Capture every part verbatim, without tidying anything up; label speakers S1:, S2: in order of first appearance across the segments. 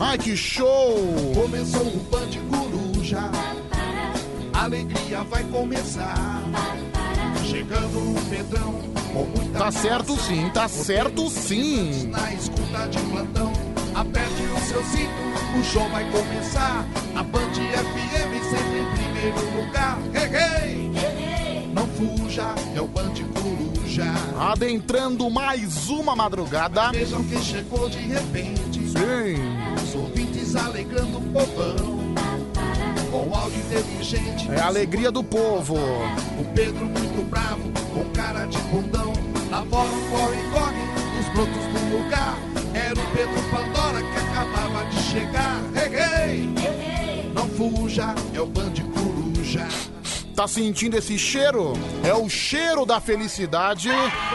S1: Ai, que show!
S2: Começou o Band Coruja, a alegria vai começar. Chegando o Pedrão com muita
S1: Tá certo sim, tá certo sim.
S2: Na escuta de plantão, aperte o seu cinto, o show vai começar. A Band F M sempre em primeiro lugar. Hey, hey! Não fuja, é o Band Coruja.
S1: Adentrando mais uma madrugada.
S2: Vejam quem chegou de repente.
S1: Sim.
S2: Os ouvintes alegrando o povão. Com áudio inteligente.
S1: É a alegria do povo.
S2: O Pedro muito bravo, com cara de bundão. Lá fora um corre-corre, os brotos do lugar. Era o Pedro Pandora que acabava de chegar. Hey, hey! Não fuja, é o Band Coruja.
S1: Tá sentindo esse cheiro? É o cheiro da felicidade.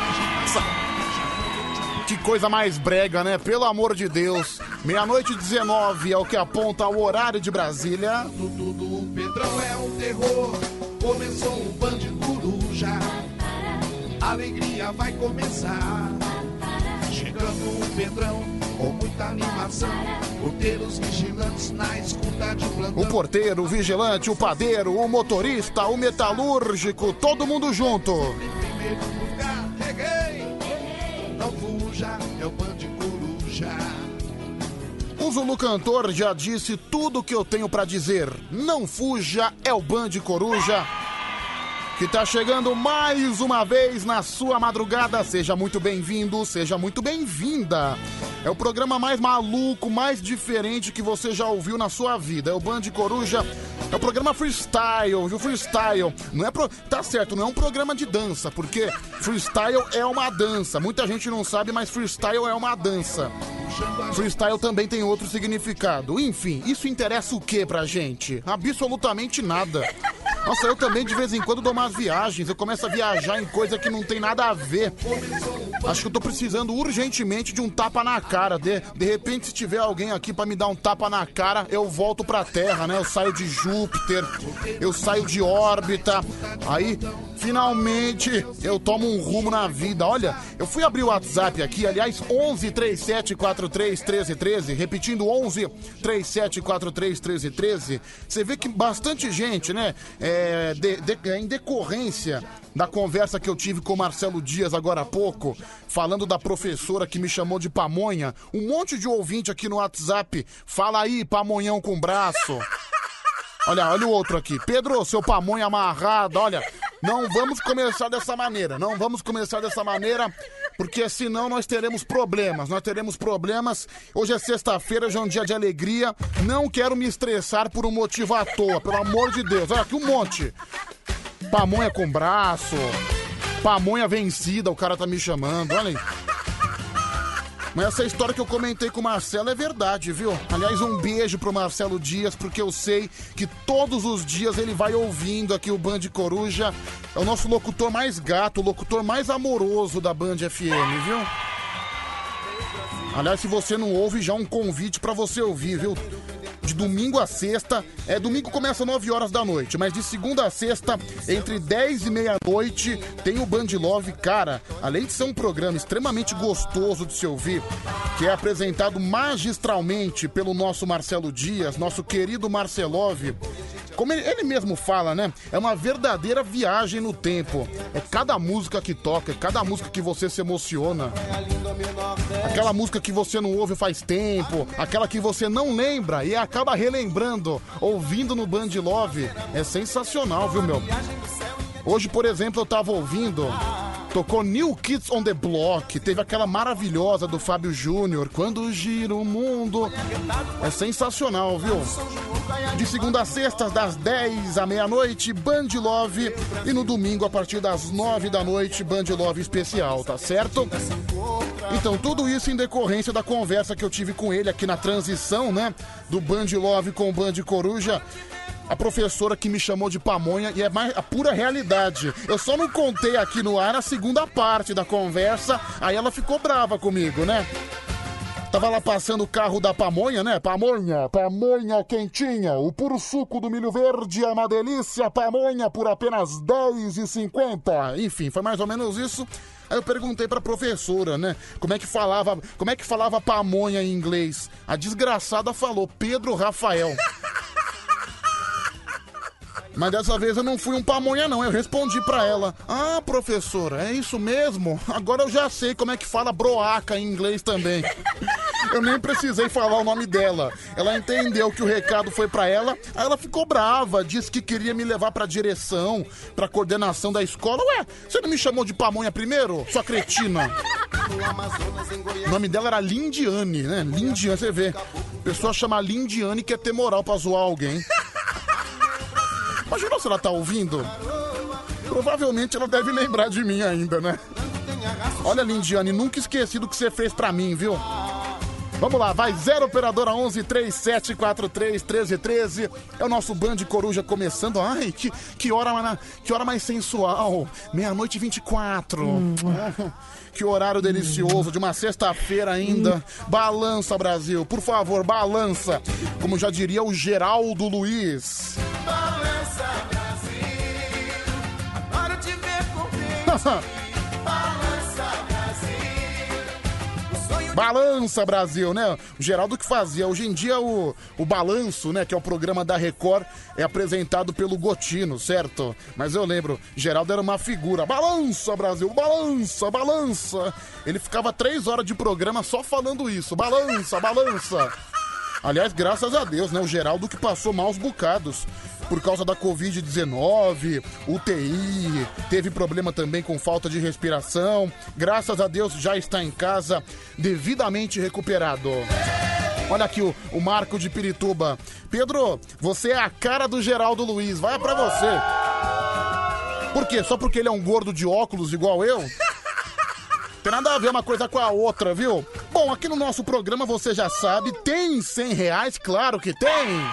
S1: Que coisa mais brega, né? Pelo amor de Deus. Meia-noite e dezenove é o que aponta o horário de Brasília.
S2: Tudo do Pedrão é um terror. Começou o Band Coruja. A alegria vai começar. Chegando o Pedrão com muita animação. Porteiros vigilantes na escuta de plantão.
S1: O porteiro, o vigilante, o padeiro, o motorista, o metalúrgico, todo mundo junto.
S2: Em primeiro lugar, hey, não fuja, é o Band Coruja.
S1: O Zulu Cantor já disse tudo o que eu tenho pra dizer. Não fuja, é o Band Coruja, que tá chegando mais uma vez na sua madrugada. Seja muito bem-vindo, seja muito bem-vinda. É o programa mais maluco, mais diferente que você já ouviu na sua vida. É o Band Coruja, é o programa freestyle, viu? Freestyle. Não é pro... Tá certo, não é um programa de dança, porque freestyle é uma dança. Muita gente não sabe, mas freestyle é uma dança. Freestyle também tem outro significado. Enfim, isso interessa o que pra gente? Absolutamente nada. Nossa, eu também de vez em quando dou umas viagens. Eu começo a viajar em coisa que não tem nada a ver. Acho que eu tô precisando urgentemente de um tapa na cara. De, de repente, se tiver alguém aqui pra me dar um tapa na cara, eu volto pra Terra, né? Eu saio de Júpiter, eu saio de órbita. Aí, finalmente, eu tomo um rumo na vida. Olha, eu fui abrir o WhatsApp aqui, aliás, onze, trinta e sete, quarenta e três, treze, treze. Repetindo, onze, trinta e sete, quarenta e três, treze, treze. Você vê que bastante gente, né? É, de, de, em decorrência da conversa que eu tive com o Marcelo Dias agora há pouco, falando da professora que me chamou de pamonha, um monte de ouvinte aqui no WhatsApp, fala aí, pamonhão com braço. Olha, olha o outro aqui. Pedro, seu pamonha amarrado, olha, não vamos começar dessa maneira, não vamos começar dessa maneira, porque senão nós teremos problemas, nós teremos problemas. Hoje é sexta-feira, hoje é um dia de alegria, não quero me estressar por um motivo à toa, pelo amor de Deus. Olha aqui um monte. Pamonha com braço, pamonha vencida, o cara tá me chamando, olha aí. Mas essa história que eu comentei com o Marcelo é verdade, viu? Aliás, um beijo pro Marcelo Dias, porque eu sei que todos os dias ele vai ouvindo aqui o Band Coruja. É o nosso locutor mais gato, o locutor mais amoroso da Band F M, viu? Aliás, se você não ouve, já um convite pra você ouvir, viu? De domingo a sexta, é, domingo começa às nove horas da noite, mas de segunda a sexta, entre dez e meia-noite, tem o Band Love, cara, além de ser um programa extremamente gostoso de se ouvir, que é apresentado magistralmente pelo nosso Marcelo Dias, nosso querido Marcelove. Como ele, ele mesmo fala, né? É uma verdadeira viagem no tempo. É cada música que toca, é cada música que você se emociona. Aquela música que você não ouve faz tempo, aquela que você não lembra e acaba relembrando, ouvindo no Band Love. É sensacional, viu, meu? Hoje, por exemplo, eu tava ouvindo, tocou New Kids on the Block, teve aquela maravilhosa do Fábio Júnior, Quando Gira o Mundo. É sensacional, viu? De segunda a sexta, das dez à meia-noite, Band Love. E no domingo, a partir das nove da noite, Band Love especial, tá certo? Então, tudo isso em decorrência da conversa que eu tive com ele aqui na transição, né? Do Band Love com o Band Coruja. A professora que me chamou de pamonha, e é mais a pura realidade. Eu só não contei aqui no ar a segunda parte da conversa, aí ela ficou brava comigo, né? Tava lá passando o carro da pamonha, né? Pamonha, pamonha quentinha, o puro suco do milho verde é uma delícia, pamonha por apenas dez reais e cinquenta centavos. Enfim, foi mais ou menos isso. Aí eu perguntei pra professora, né, como é que falava, como é que falava pamonha em inglês. A desgraçada falou Pedro Rafael. Mas dessa vez eu não fui um pamonha não, eu respondi pra ela: ah, professora, é isso mesmo? Agora eu já sei como é que fala broaca em inglês também. Eu nem precisei falar o nome dela. Ela entendeu que o recado foi pra ela, aí ela ficou brava, disse que queria me levar pra direção, pra coordenação da escola. Ué, você não me chamou de pamonha primeiro, sua cretina? O nome dela era Lindiane, né? Lindiane, você vê. A pessoa chama Lindiane e quer ter moral pra zoar alguém. Imagina se ela tá ouvindo. Provavelmente ela deve lembrar de mim ainda, né? Olha, Lindiane, nunca esqueci do que você fez pra mim, viu? Vamos lá, vai zero operadora onze, três sete quatro três, um três um três. É o nosso Band Coruja começando. Ai, que, que, hora, que hora mais sensual. Meia-noite e vinte e quatro. Hum. Que horário delicioso de uma sexta-feira ainda. Hum. Balança, Brasil, por favor, balança. Como já diria o Geraldo Luiz. Balança, Brasil. Para te ver contente. Balança, Brasil, né? O Geraldo que fazia. Hoje em dia o, o Balanço, né? Que é o programa da Record, é apresentado pelo Gotino, certo? Mas eu lembro, Geraldo era uma figura. Balança, Brasil, balança, balança. Ele ficava três horas de programa só falando isso. Balança, balança. Aliás, graças a Deus, né? O Geraldo que passou maus bocados por causa da covid dezenove, U T I, teve problema também com falta de respiração. Graças a Deus já está em casa, devidamente recuperado. Olha aqui o, o Marco de Pirituba. Pedro, você é a cara do Geraldo Luiz, vai pra você. Por quê? Só porque ele é um gordo de óculos igual eu? Tem nada a ver uma coisa com a outra, viu? Bom, aqui no nosso programa, você já sabe, tem cem reais, claro que tem.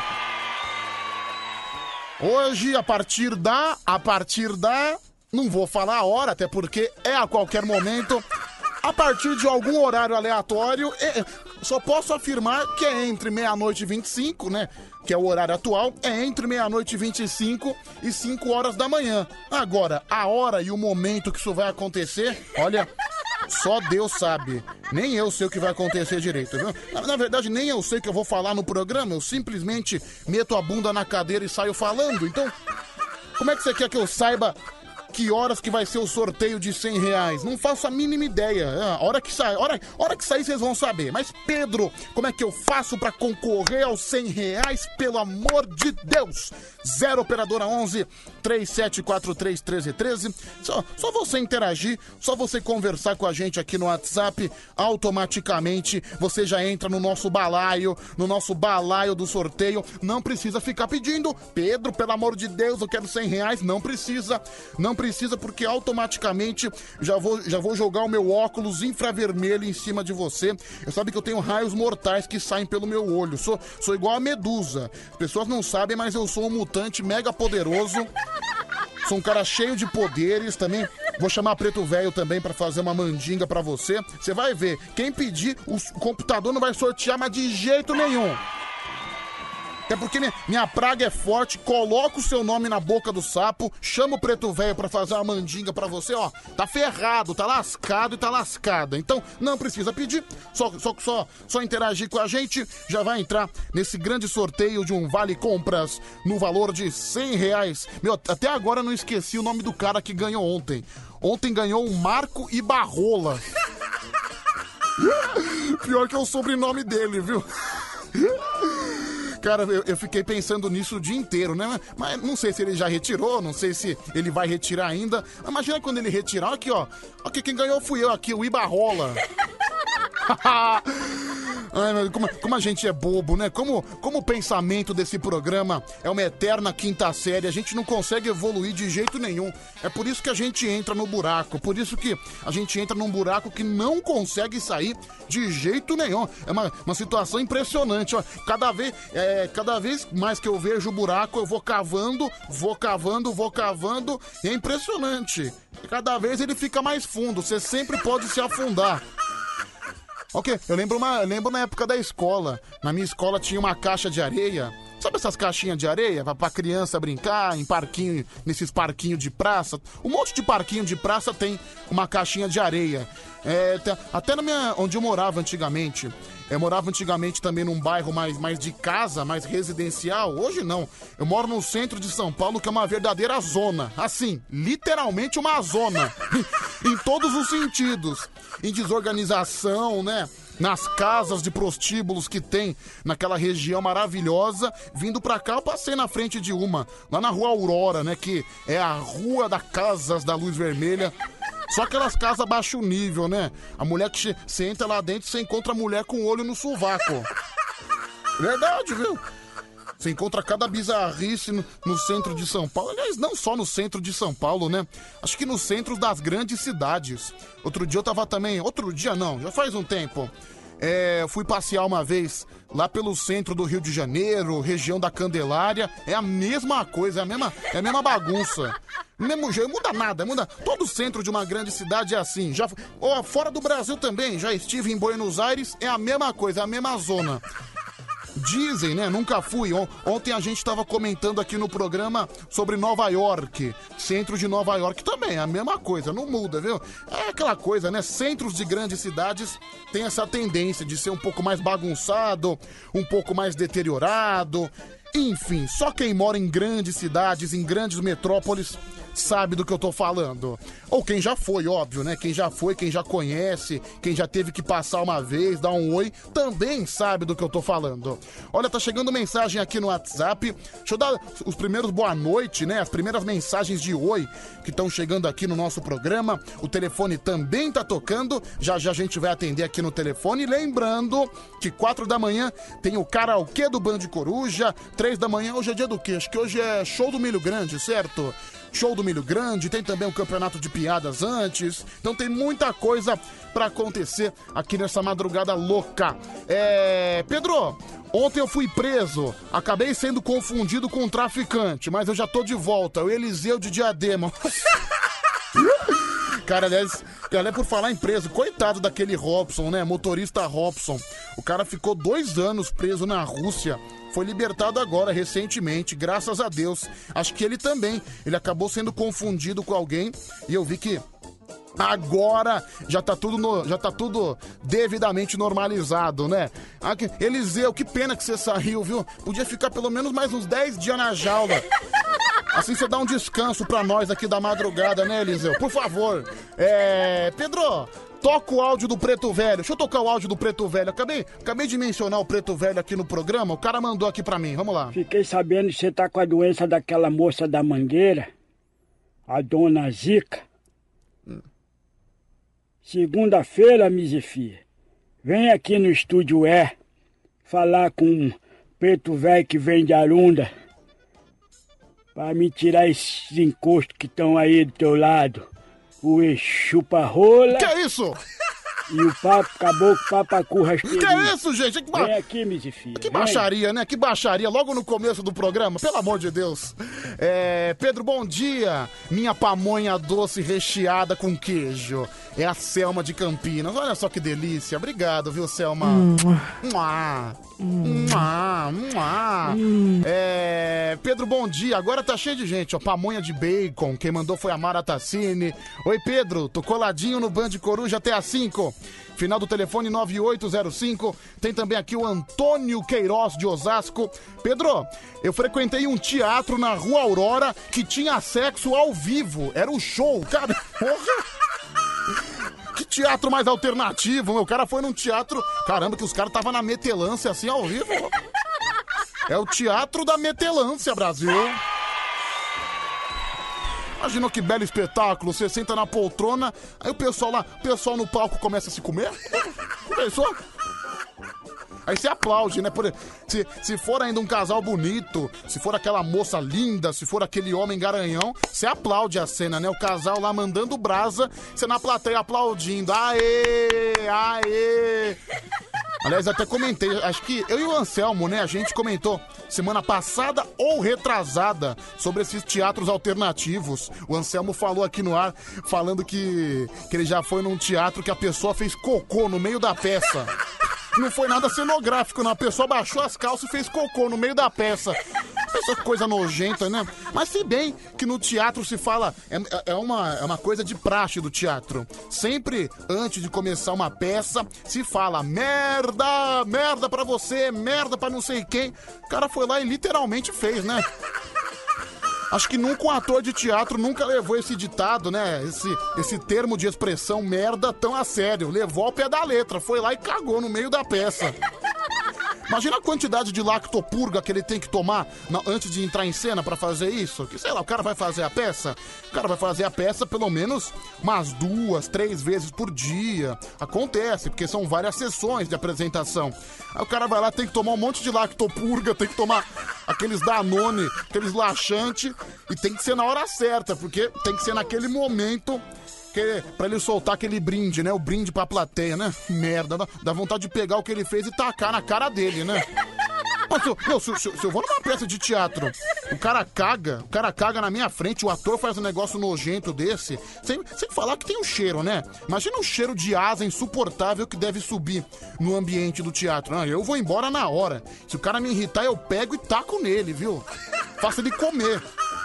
S1: Hoje, a partir da... A partir da... Não vou falar a hora, até porque é a qualquer momento. A partir de algum horário aleatório, é, só posso afirmar que é entre meia-noite e vinte e cinco, né? Que é o horário atual, é entre meia-noite e vinte e cinco e cinco horas da manhã. Agora, a hora e o momento que isso vai acontecer, olha... Só Deus sabe. Nem eu sei o que vai acontecer direito, viu? Na, na verdade, nem eu sei o que eu vou falar no programa. Eu simplesmente meto a bunda na cadeira e saio falando. Então, como é que você quer que eu saiba que horas que vai ser o sorteio de cem reais? Não faço a mínima ideia. A hora que sair, hora, hora que sair vocês vão saber. Mas, Pedro, como é que eu faço pra concorrer aos cem reais? Pelo amor de Deus! zero operadora onze, três sete quatro três, um três um três. Só, só você interagir, só você conversar com a gente aqui no WhatsApp, automaticamente você já entra no nosso balaio, no nosso balaio do sorteio. Não precisa ficar pedindo, Pedro, pelo amor de Deus, eu quero cem reais. Não precisa, não precisa, porque automaticamente já vou, já vou jogar o meu óculos infravermelho em cima de você. Eu sabe que eu tenho raios mortais que saem pelo meu olho. Sou, sou igual a Medusa. As pessoas não sabem, mas eu sou um mutante mega poderoso. Sou um cara cheio de poderes também. Vou chamar Preto Velho também pra fazer uma mandinga pra você. Você vai ver. Quem pedir, o computador não vai sortear, mas de jeito nenhum. Até porque minha, minha praga é forte, coloca o seu nome na boca do sapo, chama o Preto Velho pra fazer uma mandinga pra você, ó, tá ferrado, tá lascado e tá lascada. Então, não precisa pedir, só, só, só, só interagir com a gente, já vai entrar nesse grande sorteio de um Vale Compras no valor de cem reais. Meu, até agora eu não esqueci o nome do cara que ganhou ontem. Ontem ganhou um Marco Ibarrola. Pior que é o sobrenome dele, viu? Cara, eu, eu fiquei pensando nisso o dia inteiro, né? Mas não sei se ele já retirou, não sei se ele vai retirar ainda. Imagina quando ele retirar, aqui, ó. Aqui, quem ganhou fui eu aqui, o Ibarrola. Ai, como, como a gente é bobo, né? Como, como o pensamento desse programa é uma eterna quinta série, a gente não consegue evoluir de jeito nenhum. É por isso que a gente entra no buraco, por isso que a gente entra num buraco que não consegue sair de jeito nenhum. É uma, uma situação impressionante, ó. Cada vez, é, cada vez mais que eu vejo o buraco, eu vou cavando, vou cavando, vou cavando, e é impressionante. Cada vez ele fica mais fundo, você sempre pode se afundar. Ok, eu lembro, uma, eu lembro na época da escola. Na minha escola tinha uma caixa de areia. Sabe essas caixinhas de areia pra, pra criança brincar em parquinho, nesses parquinhos de praça? Um monte de parquinho de praça tem uma caixinha de areia. É, até na minha, onde eu morava antigamente, eu morava antigamente também num bairro mais, mais de casa, mais residencial. Hoje não, eu moro no centro de São Paulo, que é uma verdadeira zona. Assim, literalmente uma zona. Em todos os sentidos. Em desorganização, né? Nas casas de prostíbulos que tem naquela região maravilhosa. Vindo pra cá, eu passei na frente de uma, lá na Rua Aurora, né? Que é a Rua das Casas da Luz Vermelha. Só aquelas casas baixo nível, né? A mulher que você entra lá dentro, você encontra a mulher com o olho no sovaco. Verdade, viu? Você encontra cada bizarrice no, no centro de São Paulo. Aliás, não só no centro de São Paulo, né? Acho que no centro das grandes cidades. Outro dia eu tava também... Outro dia não, já faz um tempo. É, eu fui passear uma vez lá pelo centro do Rio de Janeiro, região da Candelária. É a mesma coisa, é a mesma, é a mesma bagunça. Mesmo jeito, muda nada, muda. Todo centro de uma grande cidade é assim. Já, ó, fora do Brasil também, já estive em Buenos Aires, é a mesma coisa, é a mesma zona. Dizem, né? Nunca fui. Ontem a gente estava comentando aqui no programa sobre Nova York. Centro de Nova York também, é a mesma coisa, não muda, viu? É aquela coisa, né? Centros de grandes cidades têm essa tendência de ser um pouco mais bagunçado, um pouco mais deteriorado. Enfim, só quem mora em grandes cidades, em grandes metrópoles, sabe do que eu tô falando. Ou quem já foi, óbvio, né? Quem já foi, quem já conhece, quem já teve que passar uma vez, dar um oi, também sabe do que eu tô falando. Olha, tá chegando mensagem aqui no WhatsApp. Deixa eu dar os primeiros boa noite, né? As primeiras mensagens de oi que estão chegando aqui no nosso programa. O telefone também tá tocando. Já já a gente vai atender aqui no telefone. Lembrando que quatro da manhã tem o karaokê do Band Coruja. Três da manhã, hoje é dia do quê? Acho que hoje é show do Milho Grande, certo? Show do Milho Grande, tem também um campeonato de piadas antes. Então tem muita coisa pra acontecer aqui nessa madrugada louca. É... Pedro, ontem eu fui preso. Acabei sendo confundido com um traficante, mas eu já tô de volta. O Eliseu de Diadema. Cara, aliás, é por falar em preso, coitado daquele Robson, né? Motorista Robson. O cara ficou dois anos preso na Rússia. Foi libertado agora, recentemente, graças a Deus. Acho que ele também. Ele acabou sendo confundido com alguém. E eu vi que agora já tá tudo, no, já tá tudo devidamente normalizado, né? Eliseu, que pena que você saiu, viu? Podia ficar pelo menos mais uns dez dias na jaula. Assim você dá um descanso pra nós aqui da madrugada, né, Eliseu? Por favor. É... Pedro, toca o áudio do Preto Velho. Deixa eu tocar o áudio do Preto Velho. Acabei, acabei de mencionar o Preto Velho aqui no programa. O cara mandou aqui pra mim. Vamos lá.
S3: Fiquei sabendo que você tá com a doença daquela moça da Mangueira, a dona Zica. Hum. Segunda-feira, Mizifia, vem aqui no Estúdio E falar com o Preto Velho que vem de Arunda pra me tirar esses encostos que estão aí do teu lado. O chupa-rola.
S1: Que é isso?
S3: E o papo, acabou com o papacu rasteirinho.
S1: Que é isso, gente? Que ba...
S3: Vem aqui, Mizifia.
S1: Que baixaria, né? Que baixaria, logo no começo do programa, pelo amor de Deus. É... Pedro, bom dia. Minha pamonha doce recheada com queijo. É a Selma de Campinas. Olha só que delícia. Obrigado, viu, Selma? Hum. Mua. Hum. Mua. Mua. Hum. É... Pedro, bom dia. Agora tá cheio de gente, ó. Pamonha de bacon. Quem mandou foi a Mara Tassini. Oi, Pedro. Tô coladinho no Band Coruja até às cinco. Final do telefone nove oito zero cinco. Tem também aqui o Antônio Queiroz de Osasco. Pedro, eu frequentei um teatro na Rua Aurora que tinha sexo ao vivo. Era um show, cara. Porra. Que teatro mais alternativo, meu. O cara foi num teatro... Caramba, que os caras estavam na metelância assim ao vivo. É o teatro da metelância, Brasil. Imagina que belo espetáculo. Você senta na poltrona, aí o pessoal lá, o pessoal no palco começa a se comer. Pensou? Aí você aplaude, né? Por, se, se for ainda um casal bonito, se for aquela moça linda, se for aquele homem garanhão, você aplaude a cena, né? O casal lá mandando brasa, você na plateia aplaudindo. Aê! Aê! Aliás, até comentei, acho que eu e o Anselmo, né? A gente comentou semana passada ou retrasada sobre esses teatros alternativos. O Anselmo falou aqui no ar, falando que, que ele já foi num teatro que a pessoa fez cocô no meio da peça. Não foi nada cenográfico, não. A pessoa baixou as calças e fez cocô no meio da peça. Essa coisa nojenta, né? Mas se bem que no teatro se fala... É, é, uma, é uma coisa de praxe do teatro. Sempre antes de começar uma peça, se fala merda, merda pra você, merda pra não sei quem. O cara foi lá e literalmente fez, né? Acho que nunca um ator de teatro nunca levou esse ditado, né? Esse, esse termo de expressão merda tão a sério. Levou ao pé da letra, foi lá e cagou no meio da peça. Imagina a quantidade de lactopurga que ele tem que tomar na, antes de entrar em cena pra fazer isso. Que sei lá, o cara vai fazer a peça, o cara vai fazer a peça pelo menos umas duas, três vezes por dia. Acontece, porque são várias sessões de apresentação. Aí o cara vai lá, tem que tomar um monte de lactopurga, tem que tomar aqueles Danone, aqueles laxantes, e tem que ser na hora certa, porque tem que ser naquele momento... Que, pra ele soltar aquele brinde, né? O brinde pra plateia, né? Merda, dá, dá vontade de pegar o que ele fez e tacar na cara dele, né? Mas se, eu, meu, se, se, se eu vou numa peça de teatro, o cara caga, o cara caga na minha frente, o ator faz um negócio nojento desse, sem, sem falar que tem um cheiro, né? Imagina um cheiro de asa insuportável que deve subir no ambiente do teatro. Ah, eu vou embora na hora. Se o cara me irritar, eu pego e taco nele, viu? Faço ele comer.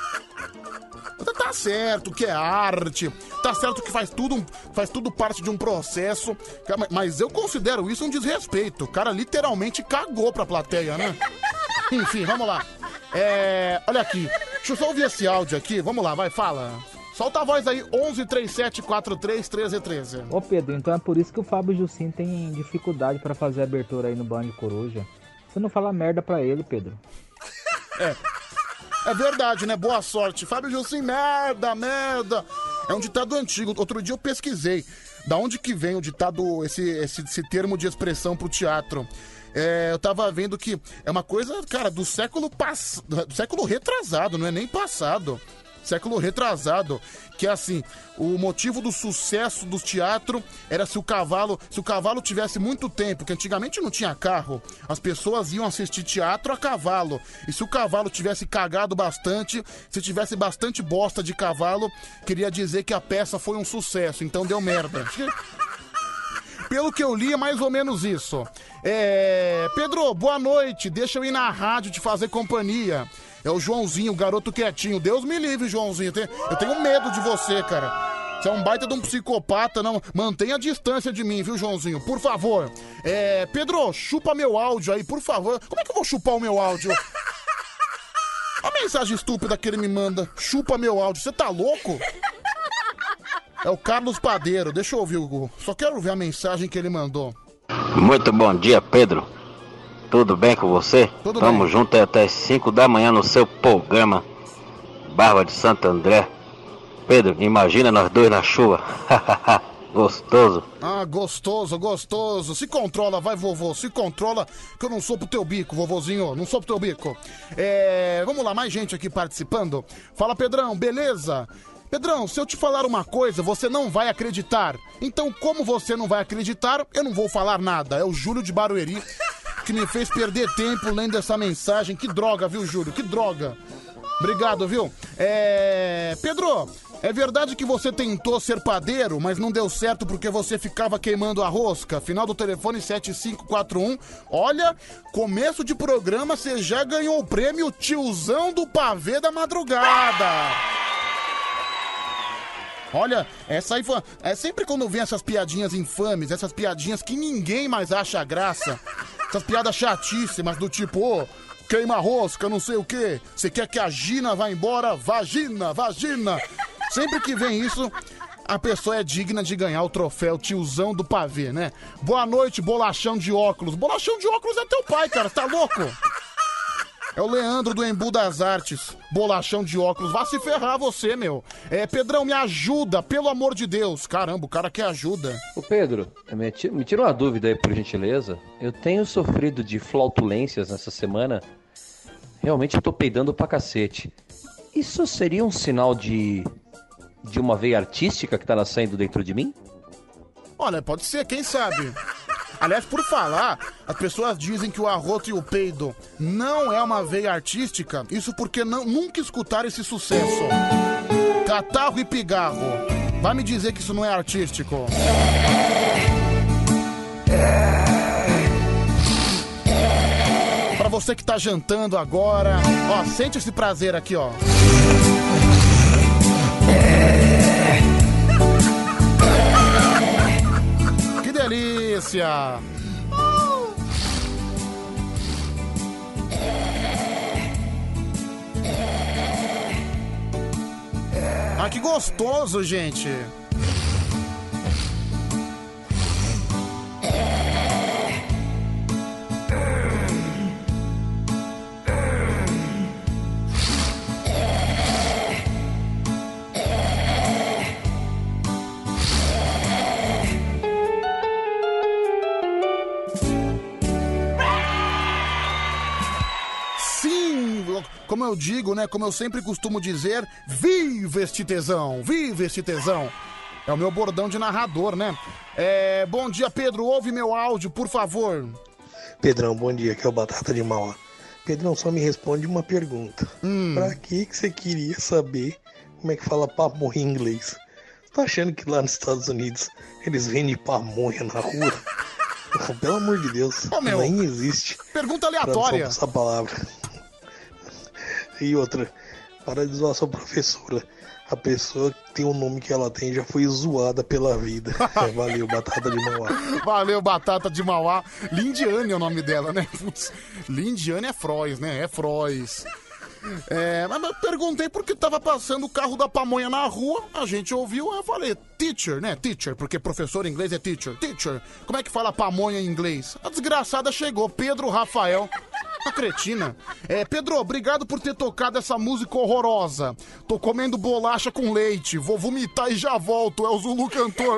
S1: Tá certo que é arte, tá certo que faz tudo, faz tudo parte de um processo, mas eu considero isso um desrespeito. O cara literalmente cagou pra plateia, né? Enfim, vamos lá. É, olha aqui, deixa eu só ouvir esse áudio aqui, vamos lá, vai, fala. Solta a voz aí, onze, trinta e sete, quarenta e três, treze, treze.
S4: Ô Pedro, então é por isso que o Fábio Jussim tem dificuldade pra fazer a abertura aí no Band Coruja. Você não fala merda pra ele, Pedro.
S1: É. É verdade, né? Boa sorte. Fábio Jussim, merda, merda. É um ditado antigo. Outro dia eu pesquisei. Da onde que vem o ditado, esse, esse, esse termo de expressão pro teatro? É, eu tava vendo que é uma coisa, cara, do século passado, do século retrasado, não é nem passado. Século retrasado, que é assim, o motivo do sucesso do teatro era se o cavalo, se o cavalo tivesse muito tempo, que antigamente não tinha carro, as pessoas iam assistir teatro a cavalo, e se o cavalo tivesse cagado bastante, se tivesse bastante bosta de cavalo, queria dizer que a peça foi um sucesso, então deu merda. Pelo que eu li, é mais ou menos isso. É... Pedro, boa noite, deixa eu ir na rádio te fazer companhia. É o Joãozinho, o garoto quietinho. Deus me livre, Joãozinho. Eu tenho, eu tenho medo de você, cara. Você é um baita de um psicopata, não. Mantenha a distância de mim, viu, Joãozinho? Por favor. É, Pedro, chupa meu áudio aí, por favor. Como é que eu vou chupar o meu áudio? A mensagem estúpida que ele me manda. Chupa meu áudio. Você tá louco? É o Carlos Padeiro. Deixa eu ouvir, Hugo. Só quero ver a mensagem que ele mandou.
S5: Muito bom dia, Pedro. Tudo bem com você?
S1: Tudo
S5: Tamo
S1: bem.
S5: junto até as cinco da manhã no seu programa Barba de Santo André. Pedro, imagina nós dois na chuva. Gostoso.
S1: Ah, gostoso, gostoso. Se controla, vai, vovô. Se controla, que eu não sou pro teu bico, vovozinho. Não sou pro teu bico. É, vamos lá, mais gente aqui participando. Fala, Pedrão, beleza? Pedrão, se eu te falar uma coisa, você não vai acreditar. Então, como você não vai acreditar, eu não vou falar nada. É o Júlio de Barueri que me fez perder tempo lendo essa mensagem. Que droga, viu, Júlio? Que droga. Obrigado, viu? É... Pedro, é verdade que você tentou ser padeiro, mas não deu certo porque você ficava queimando a rosca? Final do telefone sete cinco quatro um. Olha, começo de programa, você já ganhou o prêmio Tiozão do Pavê da Madrugada. Olha, essa aí foi... É sempre quando vem essas piadinhas infames, essas piadinhas que ninguém mais acha graça, essas piadas chatíssimas do tipo, ô, queima rosca, não sei o quê, você quer que a Gina vá embora? Vagina, vagina. Sempre que vem isso, a pessoa é digna de ganhar o troféu Tiozão do Pavê, né? Boa noite, bolachão de óculos. Bolachão de óculos é teu pai, cara, tá louco? É o Leandro do Embu das Artes, bolachão de óculos. Vá se ferrar você, meu. É, Pedrão, me ajuda, pelo amor de Deus. Caramba, o cara quer ajuda.
S6: Ô Pedro, me tira, me tira uma dúvida aí, por gentileza. Eu tenho sofrido de flautulências nessa semana. Realmente eu tô peidando pra cacete. Isso seria um sinal de... de uma veia artística que tá nascendo dentro de mim?
S1: Olha, pode ser, quem sabe? Aliás, por falar, as pessoas dizem que o arroto e o peido não é uma veia artística, isso porque não, nunca escutaram esse sucesso. Catarro e pigarro. Vai me dizer que isso não é artístico. você que tá jantando agora, ó, sente esse prazer aqui, ó. Que delícia! Ah, que gostoso, gente! Como eu digo, né, como eu sempre costumo dizer, viva este tesão, viva este tesão. É o meu bordão de narrador, né? É, bom dia, Pedro, ouve meu áudio, por favor.
S7: Pedrão, bom dia, aqui é o Batata de Mauá. Pedrão, só me responde uma pergunta. Hum. Pra que que você queria saber como é que fala pamonha em inglês? Você tá achando que lá nos Estados Unidos eles vendem pamonha na rua? Pelo amor de Deus, oh, meu, nem existe.
S1: Pergunta aleatória.
S7: Essa palavra. E outra, para de zoar sua professora. A pessoa que tem o nome que ela tem já foi zoada pela vida. Valeu, Batata de Mauá.
S1: Valeu, Batata de Mauá. Lindiane é o nome dela, né? Putz, Lindiane é Frois, né? É Frois. É, mas eu perguntei porque tava passando o carro da pamonha na rua, a gente ouviu, eu falei, teacher, né? Teacher, porque professor em inglês é teacher. Teacher, como é que fala pamonha em inglês? A desgraçada chegou, Pedro Rafael. A cretina. É, Pedro, obrigado por ter tocado essa música horrorosa. Tô comendo bolacha com leite. Vou vomitar e já volto. É o Zulu cantor.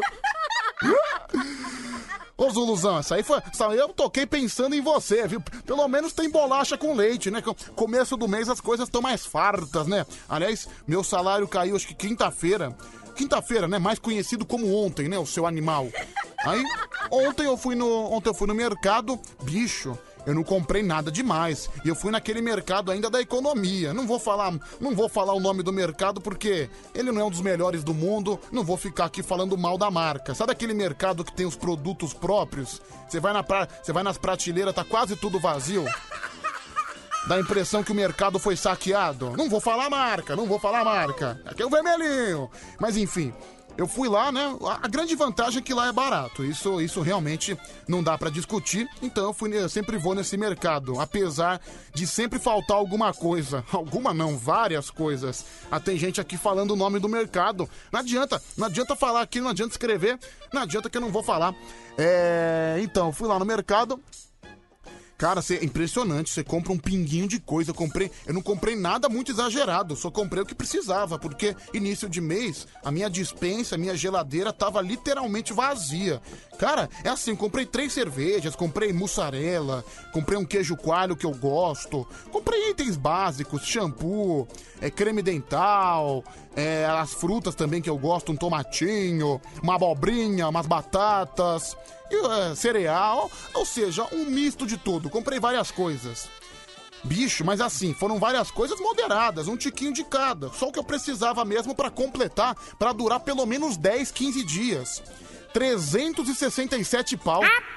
S1: Ô Zuluzão, essa aí foi. Essa aí eu toquei pensando em você, viu? Pelo menos tem bolacha com leite, né? Começo do mês as coisas estão mais fartas, né? Aliás, meu salário caiu acho que quinta-feira. Quinta-feira, né? Mais conhecido como ontem, né? O seu animal. Aí, ontem eu fui no. Ontem eu fui no mercado, bicho. Eu não comprei nada demais. E eu fui naquele mercado ainda da economia. Não vou falar, não vou falar o nome do mercado porque ele não é um dos melhores do mundo. Não vou ficar aqui falando mal da marca. Sabe aquele mercado que tem os produtos próprios? Você vai, na pra... Você vai nas prateleiras, tá quase tudo vazio. Dá a impressão que o mercado foi saqueado. Não vou falar a marca, não vou falar a marca. Aqui é o vermelhinho. Mas enfim... Eu fui lá, né? A grande vantagem é que lá é barato. Isso, isso realmente não dá pra discutir. Então eu, fui, eu sempre vou nesse mercado. Apesar de sempre faltar alguma coisa. Alguma não, várias coisas. Ah, tem gente aqui falando o nome do mercado. Não adianta, não adianta falar aqui, não adianta escrever. Não adianta que eu não vou falar. É... Então, fui lá no mercado. Cara, é impressionante, você compra um pinguinho de coisa. Eu comprei, eu não comprei nada muito exagerado, só comprei o que precisava, porque início de mês, a minha despensa, a minha geladeira tava literalmente vazia. Cara, é assim, comprei três cervejas, comprei mussarela, comprei um queijo coalho que eu gosto, comprei itens básicos, shampoo, é, creme dental, é, as frutas também que eu gosto, um tomatinho, uma abobrinha, umas batatas... Uh, cereal, ou seja, um misto de tudo. Comprei várias coisas. Bicho, mas assim, foram várias coisas moderadas, um tiquinho de cada. Só o que eu precisava mesmo pra completar, pra durar pelo menos dez, quinze dias. trezentos e sessenta e sete pau.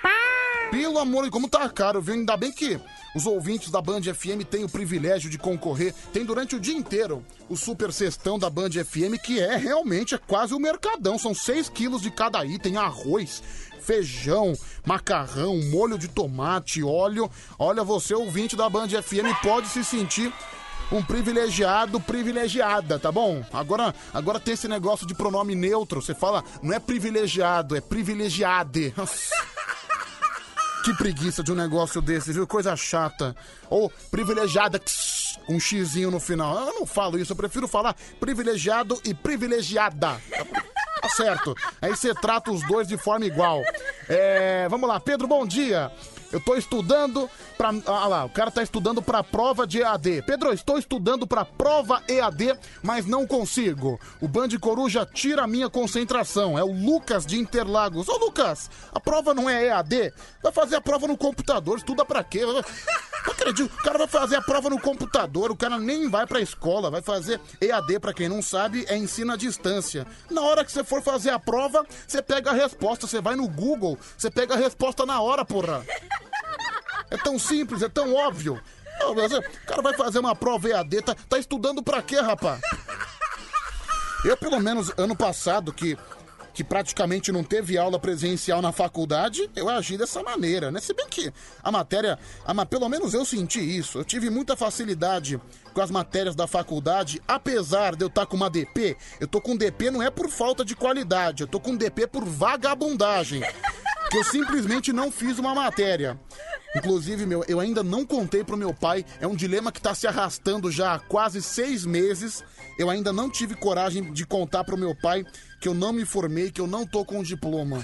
S1: Pelo amor de... Como tá caro, viu? Ainda bem que os ouvintes da Band F M têm o privilégio de concorrer. Tem durante o dia inteiro o Super Cestão da Band F M, que é realmente é quase o mercadão. São seis quilos de cada item, arroz, feijão, macarrão, molho de tomate, óleo. Olha, você, ouvinte da Band F M, pode se sentir um privilegiado, privilegiada, tá bom? Agora, agora tem esse negócio de pronome neutro. Você fala, não é privilegiado, é privilegiade. Que preguiça de um negócio desse, viu? Coisa chata. Ou privilegiada, com um xizinho no final. Eu não falo isso, eu prefiro falar privilegiado e privilegiada. Tá certo. Aí você trata os dois de forma igual. É, vamos lá, Pedro, bom dia. Eu tô estudando pra... Ah lá, o cara tá estudando pra prova de E A D. Pedro, eu estou estudando pra prova E A D, mas não consigo. O Band Coruja tira a minha concentração. É o Lucas de Interlagos. Ô, Lucas, a prova não é E A D? Vai fazer a prova no computador, estuda pra quê? Não acredito, o cara vai fazer a prova no computador, o cara nem vai pra escola, vai fazer E A D, pra quem não sabe, é ensino à distância. Na hora que você for fazer a prova, você pega a resposta, você vai no Google, você pega a resposta na hora, porra. É tão simples, é tão óbvio. O cara vai fazer uma prova E A D, tá, tá estudando pra quê, rapaz? Eu, pelo menos, ano passado, que, que praticamente não teve aula presencial na faculdade, eu agi dessa maneira, né? Se bem que a matéria, a, pelo menos eu senti isso, eu tive muita facilidade com as matérias da faculdade, apesar de eu estar com uma D P, eu tô com D P não é por falta de qualidade, eu tô com D P por vagabundagem, que eu simplesmente não fiz uma matéria. Inclusive, meu, eu ainda não contei pro meu pai, é um dilema que tá se arrastando já há quase seis meses, eu ainda não tive coragem de contar pro meu pai que eu não me formei, que eu não tô com diploma.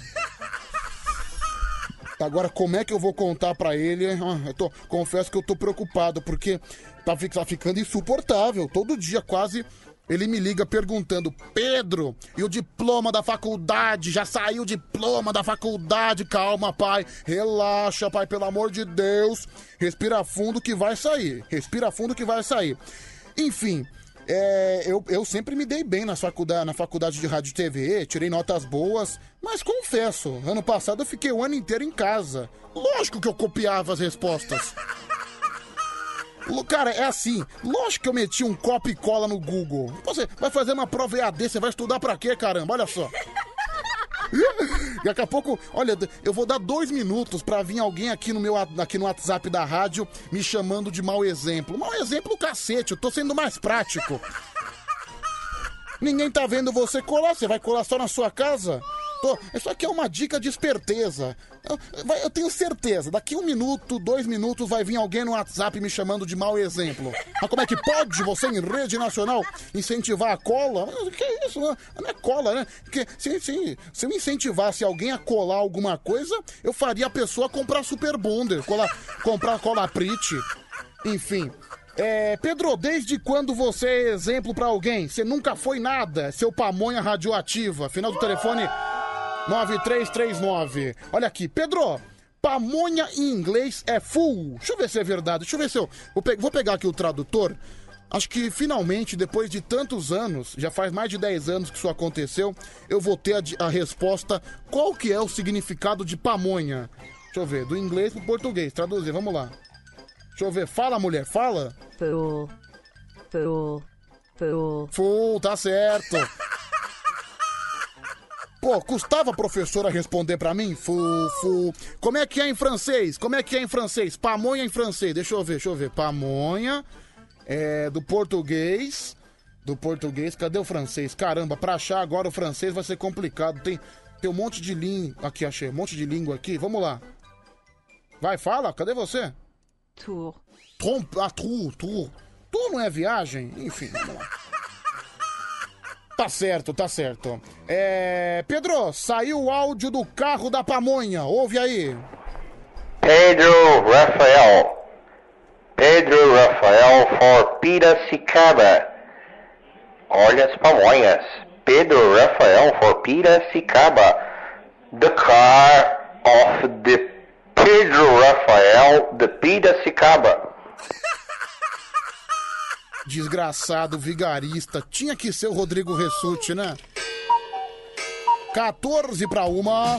S1: Agora, como é que eu vou contar pra ele? Ah, eu tô, confesso que eu tô preocupado, porque tá, tá ficando insuportável. Todo dia, quase, ele me liga perguntando: Pedro, e o diploma da faculdade? Já saiu o diploma da faculdade? Calma, pai. Relaxa, pai, pelo amor de Deus. Respira fundo que vai sair. Respira fundo que vai sair. Enfim... É, eu, eu sempre me dei bem na faculdade, na faculdade de rádio e T V, tirei notas boas, mas confesso, ano passado eu fiquei o ano inteiro em casa. Lógico que eu copiava as respostas. Cara, é assim, lógico que eu meti um copia e cola no Google. Você vai fazer uma prova E A D, você vai estudar pra quê, caramba? Olha só. Daqui a pouco, olha, eu vou dar dois minutos pra vir alguém aqui no meu aqui no WhatsApp da rádio me chamando de mau exemplo. Mau exemplo, cacete, eu tô sendo mais prático. Ninguém tá vendo você colar, você vai colar só na sua casa? Tô, isso aqui é uma dica de esperteza. Eu, eu tenho certeza, daqui um minuto, dois minutos vai vir alguém no WhatsApp me chamando de mau exemplo. Mas como é que pode você em rede nacional incentivar a cola? Que isso, não, não é cola, né? Porque se, se, se eu incentivasse alguém a colar alguma coisa, eu faria a pessoa comprar Super Bonder, colar, comprar cola Prit. Enfim... É, Pedro, desde quando você é exemplo pra alguém? Você nunca foi nada, seu pamonha radioativa. Final do telefone nove três três nove. Olha aqui, Pedro, pamonha em inglês é full. Deixa eu ver se é verdade, deixa eu ver se eu... Vou, pe... vou pegar aqui o tradutor. Acho que finalmente, depois de tantos anos, já faz mais de dez anos que isso aconteceu, eu vou ter a, a resposta, qual que é o significado de pamonha. Deixa eu ver, do inglês pro português, traduzir, vamos lá. Deixa eu ver, fala, mulher, fala.
S8: Full. Full. Full.
S1: Full, tá certo. Pô, custava a professora responder pra mim? Full, full. Como é que é em francês? Como é que é em francês? Pamonha em francês, deixa eu ver, deixa eu ver. Pamonha, é, do português. Do português, cadê o francês? Caramba, pra achar agora o francês vai ser complicado. Tem, tem um monte de língua. Aqui, achei, um monte de língua aqui. Vamos lá. Vai, fala, cadê você?
S8: Tour.
S1: Trom... Ah, tour, tour. Tour não é viagem? Enfim, vamos lá. Tá certo, tá certo. É... Pedro, saiu o áudio do carro da pamonha. Ouve aí.
S9: Pedro Rafael. Pedro Rafael for Piracicaba. Olha as pamonhas. Pedro Rafael for Piracicaba. The car of the Pedro Rafael de Piracicaba.
S1: Desgraçado, vigarista. Tinha que ser o Rodrigo Ressuti, né? quatorze para uma.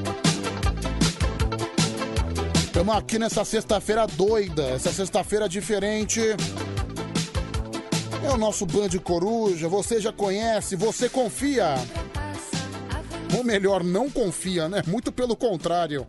S1: Estamos aqui nessa sexta-feira doida. Essa sexta-feira diferente. É o nosso Band Coruja. Você já conhece, você confia. Ou melhor, não confia, né? Muito pelo contrário.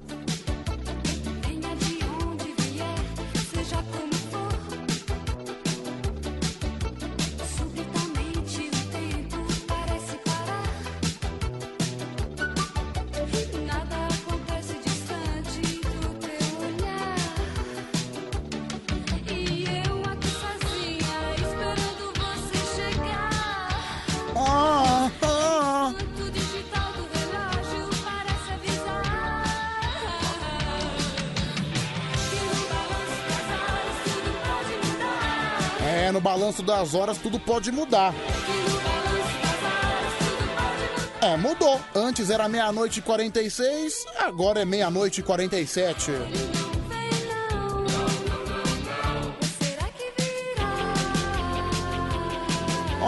S1: No balanço das horas tudo pode mudar. É, mudou. Antes era meia-noite e quarenta e seis, agora é meia-noite e quarenta e sete.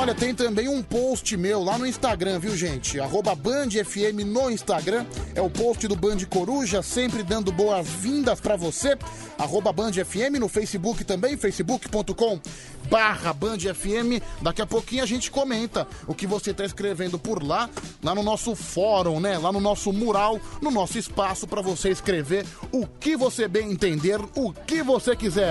S1: olha, tem também um post meu lá no Instagram, viu, gente? Arroba Band F M no Instagram. É o post do Band Coruja, sempre dando boas-vindas pra você. Arroba Band F M no Facebook também, facebook ponto com barra Band F M. Daqui a pouquinho a gente comenta o que você tá escrevendo por lá, lá no nosso fórum, né? Lá no nosso mural, no nosso espaço pra você escrever o que você bem entender, o que você quiser.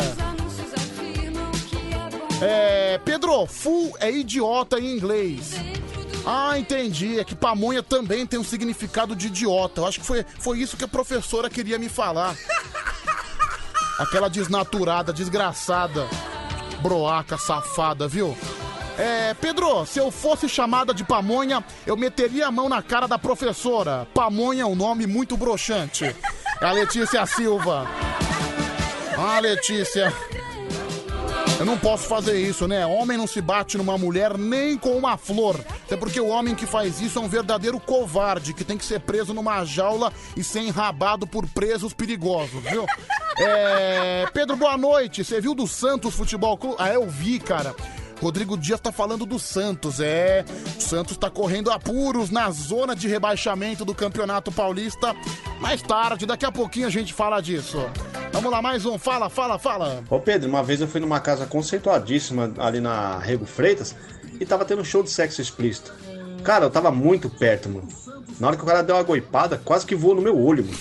S1: É, Pedro, full é idiota em inglês. Ah, entendi. É que pamonha também tem um significado de idiota. Eu acho que foi, foi isso que a professora queria me falar. Aquela desnaturada, desgraçada, broaca, safada, viu? É, Pedro, se eu fosse chamada de pamonha, eu meteria a mão na cara da professora. Pamonha é um nome muito broxante. É a Letícia Silva. Ah, Letícia... Eu não posso fazer isso, né? Homem não se bate numa mulher nem com uma flor. Até porque o homem que faz isso é um verdadeiro covarde, que tem que ser preso numa jaula e ser enrabado por presos perigosos, viu? É... Pedro, boa noite. Você viu do Santos Futebol Clube? Ah, eu vi, cara. Rodrigo Dias tá falando do Santos, é. O Santos tá correndo apuros na zona de rebaixamento do Campeonato Paulista. Mais tarde, daqui a pouquinho a gente fala disso. Vamos lá, mais um. Fala, fala, fala.
S10: Ô Pedro, uma vez eu fui numa casa conceituadíssima ali na Rego Freitas e tava tendo um show de sexo explícito. Cara, eu tava muito perto, mano. Na hora que o cara deu uma goipada, quase que voou no meu olho, mano.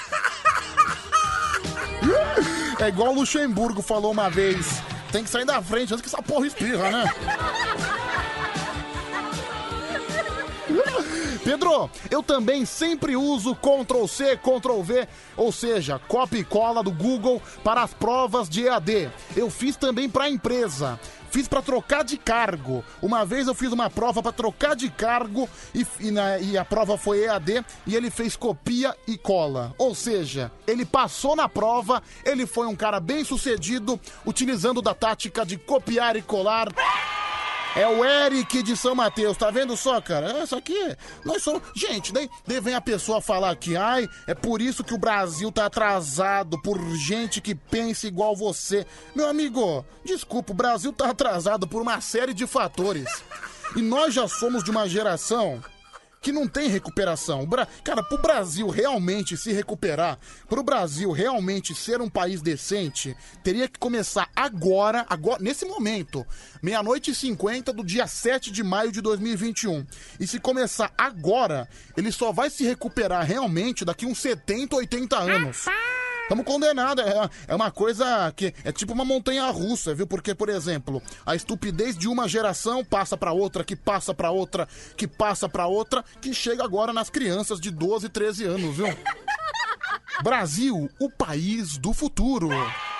S1: É igual o Luxemburgo falou uma vez. Tem que sair da frente antes que essa porra espirra, né? Pedro, eu também sempre uso control C, control V, ou seja, copia e cola do Google para as provas de E A D. Eu fiz também para a empresa. Fiz para trocar de cargo. Uma vez eu fiz uma prova para trocar de cargo e, e, na, e a prova foi E A D e ele fez copia e cola. Ou seja, ele passou na prova, ele foi um cara bem sucedido, utilizando da tática de copiar e colar. É o Eric de São Mateus, tá vendo só, cara? Isso aqui, nós somos... Gente, daí, daí vem a pessoa falar aqui, ai, é por isso que o Brasil tá atrasado, por gente que pensa igual você. Meu amigo, desculpa, o Brasil tá atrasado por uma série de fatores. E nós já somos de uma geração que não tem recuperação. Bra... Cara, pro Brasil realmente se recuperar, pro Brasil realmente ser um país decente, teria que começar agora, agora nesse momento, meia-noite e cinquenta do dia sete de maio de dois mil e vinte e um. E se começar agora, ele só vai se recuperar realmente daqui uns setenta, oitenta anos. Estamos condenados, é, é uma coisa que é tipo uma montanha-russa, viu? Porque, por exemplo, a estupidez de uma geração passa pra outra, que passa pra outra, que passa pra outra, que chega agora nas crianças de doze, treze anos, viu? Brasil, o país do futuro.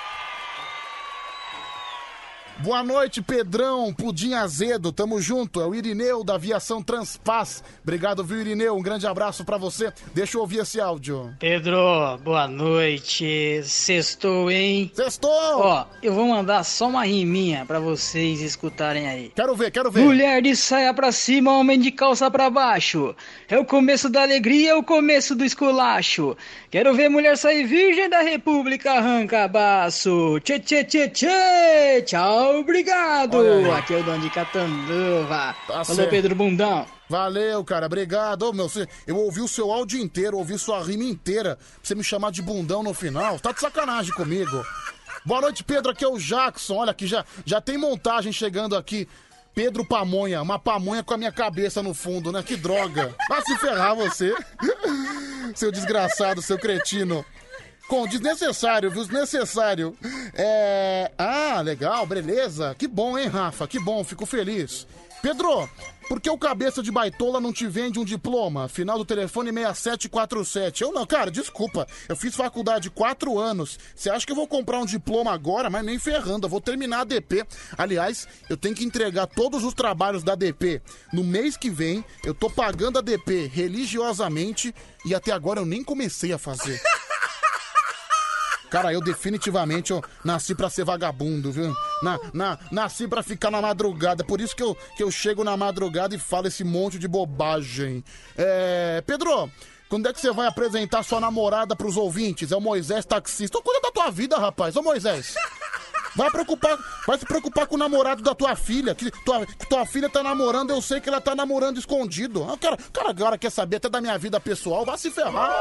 S1: Boa noite, Pedrão, Pudim Azedo, tamo junto, é o Irineu da Aviação Transpaz. Obrigado, viu, Irineu, um grande abraço pra você. Deixa eu ouvir esse áudio.
S11: Pedro, boa noite, sextou, hein?
S1: Sextou!
S11: Ó, eu vou mandar só uma riminha pra vocês escutarem aí.
S1: Quero ver, quero ver.
S11: Mulher de saia pra cima, homem de calça pra baixo. É o começo da alegria, é o começo do esculacho. Quero ver mulher sair virgem da república, arranca baço. Tchê, tchê, tchê, tchê, tchau. Obrigado! Aqui é o Dom de Catanduva.
S1: Tá
S11: Falou,
S1: certo.
S11: Pedro Bundão.
S1: Valeu, cara, obrigado. Ô, meu, cê- eu ouvi o seu áudio inteiro, ouvi sua rima inteira. Pra você me chamar de bundão no final, tá de sacanagem comigo. Boa noite, Pedro, aqui é o Jackson. Olha, aqui já, já tem montagem chegando aqui. Pedro Pamonha, uma pamonha com a minha cabeça no fundo, né? Que droga. Vai se ferrar você. Seu desgraçado, seu cretino. Com desnecessário, viu? Desnecessário. É... Ah, legal, beleza. Que bom, hein, Rafa? Que bom, fico feliz. Pedro, por que o cabeça de baitola não te vende um diploma? Final do telefone seis sete quatro sete. Eu não, cara, desculpa. Eu fiz faculdade quatro anos. Você acha que eu vou comprar um diploma agora? Mas nem ferrando, eu vou terminar a D P. Aliás, eu tenho que entregar todos os trabalhos da D P no mês que vem. Eu tô pagando a D P religiosamente e até agora eu nem comecei a fazer. Cara, eu definitivamente eu nasci pra ser vagabundo, viu? Na, na, nasci pra ficar na madrugada. Por isso que eu, que eu chego na madrugada e falo esse monte de bobagem. É... Pedro, quando é que você vai apresentar sua namorada pros ouvintes? É o Moisés taxista. Cuida da tua vida, rapaz. Ô, Moisés. Vai preocupar, vai se preocupar com o namorado da tua filha. Que tua, que tua filha tá namorando, eu sei que ela tá namorando escondido. O cara, o cara agora quer saber até da minha vida pessoal, vai se ferrar.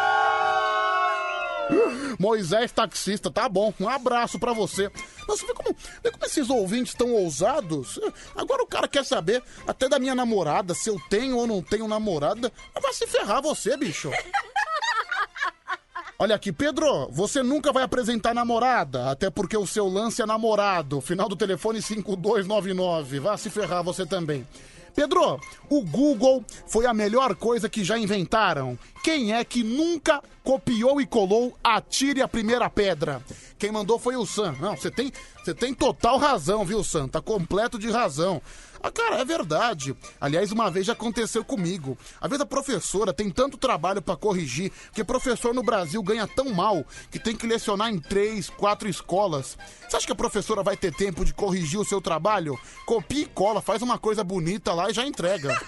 S1: Moisés taxista, tá bom, um abraço pra você. Nossa, vê como, vê como esses ouvintes estão ousados. Agora o cara quer saber até da minha namorada, se eu tenho ou não tenho namorada. Vai se ferrar você, bicho. Olha aqui, Pedro, você nunca vai apresentar namorada, até porque o seu lance é namorado. Final do telefone cinco dois nove nove. Vai se ferrar você também. Pedro, o Google foi a melhor coisa que já inventaram. Quem é que nunca copiou e colou? Atire a primeira pedra. Quem mandou foi o Sam. Não, você tem, você tem total razão, viu, Sam? Tá completo de razão. Ah, cara, é verdade. Aliás, uma vez já aconteceu comigo. Às vezes a professora tem tanto trabalho pra corrigir, que professor no Brasil ganha tão mal que tem que lecionar em três, quatro escolas. Você acha que a professora vai ter tempo de corrigir o seu trabalho? Copia e cola, faz uma coisa bonita lá e já entrega.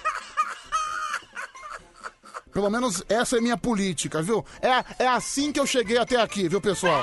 S1: Pelo menos essa é minha política, viu? É, é assim que eu cheguei até aqui, viu, pessoal?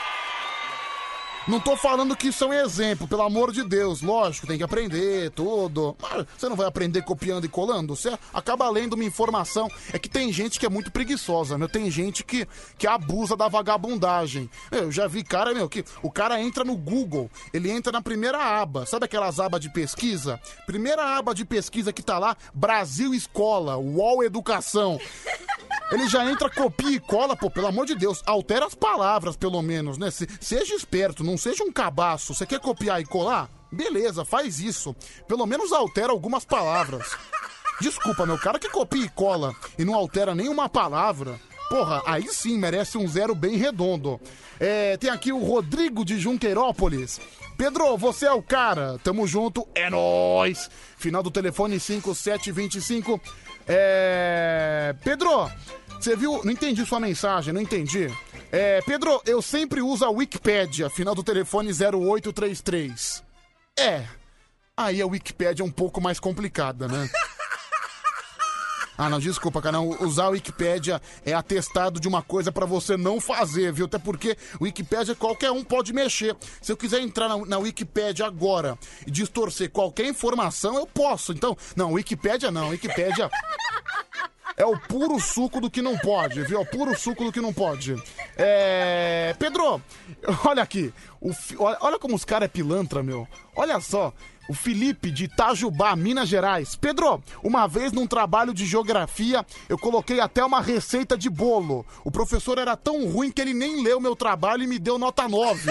S1: Não tô falando que isso é um exemplo, pelo amor de Deus. Lógico, tem que aprender, tudo. Mas você não vai aprender copiando e colando? Você acaba lendo uma informação. É que tem gente que é muito preguiçosa, meu. Tem gente que, que abusa da vagabundagem. Eu já vi cara, meu, que o cara entra no Google, ele entra na primeira aba. Sabe aquelas abas de pesquisa? Primeira aba de pesquisa que tá lá, Brasil Escola, U O L Educação. Ele já entra, copia e cola, pô, pelo amor de Deus, altera as palavras, pelo menos, né? Se, seja esperto, não seja um cabaço. Você quer copiar e colar? Beleza, faz isso. Pelo menos altera algumas palavras. Desculpa, meu, cara que copia e cola e não altera nenhuma palavra, porra, aí sim merece um zero bem redondo. É, tem aqui o Rodrigo de Junqueirópolis. Pedro, você é o cara, tamo junto, é nóis. Final do telefone cinco sete dois cinco. É... Pedro, você viu? Não entendi sua mensagem, não entendi. É, Pedro, eu sempre uso a Wikipédia, final do telefone zero oito três três. É, aí a Wikipédia é um pouco mais complicada, né? Ah, não, desculpa, cara, não, usar a Wikipédia é atestado de uma coisa pra você não fazer, viu? Até porque Wikipédia qualquer um pode mexer. Se eu quiser entrar na, na Wikipédia agora e distorcer qualquer informação, eu posso. Então, não, Wikipédia não, Wikipédia é o puro suco do que não pode, viu? É o puro suco do que não pode. É... Pedro, olha aqui, o, olha, olha como os caras é pilantra, meu. Olha só. O Felipe de Itajubá, Minas Gerais. Pedro, uma vez num trabalho de geografia, eu coloquei até uma receita de bolo. O professor era tão ruim que ele nem leu meu trabalho e me deu nota nove.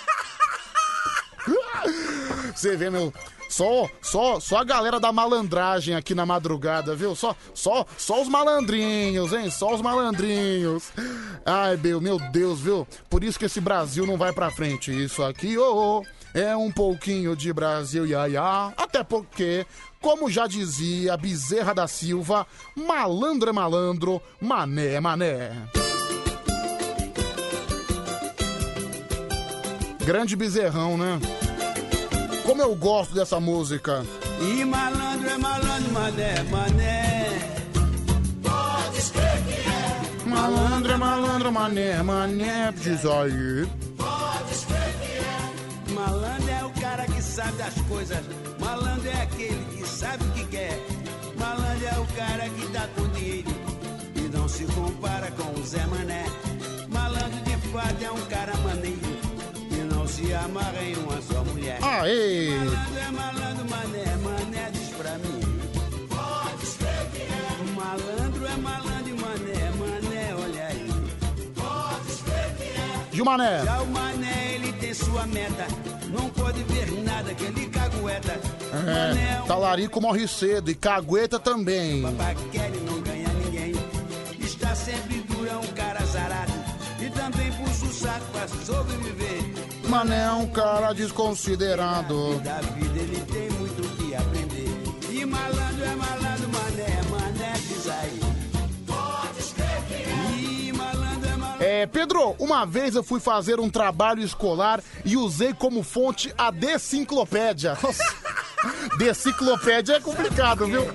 S1: Você vê, meu... Só, só, só a galera da malandragem aqui na madrugada, viu? Só, só, só os malandrinhos, hein? Só os malandrinhos. Ai, meu, meu Deus, viu? Por isso que esse Brasil não vai pra frente. Isso aqui, ô, oh, é um pouquinho de Brasil, ia, ia. Até porque, como já dizia Bezerra da Silva, malandro é malandro, mané é mané. Grande Bezerrão, né? Como eu gosto dessa música.
S12: E malandro é malandro, mané é mané. Pode escrever que é.
S1: Malandro é malandro, mané é mané. Diz aí.
S12: Pode escrever que é. Malandro é o cara que sabe das coisas. Malandro é aquele que sabe o que quer. Malandro é o cara que tá com dinheiro e não se compara com o Zé Mané. Malandro de fato é um cara maneiro, se amarra em uma só mulher.
S1: Aê!
S12: Malandro é malandro, mané, mané, diz pra mim. Pode escrever. Malandro é malandro e mané, mané, olha aí. Pode escrever.
S1: E o mané?
S12: Já o mané, ele tem sua meta. Não pode ver nada que ele cagueta.
S1: É,
S12: mané é um...
S1: talarico morre cedo e cagueta também.
S12: Papaquele não ganha ninguém. Está sempre duro, é um cara azarado. E também puxa o saco pra sobreviver.
S1: Mané é um cara desconsiderado.
S12: Da vida ele tem muito o que aprender. E malandro é malandro, mané, mané, diz aí. Pode escrever. E malandro é malandro.
S1: É, Pedro, uma vez eu fui fazer um trabalho escolar e usei como fonte a Deciclopédia. Deciclopédia é complicado, viu?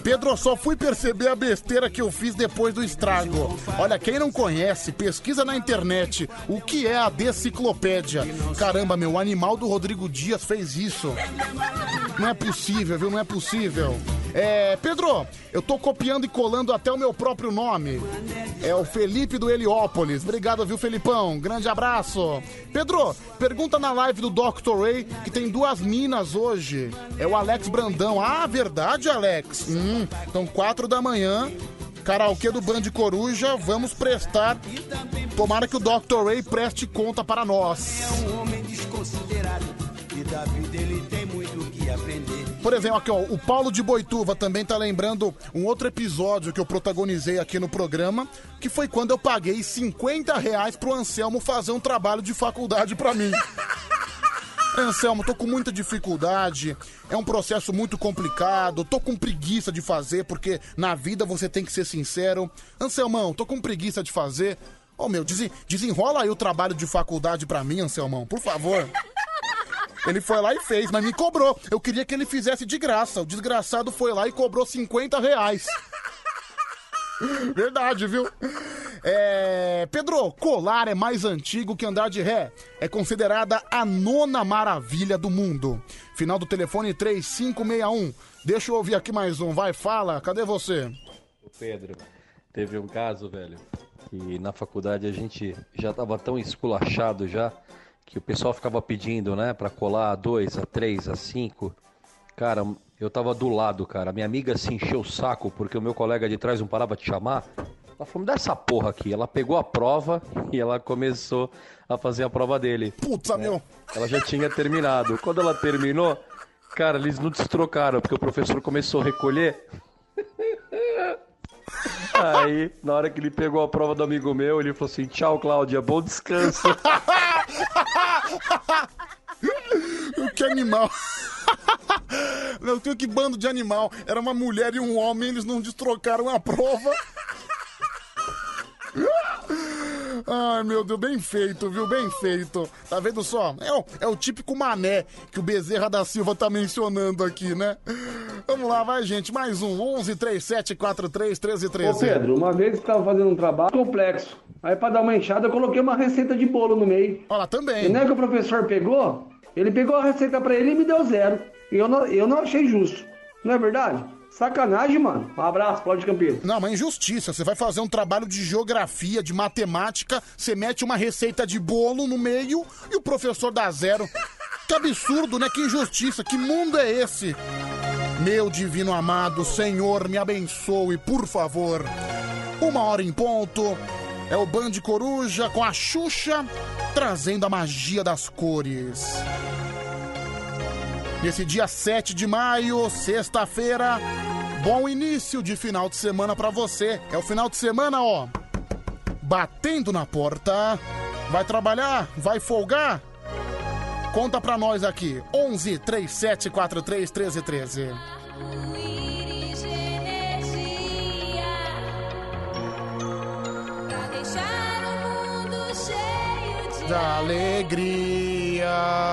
S1: Pedro, eu só fui perceber a besteira que eu fiz depois do estrago. Olha, quem não conhece, pesquisa na internet o que é a deciclopédia. Caramba, meu, o animal do Rodrigo Dias fez isso. Não é possível, viu? Não é possível. É, Pedro, eu tô copiando e colando até o meu próprio nome. É o Felipe do Heliópolis. Obrigado, viu, Felipão? Grande abraço. Pedro, pergunta na live do doutor Ray que tem duas minas hoje. É o Alex Brandão. Ah, verdade, Alex? Hum, então quatro da manhã, karaokê do Band Coruja, vamos prestar. Tomara que o doutor Ray preste conta para nós.
S12: É um homem desconsiderado e da vida ele tem muito o que aprender.
S1: Por exemplo, aqui, ó, o Paulo de Boituva também tá lembrando um outro episódio que eu protagonizei aqui no programa, que foi quando eu paguei cinquenta reais pro Anselmo fazer um trabalho de faculdade pra mim. Anselmo, tô com muita dificuldade, é um processo muito complicado, tô com preguiça de fazer, porque na vida você tem que ser sincero. Anselmão, tô com preguiça de fazer. Ô, meu, desen- desenrola aí o trabalho de faculdade pra mim, Anselmão, por favor. Ele foi lá e fez, mas me cobrou. Eu queria que ele fizesse de graça. O desgraçado foi lá e cobrou cinquenta reais. Verdade, viu? É... Pedro, colar é mais antigo que andar de ré. É considerada a nona maravilha do mundo. Final do telefone três cinco seis um. Deixa eu ouvir aqui mais um. Vai, fala. Cadê você?
S6: O Pedro, teve um caso, velho, que na faculdade a gente já tava tão esculachado já, que o pessoal ficava pedindo, né, pra colar a dois, a três, a cinco. Cara, eu tava do lado, cara. Minha amiga se encheu o saco porque o meu colega de trás não parava de chamar. Ela falou, me dá essa porra aqui. Ela pegou a prova e ela começou a fazer a prova dele.
S1: Puta, meu.
S6: Ela já tinha terminado. Quando ela terminou, cara, eles não destrocaram, porque o professor começou a recolher. Aí, na hora que ele pegou a prova do amigo meu, ele falou assim, tchau, Cláudia, bom descanso.
S1: Que animal. Meu Deus, que bando de animal. Era uma mulher e um homem, eles não destrocaram a prova. Ai, meu Deus, bem feito, viu? Bem feito. Tá vendo só? É o, é o típico mané que o Bezerra da Silva tá mencionando aqui, né? Vamos lá, vai, gente. Mais um. onze, trinta e sete, quarenta e três, treze, treze.
S13: Ô, Pedro, uma vez eu tava fazendo um trabalho complexo. Aí, pra dar uma enxada, eu coloquei uma receita de bolo no meio.
S1: Olha lá, também.
S13: E não é que o professor pegou? Ele pegou a receita pra ele e me deu zero. E eu não, eu não achei justo. Não é verdade? Sacanagem, mano. Um abraço, Cláudio Campinas.
S1: Não, mas injustiça. Você vai fazer um trabalho de geografia, de matemática, você mete uma receita de bolo no meio e o professor dá zero. Que absurdo, né? Que injustiça. Que mundo é esse? Meu divino amado, Senhor, me abençoe, por favor. Uma hora em ponto. É o Band Coruja com a Xuxa trazendo a magia das cores. Nesse dia sete de maio, sexta-feira, bom início de final de semana pra você. É o final de semana, ó, batendo na porta. Vai trabalhar? Vai folgar? Conta pra nós aqui. onze, trinta e sete, quarenta e três, treze, treze. Da alegria.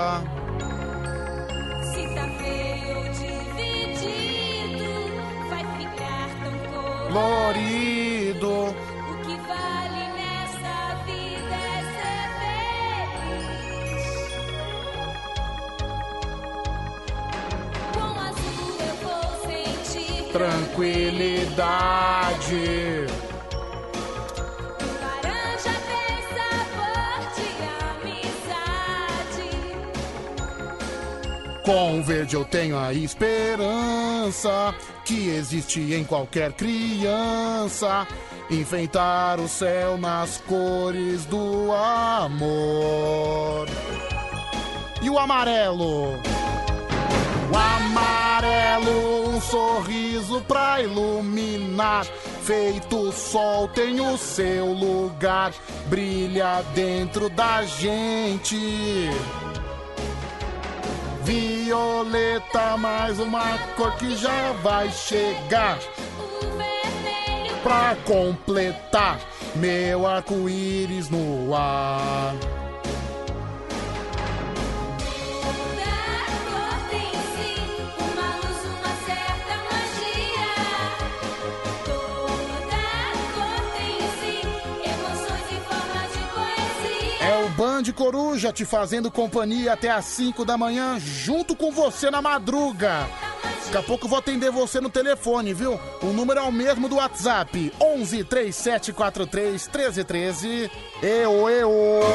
S14: Se tá feio ou dividido, vai ficar tão
S1: colorido.
S14: O que vale nessa vida é ser feliz. Com azul eu vou sentir
S1: tranquilidade. Com o verde eu tenho a esperança que existe em qualquer criança. Enfeitar o céu nas cores do amor. E o amarelo? O amarelo, um sorriso pra iluminar. Feito sol tem o seu lugar. Brilha dentro da gente. Violeta, mais uma cor que já vai chegar pra completar meu arco-íris no ar. Band Coruja te fazendo companhia até às cinco da manhã, junto com você na madruga. Daqui a pouco eu vou atender você no telefone, viu? O número é o mesmo do WhatsApp, onze, três sete quatro três, treze treze. Eu, eu.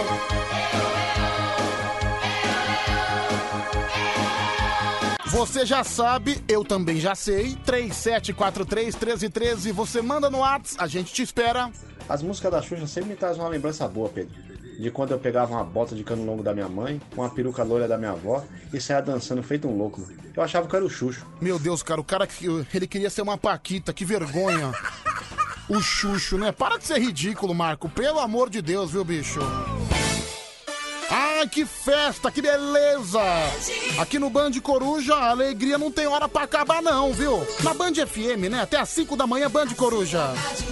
S1: Você já sabe, eu também já sei, três sete quatro três, treze treze. Você manda no WhatsApp, a gente te espera.
S10: As músicas da Xuxa sempre me trazem uma lembrança boa, Pedro. De quando eu pegava uma bota de cano longo da minha mãe, uma peruca loira da minha avó e saia dançando feito um louco. Mano. Eu achava que era o Xuxo.
S1: Meu Deus, cara, o cara, ele queria ser uma Paquita, que vergonha. O Xuxo, né? Para de ser ridículo, Marco, pelo amor de Deus, viu, bicho? Ai, que festa, que beleza! Aqui no Band Coruja, a alegria não tem hora pra acabar não, viu? Na Band F M, né? Até às cinco da manhã, Band Coruja.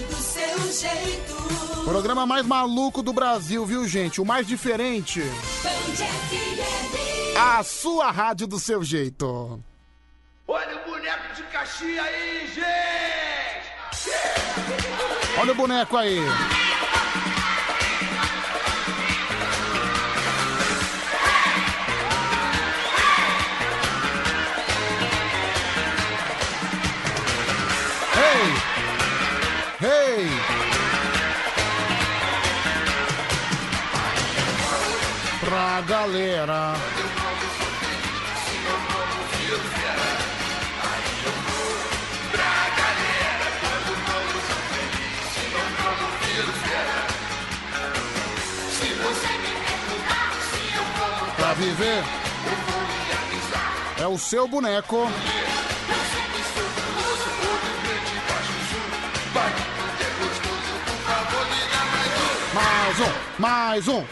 S1: Programa mais maluco do Brasil, viu, gente? O mais diferente. A sua rádio do seu jeito.
S12: Olha o boneco de Caxias aí, gente!
S1: Olha o boneco aí. Hey! Hey! Pra galera. Pra viver é o seu boneco. Mais um, mais um.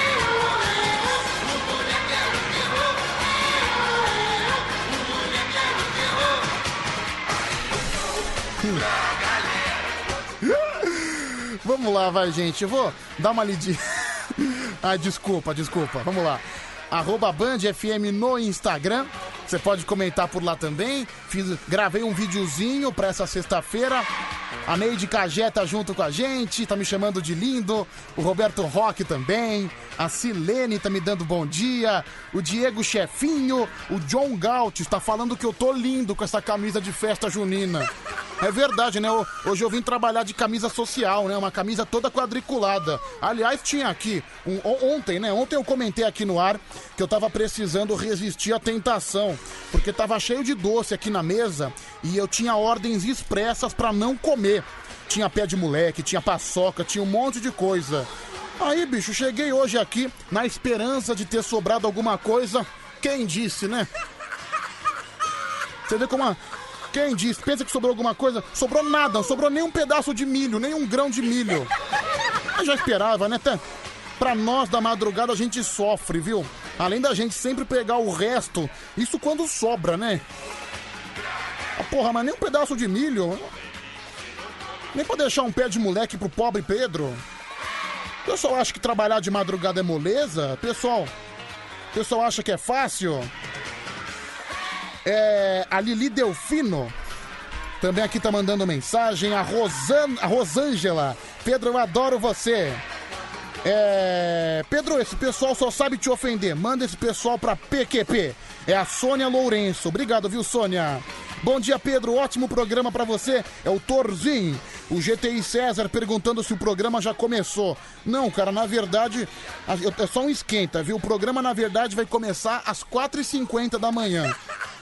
S1: Vamos lá, vai, gente. Eu vou dar uma lidinha. Ai, desculpa, desculpa. Vamos lá. Arroba Band F M no Instagram. Você pode comentar por lá também. Fiz, gravei um videozinho pra essa sexta-feira. A Neide Cagé tá junto com a gente, tá me chamando de lindo. O Roberto Roque também. A Silene tá me dando bom dia. O Diego Chefinho. O John Galt está falando que eu tô lindo com essa camisa de festa junina. É verdade, né? Hoje eu vim trabalhar de camisa social, né? Uma camisa toda quadriculada. Aliás, tinha aqui, um, ontem, né? Ontem eu comentei aqui no ar que eu tava precisando resistir à tentação. Porque tava cheio de doce aqui na mesa e eu tinha ordens expressas pra não comer. Tinha pé de moleque, tinha paçoca, tinha um monte de coisa. Aí, bicho, cheguei hoje aqui na esperança de ter sobrado alguma coisa. Quem disse, né? Você vê como a... Quem disse? Pensa que sobrou alguma coisa? Sobrou nada, não sobrou nem um pedaço de milho, nem um grão de milho. Eu já esperava, né? Até pra nós da madrugada a gente sofre, viu? Além da gente sempre pegar o resto, isso quando sobra, né? Ah, porra, mas nem um pedaço de milho. Nem pra deixar um pé de moleque pro pobre Pedro. O pessoal acha que trabalhar de madrugada é moleza? Pessoal, o pessoal acha que é fácil? É, a Lili Delfino também aqui tá mandando mensagem. A, Rosan, a Rosângela. Pedro, eu adoro você. É, Pedro, esse pessoal só sabe te ofender. Manda esse pessoal pra P Q P. É a Sônia Lourenço. Obrigado, viu, Sônia? Bom dia, Pedro. Ótimo programa pra você. É o Torzinho. O G T I César perguntando se o programa já começou. Não, cara, na verdade, é só um esquenta, viu? O programa, na verdade, vai começar às quatro e cinquenta da manhã.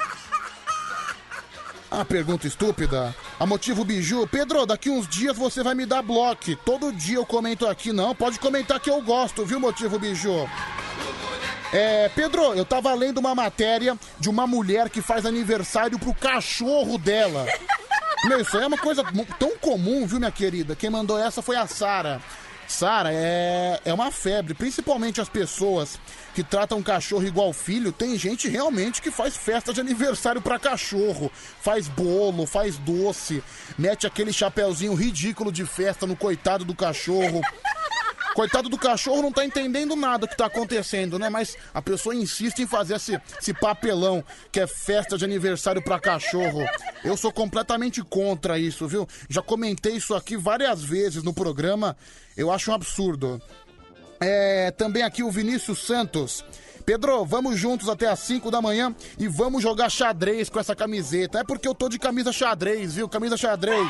S1: Ah, pergunta estúpida. A Motivo Biju. Pedro, daqui uns dias você vai me dar bloco. Todo dia eu comento aqui. Não, pode comentar que eu gosto, viu, Motivo Biju? É, Pedro, eu tava lendo uma matéria de uma mulher que faz aniversário pro cachorro dela. Meu, isso aí é uma coisa tão comum, viu, minha querida? Quem mandou essa foi a Sara. Sara, é, é uma febre, principalmente as pessoas que tratam cachorro igual filho. Tem gente realmente que faz festa de aniversário pra cachorro, faz bolo, faz doce, mete aquele chapeuzinho ridículo de festa no coitado do cachorro. Coitado do cachorro não tá entendendo nada que tá acontecendo, né? Mas a pessoa insiste em fazer esse, esse papelão que é festa de aniversário pra cachorro. Eu sou completamente contra isso, viu? Já comentei isso aqui várias vezes no programa. Eu acho um absurdo. É, também aqui o Vinícius Santos. Pedro, vamos juntos até as cinco da manhã e vamos jogar xadrez com essa camiseta. É porque eu tô de camisa xadrez, viu? Camisa xadrez.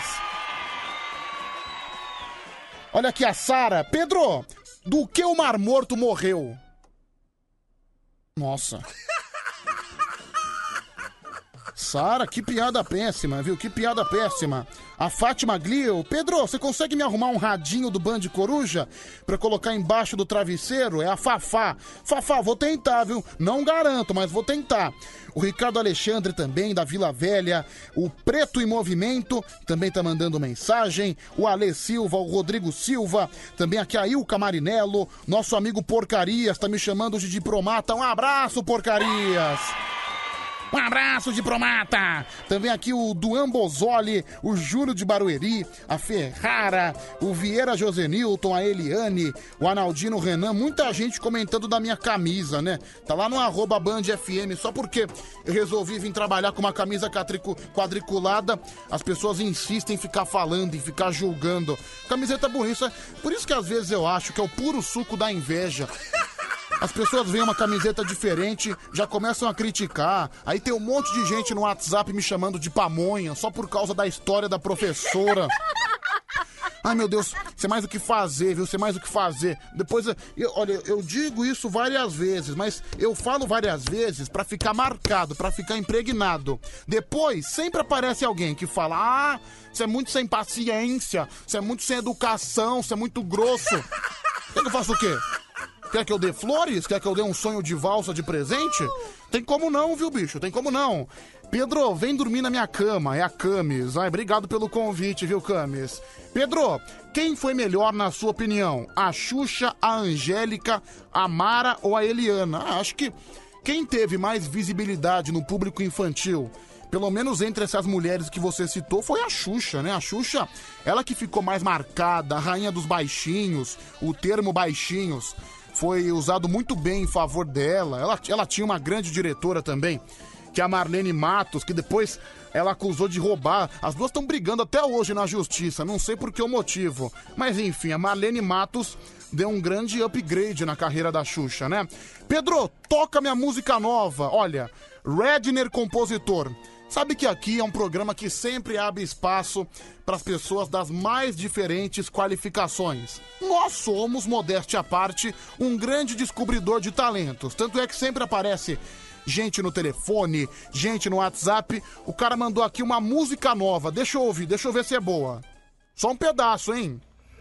S1: Olha aqui a Sara. Pedro, do que o Mar Morto morreu? Nossa. Sara, que piada péssima, viu? Que piada péssima. A Fátima Glio. Pedro, você consegue me arrumar um radinho do Band Coruja pra colocar embaixo do travesseiro? É a Fafá. Fafá, vou tentar, viu? Não garanto, mas vou tentar. O Ricardo Alexandre também, da Vila Velha. O Preto em Movimento também tá mandando mensagem. O Ale Silva, o Rodrigo Silva. Também aqui a Ilka Marinello. Nosso amigo Porcarias tá me chamando de diplomata. Um abraço, Porcarias. Um abraço, diplomata! Também aqui o Duan Bozzoli, o Júlio de Barueri, a Ferrara, o Vieira Josenilton, a Eliane, o Analdino Renan, muita gente comentando da minha camisa, né? Tá lá no arroba Band F M, só porque eu resolvi vir trabalhar com uma camisa quadriculada, as pessoas insistem em ficar falando, em ficar julgando. Camiseta bonita, por isso que às vezes eu acho que é o puro suco da inveja. As pessoas veem uma camiseta diferente, já começam a criticar. Aí tem um monte de gente no WhatsApp me chamando de pamonha, só por causa da história da professora. Ai, meu Deus, você mais o que fazer, viu? Você mais o que fazer. Depois, eu, olha, eu digo isso várias vezes, mas eu falo várias vezes pra ficar marcado, pra ficar impregnado. Depois, sempre aparece alguém que fala: ah, você é muito sem paciência, você é muito sem educação, você é muito grosso. Quer que eu faça o quê? Quer que eu dê flores? Quer que eu dê um sonho de valsa de presente? Tem como não, viu, bicho? Tem como não. Pedro, vem dormir na minha cama. É a Camis. Ai, obrigado pelo convite, viu, Camis? Pedro, quem foi melhor na sua opinião? A Xuxa, a Angélica, a Mara ou a Eliana? Ah, acho que quem teve mais visibilidade no público infantil, pelo menos entre essas mulheres que você citou, foi a Xuxa, né? A Xuxa, ela que ficou mais marcada, a rainha dos baixinhos, o termo baixinhos foi usado muito bem em favor dela. Ela, ela tinha uma grande diretora também, que é a Marlene Matos, que depois ela acusou de roubar. As duas estão brigando até hoje na justiça, não sei por que o motivo. Mas enfim, a Marlene Matos deu um grande upgrade na carreira da Xuxa, né? Pedro, toca minha música nova. Olha, Redner Compositor. Sabe que aqui é um programa que sempre abre espaço para as pessoas das mais diferentes qualificações. Nós somos, modéstia à parte, um grande descobridor de talentos. Tanto é que sempre aparece gente no telefone, gente no WhatsApp. O cara mandou aqui uma música nova. Deixa eu ouvir, deixa eu ver se é boa. Só um pedaço, hein?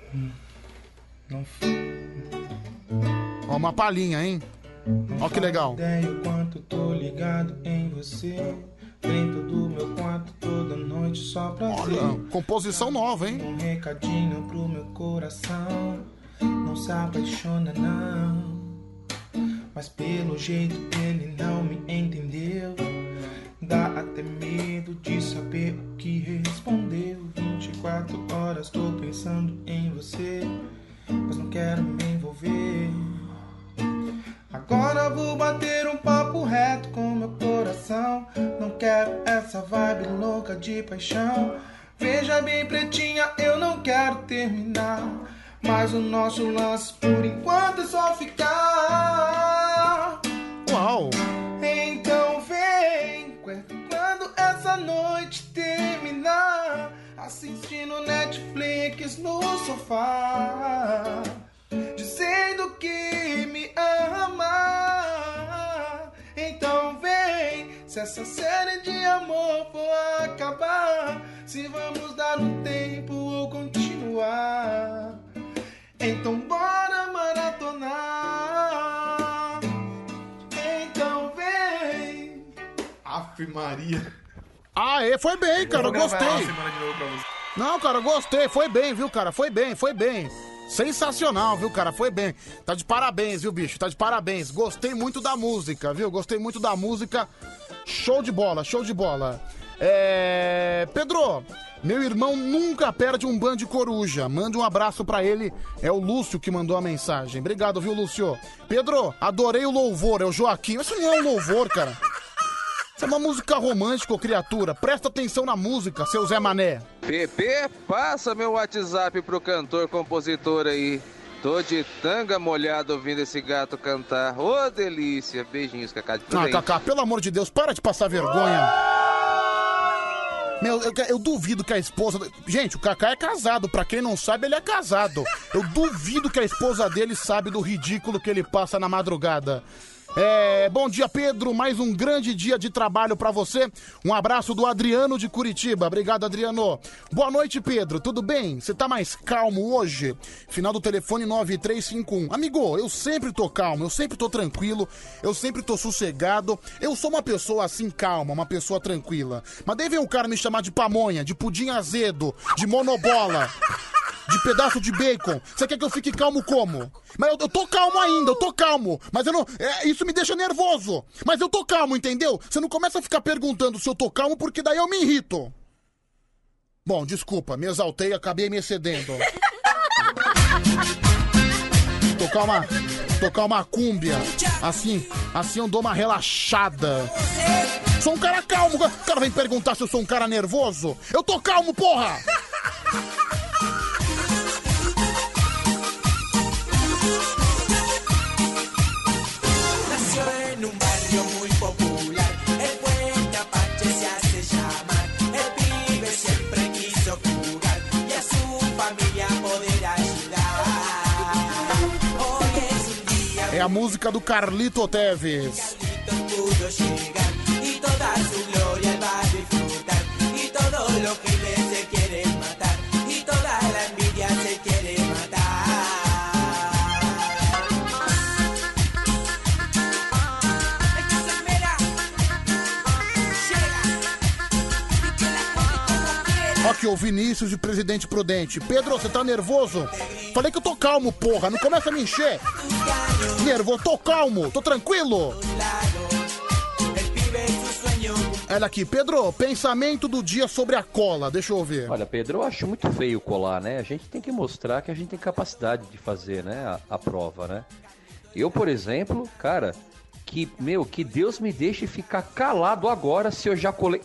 S1: Ó, uma palhinha, hein? Ó que legal.
S15: Ideia o quanto tô ligado em você. Dentro do meu quarto toda noite só pra ver.
S1: Olha, composição nova, hein?
S15: Um recadinho pro meu coração. Não se apaixona não, mas pelo jeito ele não me entendeu. Dá até medo de saber o que respondeu. vinte e quatro horas tô pensando em você, mas não quero me envolver. Agora vou bater um papo reto com meu coração. Não quero essa vibe louca de paixão. Veja bem, pretinha, eu não quero terminar, mas o nosso lance por enquanto é só ficar.
S1: Uau!
S15: Então vem, quando essa noite terminar, assistindo Netflix no sofá, dizendo que me ama. Então vem, se essa série de amor for acabar, se vamos dar um tempo ou continuar, então bora maratonar. Então vem.
S10: Ave Maria.
S1: Aê, foi bem, cara, eu gostei. Não, cara, eu gostei, foi bem, viu, cara, foi bem, foi bem. Sensacional, viu, cara? Foi bem. Tá de parabéns, viu, bicho? Tá de parabéns. Gostei muito da música, viu? Gostei muito da música. Show de bola, show de bola. É... Pedro, meu irmão nunca perde um Band Coruja. Mande um abraço pra ele. É o Lúcio que mandou a mensagem. Obrigado, viu, Lúcio? Pedro, adorei o louvor. É o Joaquim. Isso não é um louvor, cara. Isso é uma música romântica, criatura. Presta atenção na música, seu Zé Mané.
S16: Pepe, passa meu WhatsApp pro cantor, compositor aí. Tô de tanga molhado ouvindo esse gato cantar. Ô, delícia. Beijinhos, Cacá de
S1: Ah,
S16: Prudente.
S1: Cacá, pelo amor de Deus, para de passar vergonha. Meu, eu, eu duvido que a esposa... Gente, o Cacá é casado, pra quem não sabe, ele é casado. Eu duvido que a esposa dele sabe do ridículo que ele passa na madrugada. É, bom dia, Pedro, mais um grande dia de trabalho pra você. Um abraço do Adriano de Curitiba. Obrigado, Adriano. Boa noite, Pedro, tudo bem? Você tá mais calmo hoje? Final do telefone nove três cinco um. Amigo, eu sempre tô calmo, eu sempre tô tranquilo, eu sempre tô sossegado. Eu sou uma pessoa assim calma, uma pessoa tranquila. Mas daí vem um cara me chamar de pamonha, de pudim azedo, de monobola, de pedaço de bacon. Você quer que eu fique calmo como? Mas eu, eu tô calmo ainda, eu tô calmo. Mas eu não... É, isso me deixa nervoso. Mas eu tô calmo, entendeu? Você não começa a ficar perguntando se eu tô calmo, porque daí eu me irrito. Bom, desculpa, me exaltei, acabei me excedendo. Tocar uma... Tocar uma cúmbia. Assim, assim eu dou uma relaxada. Sou um cara calmo. O cara vem perguntar se eu sou um cara nervoso. Eu tô calmo, porra! É a música do Carlito Teves. Aqui, o Vinícius de Presidente Prudente. Pedro, você tá nervoso? Falei que eu tô calmo, porra. Não começa a me encher. Nervoso, tô calmo, tô tranquilo. Olha aqui, Pedro, pensamento do dia sobre a cola. Deixa eu ouvir.
S6: Olha, Pedro, eu acho muito feio colar, né? A gente tem que mostrar que a gente tem capacidade de fazer, né, a, a prova, né? Eu, por exemplo, cara, que, meu, que Deus me deixe ficar calado agora se eu já colei...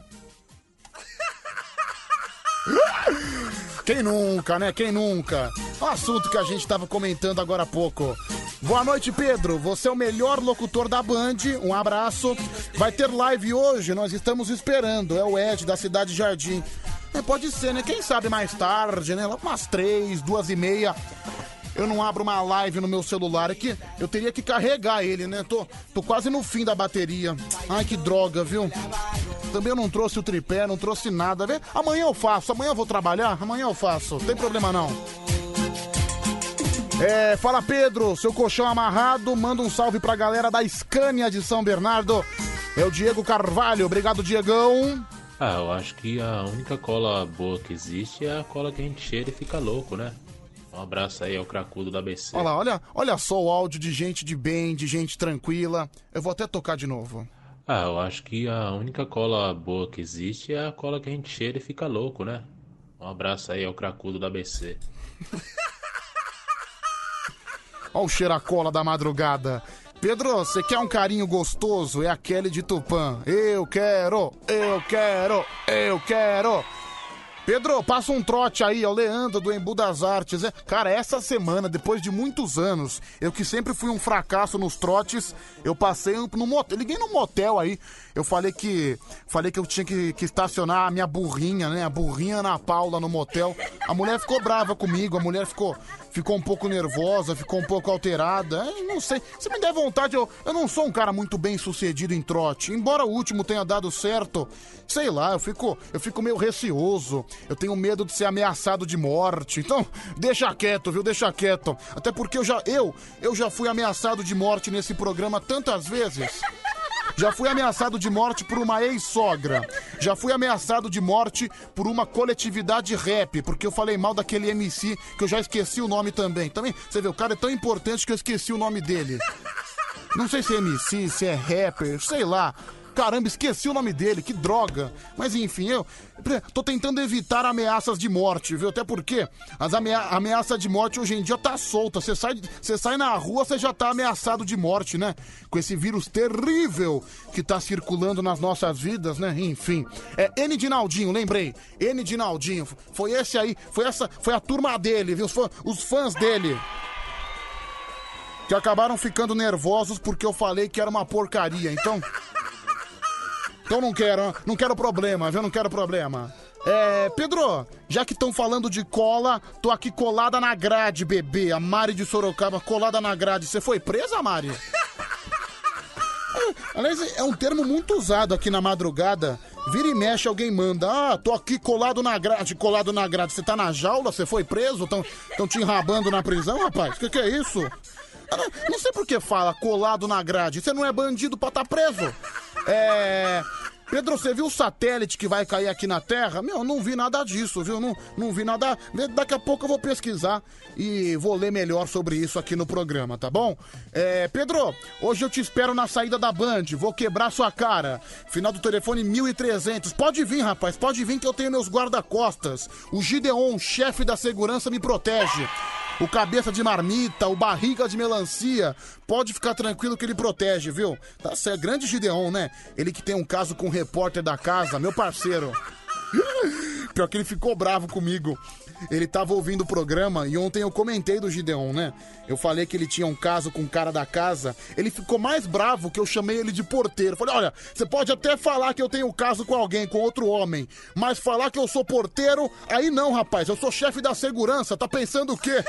S1: Quem nunca, né? Quem nunca? O assunto que a gente estava comentando agora há pouco. Boa noite, Pedro. Você é o melhor locutor da Band. Um abraço. Vai ter live hoje, nós estamos esperando. É o Ed, da Cidade Jardim. É, pode ser, né? Quem sabe mais tarde, né? Lá umas três, duas e meia. Eu não abro uma live no meu celular. É que eu teria que carregar ele, né? Tô, tô quase no fim da bateria. Ai, que droga, viu? Também eu não trouxe o tripé, não trouxe nada. Vê? Amanhã eu faço, amanhã eu vou trabalhar, amanhã eu faço. Não tem problema não. É, fala Pedro, seu colchão amarrado, manda um salve pra galera da Scania de São Bernardo. É o Diego Carvalho, obrigado Diegão.
S17: Ah, eu acho que a única cola boa que existe é a cola que a gente cheira e fica louco, né? Um abraço aí ao cracudo da B C.
S1: Olha lá, olha, olha só o áudio de gente de bem, de gente tranquila. Eu vou até tocar de novo.
S17: Ah, eu acho que a única cola boa que existe é a cola que a gente cheira e fica louco, né? Um abraço aí ao cracudo da B C.
S1: Olha o cheiracola da madrugada. Pedro, você quer um carinho gostoso? É a Kelly de Tupã. Eu quero, eu quero, eu quero. Pedro, passa um trote aí, ó, Leandro do Embu das Artes. É, cara, essa semana, depois de muitos anos, eu que sempre fui um fracasso nos trotes, eu passei no motel, liguei no motel aí, eu falei que falei que eu tinha que, que estacionar a minha burrinha, né, a burrinha Ana Paula no motel. A mulher ficou brava comigo, a mulher ficou, ficou um pouco nervosa, ficou um pouco alterada. Eu não sei, se me der vontade, eu, eu não sou um cara muito bem sucedido em trote, embora o último tenha dado certo, sei lá, eu fico, eu fico meio receoso. Eu tenho medo de ser ameaçado de morte. Então, deixa quieto, viu? Deixa quieto. Até porque eu já, eu, eu já fui ameaçado de morte nesse programa tantas vezes. Já fui ameaçado de morte por uma ex-sogra. Já fui ameaçado de morte por uma coletividade rap, porque eu falei mal daquele M C que eu já esqueci o nome também. Também, você vê, o cara é tão importante que eu esqueci o nome dele. Não sei se é M C, se é rapper, sei lá. Caramba, esqueci o nome dele, que droga. Mas enfim, eu tô tentando evitar ameaças de morte, viu? Até porque as amea ameaça de morte hoje em dia tá solta. Você sai, você sai na rua, você já tá ameaçado de morte, né? Com esse vírus terrível que tá circulando nas nossas vidas, né? Enfim. É N de Naldinho, lembrei. N de Naldinho. Foi esse aí, foi essa, foi a turma dele, viu? Os, fã, os fãs dele. Que acabaram ficando nervosos porque eu falei que era uma porcaria, então... Então não quero, não quero problema, viu? Não quero problema. É, Pedro, já que estão falando de cola, tô aqui colada na grade, bebê. A Mari de Sorocaba colada na grade. Você foi presa, Mari? Aliás, é um termo muito usado aqui na madrugada. Vira e mexe, alguém manda. Ah, tô aqui colado na grade, colado na grade. Você tá na jaula? Você foi preso? Tão, tão te enrabando na prisão, rapaz? Que que é isso? Não sei por que fala colado na grade. Você não é bandido pra estar preso. É... Pedro, você viu o satélite que vai cair aqui na Terra? Meu, não vi nada disso, viu? Não, não vi nada... Daqui a pouco eu vou pesquisar e vou ler melhor sobre isso aqui no programa, tá bom? É... Pedro, hoje eu te espero na saída da Band. Vou quebrar sua cara. Final do telefone mil e trezentos. Pode vir, rapaz. Pode vir que eu tenho meus guarda-costas. O Gideon, chefe da segurança, me protege. O cabeça de marmita, o barriga de melancia, pode ficar tranquilo que ele protege, viu? Tá certo, grande Gideon, né? Ele que tem um caso com o repórter da casa, meu parceiro. Pior que ele ficou bravo comigo. Ele tava ouvindo o programa e ontem eu comentei do Gideon, né? Eu falei que ele tinha um caso com o cara da casa. Ele ficou mais bravo que eu chamei ele de porteiro. Falei, olha, você pode até falar que eu tenho um caso com alguém, com outro homem, mas falar que eu sou porteiro, aí não, rapaz. Eu sou chefe da segurança, tá pensando o quê?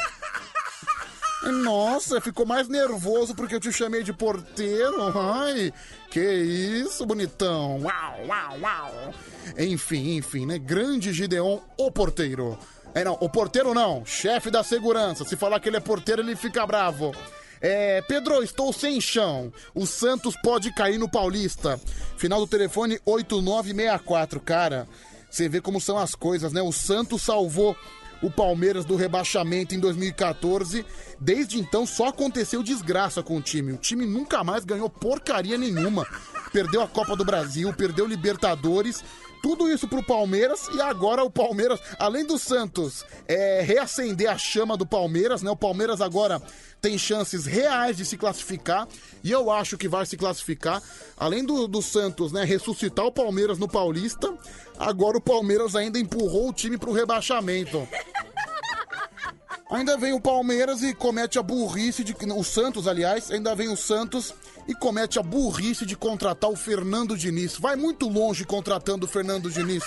S1: Nossa, ficou mais nervoso porque eu te chamei de porteiro? Ai, que isso, bonitão. Uau, uau, uau. Enfim, enfim, né? Grande Gideon, o porteiro. É, não, o porteiro não, chefe da segurança. Se falar que ele é porteiro, ele fica bravo. É, Pedro, estou sem chão. O Santos pode cair no Paulista. Final do telefone oito nove seis quatro. Cara, você vê como são as coisas, né? O Santos salvou o Palmeiras do rebaixamento em dois mil e catorze. Desde então só aconteceu desgraça com o time. O time nunca mais ganhou porcaria nenhuma. Perdeu a Copa do Brasil, perdeu Libertadores. Tudo isso pro Palmeiras, e agora o Palmeiras, além do Santos é, reacender a chama do Palmeiras, né? O Palmeiras agora tem chances reais de se classificar, e eu acho que vai se classificar. Além do, do Santos, né, ressuscitar o Palmeiras no Paulista, agora o Palmeiras ainda empurrou o time pro rebaixamento. Ainda vem o Palmeiras e comete a burrice de... O Santos, aliás, ainda vem o Santos e comete a burrice de contratar o Fernando Diniz. Vai muito longe contratando o Fernando Diniz.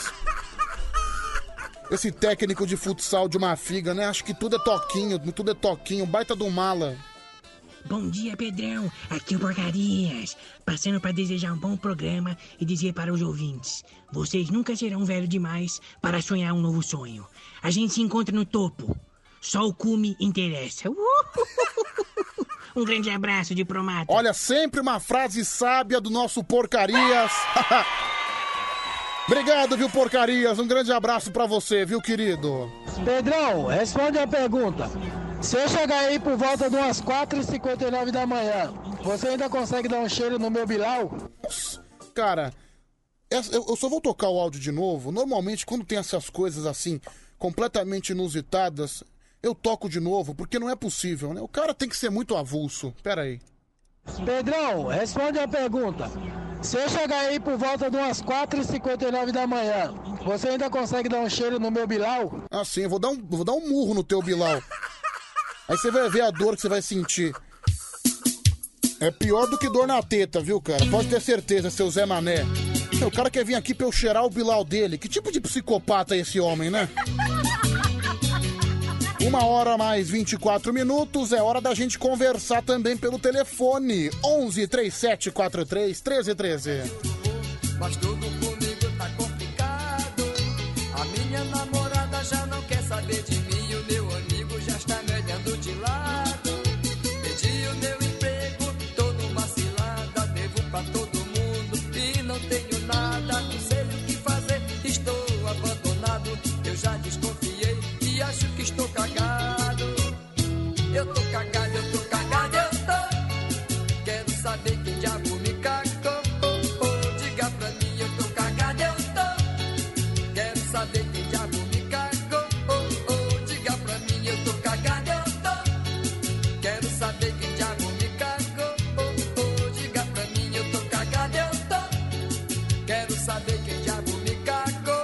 S1: Esse técnico de futsal de uma figa, né? Acho que tudo é toquinho, tudo é toquinho, baita do mala.
S18: Bom dia, Pedrão. Aqui é o Porcarias. Passando para desejar um bom programa e dizer para os ouvintes: vocês nunca serão velhos demais para sonhar um novo sonho. A gente se encontra no topo. Só o cume interessa. Um grande abraço, diplomata.
S1: Olha, sempre uma frase sábia do nosso Porcarias. Obrigado, viu, Porcarias? Um grande abraço pra você, viu, querido?
S19: Pedrão, responde a pergunta. Se eu chegar aí por volta de umas quatro e cinquenta e nove da manhã, você ainda consegue dar um cheiro no meu bilau?
S1: Cara, eu só vou tocar o áudio de novo. Normalmente, quando tem essas coisas assim, completamente inusitadas, eu toco de novo, porque não é possível, né? O cara tem que ser muito avulso. Pera aí.
S19: Pedrão, responde a pergunta. Se eu chegar aí por volta de umas quatro e cinquenta e nove da manhã, você ainda consegue dar um cheiro no meu bilau?
S1: Ah, sim, eu vou dar um, vou dar um murro no teu bilau. Aí você vai ver a dor que você vai sentir. É pior do que dor na teta, viu, cara? Pode ter certeza, seu Zé Mané. O cara quer vir aqui pra eu cheirar o bilau dele. Que tipo de psicopata é esse homem, né? Uma hora mais vinte e quatro minutos, é hora da gente conversar também pelo telefone. onze, trinta e sete, quarenta e três, treze, treze.
S20: Mas tudo comigo tá complicado. A minha namorada já não quer saber de mim. O meu amigo já está me olhando de lado. Perdi o meu emprego, tô numa cilada. Devo pra todo mundo e não tenho nada. Não sei o que fazer, estou abandonado. Eu já desconfiei e acho que estou cagado. Eu tô cagado, eu tô cagado, eu tô. Quero saber quem diabo me cagou. Oh, oh, saber quem diabo me cagou.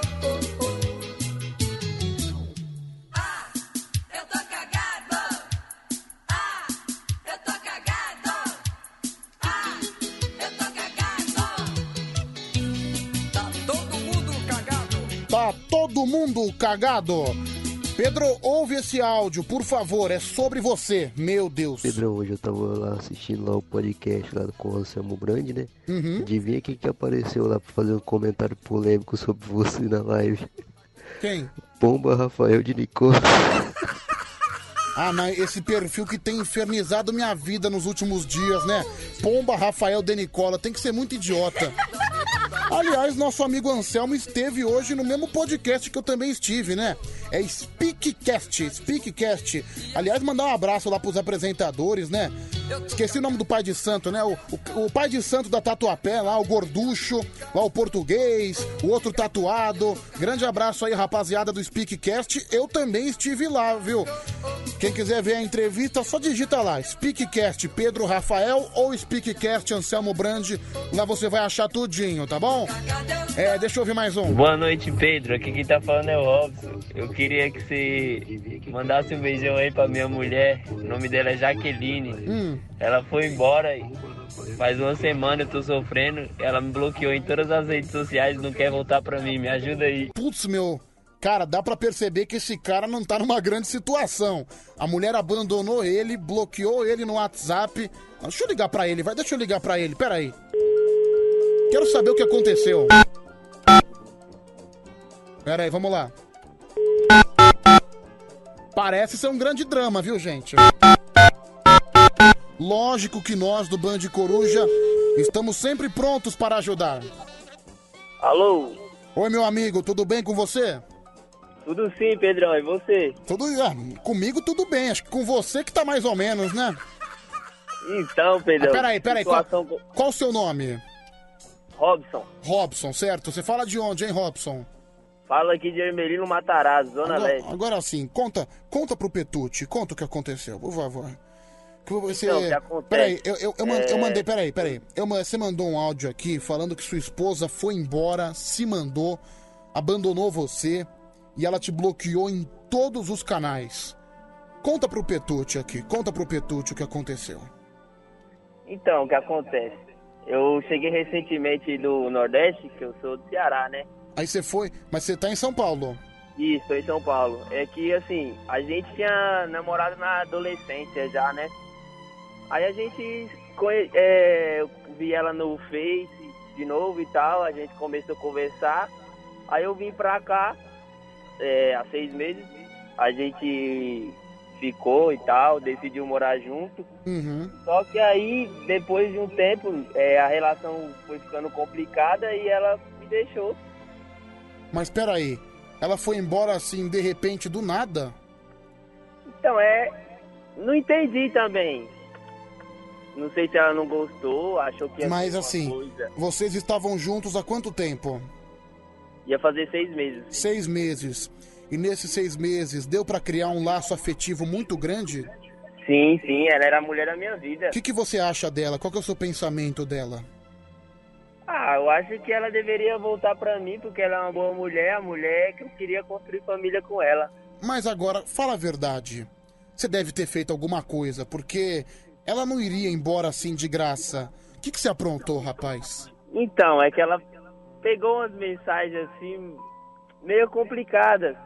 S14: Ah, eu tô cagado. Ah, eu tô cagado. Ah, eu tô cagado.
S20: Tá todo mundo cagado.
S1: Tá todo mundo cagado. Pedro, ouve esse áudio, por favor, é sobre você, meu Deus.
S21: Pedrão, hoje eu tava lá assistindo lá o podcast lá com o Anselmo Brandi, né?
S1: Uhum.
S21: Adivinha quem que apareceu lá pra fazer um comentário polêmico sobre você na live?
S1: Quem?
S21: Pomba Rafael de Nicola.
S1: Ah, não, esse perfil que tem infernizado minha vida nos últimos dias, né? Pomba Rafael de Nicola, tem que ser muito idiota. Aliás, nosso amigo Anselmo esteve hoje no mesmo podcast que eu também estive, né? É Speakcast, Speakcast. Aliás, mandar um abraço lá pros apresentadores, né? Esqueci o nome do pai de santo, né? O, o, o pai de santo da Tatuapé, lá o Gorducho, lá o português, o outro tatuado. Grande abraço aí, rapaziada do Speakcast. Eu também estive lá, viu? Quem quiser ver a entrevista, só digita lá, Speakcast Pedro Rafael ou Speakcast Anselmo Brandi. Lá você vai achar tudinho, tá bom? É, deixa eu ouvir mais um.
S22: Boa noite, Pedro. Aqui quem tá falando é o Robson. Eu queria que você mandasse um beijão aí pra minha mulher. O nome dela é Jaqueline.
S1: Hum.
S22: Ela foi embora e faz uma semana eu tô sofrendo. Ela me bloqueou em todas as redes sociais, não quer voltar pra mim. Me ajuda aí.
S1: Putz, meu... Cara, dá pra perceber que esse cara não tá numa grande situação. A mulher abandonou ele, bloqueou ele no WhatsApp. Deixa eu ligar pra ele, vai, deixa eu ligar pra ele, peraí. Quero saber o que aconteceu. Peraí, vamos lá. Parece ser um grande drama, viu, gente? Lógico que nós do Band Coruja estamos sempre prontos para ajudar.
S22: Alô?
S1: Oi, meu amigo, tudo bem com você?
S22: Tudo sim, Pedrão, e você?
S1: Tudo, ah, comigo tudo bem, acho que com você que tá mais ou menos, né?
S22: Então, Pedrão...
S1: Ah, peraí, peraí,
S22: situação...
S1: qual, qual o seu nome?
S22: Robson.
S1: Robson, certo? Você fala de onde, hein, Robson?
S22: Fala aqui de Ermelino Matarazzo, Zona
S1: Agora,
S22: Leste.
S1: agora sim, conta, conta pro Petute, conta o que aconteceu, por favor. Que você...
S22: Então, o que acontece?
S1: Peraí, eu, eu, eu, mandei,
S22: É-
S1: eu mandei, peraí, peraí. Eu, ma- você mandou um áudio aqui falando que sua esposa foi embora, se mandou, abandonou você e ela te bloqueou em todos os canais. Conta pro Petute aqui, conta pro Petute o que aconteceu.
S22: Então, o que acontece? Eu cheguei recentemente do Nordeste, que eu sou do Ceará, né?
S1: Aí você foi, mas você tá em São Paulo.
S22: Isso, tô em São Paulo. É que, assim, a gente tinha namorado na adolescência já, né? Aí a gente conhe... é, eu vi ela no Face de novo e tal, a gente começou a conversar. Aí eu vim pra cá, é, há seis meses, a gente ficou e tal, decidiu morar junto.
S1: Uhum.
S22: Só que aí, depois de um tempo, é, a relação foi ficando complicada e ela me deixou.
S1: Mas peraí, ela foi embora assim, de repente, do nada?
S22: Então, é... Não entendi também. Não sei se ela não gostou, achou que ia
S1: Mas
S22: ser uma
S1: assim,
S22: coisa.
S1: vocês estavam juntos há quanto tempo?
S22: Ia fazer seis meses.
S1: Seis meses. E nesses seis meses, deu pra criar um laço afetivo muito grande?
S22: Sim, sim, ela era a mulher da minha vida.
S1: O que, que você acha dela? Qual que é o seu pensamento dela?
S22: Ah, eu acho que ela deveria voltar pra mim, porque ela é uma boa mulher, a mulher que eu queria construir família com ela.
S1: Mas agora, fala a verdade. Você deve ter feito alguma coisa, porque ela não iria embora assim de graça. O que, que você aprontou, rapaz?
S22: Então, é que ela pegou umas mensagens assim, meio complicadas.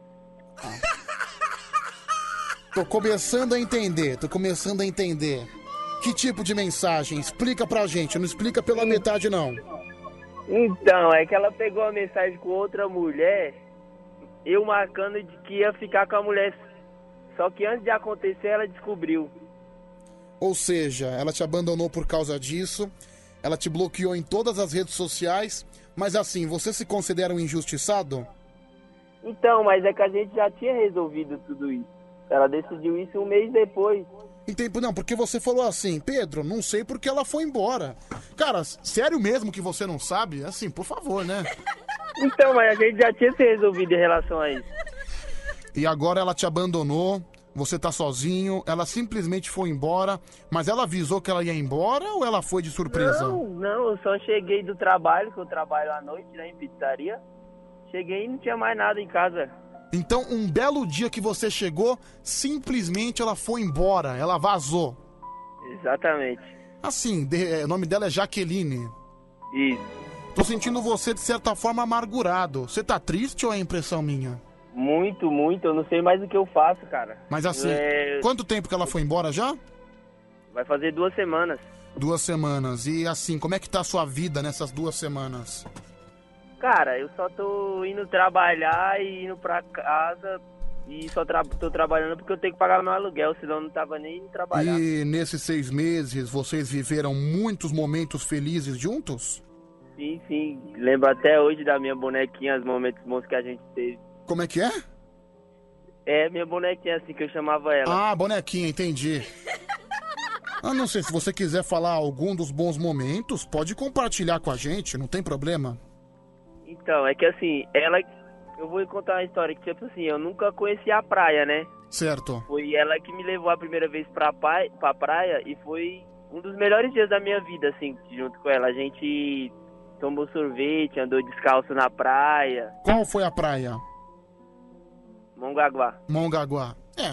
S1: Tô começando a entender, tô começando a entender. Que tipo de mensagem? Explica pra gente, não explica pela metade não.
S22: Então, é que ela pegou a mensagem com outra mulher, eu marcando de que ia ficar com a mulher. Só que antes de acontecer, ela descobriu.
S1: Ou seja, ela te abandonou por causa disso, ela te bloqueou em todas as redes sociais, mas assim, você se considera um injustiçado?
S22: Então, mas é que a gente já tinha resolvido tudo isso. Ela decidiu isso um mês depois.
S1: Entendi, não, porque você falou assim, Pedro, não sei porque ela foi embora. Cara, sério mesmo que você não sabe? Assim, por favor, né?
S22: Então, mas a gente já tinha se resolvido em relação a isso.
S1: E agora ela te abandonou, você tá sozinho, ela simplesmente foi embora, mas ela avisou que ela ia embora ou ela foi de surpresa?
S22: Não, não, eu só cheguei do trabalho, que eu trabalho à noite, né, em pizzaria. Cheguei e não tinha mais nada em casa.
S1: Então, um belo dia que você chegou, simplesmente ela foi embora, ela vazou.
S22: Exatamente.
S1: Assim, de- o nome dela é Jaqueline.
S22: Isso.
S1: Tô sentindo você, de certa forma, amargurado. Você tá triste ou é impressão minha?
S22: Muito, muito. Eu não sei mais o que eu faço, cara.
S1: Mas assim,
S22: É,
S1: quanto tempo que ela foi embora já?
S22: Vai fazer duas semanas.
S1: Duas semanas. E assim, como é que tá a sua vida nessas duas semanas?
S22: Cara, eu só tô indo trabalhar e indo pra casa e só tra tô trabalhando porque eu tenho que pagar meu aluguel, senão eu não tava nem indo trabalhar.
S1: E nesses seis meses, vocês viveram muitos momentos felizes juntos?
S22: Sim, sim. Lembro até hoje da minha bonequinha, os momentos bons que a gente teve.
S1: Como é que é?
S22: É, minha bonequinha, assim que eu chamava ela.
S1: Ah, bonequinha, entendi. Ah, não sei, se você quiser falar algum dos bons momentos, pode compartilhar com a gente, não tem problema.
S22: Então, é que assim, ela... Eu vou contar uma história que, tipo assim, eu nunca conheci a praia, né?
S1: Certo.
S22: Foi ela que me levou a primeira vez pra, pai, pra praia e foi um dos melhores dias da minha vida, assim, junto com ela. A gente tomou sorvete, andou descalço na praia.
S1: Qual foi a praia?
S22: Mongaguá.
S1: Mongaguá. É.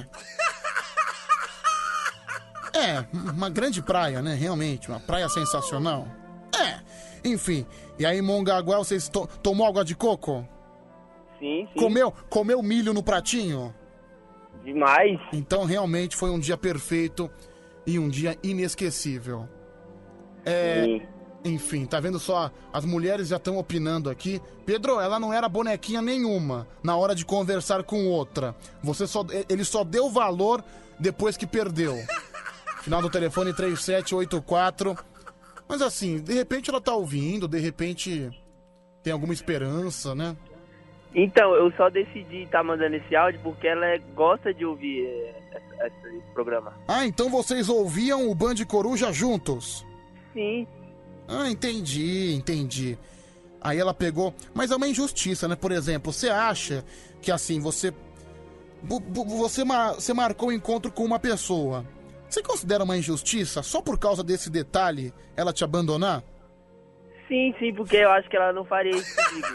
S1: É, uma grande praia, né? Realmente, uma praia sensacional. É, enfim. E aí, Mongaguá, vocês to tomou água de coco?
S22: Sim, sim.
S1: Comeu, comeu milho no pratinho?
S22: Demais.
S1: Então, realmente, foi um dia perfeito e um dia inesquecível. É...
S22: Sim.
S1: Enfim, tá vendo só? As mulheres já estão opinando aqui. Pedro, ela não era bonequinha nenhuma na hora de conversar com outra. Você só, ele só deu valor depois que perdeu. Final do telefone três sete oito quatro. Mas assim, de repente ela tá ouvindo, de repente tem alguma esperança, né?
S22: Então, eu só decidi estar mandando esse áudio porque ela é- gosta de ouvir é, essa- essa- esse programa.
S1: Ah, então vocês ouviam o Band Coruja juntos?
S22: Sim.
S1: Ah, entendi, entendi. Aí ela pegou... Mas é uma injustiça, né? Por exemplo, você acha que assim, você... bu- bu- Você, ma- você marcou o encontro com uma pessoa. Você considera uma injustiça só por causa desse detalhe ela te abandonar?
S22: Sim, sim, porque eu acho que ela não faria isso comigo.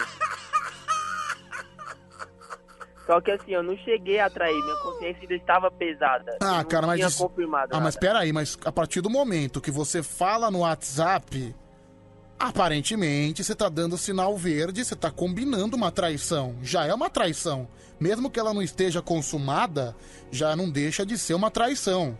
S22: Só que assim, eu não cheguei a trair, minha consciência ainda estava pesada.
S1: Ah,
S22: Eu não
S1: cara, mas...
S22: tinha
S1: isso-
S22: confirmado
S1: Ah,
S22: nada.
S1: mas peraí, mas a partir do momento que você fala no WhatsApp, aparentemente você tá dando sinal verde, você tá combinando uma traição. Já é uma traição. Mesmo que ela não esteja consumada, já não deixa de ser uma traição.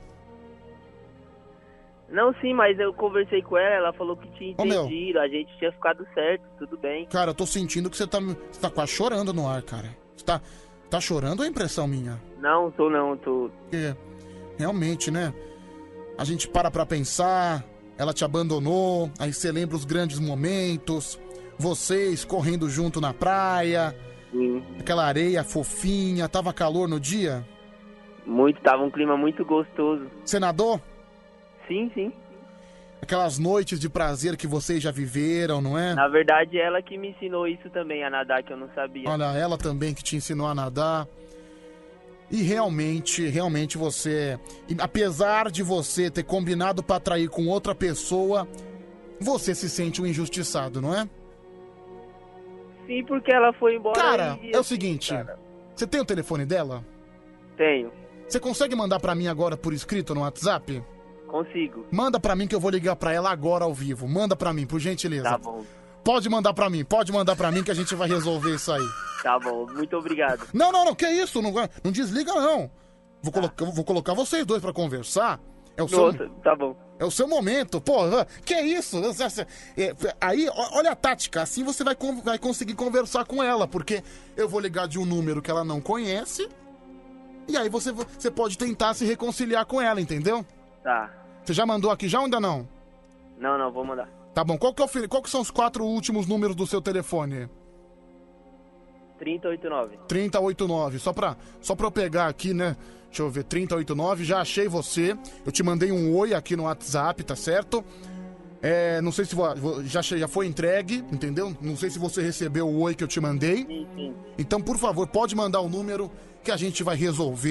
S22: Não, sim, mas eu conversei com ela, ela falou que tinha
S1: Ô, meu.
S22: entendido, a gente tinha ficado certo, tudo bem.
S1: Cara, eu tô sentindo que você tá, você tá quase chorando no ar, cara. Você tá, tá chorando ou é impressão minha?
S22: Não, tô não, tô...
S1: Porque, realmente, né? A gente para pra pensar, ela te abandonou, aí você lembra os grandes momentos, vocês correndo junto na praia,
S22: Sim.
S1: aquela areia fofinha, tava calor no dia?
S22: Muito, tava um clima muito gostoso.
S1: Você nadou?
S22: Sim, sim.
S1: Aquelas noites de prazer que vocês já viveram, não é?
S22: Na verdade, ela que me ensinou isso também, a nadar, que eu não sabia.
S1: Olha, ela também que te ensinou a nadar. E realmente, realmente você... e apesar de você ter combinado pra trair com outra pessoa, você se sente um injustiçado, não é?
S22: Sim, porque ela foi embora
S1: Cara,
S22: e...
S1: é o seguinte, você tem o telefone dela?
S22: Tenho.
S1: Você consegue mandar pra mim agora por escrito no WhatsApp?
S22: Consigo.
S1: Manda pra mim que eu vou ligar pra ela agora ao vivo. Manda pra mim, por gentileza.
S22: Tá bom.
S1: Pode mandar pra mim, pode mandar pra mim que a gente vai resolver isso aí.
S22: Tá bom, muito obrigado.
S1: Não, não, não, que isso? Não, vai- não desliga, não. Vou, colocar, vou colocar vocês dois pra conversar. É o
S22: Nossa,
S1: seu,
S22: tá bom.
S1: é o seu momento. Pô, que isso? É, aí, ó, olha a tática. Assim você vai, con- vai conseguir conversar com ela, porque eu vou ligar de um número que ela não conhece. E aí você, você pode tentar se reconciliar com ela, entendeu?
S22: Tá.
S1: Você já mandou aqui já ou ainda não?
S22: Não, não, vou mandar.
S1: Tá bom. Qual que, é o, fi- qual que são os quatro últimos números do seu telefone?
S22: trinta e oito nove.
S1: trinta e oito nove. Só pra, só pra eu pegar aqui, né? Deixa eu ver. trinta e oito nove. Já achei você. Eu te mandei um oi aqui no WhatsApp, tá certo? É, não sei se vo- vo- já, che- já foi entregue, entendeu? Não sei se você recebeu o oi que eu te mandei.
S22: Sim, sim.
S1: Então, por favor, pode mandar o número que a gente vai resolver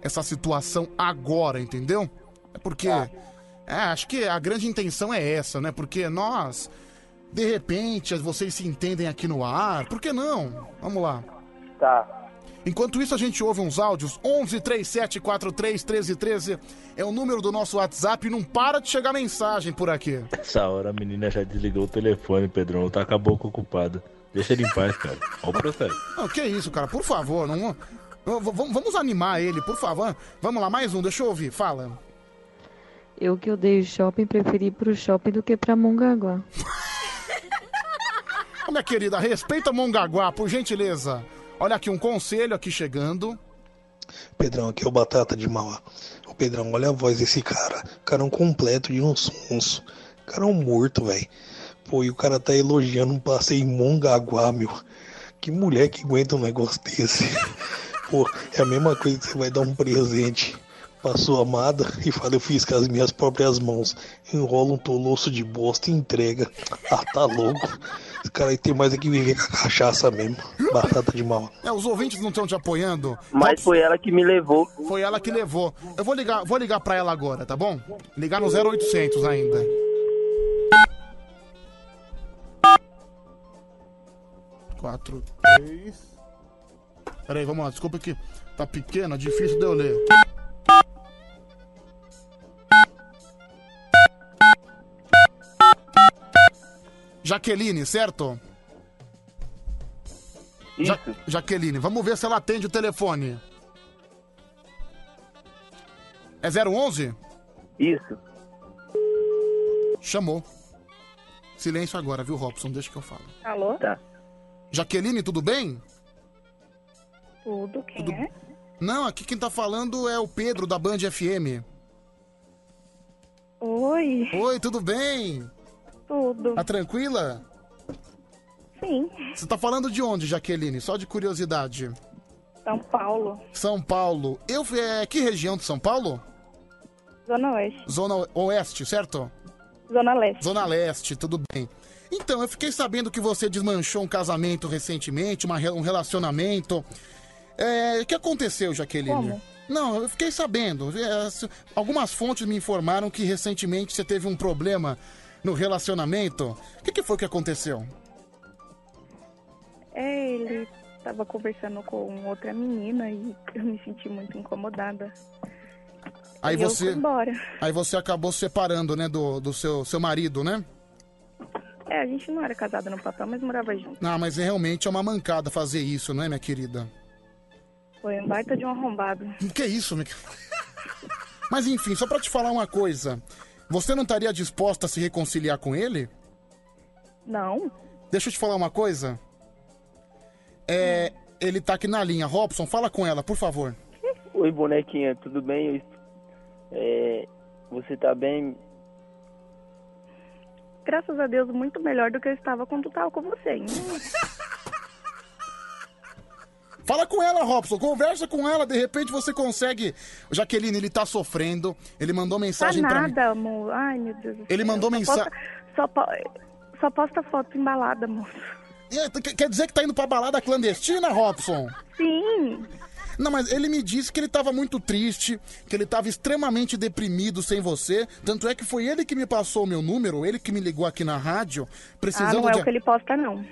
S1: essa situação agora, entendeu? É porque...
S22: Tá.
S1: É, acho que a grande intenção é essa, né? Porque nós, de repente, vocês se entendem aqui no ar. Por que não? Vamos lá.
S22: Tá.
S1: Enquanto isso, a gente ouve uns áudios. onze, trinta e sete, quarenta e três, treze, treze é o número do nosso WhatsApp e não para de chegar mensagem por aqui.
S2: Essa hora a menina já desligou o telefone, Pedrão. Tá com a boca ocupada. Deixa ele em paz, cara. Olha o processo.
S1: Não, que isso, cara. Por favor, não... não- v- Vamos animar ele, por favor. Vamos lá, mais um. Deixa eu ouvir. Fala.
S3: Eu que odeio shopping, preferi ir pro shopping do que pra Mongaguá.
S1: Ô, minha querida, respeita Mongaguá, por gentileza. Olha aqui, um conselho aqui chegando.
S7: Pedrão, aqui é o Batata de Mauá. Ô Pedrão, olha a voz desse cara. O cara é um completo de um sonso. O cara é um morto, velho. Pô, e o cara tá elogiando um passeio em Mongaguá, meu. Que mulher que aguenta um negócio desse. Pô, é a mesma coisa que você vai dar um presente pra sua amada e fala, eu fiz com as minhas próprias mãos. Enrola um toloço de bosta e entrega. Ah, tá louco. Esse cara aí tem mais é que viver com a cachaça mesmo. Batata de Mauá.
S1: É, os ouvintes não estão te apoiando.
S22: Mas foi ela que me levou.
S1: Foi ela que levou. Eu vou ligar, vou ligar pra ela agora, tá bom? Ligar no zero oitocentos ainda. Quatro, três... Peraí, vamos lá. Desculpa que tá pequeno, é difícil de eu ler. Jaqueline, certo? Ja Jaqueline, vamos ver se ela atende o telefone. É zero onze?
S22: Isso.
S1: Chamou. Silêncio agora, viu, Robson? Deixa que eu falo.
S23: Alô?
S22: Tá.
S1: Jaqueline, tudo bem?
S23: Tudo, quem é?
S1: Não, aqui quem tá falando é o Pedro, da Band F M.
S23: Oi.
S1: Oi, tudo bem?
S23: Tudo.
S1: Tá tranquila?
S23: Sim.
S1: Você tá falando de onde, Jaqueline? Só de curiosidade.
S23: São Paulo.
S1: São Paulo. Eu, é, que região de São Paulo?
S23: Zona Oeste.
S1: Zona Oeste, certo?
S23: Zona Leste.
S1: Zona Leste, tudo bem. Então, eu fiquei sabendo que você desmanchou um casamento recentemente, uma, re- um relacionamento. É, o que aconteceu, Jaqueline?
S23: Como?
S1: Não, eu fiquei sabendo. É, s- algumas fontes me informaram que recentemente você teve um problema no relacionamento. O que, que foi que aconteceu?
S23: É, ele tava conversando com outra menina e eu me senti muito incomodada.
S1: Aí
S23: E eu
S1: você,
S23: fui embora.
S1: aí você acabou se separando, né, do, do seu, seu marido, né?
S23: É, a gente não era casada no papel, mas morava junto.
S1: Não, mas realmente é uma mancada fazer isso, não é, minha querida?
S23: Foi um baita de um arrombado.
S1: Que isso, minha querida? Mas enfim, só pra te falar uma coisa. Você não estaria disposta a se reconciliar com ele?
S23: Não.
S1: Deixa eu te falar uma coisa. É, ele tá aqui na linha. Robson, fala com ela, por favor.
S22: Oi, bonequinha, tudo bem? Eu- É, você tá bem?
S23: Graças a Deus, muito melhor do que eu estava quando tava com você, hein?
S1: Fala com ela, Robson. Conversa com ela. De repente você consegue... Jaqueline, ele tá sofrendo. Ele mandou
S23: Tá
S1: mensagem pra mim.
S23: nada, amor. Ai, meu Deus do
S1: Ele
S23: céu.
S1: mandou
S23: Só
S1: mensa-
S23: posta- Só, po- só posta foto embalada, moço.
S1: É, quer- Quer dizer que tá indo pra balada clandestina, Robson?
S23: Sim.
S1: Não, mas ele me disse que ele tava muito triste, que ele tava extremamente deprimido sem você. Tanto é que foi ele que me passou o meu número, ele que me ligou aqui na rádio,
S23: Ah,
S1: precisando
S23: não é
S1: de...
S23: o que ele posta, não.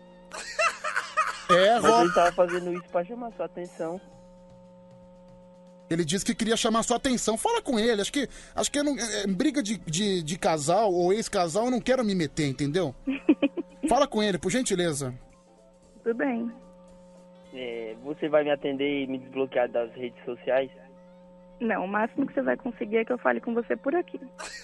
S1: É,
S22: Mas
S1: Rob...
S22: ele tava fazendo isso pra chamar sua atenção.
S1: Ele disse que queria chamar sua atenção. Fala com ele, acho que, acho que eu não, é, em briga de, de, de casal ou ex-casal eu não quero me meter, entendeu? Fala com ele, por gentileza.
S23: Tudo bem.
S22: É, você vai me atender e me desbloquear das redes sociais?
S23: Não, o máximo que você vai conseguir é que eu fale com você por aqui.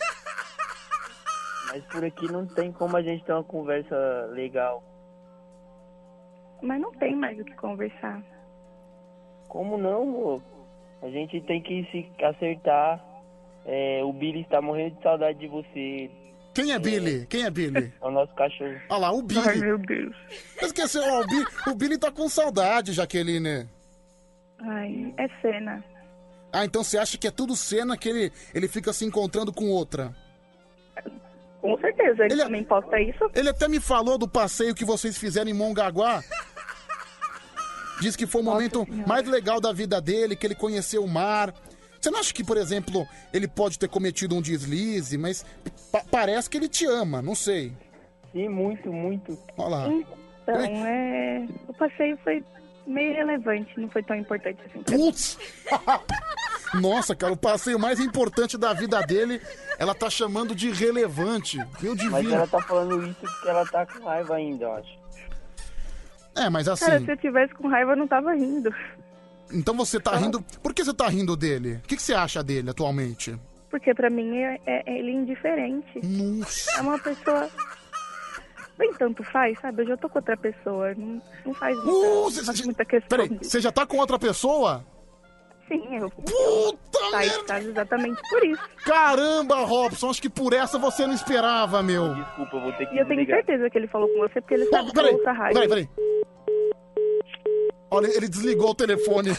S22: Mas por aqui não tem como a gente ter uma conversa legal.
S23: Mas não tem mais o que conversar.
S22: Como não, amor? A gente tem que se acertar. É, o Billy está morrendo de saudade de você.
S1: Quem é Billy? Quem é Billy?
S22: É o nosso cachorro.
S1: Olha lá, o Billy.
S23: Ai, meu Deus.
S1: Esqueceu, ó, o, Billy, o Billy tá com saudade, Jaqueline.
S23: Ai, é cena.
S1: Ah, então você acha que é tudo cena que ele, ele fica se encontrando com outra?
S23: Com certeza, ele, também posta isso.
S1: Ele até me falou do passeio que vocês fizeram em Mongaguá. Diz que foi o momento mais legal da vida dele, que ele conheceu o mar. Você não acha que, por exemplo, ele pode ter cometido um deslize, mas pa- parece que ele te ama, não sei.
S22: Sim, muito, muito.
S1: Olha lá.
S23: Então, é... o passeio foi meio irrelevante, não foi tão importante assim. pra mim.
S1: Putz! Nossa, cara, o passeio mais importante da vida dele, ela tá chamando de irrelevante. Meu divino.
S22: Mas ela tá falando isso porque ela tá com raiva ainda, eu acho.
S1: É, mas assim...
S23: Cara, se eu tivesse com raiva, eu não tava rindo.
S1: Então você tá rindo... Por que você tá rindo dele? O que, que você acha dele atualmente?
S23: Porque pra mim é, é- ele é indiferente.
S1: Nossa.
S23: É uma pessoa... Nem tanto faz, sabe? Eu já tô com outra pessoa. Não, não faz muita,
S1: Uh,
S23: não faz muita questão.
S1: Peraí,
S23: disso.
S1: você já tá com outra pessoa?
S23: Sim, eu.
S1: Puta
S23: tá estado exatamente por isso.
S1: Caramba, Robson, acho que por essa você não esperava, meu.
S22: Desculpa, eu vou ter que
S23: E eu tenho
S22: desligar.
S23: certeza que ele falou com você porque ele sabe que eu
S1: Peraí,
S23: ouço a rádio.
S1: peraí, peraí. Olha, ele desligou o telefone.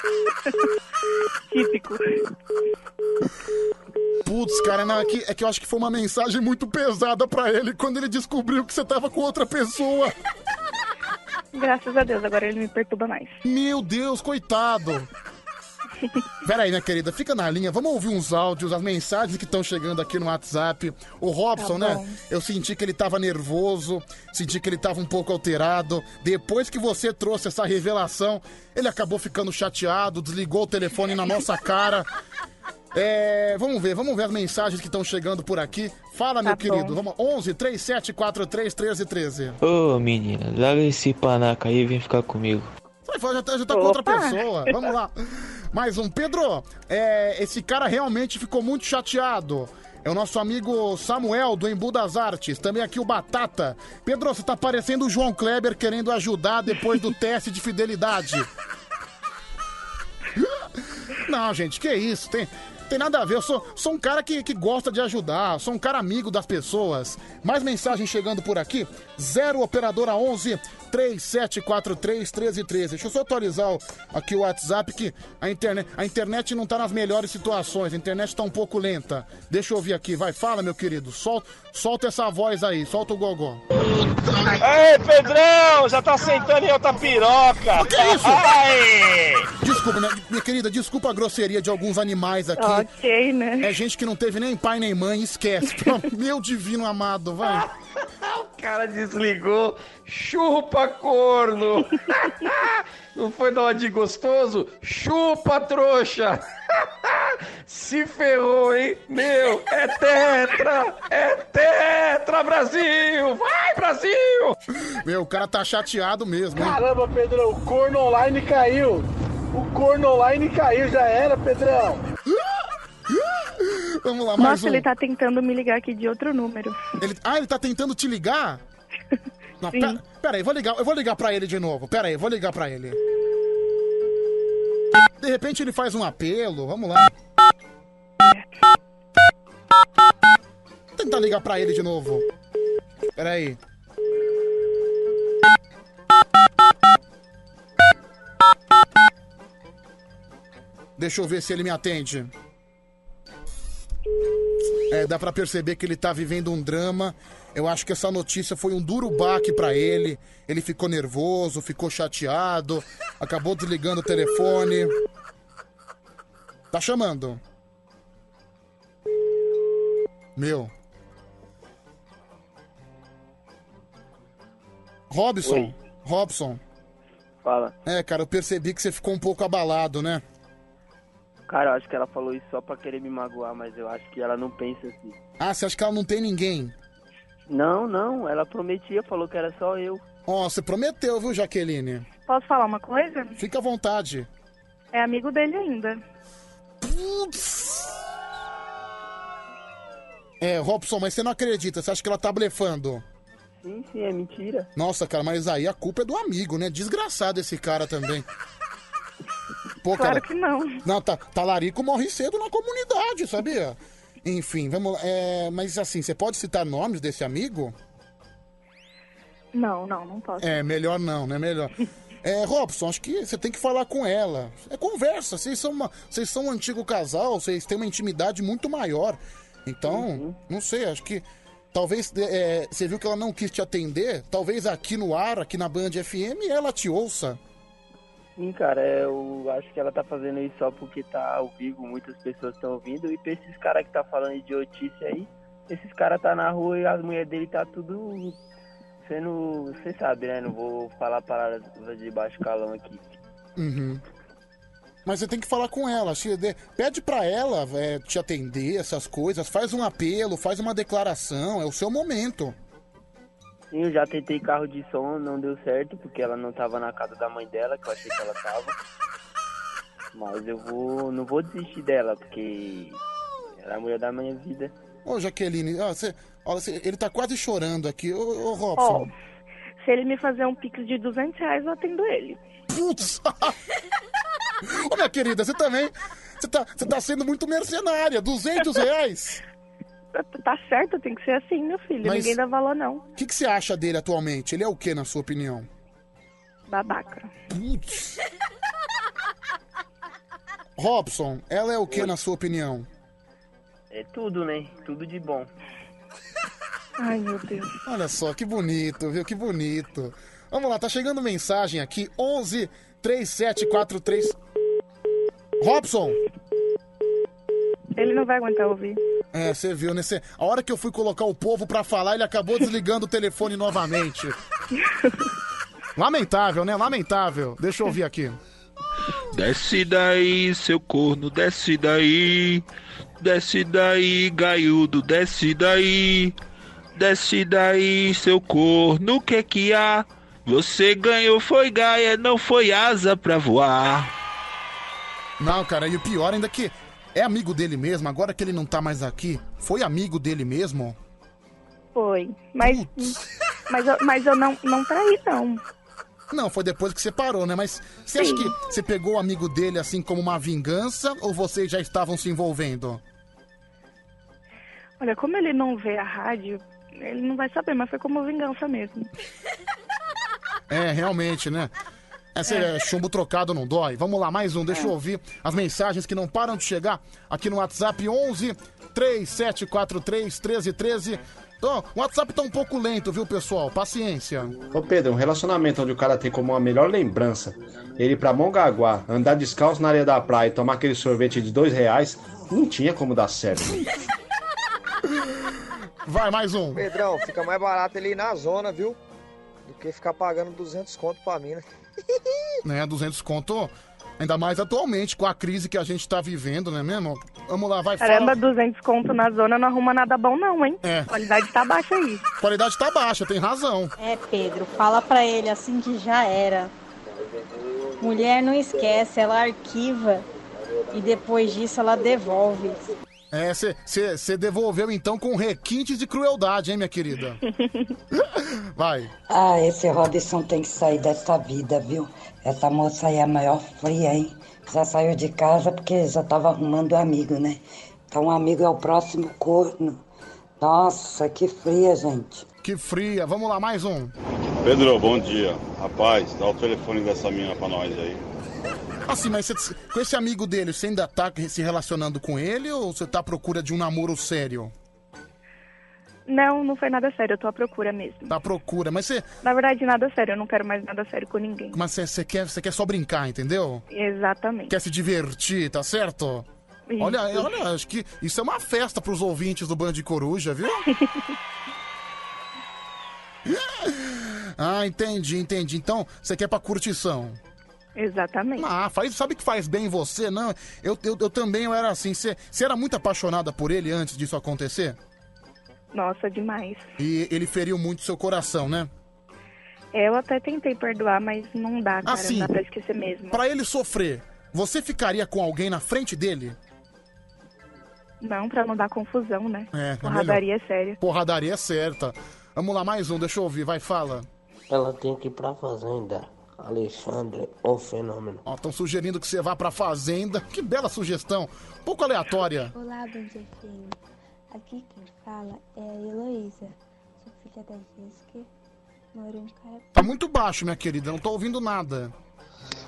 S23: Típico.
S1: Putz, cara, não, é, que, é que eu acho que foi uma mensagem muito pesada pra ele quando ele descobriu que você tava com outra pessoa.
S23: Graças a Deus, agora ele me perturba mais.
S1: Meu Deus, coitado. Pera aí, minha querida, fica na linha, vamos ouvir uns áudios, as mensagens que estão chegando aqui no WhatsApp. O Robson,
S23: Tá
S1: né?
S23: bom.
S1: Eu senti que ele tava nervoso, senti que ele tava um pouco alterado. Depois que você trouxe essa revelação, ele acabou ficando chateado, desligou o telefone na nossa cara. É, vamos ver, vamos ver as mensagens que estão chegando por aqui. Fala, meu
S4: Tá
S1: querido.
S4: bom.
S1: Vamos, onze, trinta e sete, quarenta e três, treze, treze.
S4: Ô menina, larga esse panaca aí e vem ficar comigo.
S1: Sai fora, já tá, já tá com outra pessoa. Vamos lá. Mais um. Pedro, é, esse cara realmente ficou muito chateado. É o nosso amigo Samuel, do Embu das Artes. Também aqui o Batata. Pedro, você tá parecendo o João Kleber querendo ajudar depois do teste de fidelidade. Não, gente, que isso? Tem, tem nada a ver. Eu sou, sou um cara que, que gosta de ajudar. Sou um cara amigo das pessoas. Mais mensagem chegando por aqui. zero operadora onze, trinta e sete, quarenta e três, treze, treze. Deixa eu só atualizar o- aqui o WhatsApp, que a internet, a internet não tá nas melhores situações. A internet tá um pouco lenta. Deixa eu ouvir aqui. Vai, fala, meu querido. Solta, solta essa voz aí. Solta o gogó.
S5: Ei, Pedrão, já tá sentando em outra piroca.
S1: O que é isso?
S5: Ai!
S1: Desculpa, né, minha querida, desculpa a grosseria de alguns animais aqui.
S23: Ok, né?
S1: É gente que não teve nem pai nem mãe, esquece. Meu divino amado, vai.
S6: O cara desligou. Chupa, corno. Não foi dar uma de gostoso? Chupa, trouxa. Se ferrou, hein? Meu, é tetra. É tetra, Brasil. Vai, Brasil.
S1: Meu, o cara tá chateado mesmo, hein?
S19: Caramba, Pedrão, o corno online caiu. O corno online caiu, já era, Pedrão.
S1: Vamos lá, mais
S23: Nossa,
S1: um.
S23: ele tá tentando me ligar aqui de outro número.
S1: Ele- Ah, ele tá tentando te ligar? Não,
S23: Sim.
S1: pera, pera aí, vou ligar, eu vou ligar pra ele de novo. Pera aí, vou ligar pra ele. De repente ele faz um apelo, vamos lá. Vou tentar ligar pra ele de novo. Pera aí. Deixa eu ver se ele me atende. É, dá pra perceber que ele tá vivendo um drama. Eu acho que essa notícia foi um duro baque pra ele. Ele ficou nervoso, ficou chateado, acabou desligando o telefone. Tá chamando. Meu. Robson.
S22: Oi.
S1: Robson.
S22: Fala.
S1: É, cara, eu percebi que você ficou um pouco abalado, né?
S22: Cara, eu acho que ela falou isso só pra querer me magoar, mas eu acho que ela não pensa assim.
S1: Ah, você acha que ela não tem ninguém?
S22: Não, não, ela prometia, falou que era só eu.
S1: Ó, você prometeu, viu, Jaqueline?
S23: Posso falar uma coisa?
S1: Fica à vontade.
S23: É amigo dele ainda.
S1: É, Robson, mas você não acredita, você acha que ela tá blefando?
S22: Sim, sim, é mentira.
S1: Nossa, cara, mas aí a culpa é do amigo, né? Desgraçado esse cara também. Pô,
S23: Claro
S1: cara...
S23: que não.
S1: Não, tá, talarico morre cedo na comunidade, sabia? Enfim, vamos lá. É, mas assim, você pode citar nomes desse amigo?
S23: Não, não, não posso.
S1: É, melhor não, né? Melhor. É, Robson, acho que você tem que falar com ela. É conversa, vocês são, uma, vocês são um antigo casal, vocês têm uma intimidade muito maior. Então, não sei, acho que talvez, é, você viu que ela não quis te atender, talvez aqui no ar, aqui na Band F M, ela te ouça.
S22: Sim, cara, eu acho que ela tá fazendo isso só porque tá ao vivo, muitas pessoas estão ouvindo, e pra esses caras que tá falando idiotice aí, esses caras tá na rua e as mulheres dele tá tudo sendo, você sabe, né? Não vou falar palavras de baixo calão aqui.
S1: Uhum. Mas você tem que falar com ela, se de- pede pra ela é, te atender, essas coisas, faz um apelo, faz uma declaração, é o seu momento.
S22: Sim, eu já tentei carro de som, não deu certo, porque ela não tava na casa da mãe dela, que eu achei que ela tava. Mas eu vou, não vou desistir dela, porque ela é a mulher da minha vida.
S1: Ô, Jaqueline, ó, você, olha, você- ele tá quase chorando aqui. Ô, ô Robson.
S23: Ó, se ele me fazer um pix de duzentos reais, eu atendo ele.
S1: Putz! Ô, minha querida, você também... Você tá, você tá sendo muito mercenária. duzentos reais?
S23: Tá certo, tem que ser assim, meu filho.
S1: Mas-
S23: Ninguém dá valor, não.
S1: O que, que você acha dele atualmente? Ele é o que, na sua opinião?
S23: Babaca.
S1: Putz. Robson, ela é o que, na sua opinião?
S22: É tudo, né? Tudo de bom.
S23: Ai, meu Deus.
S1: Olha só, que bonito, viu? Que bonito. Vamos lá, tá chegando mensagem aqui. onze, três sete quatro três... Robson!
S23: Ele não vai aguentar ouvir.
S1: É, você viu, né? Cê- A hora que eu fui colocar o povo pra falar, ele acabou desligando o telefone novamente. Lamentável, né? Lamentável. Deixa eu ouvir aqui.
S8: Desce daí, seu corno, desce daí. Desce daí, gaiudo, desce daí. Desce daí, seu corno, o que que há? Você ganhou, foi gaia, não foi asa pra voar.
S1: Não, cara, e o pior ainda que é amigo dele mesmo, agora que ele não tá mais aqui, foi amigo dele mesmo?
S23: Foi. Mas, mas, eu, mas eu não, não traí, não.
S1: Não, foi depois que você parou, né? Mas você acha que você pegou o amigo dele assim como uma vingança ou vocês já estavam se envolvendo?
S23: Olha, como ele não vê a rádio, ele não vai saber, mas foi como vingança mesmo.
S1: É, realmente, né? Esse é. chumbo trocado não dói. Vamos lá, mais um, deixa eu ouvir as mensagens que não param de chegar aqui no WhatsApp onze, três sete quatro três, um três um três. Então, o WhatsApp tá um pouco lento, viu, pessoal? Paciência.
S10: Ô Pedro, um relacionamento onde o cara tem como uma melhor lembrança ele ir pra Mongaguá, andar descalço na areia da praia e tomar aquele sorvete de dois reais, não tinha como dar certo.
S1: Vai, mais um.
S9: Pedrão, fica mais barato ele ir na zona, viu? Do que ficar pagando duzentos conto pra mina.
S1: Né, duzentos conto, ainda mais atualmente, com a crise que a gente tá vivendo, né mesmo? Vamos lá, vai,
S23: Caramba,
S1: fala.
S23: duzentos conto na zona não arruma nada bom não, hein?
S1: É.
S23: A qualidade tá baixa aí.
S1: Qualidade tá baixa, tem razão.
S11: É, Pedro, fala pra ele assim que já era. Mulher não esquece, ela arquiva e depois disso ela devolve.
S1: É, você devolveu então com requintes de crueldade, hein, minha querida? Vai.
S24: Ah, esse Robson tem que sair dessa vida, viu? Essa moça aí é a maior fria, hein? Já saiu de casa porque já tava arrumando amigo, né? Então o amigo é o próximo corno. Nossa, que fria, gente.
S1: Que fria. Vamos lá, mais um.
S25: Pedro, bom dia. Rapaz, dá o telefone dessa mina pra nós aí.
S1: Assim, mas cê, com esse amigo dele, você ainda tá se relacionando com ele ou você tá à procura de um namoro sério?
S23: Não, não foi nada sério, eu tô à procura mesmo.
S1: Tá à procura, mas você...
S23: Na verdade, nada sério, eu não quero mais nada sério com ninguém.
S1: Mas você quer, cê quer só brincar, entendeu?
S23: Exatamente.
S1: Quer se divertir, tá certo?
S23: Isso.
S1: Olha, olha, acho que isso é uma festa pros ouvintes do Band de Coruja, viu? Ah, entendi, entendi. Então, você quer pra curtição?
S23: Exatamente.
S1: Ah, faz, sabe que faz bem em você, não? Eu, eu, eu também eu era assim. Você era muito apaixonada por ele antes disso acontecer?
S23: Nossa, demais.
S1: E ele feriu muito seu coração, né?
S23: Eu até tentei perdoar, mas não dá, cara.
S1: Assim,
S23: não dá pra esquecer mesmo.
S1: Pra ele sofrer, você ficaria com alguém na frente dele?
S23: Não, pra não dar confusão, né?
S1: É,
S23: Porradaria é séria.
S1: Porradaria é certa. Vamos lá, mais um, deixa eu ouvir, vai, fala.
S26: Ela tem que ir pra fazenda. Alexandre, o fenômeno.
S1: Ó, estão sugerindo que você vá pra fazenda. Que bela sugestão. Um pouco aleatória.
S27: Olá, Benzefinho. Aqui quem fala é a Heloísa. Sou filha da Jéssica. Moro em Carapina.
S1: Tá muito baixo, minha querida. Não tô ouvindo nada.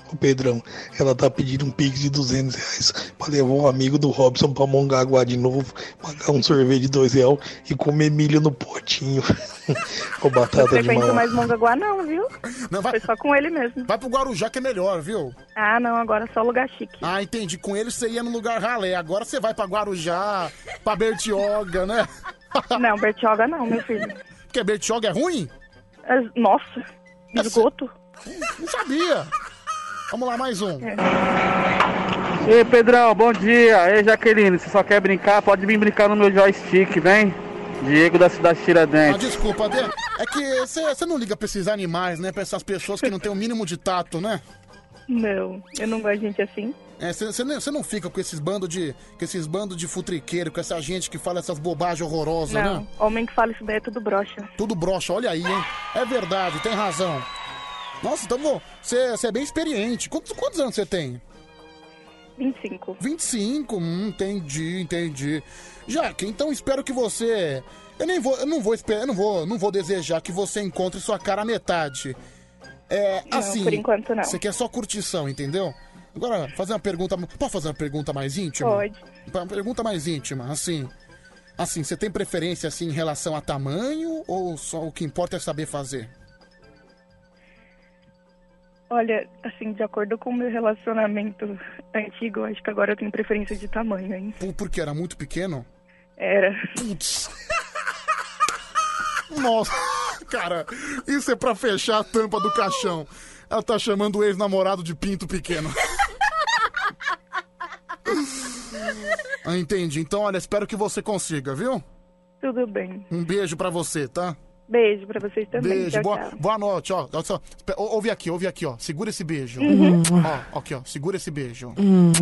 S7: Ô Pedrão, ela tá pedindo um pix de duzentos reais pra levar um amigo do Robson pra Mongaguá de novo, pagar um sorvete de dois reais e comer milho no potinho. Ô
S23: Não
S7: Batata de
S23: frequento
S7: Mauá.
S23: mais Mongaguá não, viu?
S1: Não, vai...
S23: Foi só com ele mesmo.
S1: Vai pro Guarujá que é melhor, viu?
S23: Ah, não, agora só lugar chique.
S1: Ah, entendi. Com ele você ia no lugar ralé. Agora você vai pra Guarujá, pra Bertioga, né?
S23: Não, Bertioga não, meu filho.
S1: Porque Bertioga é ruim?
S23: É- Nossa, esgoto.
S1: Não sabia. Vamos lá, mais um.
S12: Ei, Pedrão, bom dia. Ei, Jaqueline, você só quer brincar? Pode vir brincar no meu joystick, vem. Diego da cidade
S1: Ah,
S12: Tiradentes.
S1: desculpa, Dê. É que você não liga pra esses animais, né? Pra essas pessoas que não têm o mínimo de tato, né?
S23: Não, eu não gosto de gente assim.
S1: É, você não, cê não fica com esses bandos de. Com esses bandos de futriqueiro, com essa gente que fala essas bobagens horrorosas,
S23: Não,
S1: né?
S23: homem que fala isso daí é tudo broxa.
S1: Tudo broxa, olha aí, hein? É verdade, tem razão. Nossa, então você é bem experiente. Quantos, quantos anos você tem?
S23: vinte e cinco.
S1: vinte e cinco, hum, entendi, entendi. Jaque, então espero que você. Eu nem vou, eu não vou esperar, eu não vou, não vou desejar que você encontre sua cara à metade. É,
S23: Não,
S1: assim.
S23: por enquanto não.
S1: Você quer só curtição, entendeu? Agora, fazer uma pergunta. Pode fazer uma pergunta mais íntima?
S23: Pode.
S1: Uma pergunta mais íntima, assim. Assim, você tem preferência assim em relação a tamanho ou só o que importa é saber fazer?
S23: Olha, assim, de acordo com o meu relacionamento antigo, eu acho que agora eu tenho preferência de tamanho, hein?
S1: Por, porque era muito pequeno?
S23: Era.
S1: Putz. Nossa, cara, isso é pra fechar a tampa do caixão. Ela tá chamando o ex-namorado de pinto pequeno. Ah, entendi. Então, olha, espero que você consiga, viu?
S23: Tudo bem.
S1: Um beijo pra você, tá?
S23: Beijo pra vocês também.
S1: Beijo,
S23: Tchau,
S1: boa,
S23: tchau.
S1: boa noite, ó. Olha só, espe- ó, ouve aqui, ouve aqui, ó. Segura esse beijo.
S23: Uhum.
S1: Ó, aqui, ó. Segura esse beijo.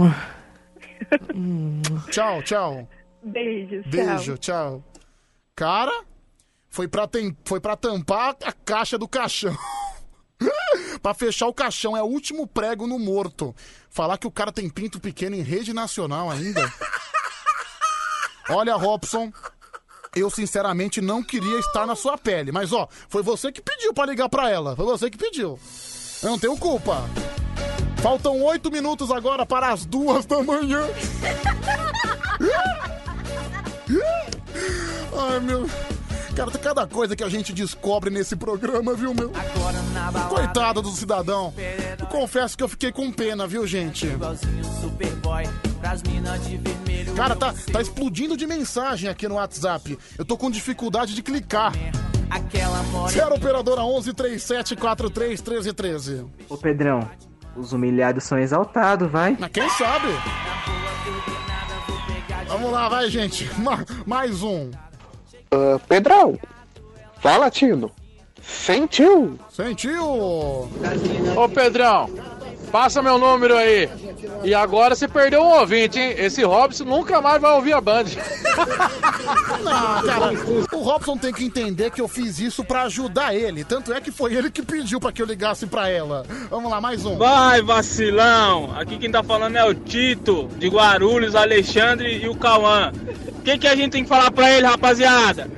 S1: Tchau, tchau.
S23: Beijo, tchau.
S1: Beijo, tchau. Cara, foi pra, tem, foi pra tampar a caixa do caixão. Pra fechar o caixão, é o último prego no morto. Falar que o cara tem pinto pequeno em rede nacional ainda. Olha, Robson, eu sinceramente não queria estar na sua pele. Mas, ó, foi você que pediu pra ligar pra ela. Foi você que pediu. Eu não tenho culpa. Faltam oito minutos agora para as duas da manhã. Ai, meu... Cara, tem cada coisa que a gente descobre nesse programa, viu, meu? Coitado do cidadão. Eu confesso que eu fiquei com pena, viu, gente? Cara, tá, tá explodindo de mensagem aqui no WhatsApp. Eu tô com dificuldade de clicar. Zero operadora onze, trinta e sete, quarenta e três, treze, treze.
S13: Ô Pedrão, os humilhados são exaltados, vai.
S1: Mas quem sabe? Vamos lá, vai, gente. Ma- mais um.
S14: Uh, Pedrão, fala, Tino. Sentiu?
S1: Sentiu?
S15: Ô Pedrão, passa meu número aí. E agora você perdeu um ouvinte, hein? Esse Robson nunca mais vai ouvir a Band.
S1: Não, cara, o Robson tem que entender que eu fiz isso pra ajudar ele. Tanto é que foi ele que pediu pra que eu ligasse pra ela. Vamos lá, mais um.
S5: Vai, vacilão! Aqui quem tá falando é o Tito, de Guarulhos, Alexandre e o Cauã. O que, que a gente tem que falar pra ele, rapaziada?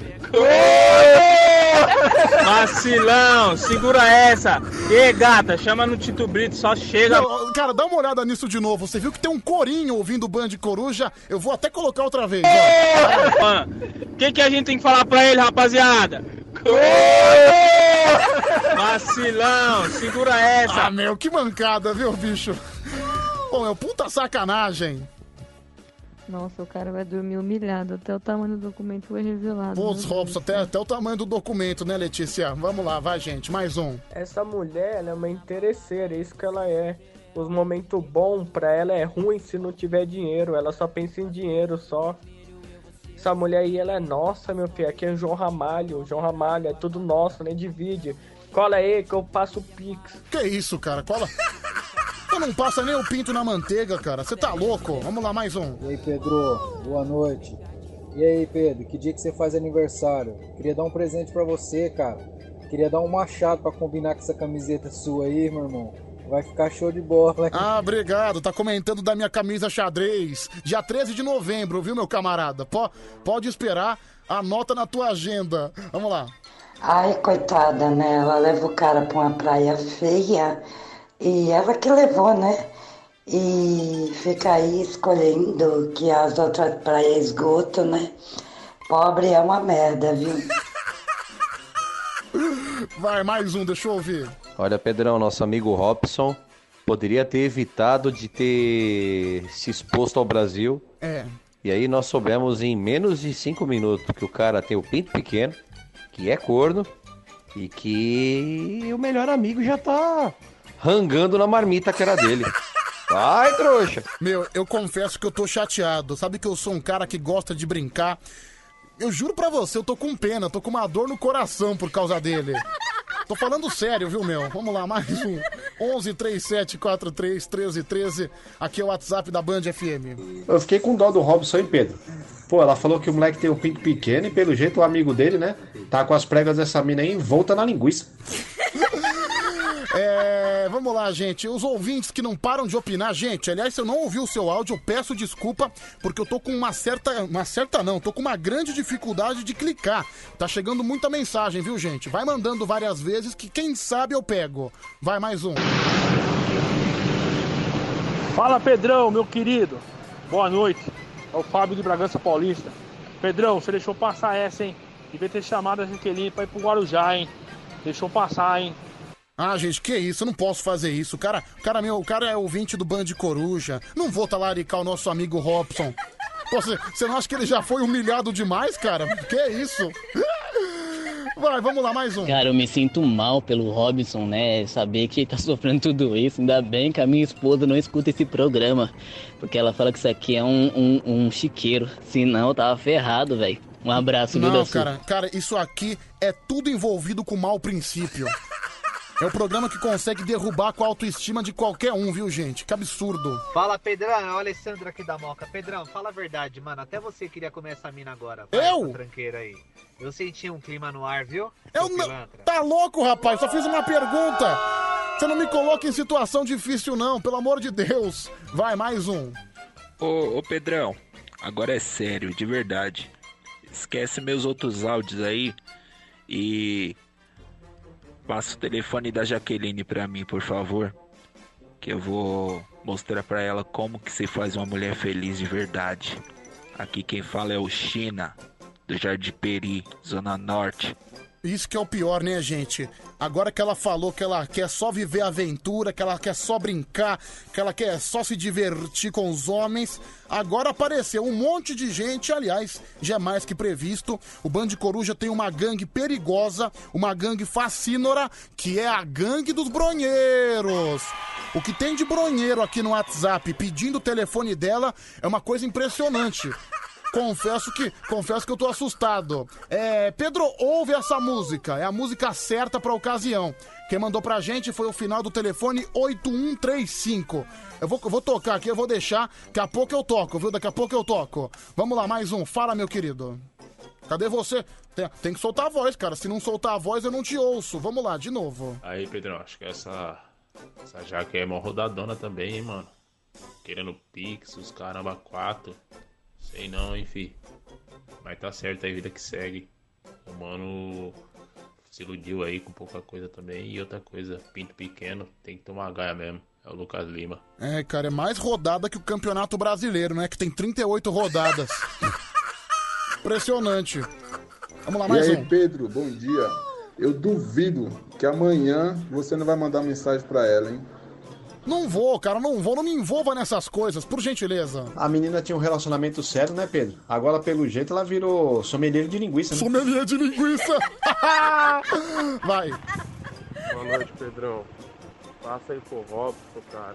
S5: Vacilão, segura essa. E gata, chama no Tito Brito, só chega.
S1: Não, cara, dá uma olhada nisso de novo. Você viu que tem um corinho ouvindo o Band Coruja? Eu vou até colocar outra vez, ó.
S5: O que, que a gente tem que falar pra ele, rapaziada? Vacilão, segura essa.
S1: Ah, meu, que mancada, viu, bicho? Pô, é puta sacanagem.
S3: Nossa, o cara vai dormir humilhado. Até o tamanho do documento foi revelado.
S1: Pô,
S3: meu
S1: Robson,
S3: Deus.
S1: até, até o tamanho do documento, né, Letícia? Vamos lá, vai, gente, mais um.
S16: Essa mulher, ela é uma interesseira, é isso que ela é. Os momentos bons pra ela é ruim se não tiver dinheiro, ela só pensa em dinheiro só. Essa mulher aí, ela é nossa, meu filho, aqui é o João Ramalho, o João Ramalho, é tudo nosso, nem divide. Cola aí que eu passo o Pix.
S1: Que isso, cara, cola... Tu não passa nem o pinto na manteiga, cara, você tá louco? Vamos lá, mais um.
S17: E aí, Pedro, boa noite. E aí, Pedro, que dia que você faz aniversário? Queria dar um presente pra você, cara. Queria dar um machado pra combinar com essa camiseta sua aí, meu irmão. Vai ficar show de bola, hein?
S1: Ah, obrigado. Tá comentando da minha camisa xadrez. Dia treze de novembro, viu, meu camarada? P- pode esperar. Anota na tua agenda. Vamos lá.
S24: Ai, coitada, né? Ela leva o cara pra uma praia feia, E ela que levou, né? E fica aí escolhendo que as outras praias esgoto, né? Pobre é uma merda, viu?
S1: Vai, mais um, deixa eu ouvir.
S2: Olha, Pedrão, nosso amigo Robson poderia ter evitado de ter se exposto ao Brasil.
S1: É.
S2: E aí nós soubemos em menos de cinco minutos que o cara tem o pinto pequeno, que é corno, e que o melhor amigo já tá rangando na marmita que era dele. Vai, trouxa!
S1: Meu, eu confesso que eu tô chateado. Sabe que eu sou um cara que gosta de brincar. Eu juro pra você, eu tô com pena, tô com uma dor no coração por causa dele. Tô falando sério, viu, meu? Vamos lá, mais um. onze, trinta e sete, quarenta e três, treze, treze. Aqui é o WhatsApp da Band F M.
S10: Eu fiquei com dó do Robson, hein, Pedro? Pô, ela falou que o moleque tem um pinto pequeno e pelo jeito o amigo dele, né, tá com as pregas dessa mina aí envolta na linguiça.
S1: É, vamos lá, gente. Os ouvintes que não param de opinar, gente. Aliás, se eu não ouvi o seu áudio, eu peço desculpa, porque eu tô com uma certa. Uma certa não, tô com uma grande dificuldade de clicar. Tá chegando muita mensagem, viu, gente? Vai mandando várias vezes que quem sabe eu pego. Vai, mais um.
S4: Fala, Pedrão, meu querido. Boa noite. É o Fábio de Bragança Paulista. Pedrão, você deixou passar essa, hein? Devia ter chamado a Jaqueline pra ir pro Guarujá, hein? Deixou passar, hein?
S1: Ah, gente, que isso? Eu não posso fazer isso. O cara, o cara, meu, o cara é ouvinte do Band Coruja. Não vou talaricar o nosso amigo Robson. Pô, você, você não acha que ele já foi humilhado demais, cara? Que isso? Vai, vamos lá, mais um.
S6: Cara, eu me sinto mal pelo Robson, né? Saber que ele tá sofrendo tudo isso. Ainda bem que a minha esposa não escuta esse programa. Porque ela fala que isso aqui é um, um, um chiqueiro. Senão eu tava ferrado, velho. Um abraço,
S1: Não,
S6: vida
S1: cara,
S6: sua.
S1: cara, isso aqui é tudo envolvido com mau princípio. É o programa que consegue derrubar com a autoestima de qualquer um, viu, gente? Que absurdo.
S18: Fala, Pedrão, é o Alessandro aqui da Moca. Pedrão, fala a verdade, mano. Até você queria comer essa mina agora. Vai,
S1: Eu?
S18: essa tranqueira aí. Eu senti um clima no ar, viu?
S1: Eu
S18: Seu
S1: não...
S18: pilantra.
S1: Tá louco, rapaz? Só fiz uma pergunta. Você não me coloca em situação difícil, não. Pelo amor de Deus. Vai, mais um.
S8: Ô, ô Pedrão, agora é sério, de verdade. Esquece meus outros áudios aí e... passa o telefone da Jaqueline pra mim, por favor. Que eu vou mostrar pra ela como que se faz uma mulher feliz de verdade. Aqui quem fala é o China, do Jardim Peri, Zona Norte.
S1: Isso que é o pior, né, gente? Agora que ela falou que ela quer só viver a aventura, que ela quer só brincar, que ela quer só se divertir com os homens, agora apareceu um monte de gente, aliás, já é mais que previsto. O Band Coruja tem uma gangue perigosa, uma gangue facínora, que é a gangue dos bronheiros. O que tem de bronheiro aqui no WhatsApp pedindo o telefone dela é uma coisa impressionante. Confesso que, confesso que eu tô assustado. É, Pedro, ouve essa música. É a música certa pra ocasião. Quem mandou pra gente foi o final do telefone oito um três cinco. Eu vou, eu vou tocar aqui, eu vou deixar. Daqui a pouco eu toco, viu? Daqui a pouco eu toco. Vamos lá, mais um. Fala, meu querido. Cadê você? Tem, tem que soltar a voz, cara. Se não soltar a voz, eu não te ouço. Vamos lá, de novo.
S19: Aí, Pedrão, acho que essa, essa jaque é mó rodadona também, hein, mano? Querendo Pix, os caramba, quatro. Sei não, enfim. Mas tá certo aí, vida que segue. O mano se iludiu aí com pouca coisa também. E outra coisa, pinto pequeno, tem que tomar gaia mesmo. É o Lucas Lima.
S1: É, cara, é mais rodada que o Campeonato Brasileiro, né? Que tem trinta e oito rodadas. Impressionante. Vamos lá, mais
S20: um. E aí,
S1: um.
S20: Pedro, bom dia. Eu duvido que amanhã você não vai mandar mensagem pra ela, hein?
S1: Não vou, cara, não vou, não me envolva nessas coisas, por gentileza.
S10: A menina tinha um relacionamento sério, né, Pedro? Agora, pelo jeito, ela virou sommelier de linguiça, né?
S1: Sommelier de linguiça! Vai.
S21: Boa noite, Pedrão. Passa aí pro Robson, cara.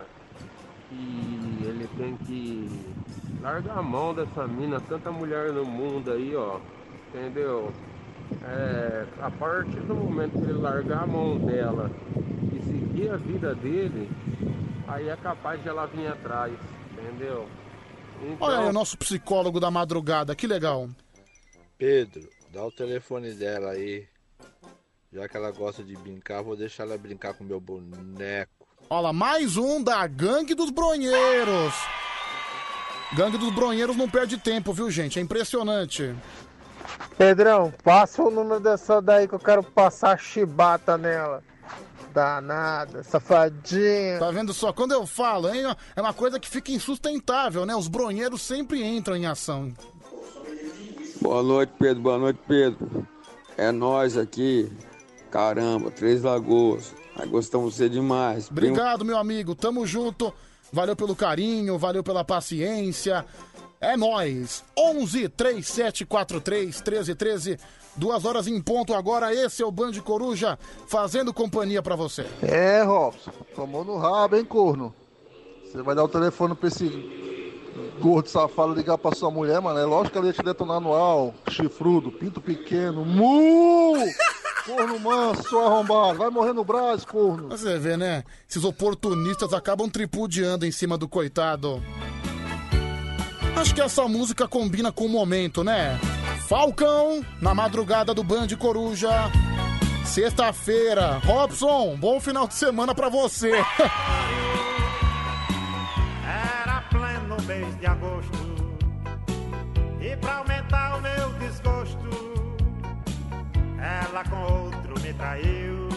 S21: Que ele tem que largar a mão dessa mina, tanta mulher no mundo aí, ó. Entendeu? É, a partir do momento que ele largar a mão dela e seguir a vida dele, aí é capaz de ela vir atrás, entendeu? Então...
S1: Olha aí o nosso psicólogo da madrugada, que legal.
S28: Pedro, dá o telefone dela aí. Já que ela gosta de brincar, vou deixar ela brincar com meu boneco.
S1: Olha, mais um da Gangue dos Bronheiros. Gangue dos Bronheiros não perde tempo, viu, gente? É impressionante.
S16: Pedrão, passa o número dessa daí que eu quero passar chibata nela.
S7: Danada, safadinha.
S1: Tá vendo só? Quando eu falo, hein? É uma coisa que fica insustentável, né? Os bronheiros sempre entram em ação.
S9: Boa noite, Pedro. Boa noite, Pedro. É nós aqui. Caramba, Três Lagoas. Nós gostamos de você demais.
S1: Obrigado, meu amigo. Tamo junto. Valeu pelo carinho, valeu pela paciência. É nóis. onze, três sete quatro três, treze treze. Duas horas em ponto agora. Esse é o Band Coruja fazendo companhia pra você.
S11: É, Robson. Tomou no rabo, hein, corno? Você vai dar o telefone pra esse gordo safado ligar pra sua mulher, mano. É lógico que ela ia te detonar no ar, chifrudo, pinto pequeno. Mu! Corno manso, arrombado. Vai morrer no braço, corno.
S1: Você vê, né? Esses oportunistas acabam tripudiando em cima do coitado. Acho que essa música combina com o momento, né? Falcão, na madrugada do Band Coruja. Sexta-feira. Robson, bom final de semana pra você.
S12: Era pleno mês de agosto, e pra aumentar o meu desgosto, ela com outro me traiu.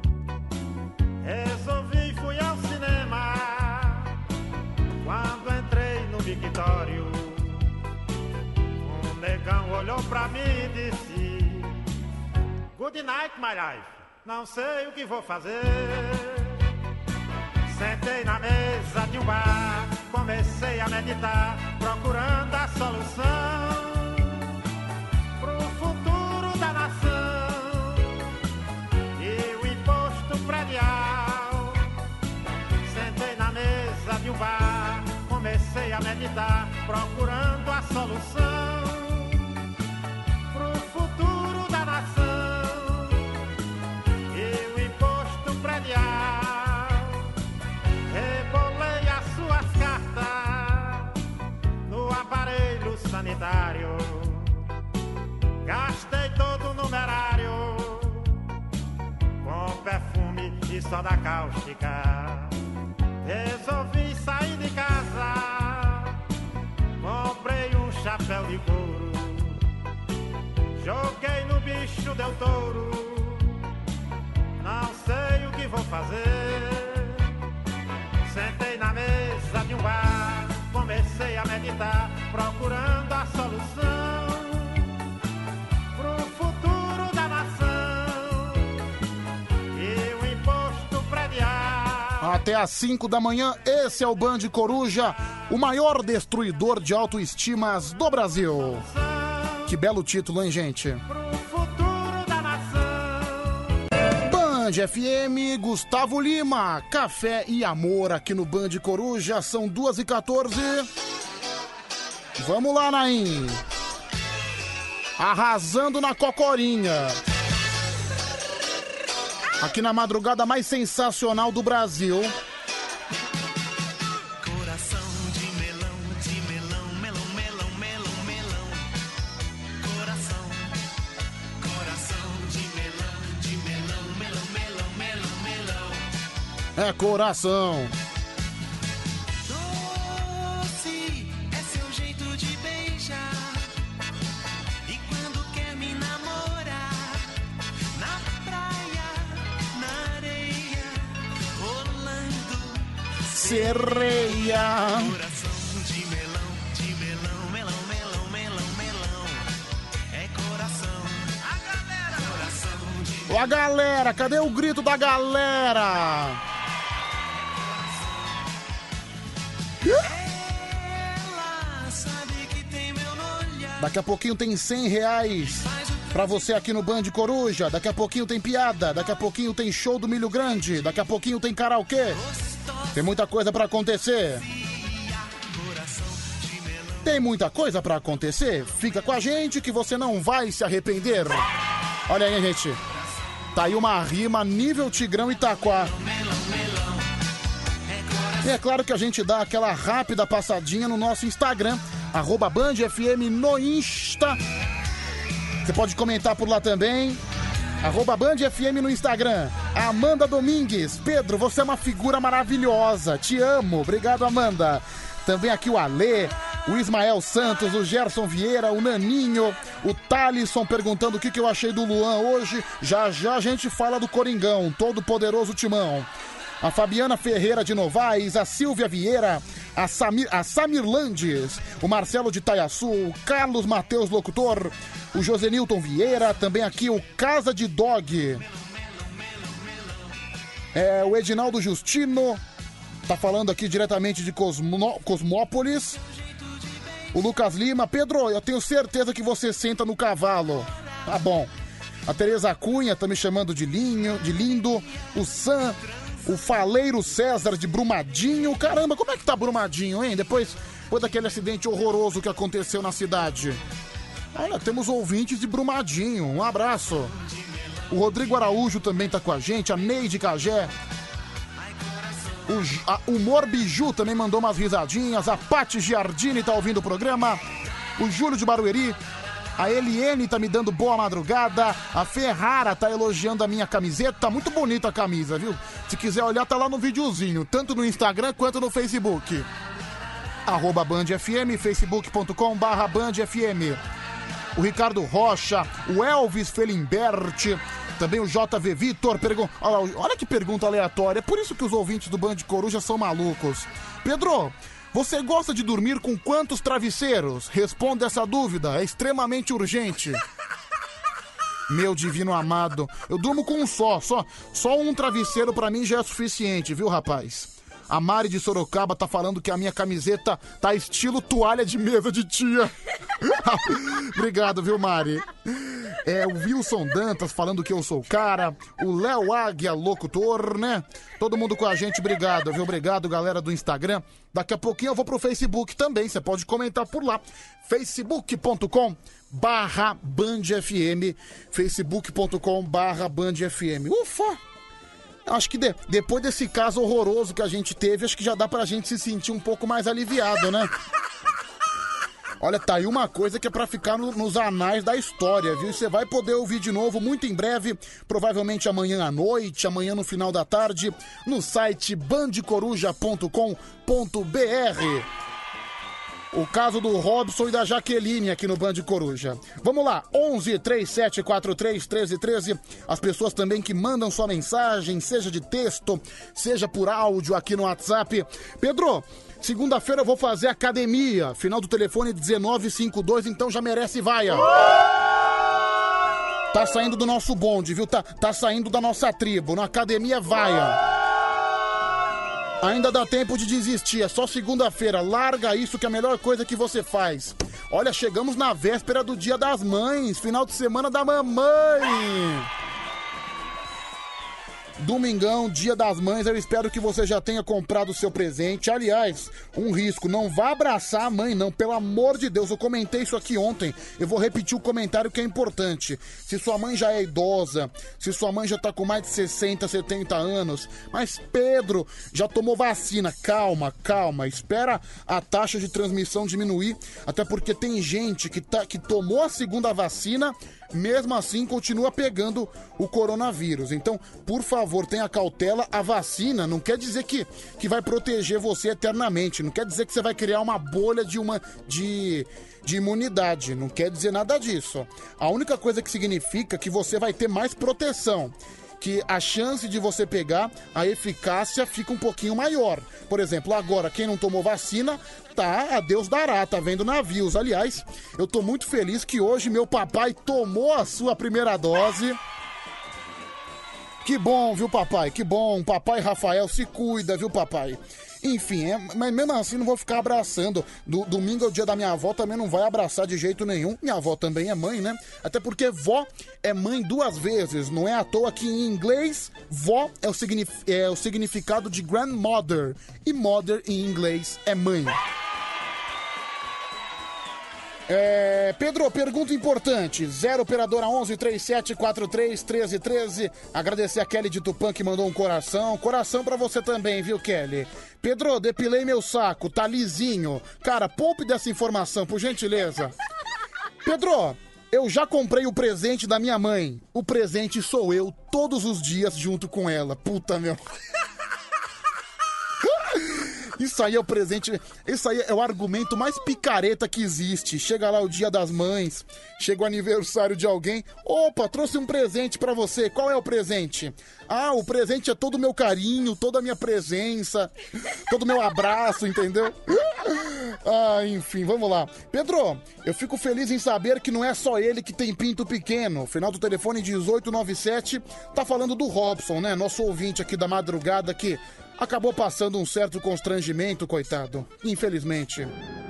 S12: Resolvi e fui ao cinema. Quando entrei no mictório, um negão olhou pra mim e disse: Good night, my life. Não sei o que vou fazer. Sentei na mesa de um bar, comecei a meditar, procurando a solução pro futuro da nação e o imposto predial. Sentei na mesa de um bar, comecei a meditar, procurando a solução pro futuro da nação e o imposto predial. Rebolei as suas cartas no aparelho sanitário, gastei todo o numerário com perfume e soda cáustica. Resolvi sair de casa, comprei um chapéu de couro, joguei no bicho, deu touro. Não sei o que vou fazer. Sentei na mesa de um bar, comecei a meditar, procurando a solução pro futuro da nação e o imposto predial.
S1: Até às cinco da manhã, esse é o Band Coruja, o maior destruidor de autoestimas do Brasil. Que belo título, hein, gente? Band F M, Gustavo Lima, Café e Amor aqui no Band Coruja, são duas e quatorze. Vamos lá, Naim. Arrasando na cocorinha. Aqui na madrugada mais sensacional do Brasil.
S22: Coração de melão, de melão, melão, melão, melão, melão. Coração, coração de melão, de melão, melão, melão, melão, melão.
S1: É coração.
S22: Doce é seu jeito de beijar. E quando quer me namorar, na praia, na areia, rolando
S1: sereia.
S22: Coração de melão, de melão, melão, melão, melão, melão. É coração. A galera. Coração de
S1: Ô, a galera, cadê o grito da galera? Daqui a pouquinho tem cem reais pra você aqui no Band Coruja. Daqui a pouquinho tem piada. Daqui a pouquinho tem show do Milho Grande. Daqui a pouquinho tem karaokê. Tem muita coisa pra acontecer. Tem muita coisa pra acontecer. Fica com a gente que você não vai se arrepender. Olha aí, gente. Tá aí uma rima nível Tigrão Itaquá. E é claro que a gente dá aquela rápida passadinha no nosso Instagram, arroba Band F M no Insta. Você pode comentar por lá também. Arroba Band F M no Instagram. Amanda Domingues. Pedro, você é uma figura maravilhosa. Te amo. Obrigado, Amanda. Também aqui o Alê, o Ismael Santos, o Gerson Vieira, o Naninho, o Thalisson perguntando o que, que eu achei do Luan hoje. Já já a gente fala do Coringão, todo poderoso timão. A Fabiana Ferreira de Novaes, a Silvia Vieira, a Samir, a Samir Landes, o Marcelo de Itaiaçu, o Carlos Mateus Locutor, o Josenilton Vieira, também aqui o Casa de Dog, é, o Edinaldo Justino, tá falando aqui diretamente de Cosmo, Cosmópolis, o Lucas Lima. Pedro, eu tenho certeza que você senta no cavalo. Tá bom. A Tereza Cunha tá me chamando de, linho, de lindo, o Sam... O Faleiro César de Brumadinho. Caramba, como é que tá Brumadinho, hein? Depois, depois daquele acidente horroroso que aconteceu na cidade. Olha, temos ouvintes de Brumadinho. Um abraço. O Rodrigo Araújo também tá com a gente. A Neide Cagé. O, a, o Morbiju também mandou umas risadinhas. A Pati Giardini tá ouvindo o programa. O Júlio de Barueri. A Eliene tá me dando boa madrugada. A Ferrara tá elogiando a minha camiseta. Tá muito bonita a camisa, viu? Se quiser olhar, tá lá no videozinho, tanto no Instagram quanto no Facebook. Arroba Band F M, facebook ponto com barra Band F M. O Ricardo Rocha, o Elvis Felimberti, também o J V Vitor. Pergun- olha, olha que pergunta aleatória. É por isso que os ouvintes do Band Coruja são malucos. Pedro, você gosta de dormir com quantos travesseiros? Responda essa dúvida, é extremamente urgente. Meu divino amado, eu durmo com um só, só, só um travesseiro pra mim já é suficiente, viu, rapaz? A Mari de Sorocaba tá falando que a minha camiseta tá estilo toalha de mesa de tia. Obrigado, viu, Mari? É, o Wilson Dantas falando que eu sou o cara. O Léo Águia, locutor, né? Todo mundo com a gente, obrigado, viu? Obrigado, galera do Instagram. Daqui a pouquinho eu vou pro Facebook também, você pode comentar por lá. facebook ponto com barra Band F M. facebook ponto com barra Band F M. Ufa! Acho que de, depois desse caso horroroso que a gente teve, acho que já dá pra gente se sentir um pouco mais aliviado, né? Olha, tá aí uma coisa que é pra ficar no, nos anais da história, viu? Você vai poder ouvir de novo muito em breve, provavelmente amanhã à noite, amanhã no final da tarde, no site band coruja ponto com ponto b r. O caso do Robson e da Jaqueline aqui no Band Coruja. Vamos lá, onze, trinta e sete, quarenta e três, treze, treze. As pessoas também que mandam sua mensagem, seja de texto, seja por áudio aqui no WhatsApp. Pedro, segunda-feira eu vou fazer academia. Final do telefone dezenove cinquenta e dois, então já merece vaia. Tá saindo do nosso bonde, viu? Tá, tá saindo da nossa tribo. Na academia, vaia. Ainda dá tempo de desistir, é só segunda-feira. Larga isso que é a melhor coisa que você faz. Olha, chegamos na véspera do Dia das Mães, final de semana da mamãe. Domingão, Dia das Mães, eu espero que você já tenha comprado o seu presente. Aliás, um risco, não vá abraçar a mãe não, pelo amor de Deus, eu comentei isso aqui ontem, eu vou repetir o comentário que é importante. Se sua mãe já é idosa, se sua mãe já tá com mais de sessenta, setenta anos, mas Pedro, já tomou vacina, calma, calma, espera a taxa de transmissão diminuir, até porque tem gente que, tá, que tomou a segunda vacina, mesmo assim continua pegando o coronavírus. Então, por favor, tenha cautela. A vacina não quer dizer que, que vai proteger você eternamente, não quer dizer que você vai criar uma bolha de, uma, de, de imunidade, não quer dizer nada disso. A única coisa que significa é que você vai ter mais proteção, que a chance de você pegar, a eficácia fica um pouquinho maior. Por exemplo, agora, quem não tomou vacina, tá, a Deus dará, tá vendo navios. Aliás, eu tô muito feliz que hoje meu papai tomou a sua primeira dose. Que bom, viu, papai? Que bom. Papai Rafael, se cuida, viu, papai? Enfim, é, mas mesmo assim não vou ficar abraçando. Do, domingo é o dia da minha avó, também não vai abraçar de jeito nenhum. Minha avó também é mãe, né? Até porque vó é mãe duas vezes. Não é à toa que em inglês, vó é o, signif- é o significado de grandmother. E mother em inglês é mãe. É, Pedro, pergunta importante. zero operadora onze, trinta e sete, quarenta e três, treze, treze. Agradecer a Kelly de Tupã que mandou um coração. Coração pra você também, viu, Kelly? Pedro, depilei meu saco, tá lisinho. Cara, poupe dessa informação, por gentileza. Pedro, eu já comprei o presente da minha mãe. O presente sou eu todos os dias junto com ela. Puta, meu. Isso aí é o presente, isso aí é o argumento mais picareta que existe. Chega lá o dia das mães, chega o aniversário de alguém. Opa, trouxe um presente pra você. Qual é o presente? Ah, o presente é todo o meu carinho, toda a minha presença, todo o meu abraço, entendeu? Ah, enfim, vamos lá. Pedro, eu fico feliz em saber que não é só ele que tem pinto pequeno. Final do telefone dezoito noventa e sete tá falando do Robson, né? Nosso ouvinte aqui da madrugada que acabou passando um certo constrangimento, coitado. Infelizmente.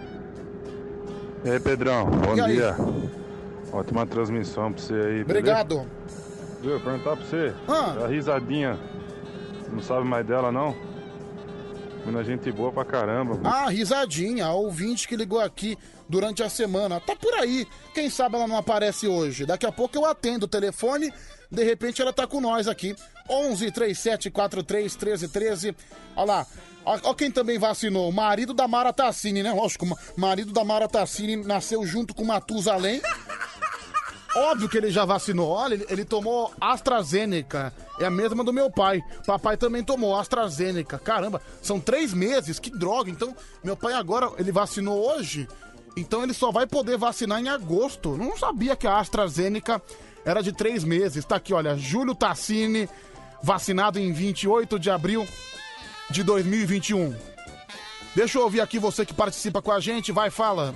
S5: E aí, Pedrão, bom
S1: E aí?
S5: dia. Ótima transmissão pra você aí,
S1: Obrigado.
S5: beleza? Viu, eu perguntar pra você,
S1: Ah.
S5: a risadinha, não sabe mais dela, não? Menina, gente boa pra caramba. pô.
S1: Ah, risadinha, a ouvinte que ligou aqui durante a semana. Tá por aí. Quem sabe ela não aparece hoje. Daqui a pouco eu atendo o telefone, de repente ela tá com nós aqui. onze, trinta e sete, quarenta e três, treze, treze. Olha lá. Ó, ó quem também vacinou. O marido da Mara Tassini, né? Lógico, o marido da Mara Tassini nasceu junto com Matusalém. Óbvio que ele já vacinou. Olha, ele, ele tomou AstraZeneca. É a mesma do meu pai. Papai também tomou AstraZeneca. Caramba, são três meses. Que droga. Então, meu pai agora, ele vacinou hoje. Então ele só vai poder vacinar em agosto. Não sabia que a AstraZeneca era de três meses. Tá aqui, olha. Júlio Tassini, vacinado em vinte e oito de abril de dois mil e vinte e um. Deixa eu ouvir aqui você que participa com a gente. Vai, fala.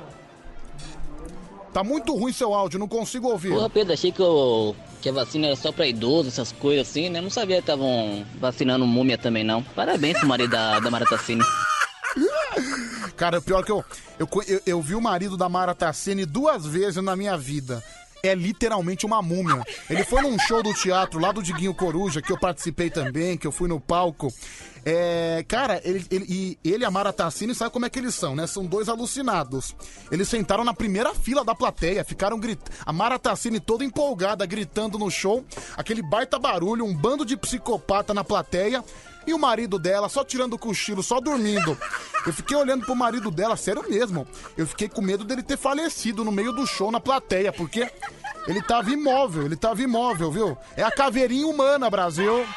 S1: Tá muito ruim seu áudio, não consigo ouvir.
S6: Porra, Pedro, achei que, eu, que a vacina era só pra idosos, essas coisas assim, né? Não sabia que estavam vacinando múmia também, não. Parabéns pro marido da, da Mara Tassini.
S1: Cara, pior que eu eu, eu eu vi o marido da Mara Tassini duas vezes na minha vida. É literalmente uma múmia. Ele foi num show do teatro lá do Diguinho Coruja, que eu participei também, que eu fui no palco. É, cara, ele, ele, e ele e a Mara Tassini, sabe como é que eles são, né? São dois alucinados. Eles sentaram na primeira fila da plateia, ficaram gritando. A Mara Tassini toda empolgada, gritando no show. Aquele baita barulho, um bando de psicopata na plateia. E o marido dela só tirando o cochilo, só dormindo. Eu fiquei olhando pro marido dela, sério mesmo. Eu fiquei com medo dele ter falecido no meio do show na plateia, porque ele tava imóvel, ele tava imóvel, viu? É a caveirinha humana, Brasil.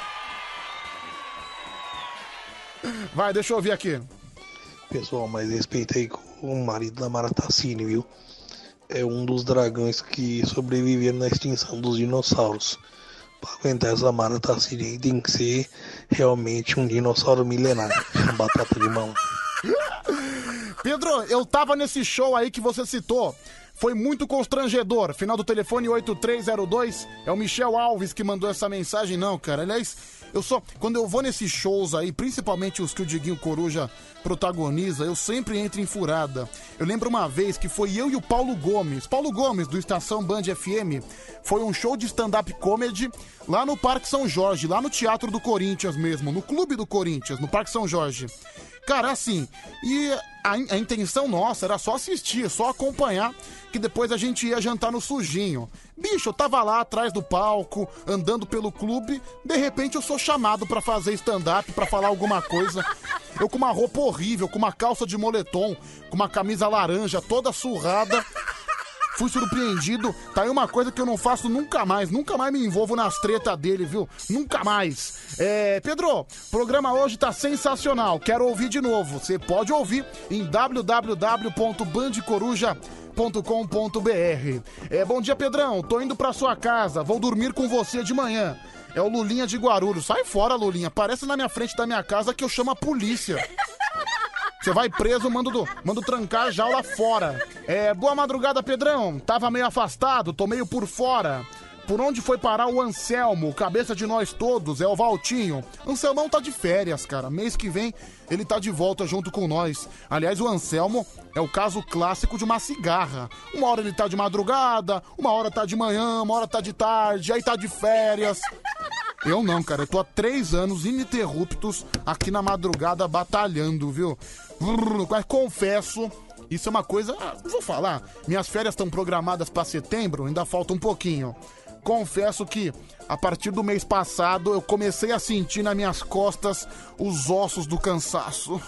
S1: Vai, deixa eu ouvir aqui.
S13: Pessoal, mas respeita aí com o marido da Mara Tassini, viu? É um dos dragões que sobreviveram na extinção dos dinossauros. Pra aguentar essa Mara Tassini aí tem que ser realmente um dinossauro milenar. Batata de mão.
S1: Pedro, eu tava nesse show aí que você citou. Foi muito constrangedor. Final do telefone oito três zero dois. É o Michel Alves que mandou essa mensagem. Não, cara, aliás, eu só... Quando eu vou nesses shows aí, principalmente os que o Diguinho Coruja protagoniza, eu sempre entro em furada. Eu lembro uma vez que foi eu e o Paulo Gomes. Paulo Gomes, do Estação Band F M. Foi um show de stand-up comedy lá no Parque São Jorge, lá no Teatro do Corinthians mesmo, no Clube do Corinthians, no Parque São Jorge. Cara, assim, e a, a intenção nossa era só assistir, só acompanhar, que depois a gente ia jantar no sujinho. Bicho, eu tava lá atrás do palco, andando pelo clube, de repente eu sou chamado pra fazer stand-up, pra falar alguma coisa. Eu com uma roupa horrível, com uma calça de moletom, com uma camisa laranja toda surrada. Fui surpreendido, tá aí uma coisa que eu não faço nunca mais, nunca mais me envolvo nas tretas dele, viu? Nunca mais. É, Pedro, o programa hoje tá sensacional, quero ouvir de novo. Você pode ouvir em w w w ponto band coruja ponto com ponto b r. É, bom dia, Pedrão, tô indo pra sua casa, vou dormir com você de manhã. É o Lulinha de Guarulhos. Sai fora, Lulinha, aparece na minha frente da minha casa que eu chamo a polícia. Você vai preso, mando, do, mando trancar a jaula fora. É, boa madrugada, Pedrão. Tava meio afastado, tô meio por fora. Por onde foi parar o Anselmo, cabeça de nós todos, é o Valtinho. Anselmão tá de férias, cara. Mês que vem ele tá de volta junto com nós. Aliás, o Anselmo é o caso clássico de uma cigarra. Uma hora ele tá de madrugada, uma hora tá de manhã, uma hora tá de tarde, aí tá de férias. Eu não, cara. Eu tô há três anos ininterruptos aqui na madrugada batalhando, viu? Mas confesso, isso é uma coisa... Ah, vou falar. Minhas férias estão programadas pra setembro, ainda falta um pouquinho. Confesso que, a partir do mês passado, eu comecei a sentir nas minhas costas os ossos do cansaço.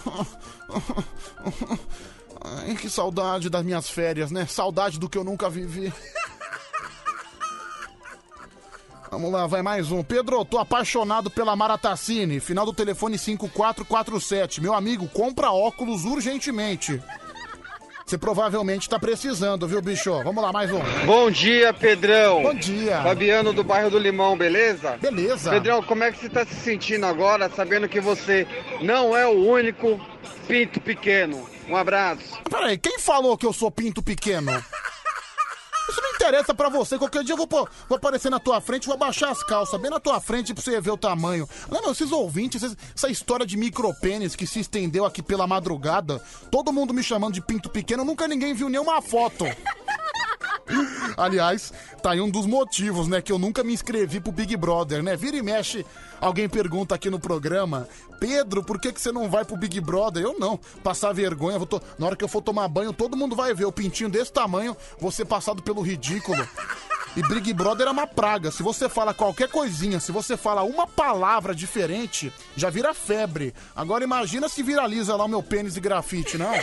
S1: Ai, que saudade das minhas férias, né? Saudade do que eu nunca vivi. Vamos lá, vai mais um. Pedro, tô apaixonado pela Maratacine. Final do telefone cinco quatro quatro sete. Meu amigo, compra óculos urgentemente. Você provavelmente tá precisando, viu, bicho? Vamos lá, mais um.
S3: Bom dia, Pedrão.
S1: Bom dia.
S3: Fabiano do bairro do Limão, beleza?
S1: Beleza.
S3: Pedrão, como é que você tá se sentindo agora, sabendo que você não é o único pinto pequeno? Um abraço.
S1: Peraí, quem falou que eu sou pinto pequeno? Isso não interessa pra você. Qualquer dia eu vou, pô, vou aparecer na tua frente, vou abaixar as calças bem na tua frente pra você ver o tamanho. Não, não, esses ouvintes, esses- essa história de micropênis que se estendeu aqui pela madrugada, todo mundo me chamando de pinto pequeno, nunca ninguém viu nenhuma foto. Aliás, tá aí um dos motivos, né, que eu nunca me inscrevi pro Big Brother, né? Vira e mexe, alguém pergunta aqui no programa, Pedro, por que que você não vai pro Big Brother? Eu não, passar vergonha, vou to... na hora que eu for tomar banho, todo mundo vai ver o pintinho desse tamanho, vou ser passado pelo ridículo. E Big Brother é uma praga, se você fala qualquer coisinha, se você fala uma palavra diferente, já vira febre. Agora imagina se viraliza lá o meu pênis de grafite, não?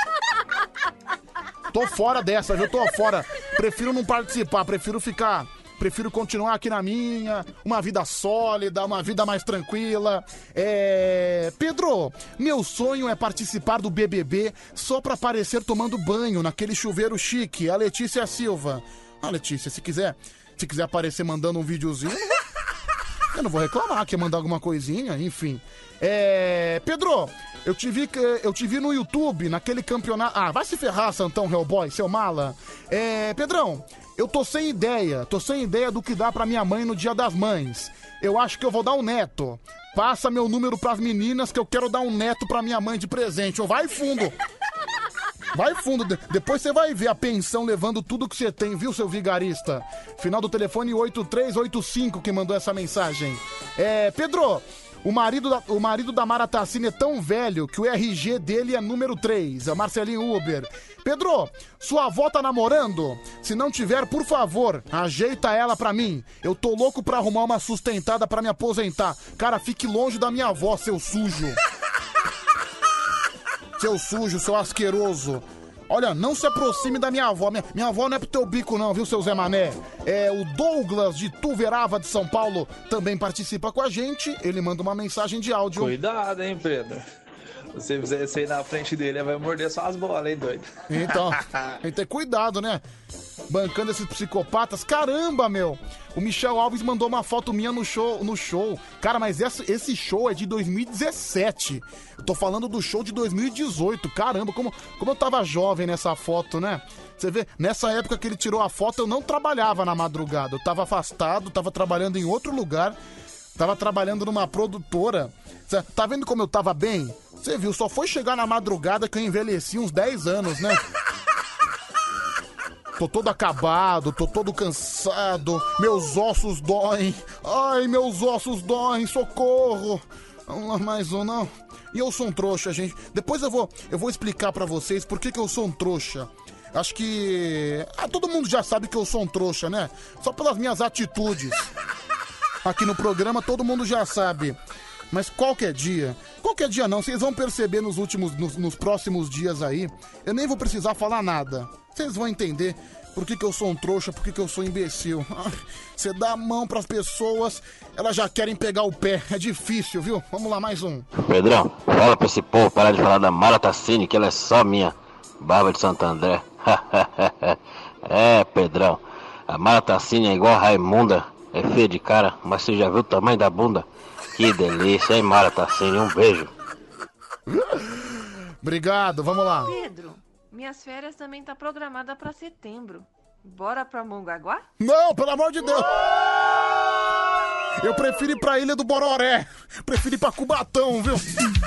S1: Tô fora dessa, viu? Tô fora. Prefiro não participar, prefiro ficar... Prefiro continuar aqui na minha, uma vida sólida, uma vida mais tranquila. É... Pedro, meu sonho é participar do B B B só pra aparecer tomando banho naquele chuveiro chique. A Letícia Silva. Ah, Letícia, se quiser, se quiser aparecer mandando um videozinho, eu não vou reclamar, quer mandar alguma coisinha, enfim. É... Pedro, eu te vi, eu te vi no YouTube, naquele campeonato... Ah, vai se ferrar, Santão Hellboy, seu mala. É... Pedrão, eu tô sem ideia, tô sem ideia do que dá pra minha mãe no Dia das Mães. Eu acho que eu vou dar um neto. Passa meu número pras meninas que eu quero dar um neto pra minha mãe de presente. Ô, vai fundo. Vai fundo, de- depois você vai ver a pensão levando tudo que você tem, viu, seu vigarista? Final do telefone oito três oito cinco que mandou essa mensagem. É, Pedro, o marido da, o marido da Maratacine é tão velho que o R G dele é número três, é Marcelinho Uber. Pedro, sua avó tá namorando? Se não tiver, por favor, ajeita ela pra mim. Eu tô louco pra arrumar uma sustentada pra me aposentar. Cara, fique longe da minha avó, seu sujo. Seu sujo, seu asqueroso. Olha, não se aproxime da minha avó. Minha, minha avó não é pro teu bico não, viu, seu Zé Mané? É, o Douglas de Tuverava de São Paulo também participa com a gente. Ele manda uma mensagem de áudio.
S14: Cuidado, hein, Pedro. Se você fizer isso aí na frente dele, ele vai morder só as bolas, hein, doido?
S1: Então, tem que ter cuidado, né? Bancando esses psicopatas. Caramba, meu! O Michel Alves mandou uma foto minha no show. No show. Cara, mas esse, esse show é de dois mil e dezessete. Eu tô falando do show de dois mil e dezoito. Caramba, como, como eu tava jovem nessa foto, né? Você vê, nessa época que ele tirou a foto, eu não trabalhava na madrugada. Eu tava afastado, tava trabalhando em outro lugar. Tava trabalhando numa produtora. Cê, tá vendo como eu tava bem? Você viu, só foi chegar na madrugada que eu envelheci uns dez anos, né? Tô todo acabado, tô todo cansado, meus ossos doem. Ai, meus ossos doem, socorro. Vamos lá, mais um, não. E eu sou um trouxa, gente. Depois eu vou, eu vou explicar pra vocês por que que eu sou um trouxa. Acho que... Ah, todo mundo já sabe que eu sou um trouxa, né? Só pelas minhas atitudes. Aqui no programa todo mundo já sabe. Mas qualquer dia, qualquer dia não, vocês vão perceber nos últimos, nos, nos próximos dias aí, eu nem vou precisar falar nada. Vocês vão entender por que que eu sou um trouxa, por que que eu sou um imbecil. Você dá a mão pras pessoas, elas já querem pegar o pé, é difícil, viu? Vamos lá, mais um.
S15: Pedrão, fala pra esse povo parar de falar da Maratacine, que ela é só minha. Barba de Santo André. É, Pedrão, a Maratacine é igual a Raimunda, é feia de cara, mas você já viu o tamanho da bunda? Que delícia, hein, Maratacine? Um beijo.
S1: Obrigado, vamos lá.
S17: Pedro, minhas férias também tá programada pra setembro. Bora pra Mongaguá?
S1: Não, pelo amor de Deus! Eu prefiro ir pra Ilha do Bororé. Prefiro ir pra Cubatão, viu?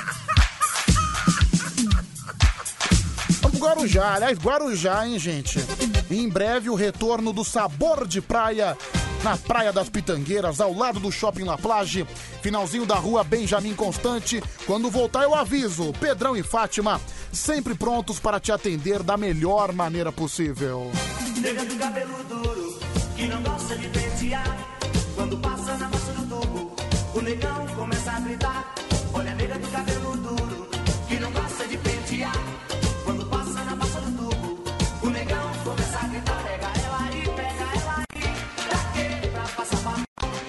S1: Vamos pro Guarujá. Aliás, Guarujá, hein, gente? E em breve o retorno do Sabor de Praia na Praia das Pitangueiras, ao lado do Shopping La Plage, finalzinho da rua Benjamin Constante. Quando voltar eu aviso, Pedrão e Fátima, sempre prontos para te atender da melhor maneira possível.
S22: Nega do cabelo duro, que não gosta de pentear. Quando passa na massa do tubo, o negão começa a gritar. Olha a nega do cabelo duro, que não gosta de pentear. Quando passa na massa do tubo, o negão começa a gritar. Pega ela aí, pega ela aí. Pra quê? Pra passar pra...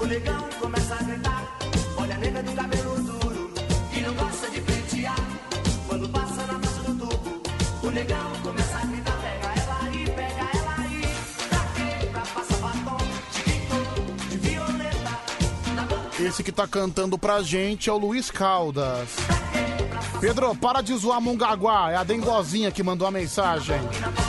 S22: O negão começa a gritar. Olha a nega do cabelo duro, que não gosta de pentear. Quando passa na massa do tubo, o negão começa a gritar. Pega ela aí, pega ela aí. Pra quê? Pra passar batom de quinto, de violeta. Na boca.
S1: Esse que tá cantando pra gente é o Luiz Caldas. Pedro, para de zoar Mongaguá, é a Dengozinha que mandou a mensagem.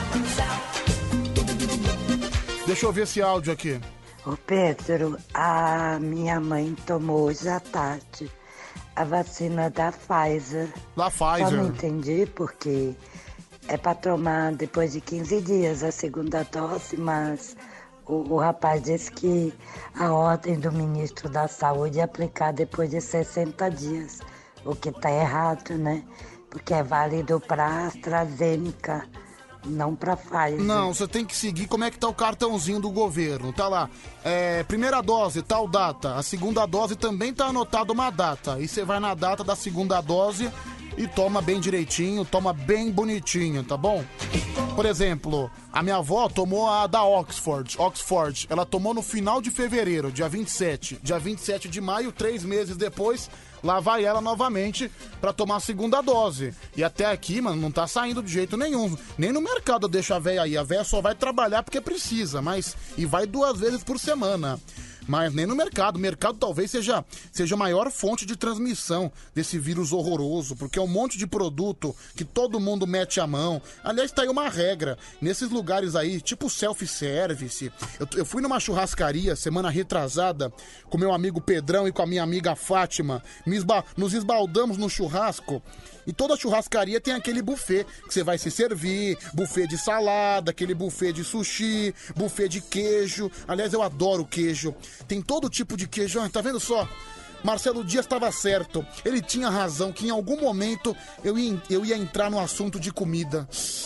S1: Deixa eu ver esse áudio aqui.
S2: Ô Pedro, a minha mãe tomou hoje à tarde a vacina da Pfizer.
S1: Da Pfizer.
S2: Só não entendi porque é pra tomar depois de quinze dias a segunda dose, mas o, o rapaz disse que a ordem do ministro da Saúde é aplicar depois de sessenta dias, o que tá errado, né? Porque é válido pra AstraZeneca, não pra Pfizer.
S1: Não, você tem que seguir como é que tá o cartãozinho do governo. Tá lá, é, primeira dose, tal data. A segunda dose também tá anotada uma data. Aí você vai na data da segunda dose e toma bem direitinho, toma bem bonitinho, tá bom? Por exemplo, a minha avó tomou a da Oxford. Oxford, ela tomou no final de fevereiro, dia vinte e sete. Dia vinte e sete de maio, três meses depois, lá vai ela novamente pra tomar a segunda dose. E até aqui, mano, não tá saindo de jeito nenhum. Nem no mercado eu deixo a véia aí. A véia só vai trabalhar porque precisa, mas... E vai duas vezes por semana. Mas nem no mercado. O mercado talvez seja, seja a maior fonte de transmissão desse vírus horroroso, porque é um monte de produto que todo mundo mete a mão. Aliás, tá aí uma regra. Nesses lugares aí, tipo self-service. Eu, eu fui numa churrascaria semana retrasada com meu amigo Pedrão e com a minha amiga Fátima. Me esba- nos esbaldamos no churrasco. E toda churrascaria tem aquele buffet que você vai se servir, buffet de salada, aquele buffet de sushi, buffet de queijo. Aliás, eu adoro queijo. Tem todo tipo de queijo. Ah, tá vendo só? Marcelo Dias estava certo. Ele tinha razão que em algum momento eu ia, eu ia entrar no assunto de comida.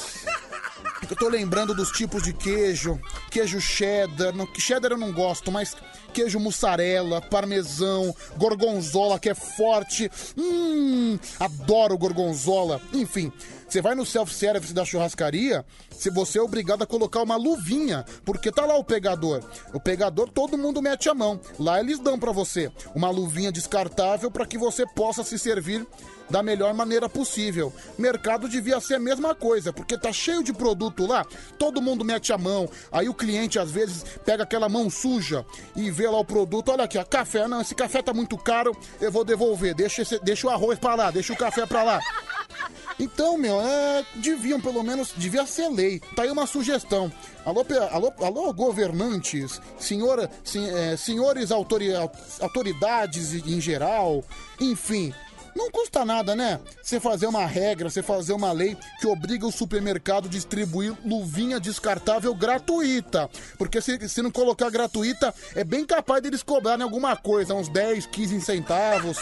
S1: Eu tô lembrando dos tipos de queijo. Queijo cheddar. Não, cheddar eu não gosto, mas queijo mussarela, parmesão, gorgonzola, que é forte. Hum, adoro gorgonzola. Enfim, você vai no self-service da churrascaria, se você é obrigado a colocar uma luvinha, porque tá lá o pegador. O pegador todo mundo mete a mão. Lá eles dão pra você uma luvinha descartável para que você possa se servir da melhor maneira possível. Mercado devia ser a mesma coisa, porque tá cheio de produto lá, todo mundo mete a mão, aí o cliente às vezes pega aquela mão suja e vê lá o produto, olha aqui, ó, café, não, esse café tá muito caro, eu vou devolver, deixa, esse, deixa o arroz pra lá, deixa o café pra lá. Então, meu, é, deviam pelo menos, devia ser lei. Tá aí uma sugestão. Alô, pe- alô, alô governantes, senhora, sen- é, senhores autori- autoridades em geral, enfim... Não custa nada, né? Você fazer uma regra, você fazer uma lei que obriga o supermercado a distribuir luvinha descartável gratuita. Porque se, se não colocar gratuita, é bem capaz deles cobrarem alguma coisa, uns dez, quinze centavos.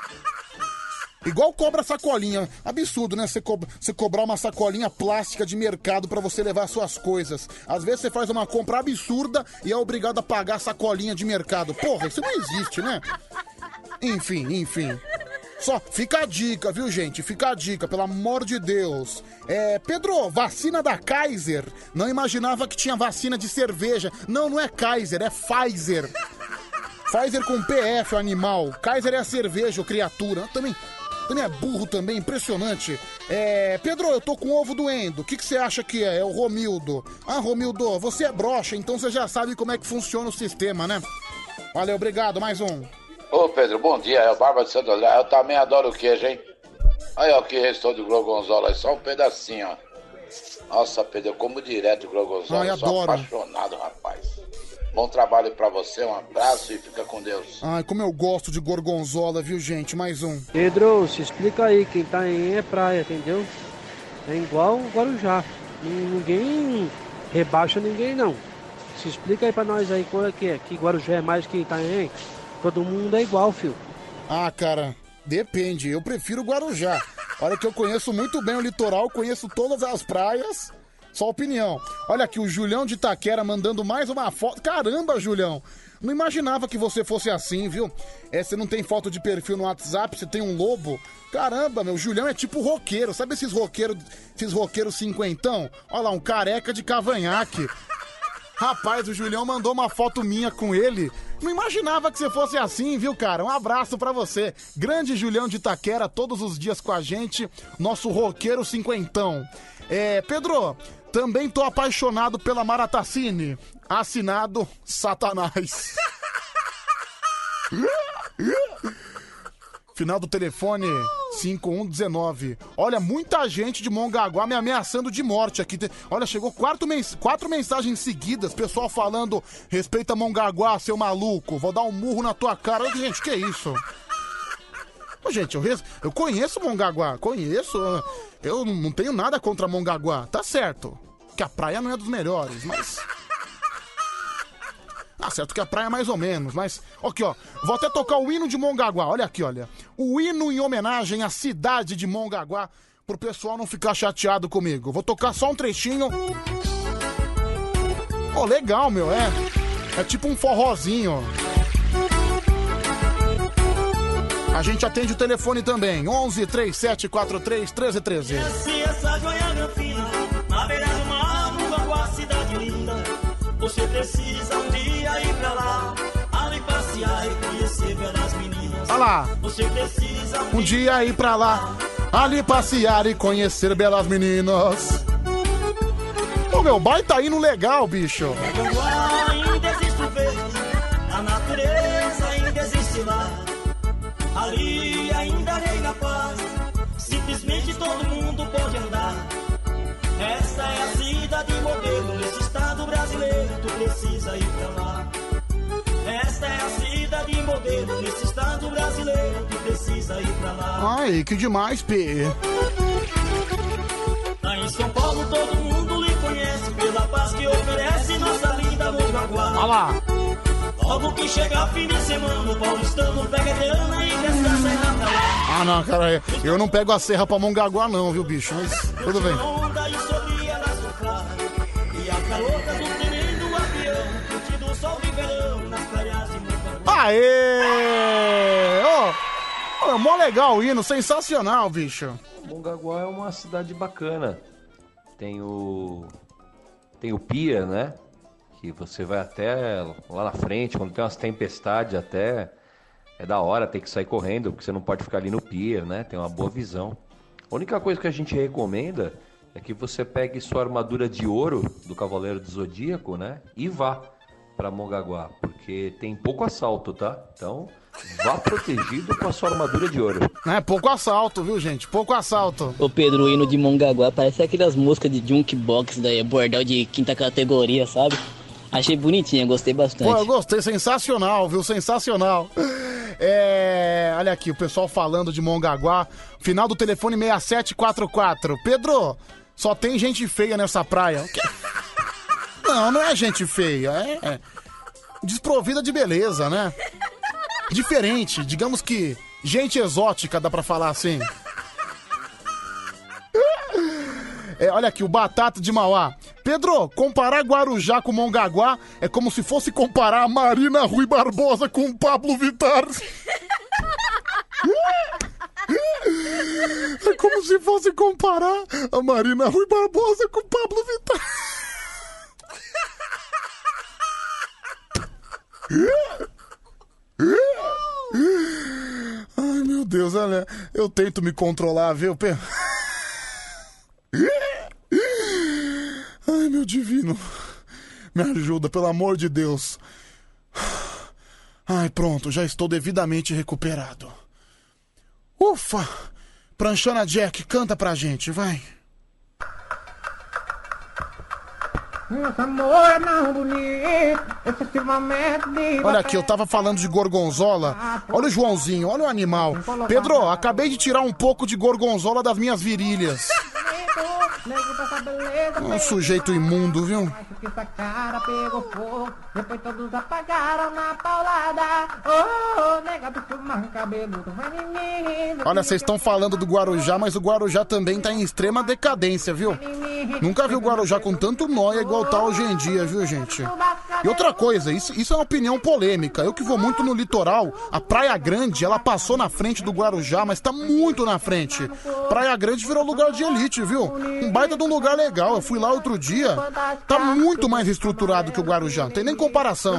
S1: Igual cobra sacolinha. Absurdo, né? Você, co- você cobrar uma sacolinha plástica de mercado pra você levar suas coisas. Às vezes você faz uma compra absurda e é obrigado a pagar a sacolinha de mercado. Porra, isso não existe, né? Enfim, enfim. Só, fica a dica, viu, gente? Fica a dica, pelo amor de Deus. É, Pedro, vacina da Kaiser. Não imaginava que tinha vacina de cerveja. Não, não é Kaiser, é Pfizer. Pfizer com P F, o animal. Kaiser é a cerveja, o criatura. Também, também é burro também, impressionante. É, Pedro, eu tô com o ovo doendo. O que, que você acha que é? É o Romildo. Ah, Romildo, você é broxa, então você já sabe como é que funciona o sistema, né? Valeu, obrigado, mais um.
S4: Ô Pedro, bom dia, é o Barba de Santo André. Eu também adoro o queijo, hein? Olha o que restou de gorgonzola, é só um pedacinho, ó. Nossa, Pedro, eu como direto gorgonzola,
S1: Ai,
S4: eu sou
S1: adoro.
S4: apaixonado, rapaz. Bom trabalho pra você, um abraço e fica com Deus.
S1: Ai, como eu gosto de gorgonzola, viu, gente? Mais um.
S18: Pedro, se explica aí, quem tá em é praia, entendeu? É igual o Guarujá. Ninguém rebaixa ninguém, não. Se explica aí pra nós aí qual é que é. Que Guarujá é mais que Itaém. Todo mundo é igual, filho.
S1: Ah, cara, depende. Eu prefiro Guarujá. Olha que eu conheço muito bem o litoral, conheço todas as praias. Só opinião. Olha aqui, o Julião de Itaquera mandando mais uma foto. Caramba, Julião. Não imaginava que você fosse assim, viu? É, você não tem foto de perfil no WhatsApp, você tem um lobo. Caramba, meu, Julião é tipo roqueiro. Sabe esses roqueiros, esses roqueiros cinquentão? Olha lá, um careca de cavanhaque. Rapaz, o Julião mandou uma foto minha com ele. Não imaginava que você fosse assim, viu, cara? Um abraço pra você. Grande Julião de Itaquera, todos os dias com a gente. Nosso roqueiro cinquentão. É, Pedro, também tô apaixonado pela Mara Tassini. Assinado Satanás. Final do telefone cinco um um nove. Olha, muita gente de Mongaguá me ameaçando de morte aqui. Olha, chegou quatro, mens... quatro mensagens seguidas, pessoal falando: respeita Mongaguá, seu maluco, vou dar um murro na tua cara. Olha, gente, que é isso? Ô, gente, eu, res... eu conheço Mongaguá, conheço. Eu não tenho nada contra Mongaguá, tá certo. Que a praia não é dos melhores, mas... Ah, certo que a praia é mais ou menos, mas... Aqui, ó, vou até tocar o hino de Mongaguá, olha aqui, olha. O hino em homenagem à cidade de Mongaguá, pro pessoal não ficar chateado comigo. Vou tocar só um trechinho. Oh, legal, meu, é. É tipo um forrozinho. A gente atende o telefone também, onze, trinta e sete, quarenta e três, treze treze.
S22: Essa Goiânia fina, na beira do mar, Mongaguá, cidade linda. Você precisa um dia ir pra lá, ali passear e conhecer belas meninas.
S1: Olha lá.
S22: Você precisa
S1: Um dia ir pra lá, ali passear e conhecer belas meninas. Ô, meu, baita hino legal, bicho.
S22: Mongaguá ainda existe o verde, a natureza ainda existe lá. Ali ainda reina a paz, simplesmente todo mundo pode andar. Essa é a cidade modelo, nesse estado brasileiro, tu precisa ir pra lá. Esta é a cidade modelo, nesse estado brasileiro, tu precisa ir pra lá.
S1: Ai, que demais, P.
S22: Lá em São Paulo todo mundo lhe conhece, pela paz que oferece nossa linda Mongaguá.
S1: Olha lá.
S22: Logo que chega fim de semana, o paulistano pega a grana e desce a serra pra lá.
S1: Ah, não, cara, eu não pego a serra pra Mongaguá não, viu, bicho? Mas tudo bem.
S22: Onda e sorria na sofá, e as garotas do tremendo avião, curtindo o sol de verão nas praias de Mongaguá.
S1: Aê! Ô, oh, mó legal o hino, sensacional, bicho.
S8: Mongaguá é uma cidade bacana. Tem o... Tem o Pia, né? Que você vai até lá na frente, quando tem umas tempestades até... É da hora, tem que sair correndo, porque você não pode ficar ali no pier, né? Tem uma boa visão. A única coisa que a gente recomenda é que você pegue sua armadura de ouro do Cavaleiro do Zodíaco, né? E vá pra Mongaguá, porque tem pouco assalto, tá? Então, vá protegido com a sua armadura de ouro.
S1: É, pouco assalto, viu, gente? Pouco assalto.
S6: Ô Pedro, o hino de Mongaguá parece aquelas músicas de jukebox da bordel de quinta categoria, sabe? Achei bonitinha, gostei bastante.
S1: Pô, eu gostei, sensacional, viu? Sensacional. É... Olha aqui, o pessoal falando de Mongaguá. Final do telefone seis sete quatro quatro. Pedro, só tem gente feia nessa praia. Não, não é gente feia, é... é desprovida de beleza, né? Diferente, digamos que gente exótica, dá pra falar assim. É, olha aqui, o Batata de Mauá. Pedro, comparar Guarujá com Mongaguá é como se fosse comparar a Marina Rui Barbosa com o Pablo Vittar. É como se fosse comparar a Marina Rui Barbosa com o Pablo Vittar. Ai, meu Deus, olha, eu tento me controlar, viu, Pedro? Ai, meu divino, me ajuda, pelo amor de Deus. Ai, pronto, já estou devidamente recuperado. Ufa! Pranchana Jack, canta pra gente, vai.
S22: Nosso amor é não bonito, excessivamente bonito.
S1: Olha aqui, eu tava falando de gorgonzola. Olha o Joãozinho, olha o animal. Pedro, acabei de tirar um pouco de gorgonzola das minhas virilhas. Um sujeito imundo, viu?
S22: Essa cara pegou fogo, depois todos apagaram na paulada. Oh,
S1: Olha, vocês estão falando do Guarujá, mas o Guarujá também tá em extrema decadência, viu? Nunca vi o Guarujá com tanto nóia igual tá hoje em dia, viu, gente? E outra coisa, isso, isso é uma opinião polêmica. Eu que vou muito no litoral, a Praia Grande, ela passou na frente do Guarujá, mas tá muito na frente. Praia Grande virou lugar de elite, viu? Um baita de um lugar legal. Eu fui lá outro dia, tá muito mais estruturado que o Guarujá, não tem nem comparação.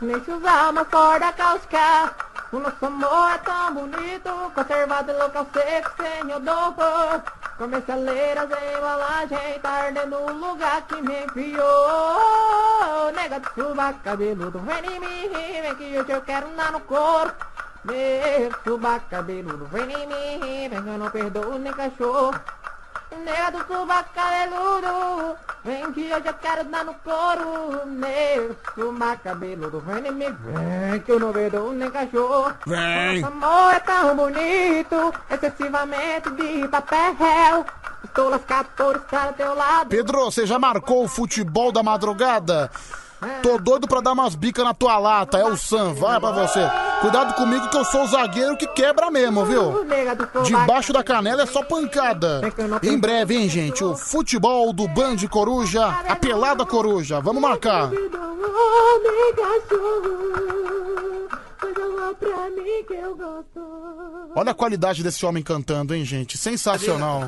S10: O nosso amor é tão bonito, conservado em local seco, sem odor. Com estaleiras em embalagem, tá ardendo um lugar que me enviou. Nega de suba cabeludo, vem em mim, vem que hoje eu quero andar no couro. Meu suba cabeludo, vem em mim, vem que eu não perdoo nem cachorro. Nega do suba cabeludo, vem que hoje eu quero dar no couro. Meu suba cabeludo, vem em mim, vem que eu não perdoo nem cachorro.
S1: Vem.
S10: Nosso amor é tão bonito, excessivamente de papel. Estou lascado por estar ao teu lado.
S1: Pedro, você já marcou o futebol da madrugada? Tô doido pra dar umas bicas na tua lata, é o Sam, vai pra você. Cuidado comigo que eu sou o zagueiro que quebra mesmo, viu? Debaixo da canela é só pancada. Em breve, hein, gente, o futebol do Band Coruja, a pelada Coruja, vamos marcar. Olha a qualidade desse homem cantando, hein, gente, sensacional.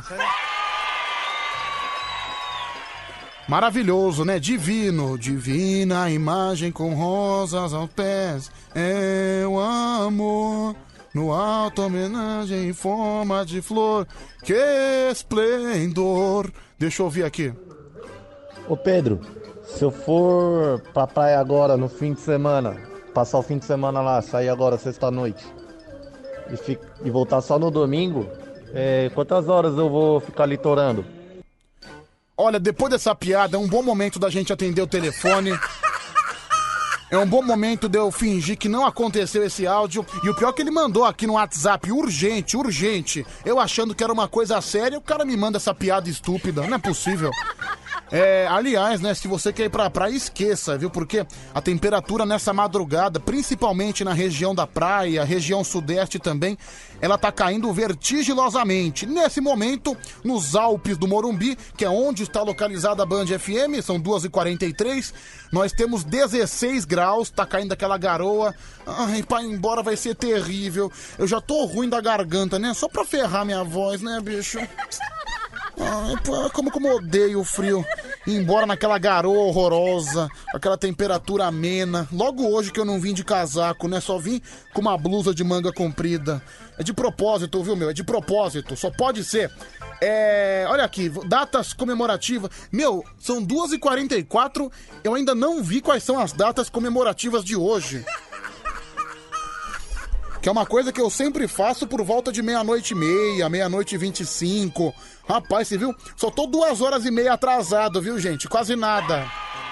S1: Maravilhoso, né? Divino, divina imagem com rosas aos pés. É o amor, no alto homenagem em forma de flor. Que esplendor. Deixa eu ouvir aqui.
S7: Ô Pedro, se eu for pra praia agora no fim de semana, passar o fim de semana lá, sair agora sexta-noite e, fi- e voltar só no domingo, é, quantas horas eu vou ficar litorando?
S1: Olha, depois dessa piada, é um bom momento da gente atender o telefone. É um bom momento de eu fingir que não aconteceu esse áudio. E o pior é que ele mandou aqui no WhatsApp, urgente, urgente. Eu achando que era uma coisa séria, o cara me manda essa piada estúpida. Não é possível. É, aliás, né, se você quer ir pra praia, esqueça, viu? Porque a temperatura nessa madrugada, principalmente na região da praia, região sudeste também, ela tá caindo vertiginosamente. Nesse momento, nos Alpes do Morumbi, que é onde está localizada a Band F M, são duas e quarenta e três, nós temos dezesseis graus, tá caindo aquela garoa. Ai, pra ir embora vai ser terrível. Eu já tô ruim da garganta, né? Só pra ferrar minha voz, né, bicho? Ai, pô, como que eu odeio o frio. Ir embora naquela garoa horrorosa, aquela temperatura amena. Logo hoje que eu não vim de casaco, né? Só vim com uma blusa de manga comprida. É de propósito, viu, meu? É de propósito, só pode ser. É... Olha aqui, datas comemorativas. Meu, são duas e quarenta e quatro, eu ainda não vi quais são as datas comemorativas de hoje. Que é uma coisa que eu sempre faço por volta de meia-noite e meia, meia-noite e vinte e cinco. Rapaz, você viu? Só tô duas horas e meia atrasado, viu, gente? Quase nada.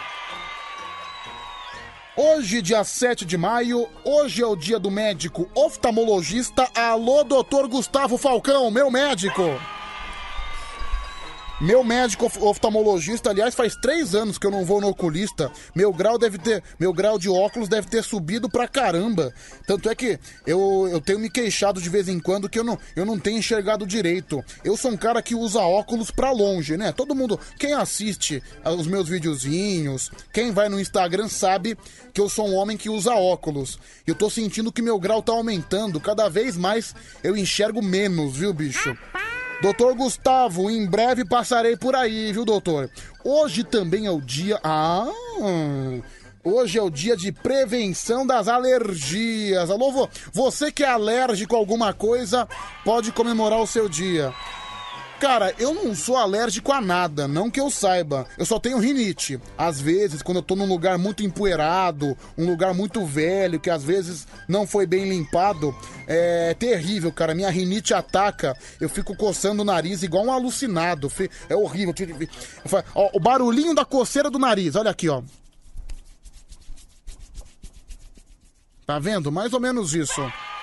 S1: Hoje, dia sete de maio, hoje é o dia do médico oftalmologista. Alô, doutor Gustavo Falcão, meu médico. Meu médico oftalmologista, aliás, faz três anos que eu não vou no oculista. Meu grau deve ter, meu grau de óculos deve ter subido pra caramba. Tanto é que eu, eu tenho me queixado de vez em quando que eu não, eu não tenho enxergado direito. Eu sou um cara que usa óculos pra longe, né? Todo mundo, quem assiste os meus videozinhos, quem vai no Instagram sabe que eu sou um homem que usa óculos. Eu tô sentindo que meu grau tá aumentando. Cada vez mais eu enxergo menos, viu, bicho? Doutor Gustavo, em breve passarei por aí, viu, doutor? Hoje também é o dia... Ah... Hoje é o dia de prevenção das alergias. Alô, vo- você que é alérgico a alguma coisa, pode comemorar o seu dia. Cara, eu não sou alérgico a nada, não que eu saiba. Eu só tenho rinite. Às vezes, quando eu tô num lugar muito empoeirado, um lugar muito velho, que às vezes não foi bem limpado, é terrível, cara. Minha rinite ataca, eu fico coçando o nariz igual um alucinado. É horrível. Ó, o barulhinho da coceira do nariz, olha aqui, ó. Tá vendo? Mais ou menos isso.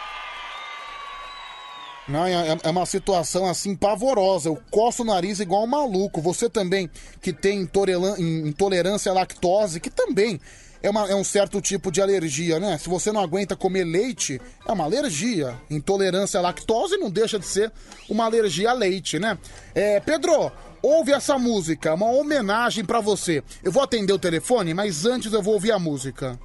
S1: Não, é, é uma situação assim pavorosa. Eu coço o nariz igual um maluco. Você também que tem intoleran- intolerância à lactose, que também é, uma, é um certo tipo de alergia, né? Se você não aguenta comer leite, é uma alergia. Intolerância à lactose não deixa de ser uma alergia a leite, né? É, Pedro, ouve essa música, uma homenagem pra você. Eu vou atender o telefone, mas antes eu vou ouvir a música.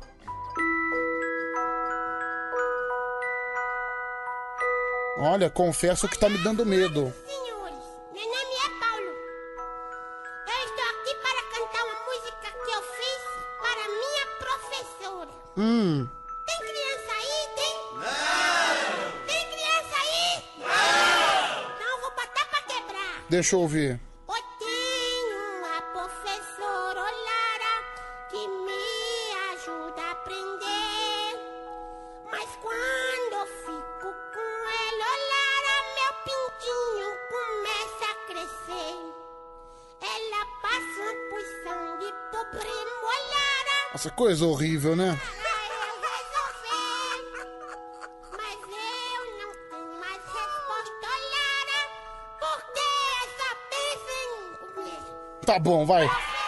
S1: Olha, confesso que tá me dando medo.
S19: Senhores, meu nome é Paulo. Eu estou aqui para cantar uma música que eu fiz para minha professora.
S1: Hum.
S19: Tem criança aí? Tem? Não! Tem criança aí? Não! Então eu vou botar pra quebrar.
S1: Deixa eu ouvir.
S19: Eu tenho uma professora Lara que me ajuda a aprender. Mas quando eu fico com ela, Lara, meu pintinho começa a crescer. Ela passa por sangue pro primo Lara.
S1: Essa coisa horrível, né?
S19: Mas eu não tenho mais resposta, Lara, porque essa pensa em comer.
S1: Tá bom, vai.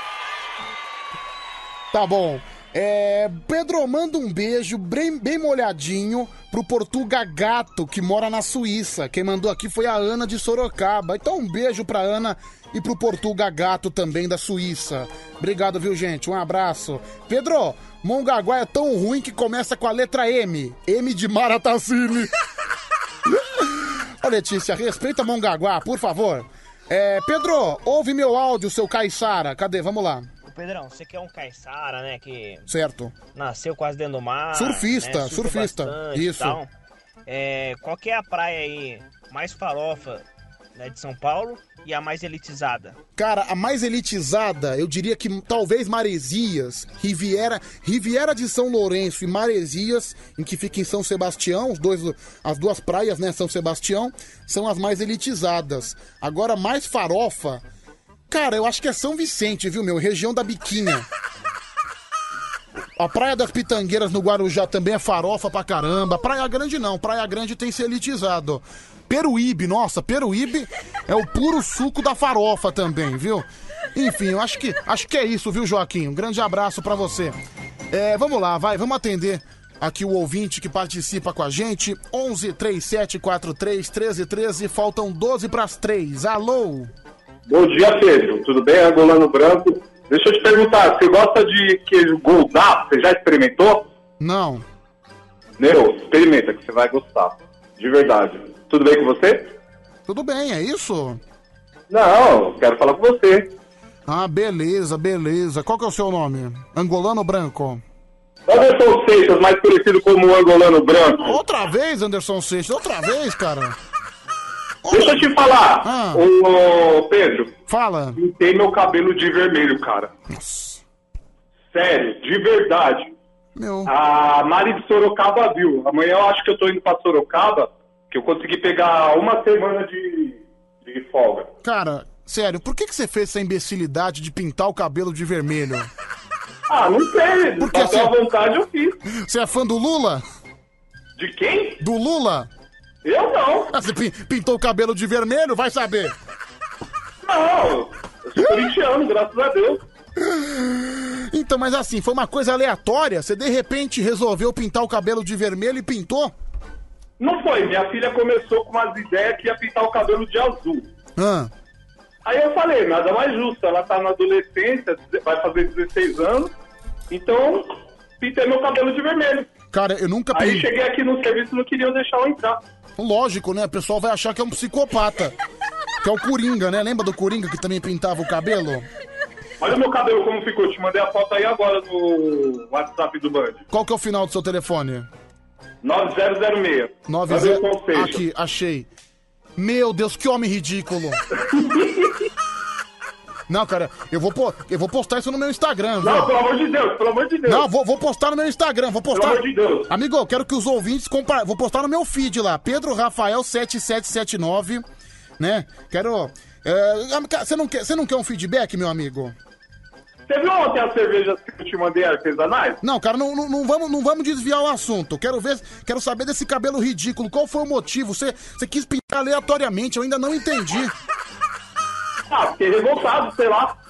S1: Tá bom. É, Pedro, manda um beijo bem, bem molhadinho pro Portuga Gato, que mora na Suíça. Quem mandou aqui foi a Ana de Sorocaba. Então um beijo pra Ana e pro Portuga Gato também da Suíça. Obrigado, viu, gente? Um abraço. Pedro, Mongaguá é tão ruim que começa com a letra M. M de Maratacine. Ô, Letícia, respeita Mongaguá, por favor. É, Pedro, ouve meu áudio, seu Caiçara. Cadê? Vamos lá.
S20: Pedrão, você que é um caiçara, né, que
S1: Certo.
S20: nasceu quase dentro do mar.
S1: Surfista,
S20: né, surfa
S1: surfista,
S20: bastante e
S1: isso.
S20: tal. É, qual que é a praia aí mais farofa, né, de São Paulo e a mais elitizada?
S1: Cara, a mais elitizada, eu diria que talvez Maresias, Riviera, Riviera de São Lourenço e Maresias, em que fica em São Sebastião, os dois, as duas praias, né, São Sebastião, são as mais elitizadas. Agora, mais farofa, cara, eu acho que é São Vicente, viu, meu? Região da Biquinha. A Praia das Pitangueiras no Guarujá também é farofa pra caramba. Praia Grande não, Praia Grande tem se elitizado. Peruíbe, nossa, Peruíbe é o puro suco da farofa também, viu? Enfim, eu acho que, acho que é isso, viu, Joaquim? Um grande abraço pra você. É, vamos lá, vai, vamos atender aqui o ouvinte que participa com a gente. onze, trinta e sete, quarenta e três, treze, treze, faltam doze pras três. Alô?
S21: Bom dia, Pedro. Tudo bem? Angolano Branco. Deixa eu te perguntar, você gosta de queijo Gouda? Você já experimentou?
S1: Não.
S21: Meu, experimenta que você vai gostar. De verdade. Tudo bem com você?
S1: Tudo bem, é isso?
S21: Não, quero falar com você.
S1: Ah, beleza, beleza. Qual que é o seu nome? Angolano Branco?
S21: Anderson Seixas, mais conhecido como Angolano Branco.
S1: Outra vez, Anderson Seixas? Outra vez, cara?
S21: Deixa eu te falar,
S1: Ah.
S21: ô Pedro.
S1: Fala.
S21: Pintei meu cabelo de vermelho, cara. Sério, de verdade.
S1: Meu.
S21: A Mari de Sorocaba viu. Amanhã eu acho que eu tô indo pra Sorocaba, que eu consegui pegar uma semana de, de folga.
S1: Cara, sério, por que, que você fez essa imbecilidade de pintar o cabelo de vermelho?
S21: Ah, não sei.
S1: Porque
S21: Bateu à vontade, eu fiz.
S1: Você é fã do Lula?
S21: De quem?
S1: Do Lula?
S21: Eu não.
S1: Ah, você pin- pintou o cabelo de vermelho? Vai saber.
S21: Não, eu sou corintiano, graças a Deus.
S1: Então, mas assim, foi uma coisa aleatória? Você de repente resolveu pintar o cabelo de vermelho e pintou?
S21: Não foi, minha filha começou com umas ideias que ia pintar o cabelo de azul.
S1: Ah.
S21: Aí eu falei, nada mais justo, ela tá na adolescência, vai fazer dezesseis anos, então pintei meu cabelo de vermelho.
S1: Cara, eu nunca
S21: Aí
S1: pin-
S21: cheguei aqui no serviço e não queriam deixar eu entrar.
S1: Lógico, né? O pessoal vai achar que é um psicopata. Que é o Coringa, né? Lembra do Coringa que também pintava o cabelo?
S21: Olha o meu cabelo como ficou, te mandei a foto aí agora no WhatsApp do Band.
S1: Qual que é o final do seu telefone?
S21: nove zero zero seis.
S1: nove zero...
S21: Anderson Seixas.
S1: Aqui, achei. Meu Deus, que homem ridículo. Não, cara, eu vou, po- eu vou postar isso no meu Instagram, viu?
S21: Não, pelo amor de Deus, pelo amor de Deus.
S1: Não, vou, vou postar no meu Instagram, vou postar.
S21: Pelo amor de Deus.
S1: Amigo, eu quero que os ouvintes compartilhem. Vou postar no meu feed lá, Pedro Rafael sete sete sete nove, né? Quero... é, Você não quer, você não quer um feedback, meu amigo?
S21: Você viu ontem as cervejas que eu te mandei artesanais?
S1: Não, cara, não, não, não vamos, não vamos desviar o assunto. Quero ver, quero saber desse cabelo ridículo. Qual foi o motivo? Você, você quis pintar aleatoriamente, eu ainda não entendi.
S21: Ah, fiquei revoltado, sei lá.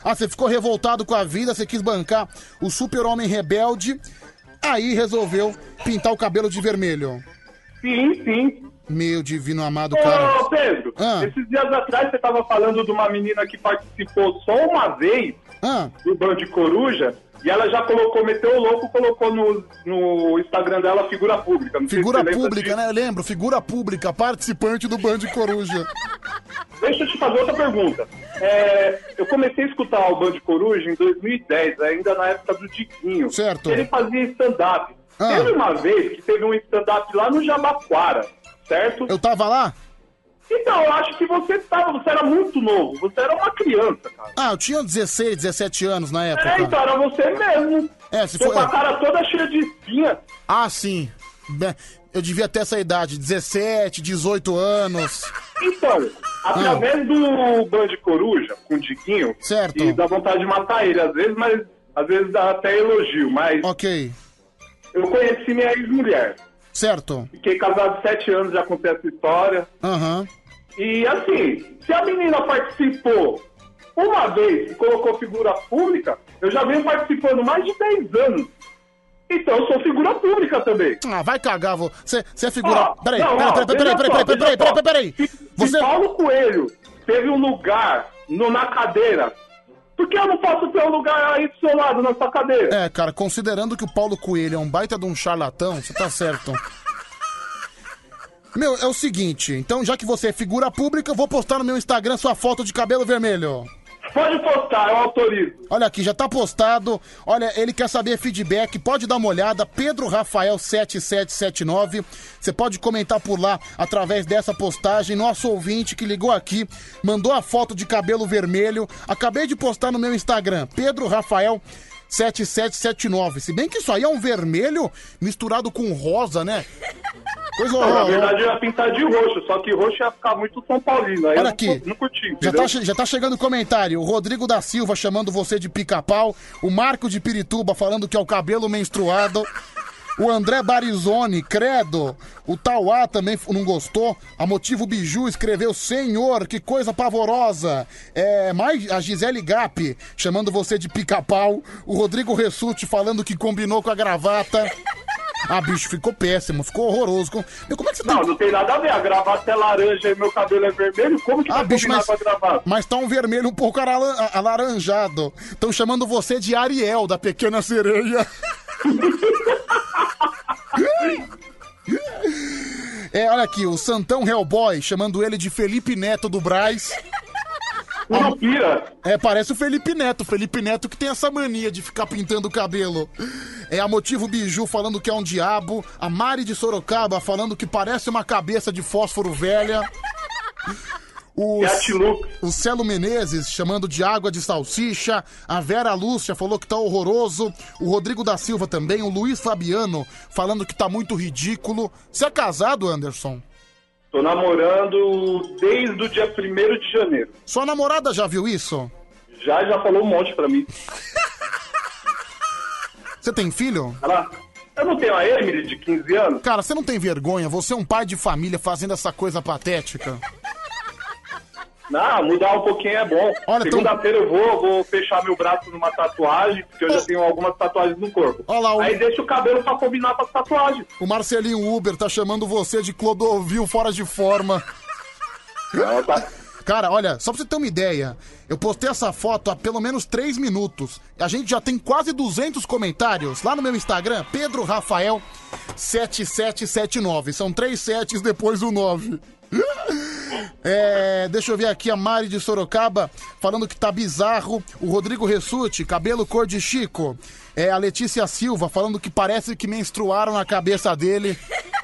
S1: Ah, você ficou revoltado com a vida, você quis bancar o super-homem rebelde, aí resolveu pintar o cabelo de vermelho.
S21: Sim, sim.
S1: Meu divino amado, cara.
S21: Ô, Pedro,
S1: Ah.
S21: esses dias atrás você tava falando de uma menina que participou só uma vez
S1: Ah.
S21: do Band Coruja e ela já colocou, meteu o louco, colocou no, no Instagram dela figura pública. Não sei
S1: Figura
S21: se você lembra
S1: pública,
S21: disso.
S1: né? Eu lembro, figura pública, participante do Band Coruja.
S21: Deixa eu te fazer outra pergunta. É, eu comecei a escutar o Band Coruja em dois mil e dez, ainda na época do Diguinho.
S1: Certo.
S21: Ele fazia stand-up.
S1: Ah.
S21: Teve uma vez que teve um stand-up lá no Jabaquara, certo?
S1: Eu tava lá?
S21: Então, eu acho que você tava, você era muito novo, você era uma criança, cara.
S1: Ah, eu tinha dezesseis, dezessete anos na época.
S21: É, então, era você mesmo.
S1: É, se
S21: Tô
S1: for...
S21: com a cara toda cheia de espinha.
S1: Ah, sim. Bem, eu devia ter essa idade, dezessete, dezoito anos.
S21: Então, através do Band Coruja, com o Diguinho,
S1: certo.
S21: E dá vontade de matar ele, às vezes, mas às vezes dá até elogio, mas...
S1: Ok.
S21: Eu conheci minha ex-mulher.
S1: Certo.
S21: Fiquei casado sete anos, já contei essa história.
S1: Aham.
S21: E assim, se a menina participou uma vez e colocou figura pública, eu já venho participando mais de dez anos. Então eu sou figura pública também.
S1: Ah, vai cagar, vô. Você você é figura...
S21: Ó,
S1: Peraí,
S21: não,
S1: peraí,
S21: ó,
S1: peraí, peraí,
S21: veja
S1: peraí,
S21: só,
S1: peraí, peraí,
S21: veja
S1: peraí,
S21: só.
S1: peraí, peraí.
S21: Se,
S1: Você...
S21: se Paulo Coelho teve um lugar no, na cadeira, por que eu não posso ter um lugar aí do seu lado, na sua cadeira?
S1: É, cara, considerando que o Paulo Coelho é um baita de um charlatão, você tá certo. Meu, é o seguinte, então já que você é figura pública, eu vou postar no meu Instagram sua foto de cabelo vermelho.
S21: Pode postar, eu autorizo.
S1: Olha aqui, já tá postado. Olha, ele quer saber feedback, pode dar uma olhada. Pedro Rafael sete sete sete nove. Você pode comentar por lá através dessa postagem. Nosso ouvinte que ligou aqui, mandou a foto de cabelo vermelho. Acabei de postar no meu Instagram, Pedro Rafael sete sete sete nove. Se bem que isso aí é um vermelho misturado com rosa, né? Coisa
S21: Não, na
S1: horrorosa.
S21: verdade eu ia pintar de roxo, só que roxo ia ficar muito São Paulino. Aí
S1: Olha
S21: eu não,
S1: aqui.
S21: não curti,
S1: Já
S21: entendeu?
S1: tá, che- já tá chegando o comentário. O Rodrigo da Silva chamando você de pica-pau. O Marco de Pirituba falando que é o cabelo menstruado. O André Barizoni, credo. O Tauá também f- não gostou. A Motivo Biju escreveu: Senhor, que coisa pavorosa. É, mais a Gisele Gap chamando você de pica-pau. O Rodrigo Ressuti falando que combinou com a gravata. Ah, bicho, ficou péssimo, ficou horroroso. Com- Meu, como é que você
S21: Não,
S1: tem...
S21: não tem nada a ver. A gravata é laranja e meu cabelo é vermelho. Como que
S1: Ah,
S21: vai
S1: bicho,
S21: combinar
S1: mas,
S21: com a gravata?
S1: mas tá um vermelho um pouco aralan- alaranjado. Estão chamando você de Ariel, da Pequena Sereia. É, olha aqui, o Santão Hellboy, chamando ele de Felipe Neto do Brás.
S21: Curupira.
S1: É, parece o Felipe Neto. O Felipe Neto que tem essa mania de ficar pintando o cabelo. É a Motivo Biju falando que é um diabo. A Mari de Sorocaba falando que parece uma cabeça de fósforo velha. O, o Celo Menezes chamando de água de salsicha. A Vera Lúcia falou que tá horroroso. O Rodrigo da Silva também. O Luiz Fabiano falando que tá muito ridículo. Você é casado, Anderson?
S21: Tô namorando desde o dia primeiro de janeiro.
S1: Sua namorada já viu isso?
S21: Já, já falou um monte pra mim.
S1: Você tem filho?
S21: Ela... Eu não tenho a Emily de quinze anos?
S1: Cara, você não tem vergonha? Você é um pai de família fazendo essa coisa patética?
S21: Não, mudar um pouquinho é bom.
S1: Olha,
S21: Segunda-feira eu vou, vou fechar meu braço numa tatuagem, porque eu já tenho algumas tatuagens no corpo.
S1: Olha lá, o-
S21: Aí deixa o cabelo pra combinar com as tatuagens.
S1: O Marcelinho Uber tá chamando você de Clodovil fora de forma. Cara, olha, só pra você ter uma ideia, eu postei essa foto há pelo menos três minutos. A gente já tem quase duzentos comentários lá no meu Instagram, Pedro Rafael sete sete sete nove. São três setes depois do nove. É, deixa eu ver aqui a Mari de Sorocaba falando que tá bizarro. O Rodrigo Ressuti, cabelo cor de Chico. É, a Letícia Silva falando que parece que menstruaram na cabeça dele.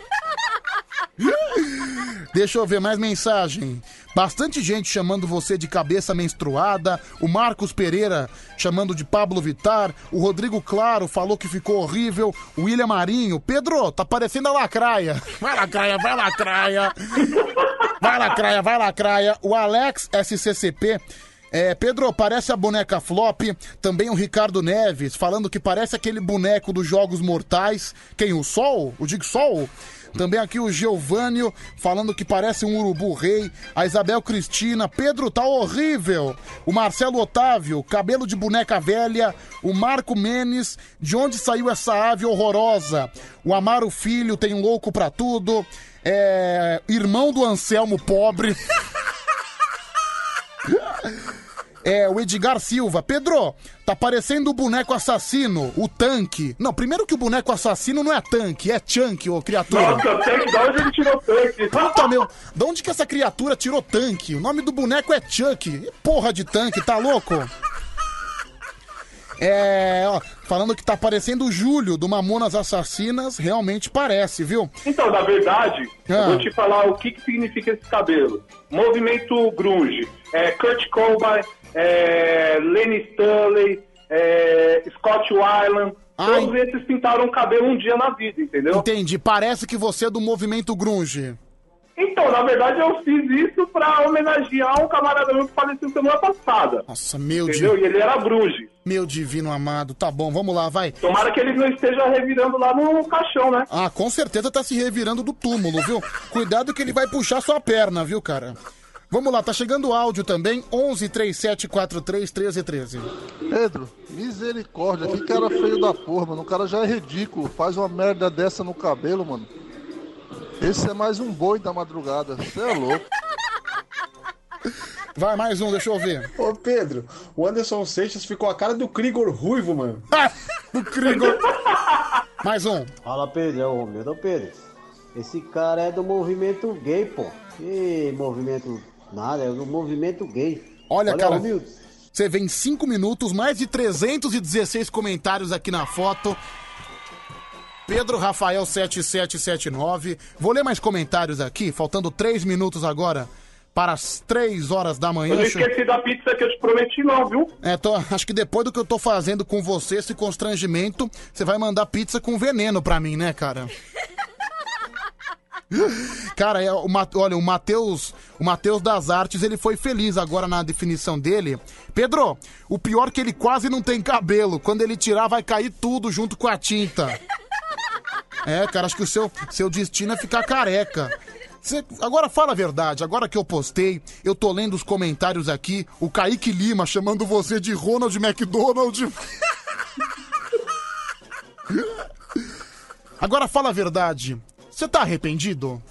S1: Deixa eu ver mais mensagem. Bastante gente chamando você de cabeça menstruada. O Marcos Pereira chamando de Pablo Vittar. O Rodrigo Claro falou que ficou horrível. O William Marinho. Pedro, tá parecendo a lacraia. Vai lacraia, vai lacraia. Vai lacraia, vai lacraia. O Alex S C C P. É, Pedro, parece a boneca Flop. Também o Ricardo Neves falando que parece aquele boneco dos Jogos Mortais. Quem? O Sol? O Dig Sol? Também aqui o Geovânio falando que parece um urubu rei. A Isabel Cristina, Pedro tá horrível. O Marcelo Otávio, cabelo de boneca velha. O Marco Menes, de onde saiu essa ave horrorosa? O Amaro Filho tem um louco pra tudo. É... Irmão do Anselmo pobre. É, o Edgar Silva. Pedro, tá parecendo o boneco assassino, o tanque. Não, primeiro que o boneco assassino não é tanque, é chunk, ô criatura.
S21: Nossa, tanque, da onde ele tirou tanque?
S1: Puta, meu, da onde que essa criatura tirou tanque? O nome do boneco é Chuck. Porra de tanque, tá louco? É, ó, falando que tá parecendo o Júlio do Mamonas Assassinas, realmente parece, viu?
S21: Então, na verdade,
S1: Ah.
S21: eu vou te falar o que, que significa esse cabelo. Movimento grunge, é, Kurt Cobain, é, Lenny Stanley, é, Scott Weiland, todos esses pintaram o cabelo um dia na vida, entendeu?
S1: Entendi, parece que você é do movimento grunge.
S21: Então, na verdade, eu fiz isso pra homenagear um camarada meu que faleceu semana passada.
S1: Nossa, meu
S21: Entendeu?
S1: di-
S21: E ele era grunge.
S1: Meu divino amado, tá bom, vamos lá, vai.
S21: Tomara que ele não esteja revirando lá no caixão, né?
S1: Ah, com certeza tá se revirando do túmulo, viu? Cuidado que ele vai puxar sua perna, viu, cara? Vamos lá, tá chegando o áudio também, onze, trinta e sete, quarenta e três, treze, treze.
S11: Pedro, misericórdia, que cara feio da porra, mano. O cara já é ridículo, faz uma merda dessa no cabelo, mano. Esse é mais um boi da madrugada, você é louco.
S1: Vai, mais um, deixa eu ver.
S9: Ô, Pedro, o Anderson Seixas ficou a cara do Krigor ruivo, mano.
S1: Do Krigor. Mais um.
S16: Fala, Pedro, é o Romildo. Ô, Pedro, esse cara é do movimento gay, pô. Que movimento nada, é do movimento gay.
S1: Olha, cara,
S16: Romildo.
S1: você vê em cinco minutos, mais de trezentos e dezesseis comentários aqui na foto. Pedro Rafael sete sete sete nove. Vou ler mais comentários aqui, faltando três minutos agora para as três horas da manhã.
S21: Eu não esqueci da pizza que eu te prometi não, viu?
S1: É, tô, acho que depois do que eu tô fazendo com você, esse constrangimento, você vai mandar pizza com veneno pra mim, né, cara? Cara, é, o, Ma- olha, o Matheus o Matheus das Artes, ele foi feliz agora na definição dele. Pedro, o pior é que ele quase não tem cabelo. Quando ele tirar, vai cair tudo junto com a tinta. É, cara, acho que o seu, seu destino é ficar careca. Cê, agora fala a verdade, agora que eu postei, eu tô lendo os comentários aqui, o Kaique Lima chamando você de Ronald McDonald. Agora fala a verdade, você tá arrependido?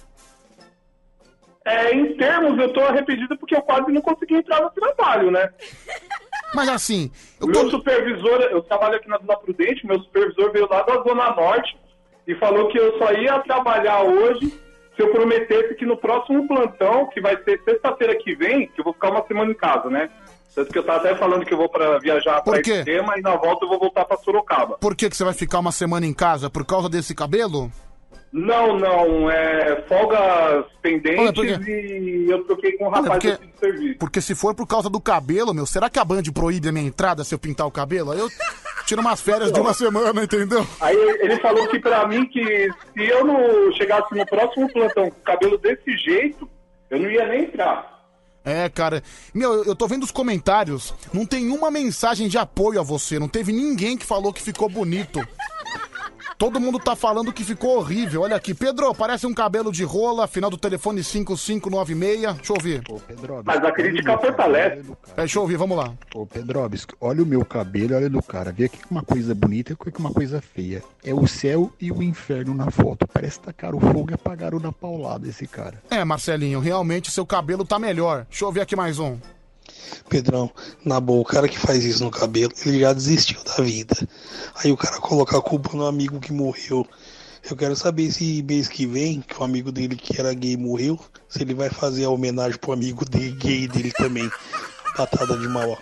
S21: É, em termos, eu tô arrependido porque eu quase não consegui entrar no trabalho, né?
S1: Mas assim,
S21: eu Meu tô... supervisor, eu trabalho aqui na Vila Prudente, meu supervisor veio lá da Zona Norte e falou que eu só ia trabalhar hoje se eu prometesse que no próximo plantão, que vai ser sexta-feira que vem, que eu vou ficar uma semana em casa, né? Tanto que eu tava até falando que eu vou pra viajar pra Extrema e na volta eu vou voltar pra Sorocaba.
S1: Por que que você vai ficar uma semana em casa? Por causa desse cabelo?
S21: Não, não, é folgas pendentes.
S1: Olha, porque...
S21: e eu troquei com um rapaz
S1: porque...
S21: aqui de serviço.
S1: Porque se for por causa do cabelo, meu, será que a Band proíbe a minha entrada se eu pintar o cabelo? Aí eu tiro umas férias de uma semana, entendeu?
S21: Aí ele falou que pra mim que se eu não chegasse no próximo plantão com o cabelo desse jeito, eu não ia nem entrar.
S1: É, cara, meu, eu tô vendo os comentários, não tem uma mensagem de apoio a você, não teve ninguém que falou que ficou bonito. Todo mundo tá falando que ficou horrível. Olha aqui, Pedro, parece um cabelo de rola, final do telefone cinco cinco nove seis. Deixa eu ouvir.
S23: Ô, Pedro,
S21: mas a crítica fortalece.
S1: É, deixa eu ouvir, vamos lá.
S23: Ô, Pedro, olha o meu cabelo, olha do cara. Vê aqui que uma coisa bonita e que uma coisa feia. É o céu e o inferno na foto. Parece que tacaram o fogo e apagaram na paulada esse cara.
S1: É, Marcelinho, realmente seu cabelo tá melhor. Deixa eu ver aqui mais um.
S13: Pedrão, na boa, o cara que faz isso no cabelo, ele já desistiu da vida. Aí o cara coloca a culpa no amigo que morreu. Eu quero saber se mês que vem, que o amigo dele que era gay morreu, se ele vai fazer a homenagem pro amigo dele, gay dele também. Batata de Mauá.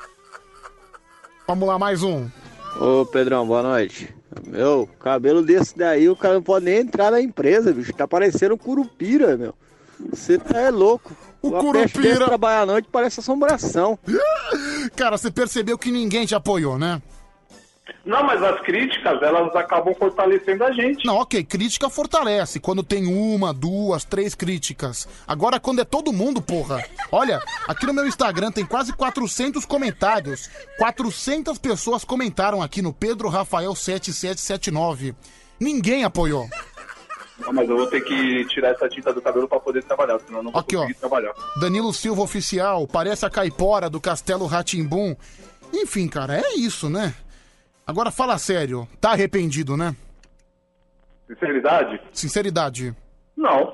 S1: Vamos lá, mais um.
S24: Ô, Pedrão, boa noite. Meu, cabelo desse daí, o cara não pode nem entrar na empresa, bicho. Tá parecendo um curupira, meu. Você tá é louco.
S1: O
S24: Uma
S1: curupira
S24: peste trabalhar à noite parece assombração.
S1: Cara, você percebeu que ninguém te apoiou, né?
S21: Não, mas as críticas, elas acabam fortalecendo a gente.
S1: Não, ok, crítica fortalece. Quando tem uma, duas, três críticas. Agora, quando é todo mundo, porra. Olha, aqui no meu Instagram tem quase quatrocentos comentários. quatrocentas pessoas comentaram aqui no Pedro Rafael sete sete sete nove. Ninguém apoiou.
S21: Ah, mas eu vou ter que tirar essa tinta do cabelo pra poder trabalhar, senão eu não vou
S1: Aqui,
S21: conseguir
S1: ó.
S21: trabalhar.
S1: Danilo Silva Oficial, parece a caipora do Castelo Rá-Tim-Bum. Enfim, cara, é isso, né? Agora fala sério, tá arrependido, né?
S21: Sinceridade?
S1: Sinceridade.
S21: Não.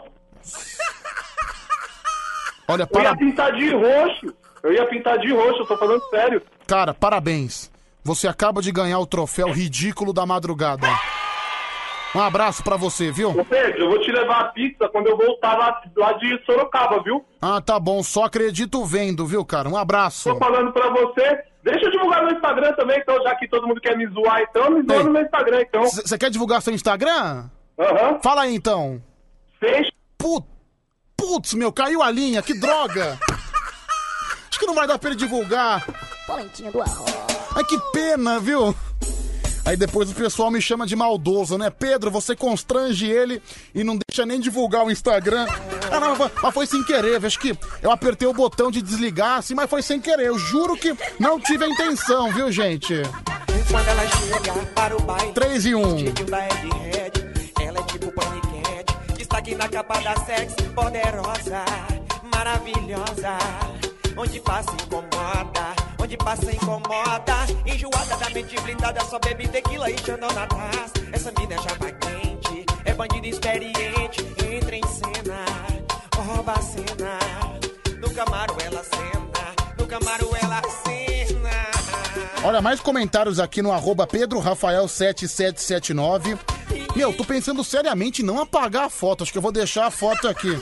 S1: Olha,
S21: Eu
S1: para...
S21: ia pintar de roxo. Eu ia pintar de roxo, eu tô falando sério.
S1: Cara, parabéns. Você acaba de ganhar o troféu ridículo da madrugada. Um abraço pra você, viu?
S21: Ô Pedro, eu vou te levar a pizza quando eu voltar lá, lá de Sorocaba, viu?
S1: Ah, tá bom. Só acredito vendo, viu, cara? Um abraço.
S21: Tô falando pra você. Deixa eu divulgar no Instagram também, então, já que todo mundo quer me zoar, então, me zoa no meu Instagram, então.
S1: Você quer divulgar seu Instagram?
S21: Aham. Uhum.
S1: Fala aí, então.
S21: Fecha.
S1: Put... Putz, meu, caiu a linha, que droga. Acho que não vai dar pra ele divulgar.
S3: Polentinha do arroz.
S1: Ai, que pena, viu? Aí depois o pessoal me chama de maldoso, né? Pedro, você constrange ele e não deixa nem divulgar o Instagram. Ah, não, mas foi sem querer, acho que eu apertei o botão de desligar, assim, mas foi sem querer. Eu juro que não tive a intenção, viu, gente?
S10: Quando ela chega para o baile,
S1: três e um.
S10: da Ed Red, ela é tipo paniquete. Destaque na capa da sexy, poderosa, maravilhosa. Onde passa incomoda, onde passa incomoda. Enjoada da mente blindada, só bebe tequila e chandão na taça. Essa mina é chapa quente, é bandida experiente. Entra em cena, rouba a cena. No Camaro ela cena, no Camaro ela cena.
S1: Olha, mais comentários aqui no arroba Pedro Rafael sete sete sete nove. Meu, tô pensando seriamente em não apagar a foto, acho que eu vou deixar a foto aqui.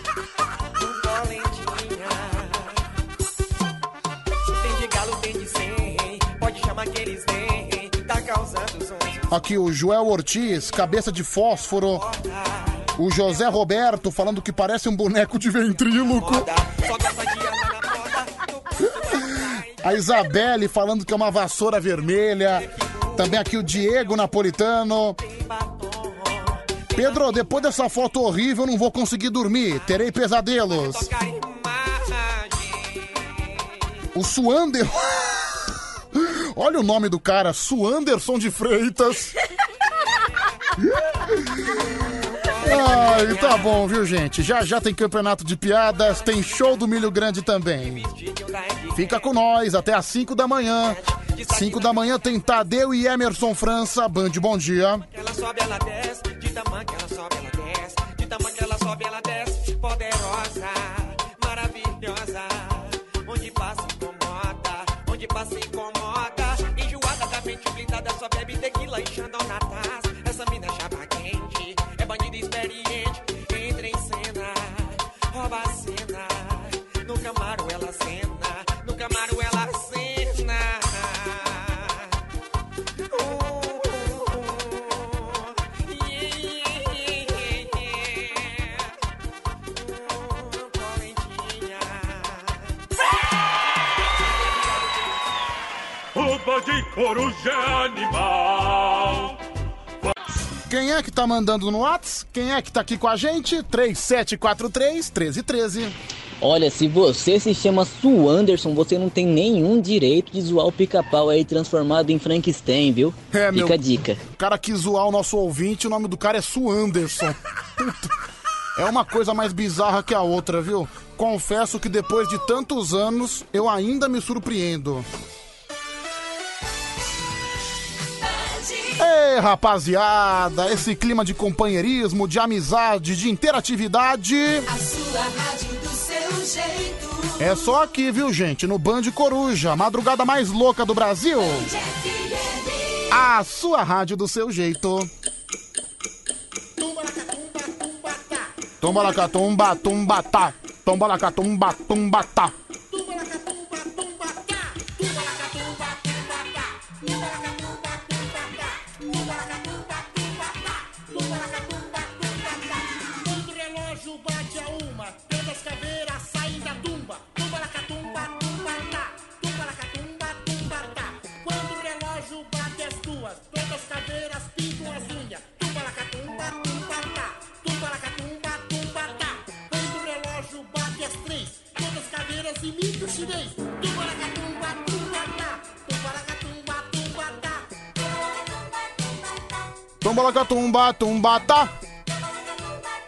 S1: Aqui o Joel Ortiz, cabeça de fósforo. O José Roberto falando que parece um boneco de ventríloco. A Isabelle falando que é uma vassoura vermelha. Também aqui o Diego Napolitano. Pedro, depois dessa foto horrível eu não vou conseguir dormir. Terei pesadelos. O Suander... Olha o nome do cara, Suanderson de Freitas. Ai, tá bom, viu, gente? Já já tem campeonato de piadas, tem show do Milho Grande também. Fica com nós até às cinco da manhã. cinco da manhã tem Tadeu e Emerson França, Band Bom Dia.
S10: Ela sobe, ela desce, de tamanho que ela sobe, ela desce, de tamanho que ela sobe, ela desce, poderosa, maravilhosa, onde passa incomoda, onde passa incomoda, enjoada da mente blindada, só bebe tequila e chandão na taça, essa mina é chapa quente, é bandida experiente, entra em cena, rouba a cena, no Camaro ela cena, no Camaro ela cena.
S5: O Band Coruja é animal.
S1: Quem é que tá mandando no WhatsApp? Quem é que tá aqui com a gente? três sete quatro três, um três um três.
S6: Olha, se você se chama Suanderson, você não tem nenhum direito de zoar o Pica-Pau aí transformado em Frankenstein, viu?
S1: É, meu,
S6: Fica a dica.
S1: O cara quis zoar o nosso ouvinte, o nome do cara é Suanderson. Puta, é uma coisa mais bizarra que a outra, viu? Confesso que depois de tantos anos, eu ainda me surpreendo. Ei, rapaziada, esse clima de companheirismo, de amizade, de interatividade.
S22: A sua rádio do seu jeito.
S1: É só aqui, viu, gente? No Band Coruja, a madrugada mais louca do Brasil. A sua rádio do seu jeito. Tumba la catumba, tumba tá. Tumba la catumba, tumba tá. Tumba la catumba, tumba tá.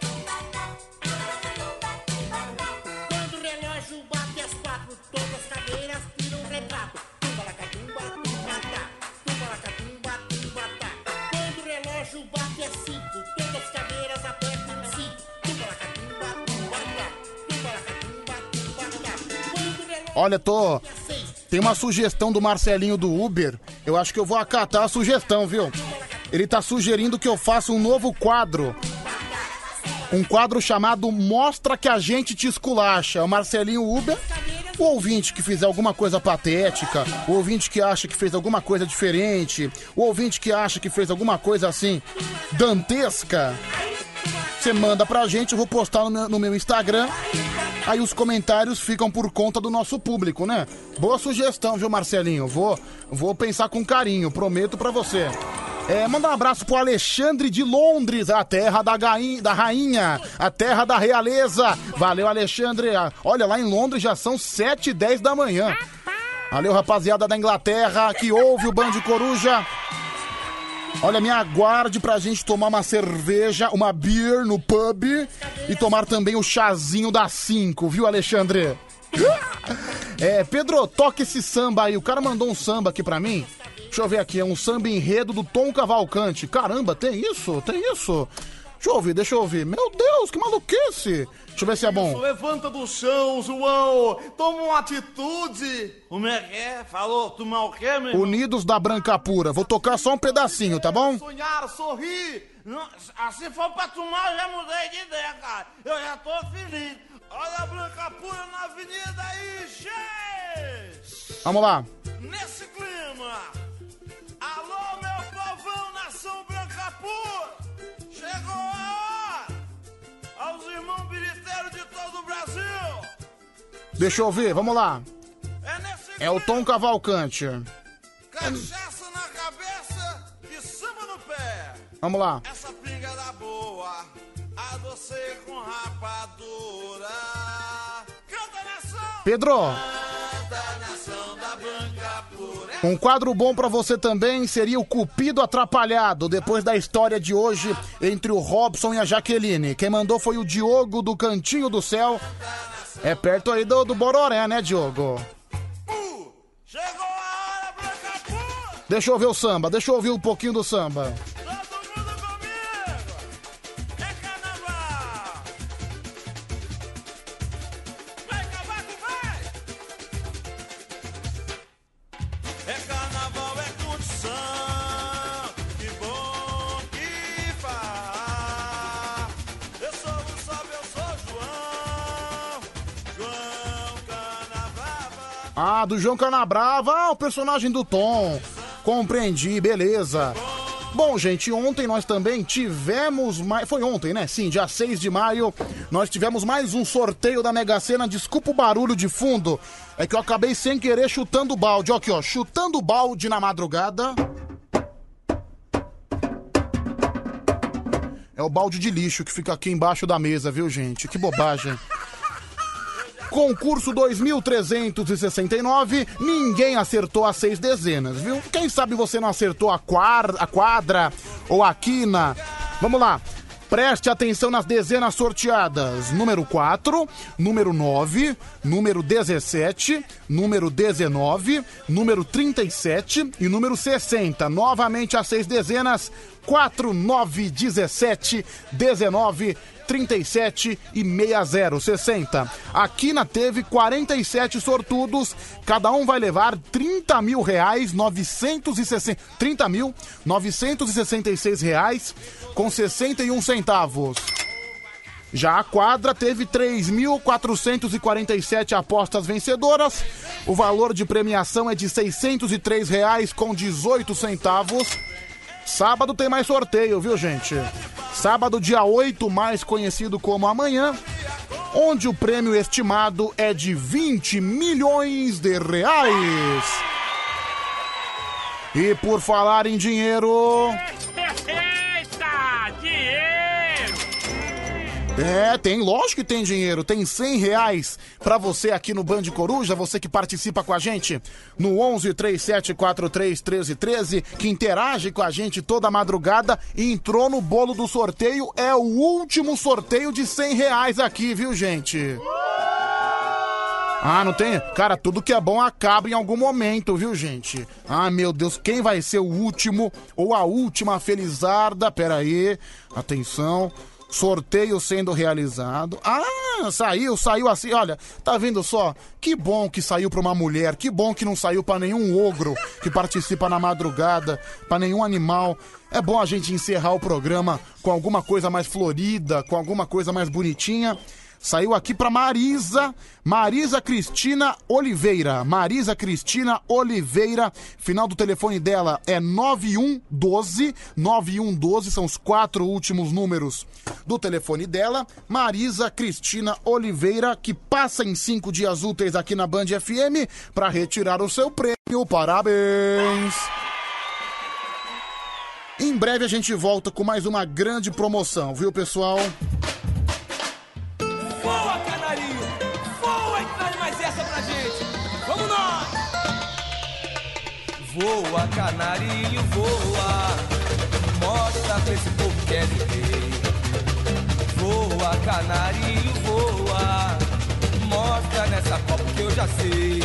S1: Olha, tô... Tem uma sugestão do Marcelinho do Uber. Eu acho que eu vou acatar a sugestão, viu? Ele tá sugerindo que eu faça um novo quadro. Um quadro chamado Mostra que a gente te esculacha. O Marcelinho Uber, o ouvinte que fizer alguma coisa patética, o ouvinte que acha que fez alguma coisa diferente, o ouvinte que acha que fez alguma coisa assim, dantesca, você manda pra gente, eu vou postar no meu, no meu Instagram. Aí os comentários ficam por conta do nosso público, né? Boa sugestão, viu, Marcelinho? Vou, vou pensar com carinho, prometo pra você. É, manda um abraço pro Alexandre de Londres, a terra da, gainha, da rainha, a terra da realeza. Valeu, Alexandre. Olha, lá em Londres já são sete e dez da manhã. Valeu, rapaziada da Inglaterra, que ouve o Band Coruja. Olha, me aguarde pra gente tomar uma cerveja, uma beer no pub e tomar também o chazinho das cinco, viu, Alexandre? É, Pedro, toca esse samba aí. O cara mandou um samba aqui pra mim. Deixa eu ver aqui, é um samba enredo do Tom Cavalcante. Caramba, tem isso? Tem isso? Deixa eu ouvir, deixa eu ouvir. Meu Deus, que maluquice. Deixa eu ver se é bom.
S3: Isso, levanta do chão, João. Toma uma atitude. Como é que é? Falou, tomar o quê, meu irmão?
S1: Unidos da Branca Pura. Vou tocar só um pedacinho, tá bom?
S3: Sonhar, sorrir. Não, se for pra tomar, eu já mudei de ideia, cara. Eu já tô feliz. Olha a Branca Pura na avenida aí, gente.
S1: Vamos lá.
S3: Nesse clima. Alô, meu povão, nação Branca Pura. Chegou a hora. Aos irmãos bilheteiros de todo o Brasil.
S1: Deixa eu ouvir, vamos lá.
S3: É, nesse
S1: é o Tom Cavalcante.
S3: Cachaça na cabeça e samba no pé.
S1: Vamos lá.
S3: Essa pinga da boa, a doce com rapadura. Canta, nação.
S1: Pedro.
S3: Canta, nação da Branca Pura.
S1: Um quadro bom pra você também seria o Cupido Atrapalhado, depois da história de hoje entre o Robson e a Jaqueline. Quem mandou foi o Diogo do Cantinho do Céu. É perto aí do, do Bororé, né, Diogo?
S3: Chegou a hora, Branca Pura.
S1: Deixa eu ouvir o samba, deixa eu ouvir um pouquinho do samba.
S3: Todo mundo comigo. É carnaval. Vai, cavaco, vai. É carnaval, é curtição. Que bom que faz. Eu sou o Sobe, eu sou o João. João Canabrava.
S1: Ah, do João Canabrava, ah, o personagem do Tom. Compreendi, beleza. Bom, gente, ontem nós também tivemos mais... Foi ontem, né? Sim, dia seis de maio, nós tivemos mais um sorteio da Mega Sena. Desculpa o barulho de fundo, é que eu acabei sem querer chutando o balde. Ó, aqui, ó, chutando o balde na madrugada. É o balde de lixo que fica aqui embaixo da mesa, viu, gente? Que bobagem. Concurso dois mil trezentos e sessenta e nove, ninguém acertou as seis dezenas, viu? Quem sabe você não acertou a, quar, a quadra ou a quina? Vamos lá, preste atenção nas dezenas sorteadas. Número quatro, número nove, número dezessete, número dezenove, número trinta e sete e número sessenta. Novamente as seis dezenas, quatro, nove, dezessete, dezenove, trinta e sete e sessenta, sessenta. A quina teve quarenta e sete sortudos, cada um vai levar trinta mil reais, novecentos e sessenta, trinta mil, novecentos e sessenta e seis reais com sessenta e um centavos. Já a quadra teve três mil quatrocentos e quarenta e sete apostas vencedoras, o valor de premiação é de seiscentos e três reais com dezoito centavos. Sábado tem mais sorteio, viu, gente? Sábado, dia oito, mais conhecido como amanhã, onde o prêmio estimado é de vinte milhões de reais. E por falar em dinheiro...
S5: Eita, dinheiro!
S1: É, tem, lógico que tem dinheiro. Tem cem reais pra você aqui no Band Coruja, você que participa com a gente no onze, três sete quatro três, treze treze, que interage com a gente toda madrugada e entrou no bolo do sorteio. É o último sorteio de cem reais aqui, viu, gente? Ah, não tem? Cara, tudo que é bom acaba em algum momento, viu, gente? Ah, meu Deus, quem vai ser o último ou a última felizarda? Pera aí, atenção... Sorteio sendo realizado. Ah, saiu, saiu assim, olha, tá vendo só? Que bom que saiu pra uma mulher, que bom que não saiu pra nenhum ogro que participa na madrugada, pra nenhum animal. É bom a gente encerrar o programa com alguma coisa mais florida, com alguma coisa mais bonitinha. Saiu aqui pra Marisa, Marisa Cristina Oliveira, Marisa Cristina Oliveira, final do telefone dela é nove um um dois, nove um um dois, são os quatro últimos números do telefone dela, Marisa Cristina Oliveira, que passa em cinco dias úteis aqui na Band F M pra retirar o seu prêmio, parabéns! Em breve a gente volta com mais uma grande promoção, viu, pessoal?
S12: Voa, canarinho! Voa e traz mais essa pra gente! Vamos nós! Voa, canarinho, voa! Mostra pra esse povo que é viver. Voa, canarinho, voa! Mostra nessa copa que eu já sei.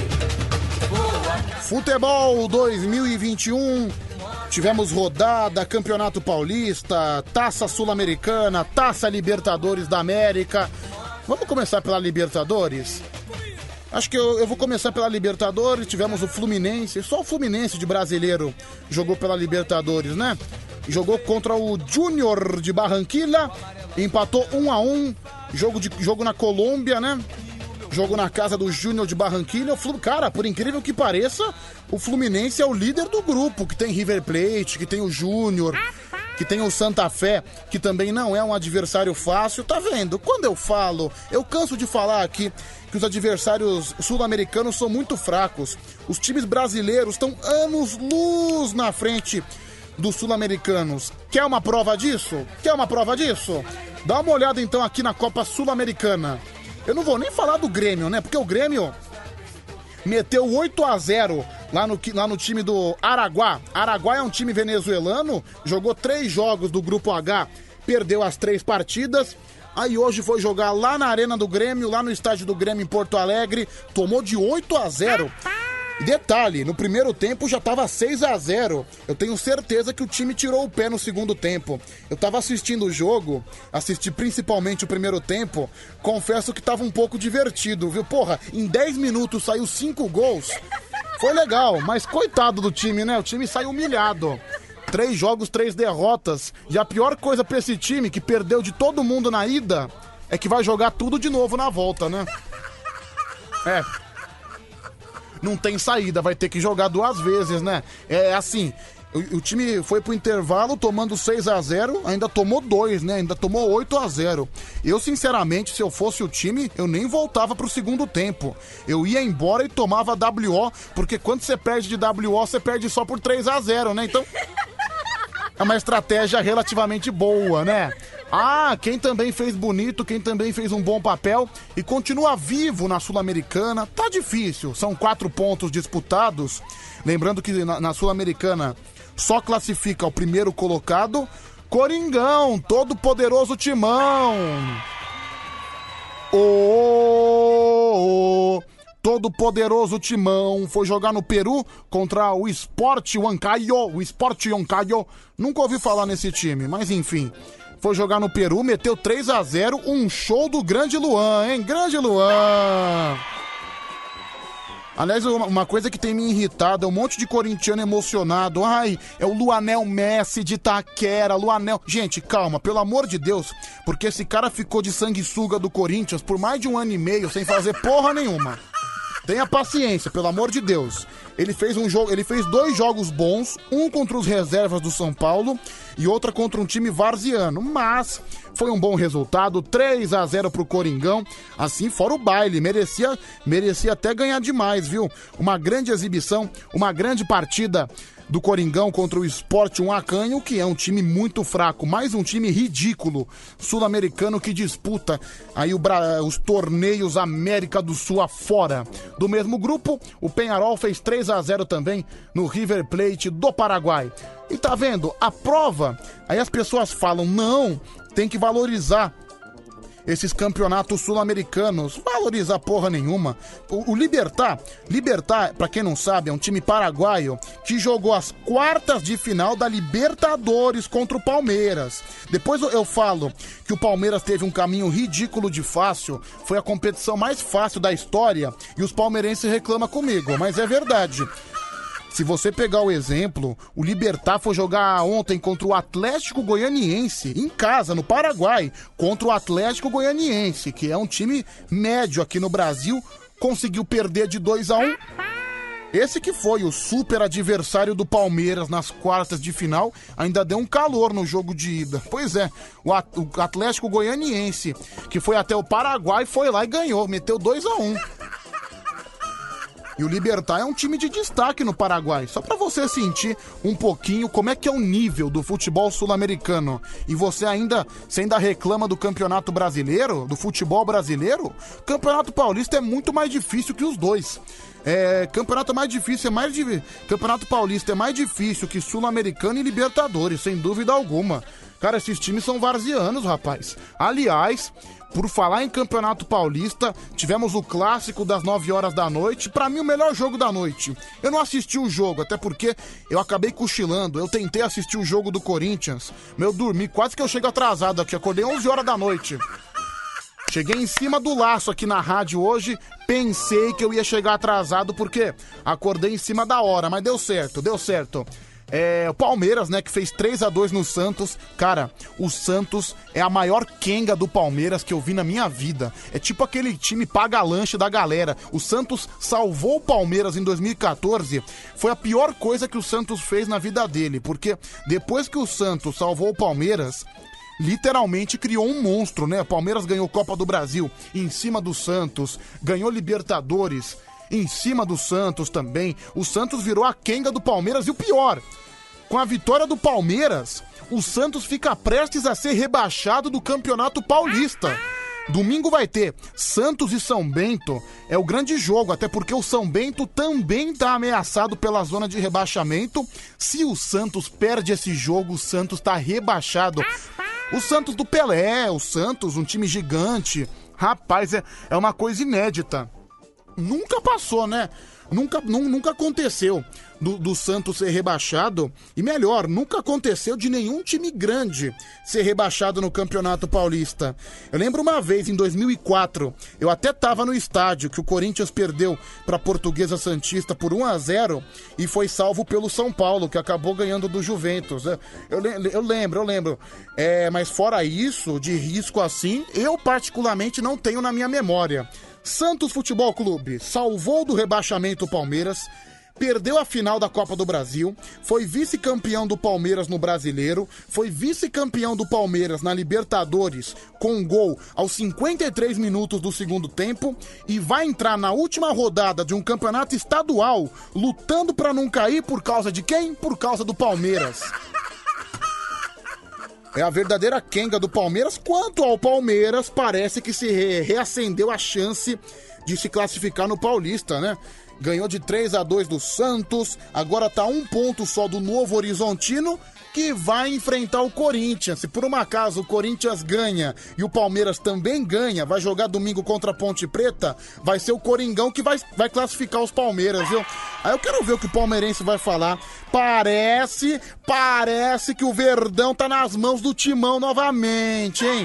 S12: Voa!
S1: Futebol dois mil e vinte e um. Tivemos rodada, Campeonato Paulista, Taça Sul-Americana, Taça Libertadores da América. Vamos começar pela Libertadores? Acho que eu, eu vou começar pela Libertadores. Tivemos o Fluminense, só o Fluminense de brasileiro jogou pela Libertadores, né? Jogou contra o Júnior de Barranquilla, empatou um a um, jogo, de, jogo na Colômbia, né? Jogo na casa do Júnior de Barranquilla. Cara, por incrível que pareça, o Fluminense é o líder do grupo, que tem River Plate, que tem o Júnior, que tem o Santa Fé, que também não é um adversário fácil. Tá vendo? Quando eu falo, eu canso de falar aqui que os adversários sul-americanos são muito fracos. Os times brasileiros estão anos-luz na frente dos sul-americanos. Quer uma prova disso? Quer uma prova disso? Dá uma olhada então aqui na Copa Sul-Americana. Eu não vou nem falar do Grêmio, né? Porque o Grêmio meteu oito a zero lá no, lá no time do Araguá. Araguá é um time venezuelano, jogou três jogos do Grupo H, perdeu as três partidas. Aí hoje foi jogar lá na Arena do Grêmio, lá no estádio do Grêmio em Porto Alegre, tomou de oito a zero. Detalhe, no primeiro tempo já tava seis a zero. Eu tenho certeza que o time tirou o pé no segundo tempo. Eu tava assistindo o jogo, assisti principalmente o primeiro tempo. Confesso que tava um pouco divertido, viu? Porra, em dez minutos saiu cinco gols. Foi legal, mas coitado do time, né? O time saiu humilhado. Três jogos, três derrotas. E a pior coisa pra esse time, que perdeu de todo mundo na ida, é que vai jogar tudo de novo na volta, né? É... Não tem saída, vai ter que jogar duas vezes, né? É assim, o, o time foi pro intervalo tomando seis a zero, ainda tomou dois, né? Ainda tomou oito a zero. Eu, sinceramente, se eu fosse o time, eu nem voltava pro segundo tempo. Eu ia embora e tomava W O, porque quando você perde de W O, você perde só por três a zero, né? Então, é uma estratégia relativamente boa, né? Ah, quem também fez bonito, quem também fez um bom papel e continua vivo na Sul-Americana, tá difícil, são quatro pontos disputados. Lembrando que na, na Sul-Americana só classifica o primeiro colocado, Coringão, todo poderoso timão. O todo poderoso timão foi jogar no Peru contra o Sport Huancayo, o Sport Huancayo, nunca ouvi falar nesse time, mas enfim... Foi jogar no Peru, meteu três a zero, um show do grande Luan, hein? Grande Luan! Aliás, uma coisa que tem me irritado é um monte de corintiano emocionado. Ai, é o Luanel Messi de Itaquera, Luanel... Gente, calma, pelo amor de Deus, porque esse cara ficou de sanguessuga do Corinthians por mais de um ano e meio sem fazer porra nenhuma. Tenha paciência, pelo amor de Deus. Ele fez um jogo, ele fez dois jogos bons, um contra os reservas do São Paulo e outra contra um time varziano, mas foi um bom resultado, três a zero pro Coringão, assim fora o baile, merecia, merecia até ganhar demais, viu? Uma grande exibição, uma grande partida do Coringão contra o Sport Huancayo, que é um time muito fraco, mais um time ridículo, sul-americano que disputa aí o Bra... os torneios América do Sul afora. Do mesmo grupo, o Peñarol fez três a zero também no River Plate do Paraguai. E tá vendo? A prova, aí as pessoas falam, não, tem que valorizar esses campeonatos sul-americanos. Valorizar porra nenhuma. O, o Libertad, Libertad, pra quem não sabe, é um time paraguaio que jogou as quartas de final da Libertadores contra o Palmeiras. Depois eu, eu falo que o Palmeiras teve um caminho ridículo de fácil, foi a competição mais fácil da história e os palmeirenses reclamam comigo, mas é verdade. Se você pegar o exemplo, o Libertad foi jogar ontem contra o Atlético Goianiense, em casa, no Paraguai, contra o Atlético Goianiense, que é um time médio aqui no Brasil, conseguiu perder de dois a um. Esse que foi o super adversário do Palmeiras nas quartas de final, ainda deu um calor no jogo de ida. Pois é, o Atlético Goianiense, que foi até o Paraguai, foi lá e ganhou, meteu dois a um. E o Libertad é um time de destaque no Paraguai. Só pra você sentir um pouquinho como é que é o nível do futebol sul-americano. E você ainda, você ainda reclama do campeonato brasileiro, do futebol brasileiro? O campeonato paulista é muito mais difícil que os dois. É, campeonato mais difícil é mais de, campeonato paulista é mais difícil que sul-americano e Libertadores, sem dúvida alguma. Cara, esses times são varzianos, rapaz. Aliás, por falar em Campeonato Paulista, tivemos o clássico das nove horas da noite. Pra mim, o melhor jogo da noite. Eu não assisti o jogo, até porque eu acabei cochilando. Eu tentei assistir o jogo do Corinthians. Meu, dormi, quase que eu chego atrasado aqui. Acordei onze horas da noite. Cheguei em cima do laço aqui na rádio hoje. Pensei que eu ia chegar atrasado porque acordei em cima da hora, mas deu certo, deu certo. É, o Palmeiras, né, que fez três a dois no Santos. Cara, o Santos é a maior quenga do Palmeiras que eu vi na minha vida. É tipo aquele time paga-lanche da galera. O Santos salvou o Palmeiras em dois mil e catorze. Foi a pior coisa que o Santos fez na vida dele, porque depois que o Santos salvou o Palmeiras, literalmente criou um monstro, né? O Palmeiras ganhou Copa do Brasil em cima do Santos, ganhou Libertadores em cima do Santos também. O Santos virou a quenga do Palmeiras e o pior, com a vitória do Palmeiras, o Santos fica prestes a ser rebaixado do Campeonato Paulista. Domingo vai ter Santos e São Bento, é o grande jogo, até porque o São Bento também está ameaçado pela zona de rebaixamento. Se o Santos perde esse jogo, o Santos está rebaixado. O Santos do Pelé, o Santos, um time gigante, rapaz, é, é uma coisa inédita. Nunca passou, né? Nunca, nu, nunca aconteceu do, do Santos ser rebaixado. E melhor, nunca aconteceu de nenhum time grande ser rebaixado no Campeonato Paulista. Eu lembro uma vez, em dois mil e quatro, eu até tava no estádio, que o Corinthians perdeu pra Portuguesa Santista por um a zero e foi salvo pelo São Paulo, que acabou ganhando do Juventus. Eu, eu lembro, eu lembro. É, mas fora isso, de risco assim, eu particularmente não tenho na minha memória. Santos Futebol Clube salvou do rebaixamento o Palmeiras, perdeu a final da Copa do Brasil, foi vice-campeão do Palmeiras no Brasileiro, foi vice-campeão do Palmeiras na Libertadores com um gol aos cinquenta e três minutos do segundo tempo e vai entrar na última rodada de um campeonato estadual lutando pra não cair por causa de quem? Por causa do Palmeiras. É a verdadeira quenga do Palmeiras. Quanto ao Palmeiras, parece que se re- reacendeu a chance de se classificar no Paulista, né? Ganhou de três a dois do Santos, agora tá um ponto só do Novo Horizontino, que vai enfrentar o Corinthians. Se por um acaso o Corinthians ganha e o Palmeiras também ganha, vai jogar domingo contra a Ponte Preta, vai ser o Coringão que vai, vai classificar os Palmeiras, viu? Aí eu quero ver o que o palmeirense vai falar. Parece, parece que o Verdão tá nas mãos do Timão novamente, hein?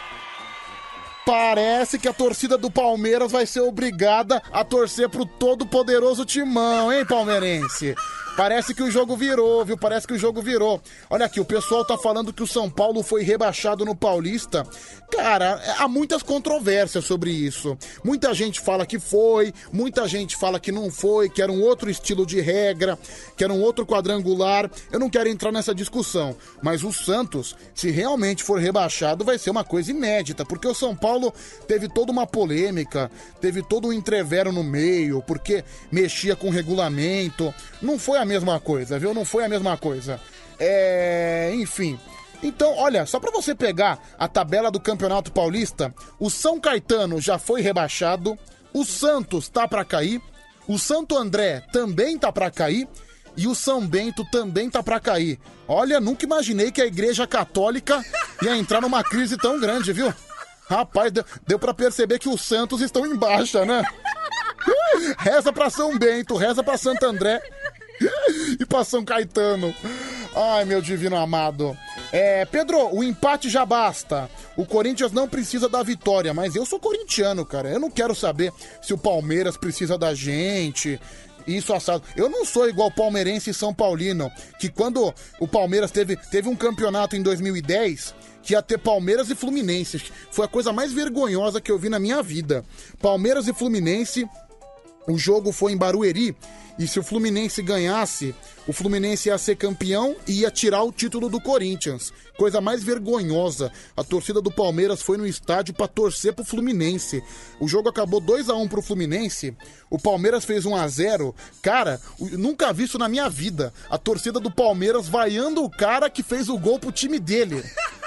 S1: Parece que a torcida do Palmeiras vai ser obrigada a torcer pro todo-poderoso Timão, hein, palmeirense? Parece que o jogo virou, viu? Parece que o jogo virou. Olha aqui, o pessoal tá falando que o São Paulo foi rebaixado no Paulista. Cara, há muitas controvérsias sobre isso. Muita gente fala que foi, muita gente fala que não foi, que era um outro estilo de regra, que era um outro quadrangular. Eu não quero entrar nessa discussão, mas o Santos, se realmente for rebaixado, vai ser uma coisa inédita, porque o São Paulo teve toda uma polêmica, teve todo um entrevero no meio, porque mexia com o regulamento. Não foi a mesma coisa, viu? Não foi a mesma coisa. É... Enfim. Então, olha, só pra você pegar a tabela do Campeonato Paulista, o São Caetano já foi rebaixado, o Santos tá pra cair, o Santo André também tá pra cair e o São Bento também tá pra cair. Olha, nunca imaginei que a Igreja Católica ia entrar numa crise tão grande, viu? Rapaz, deu, deu pra perceber que os Santos estão em baixa, né? Reza pra São Bento, reza pra Santo André e pra São Caetano. Ai, meu divino amado. É, Pedro, o empate já basta. O Corinthians não precisa da vitória, mas eu sou corintiano, cara. Eu não quero saber se o Palmeiras precisa da gente. Isso assado. Eu não sou igual palmeirense e São Paulino, que quando o Palmeiras teve, teve um campeonato em dois mil e dez, que ia ter Palmeiras e Fluminense. Foi a coisa mais vergonhosa que eu vi na minha vida. Palmeiras e Fluminense, o jogo foi em Barueri, e se o Fluminense ganhasse, o Fluminense ia ser campeão e ia tirar o título do Corinthians. Coisa mais vergonhosa. A torcida do Palmeiras foi no estádio pra torcer pro Fluminense. O jogo acabou dois a um pro Fluminense. O Palmeiras fez um a zero. Cara, eu nunca vi isso na minha vida. A torcida do Palmeiras vaiando o cara que fez o gol pro time dele.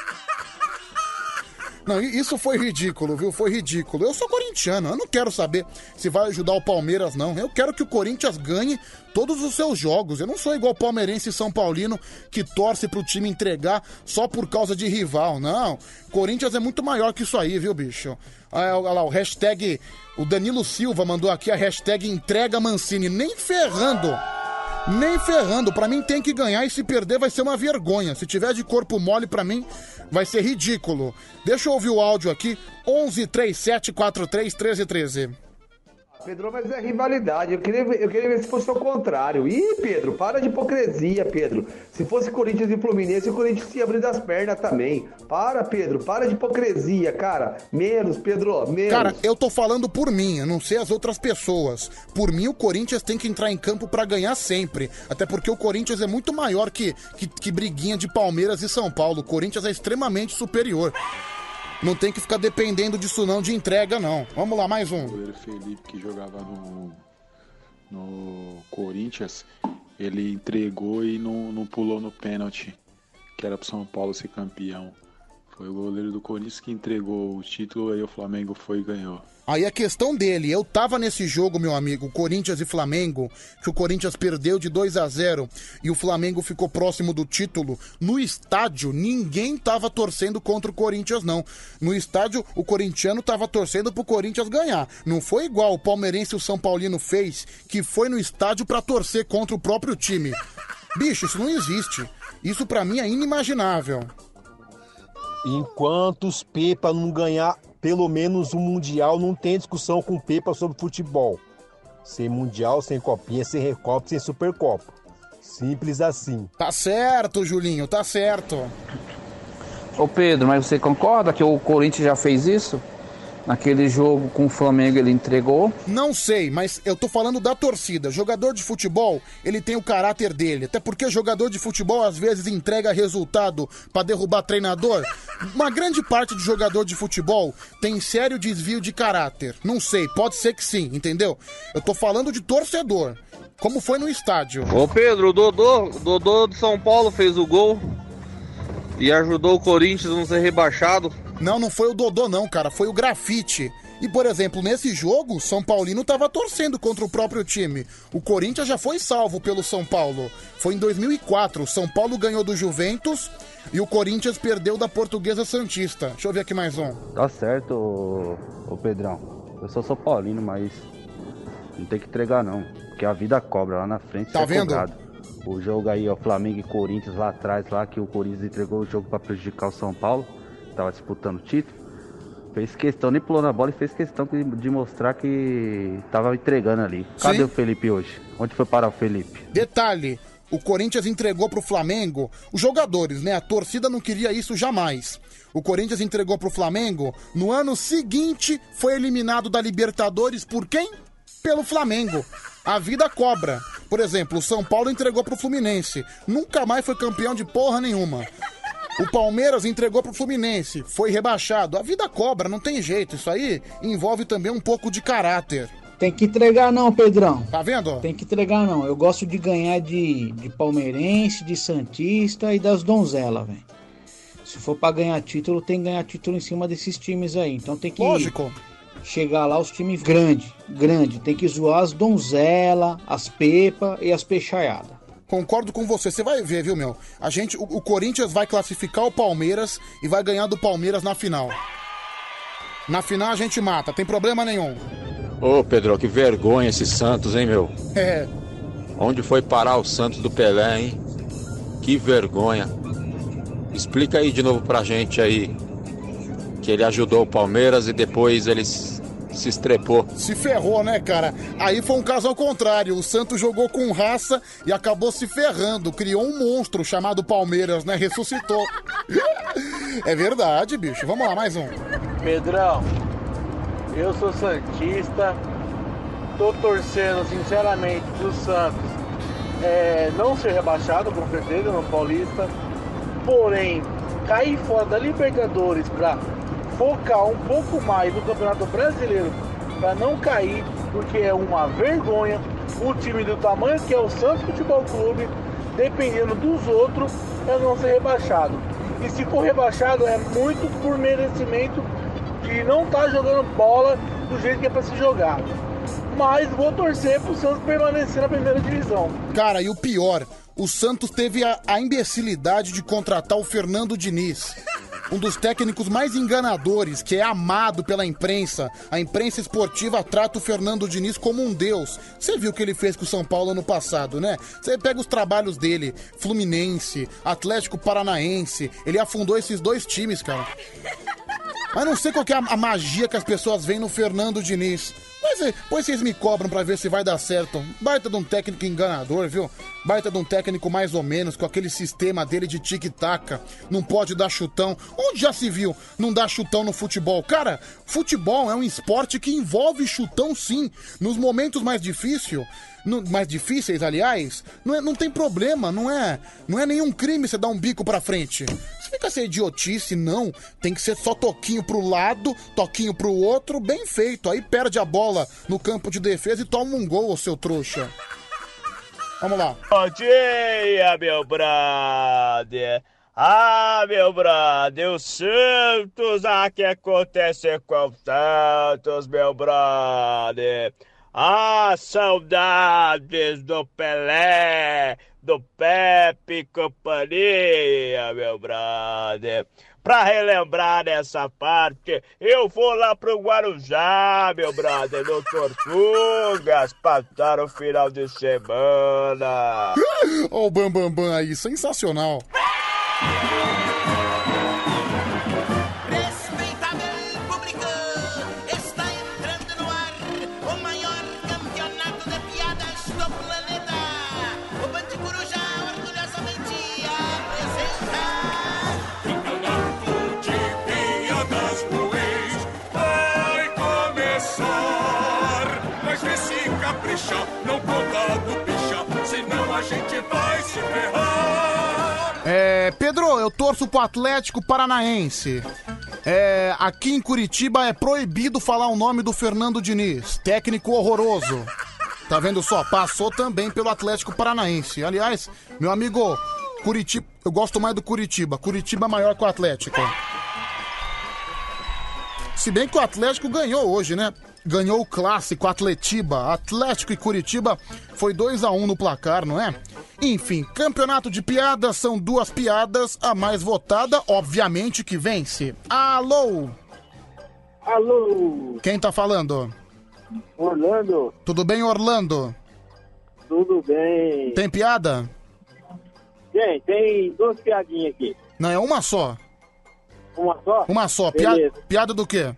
S1: Não, isso foi ridículo, viu? Foi ridículo. Eu sou corintiano, eu não quero saber se vai ajudar o Palmeiras, não. Eu quero que o Corinthians ganhe todos os seus jogos. Eu não sou igual palmeirense e São Paulino que torce pro time entregar só por causa de rival, não. Corinthians é muito maior que isso aí, viu, bicho? Olha lá, o hashtag... O Danilo Silva mandou aqui a hashtag entrega Mancini. Nem ferrando. Nem ferrando, pra mim tem que ganhar e se perder vai ser uma vergonha. Se tiver de corpo mole, pra mim vai ser ridículo. Deixa eu ouvir o áudio aqui, onze, trinta e sete, quarenta e três, treze, treze.
S2: Pedro, mas é rivalidade, eu queria, eu queria ver se fosse o contrário. Ih, Pedro, para de hipocrisia, Pedro. Se fosse Corinthians e Fluminense, o Corinthians ia abrir das pernas também. Para, Pedro, para de hipocrisia, cara. Menos, Pedro, menos.
S1: Cara, eu tô falando por mim, eu não sei as outras pessoas. Por mim, o Corinthians tem que entrar em campo pra ganhar sempre. Até porque o Corinthians é muito maior que, que, que briguinha de Palmeiras e São Paulo. O Corinthians é extremamente superior. Não tem que ficar dependendo disso não, de entrega não. Vamos lá, mais um.
S14: O goleiro Felipe, que jogava no, no Corinthians, ele entregou e não, não pulou no pênalti, que era pro São Paulo ser campeão. Foi o goleiro do Corinthians que entregou o título, aí o Flamengo foi e ganhou.
S1: Aí a questão dele, eu tava nesse jogo, meu amigo, Corinthians e Flamengo, que o Corinthians perdeu de dois a zero e o Flamengo ficou próximo do título. No estádio, ninguém tava torcendo contra o Corinthians, não. No estádio, o corintiano tava torcendo pro Corinthians ganhar. Não foi igual o palmeirense e o São Paulino fez, que foi no estádio pra torcer contra o próprio time. Bicho, isso não existe. Isso pra mim é inimaginável.
S15: Enquanto os Pepa não ganhar pelo menos um Mundial, não tem discussão com o Pepa sobre futebol. Sem Mundial, sem Copinha, sem Recopa, sem Supercopa. Simples assim.
S1: Tá certo, Julinho, tá certo.
S17: Ô Pedro, mas você concorda que o Corinthians já fez isso? Naquele jogo com o Flamengo ele entregou?
S1: Não sei, mas eu tô falando da torcida. Jogador de futebol, ele tem o caráter dele. Até porque jogador de futebol às vezes entrega resultado pra derrubar treinador. Uma grande parte de jogador de futebol tem sério desvio de caráter. Não sei, pode ser que sim, entendeu? Eu tô falando de torcedor. Como foi no estádio.
S25: Ô Pedro, o Dodô, o Dodô de São Paulo fez o gol e ajudou o Corinthians a não ser rebaixado.
S1: Não, não foi o Dodô não, cara, foi o Grafite. E, por exemplo, nesse jogo, São Paulino tava torcendo contra o próprio time. O Corinthians já foi salvo pelo São Paulo. Foi em dois mil e quatro, o São Paulo ganhou do Juventus e o Corinthians perdeu da Portuguesa Santista. Deixa eu ver aqui mais um.
S26: Tá certo, ô, ô Pedrão. Eu sou São Paulino, mas não tem que entregar não, porque a vida cobra lá na frente.
S1: Tá vendo?
S26: Cobrado. O jogo aí, ó, Flamengo e Corinthians lá atrás, lá que o Corinthians entregou o jogo pra prejudicar o São Paulo. Tava disputando o título, fez questão, nem pulou na bola e fez questão de mostrar que tava entregando ali. Cadê Sim. o Felipe hoje? Onde foi parar o Felipe?
S1: Detalhe, o Corinthians entregou pro Flamengo, os jogadores, né? A torcida não queria isso jamais. O Corinthians entregou pro Flamengo, no ano seguinte foi eliminado da Libertadores por quem? Pelo Flamengo. A vida cobra. Por exemplo, o São Paulo entregou pro Fluminense, nunca mais foi campeão de porra nenhuma. O Palmeiras entregou pro Fluminense, foi rebaixado. A vida cobra, não tem jeito. Isso aí envolve também um pouco de caráter.
S27: Tem que entregar não, Pedrão.
S1: Tá vendo?
S27: Tem que entregar não. Eu gosto de ganhar de, de palmeirense, de santista e das donzelas, velho. Se for pra ganhar título, tem que ganhar título em cima desses times aí. Então tem que...
S1: Lógico.
S27: Chegar lá os times grandes, grande. Tem que zoar as donzelas, as pepas e as peixaiadas.
S1: Concordo com você, você vai ver, viu, meu? A gente, o, o Corinthians vai classificar o Palmeiras e vai ganhar do Palmeiras na final. Na final a gente mata, tem problema nenhum.
S4: Ô, Pedro, que vergonha esse Santos, hein, meu?
S1: É.
S4: Onde foi parar o Santos do Pelé, hein? Que vergonha. Explica aí de novo pra gente aí. Que ele ajudou o Palmeiras e depois ele s- se estrepou.
S1: Se ferrou, né, cara? Aí foi um caso ao contrário. O Santos jogou com raça e acabou se ferrando. Criou um monstro chamado Palmeiras, né? Ressuscitou. É verdade, bicho. Vamos lá, mais um.
S7: Pedrão, eu sou santista, tô torcendo sinceramente pro Santos é, não ser rebaixado, com certeza, no Paulista, porém, cair fora da Libertadores pra focar um pouco mais no Campeonato Brasileiro, pra não cair, porque é uma vergonha o time do tamanho que é o Santos Futebol Clube, dependendo dos outros, é não ser rebaixado. E se for rebaixado é muito por merecimento de não tá jogando bola do jeito que é pra se jogar. Mas vou torcer pro Santos permanecer na primeira divisão.
S1: Cara, e o pior, o Santos teve a, a imbecilidade de contratar o Fernando Diniz. Um dos técnicos mais enganadores, que é amado pela imprensa. A imprensa esportiva trata o Fernando Diniz como um deus. Você viu o que ele fez com o São Paulo ano passado, né? Você pega os trabalhos dele, Fluminense, Atlético Paranaense, ele afundou esses dois times, cara. Mas não sei qual que é a, a magia que as pessoas veem no Fernando Diniz. Mas é, depois vocês me cobram pra ver se vai dar certo. Baita de um técnico enganador, viu? Baita de um técnico mais ou menos, com aquele sistema dele de tic-tac. Não pode dar chutão. Onde já se viu não dar chutão no futebol? Cara, futebol é um esporte que envolve chutão sim. Nos momentos mais difíceis, no, mais difíceis, aliás, não, é, não tem problema, não é, não é nenhum crime você dar um bico pra frente. Isso fica ser idiotice, não. Tem que ser só toquinho pro lado, toquinho pro outro, bem feito. Aí perde a bola no campo de defesa e toma um gol, ô seu trouxa. Vamos lá.
S8: Bom dia, meu brother. Ah, meu brother, o Santos, ah, que acontece com o Santos, meu brother. Ah, saudades do Pelé, do Pepe e companhia, meu brother. Pra relembrar dessa parte, eu vou lá pro Guarujá, meu brother, no Tortugas, passar o final de semana.
S1: Ó o Bambambam Bam Bam aí, sensacional.
S22: Respeitável público, está entrando no ar o maior campeonato de piadas do planeta. O Band Coruja orgulhosamente apresenta...
S3: Campeonato de piadas ruins vai começar. Mas vê se capricha, não conta do picha, senão a gente vai se ferrar.
S1: É, Pedro, eu torço pro Atlético Paranaense. É, aqui em Curitiba é proibido falar o nome do Fernando Diniz, técnico horroroso. Tá vendo só? Passou também pelo Atlético Paranaense. Aliás, meu amigo, Curitiba, eu gosto mais do Curitiba. Curitiba é maior que o Atlético. Se bem que o Atlético ganhou hoje, né? Ganhou o clássico Atletiba. Atlético e Curitiba foi dois a um no placar, não é? Enfim, campeonato de piadas são duas piadas. A mais votada, obviamente, que vence. Alô?
S7: Alô?
S1: Quem tá falando?
S7: Orlando?
S1: Tudo bem, Orlando?
S7: Tudo bem?
S1: Tem piada?
S7: Tem, tem duas piadinhas aqui.
S1: Não, é uma só.
S7: Uma só?
S1: Uma só. Pia...
S7: Beleza.
S1: Piada do quê?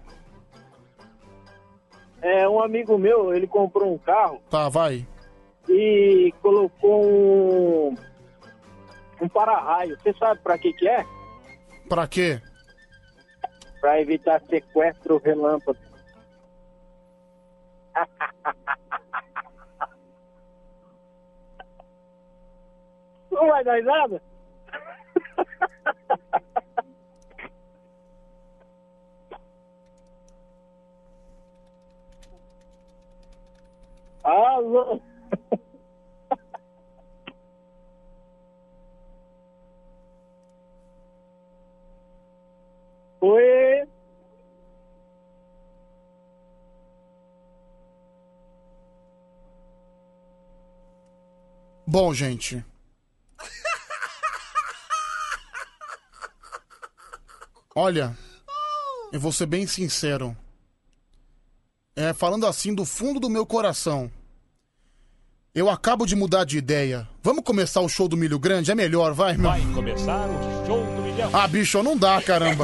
S7: É, um amigo meu, ele comprou um carro
S1: Tá, vai.
S7: e colocou um, um para-raio. Você sabe pra que que é?
S1: Pra quê?
S7: Pra evitar sequestro relâmpago. Não vai dar nada? Alô? Oi?
S1: Bom, gente. Olha, Eu vou ser bem sincero. É, falando assim do fundo do meu coração. Eu acabo de mudar de ideia. Vamos começar o show do Milho Grande? É melhor, vai, meu.
S5: Vai começar o show do milhão.
S1: Ah, bicho, não dá, caramba.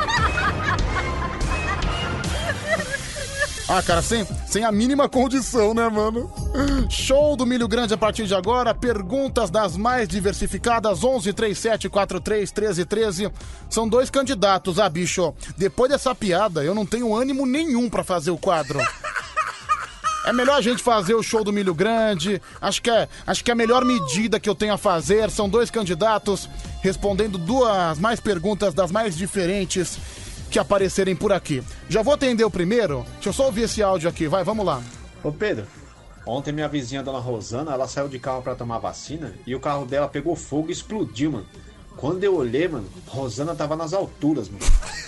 S1: Ah, cara, sem, sem a mínima condição, né, mano? Show do Milho Grande a partir de agora. Perguntas das mais diversificadas. onze, trinta e sete, quarenta e três, treze, treze. São dois candidatos. Ah, bicho, depois dessa piada, eu não tenho ânimo nenhum pra fazer o quadro. É melhor a gente fazer o show do Milho Grande. Acho que é, acho que é a melhor medida que eu tenho a fazer. São dois candidatos respondendo duas mais perguntas das mais diferentes que aparecerem por aqui. Já vou atender o primeiro. Deixa eu só ouvir esse áudio aqui. Vai, vamos lá.
S9: Ô Pedro, ontem minha vizinha, dona Rosana, ela saiu de carro pra tomar vacina e o carro dela pegou fogo e explodiu, mano. Quando eu olhei, mano, Rosana tava nas alturas, mano.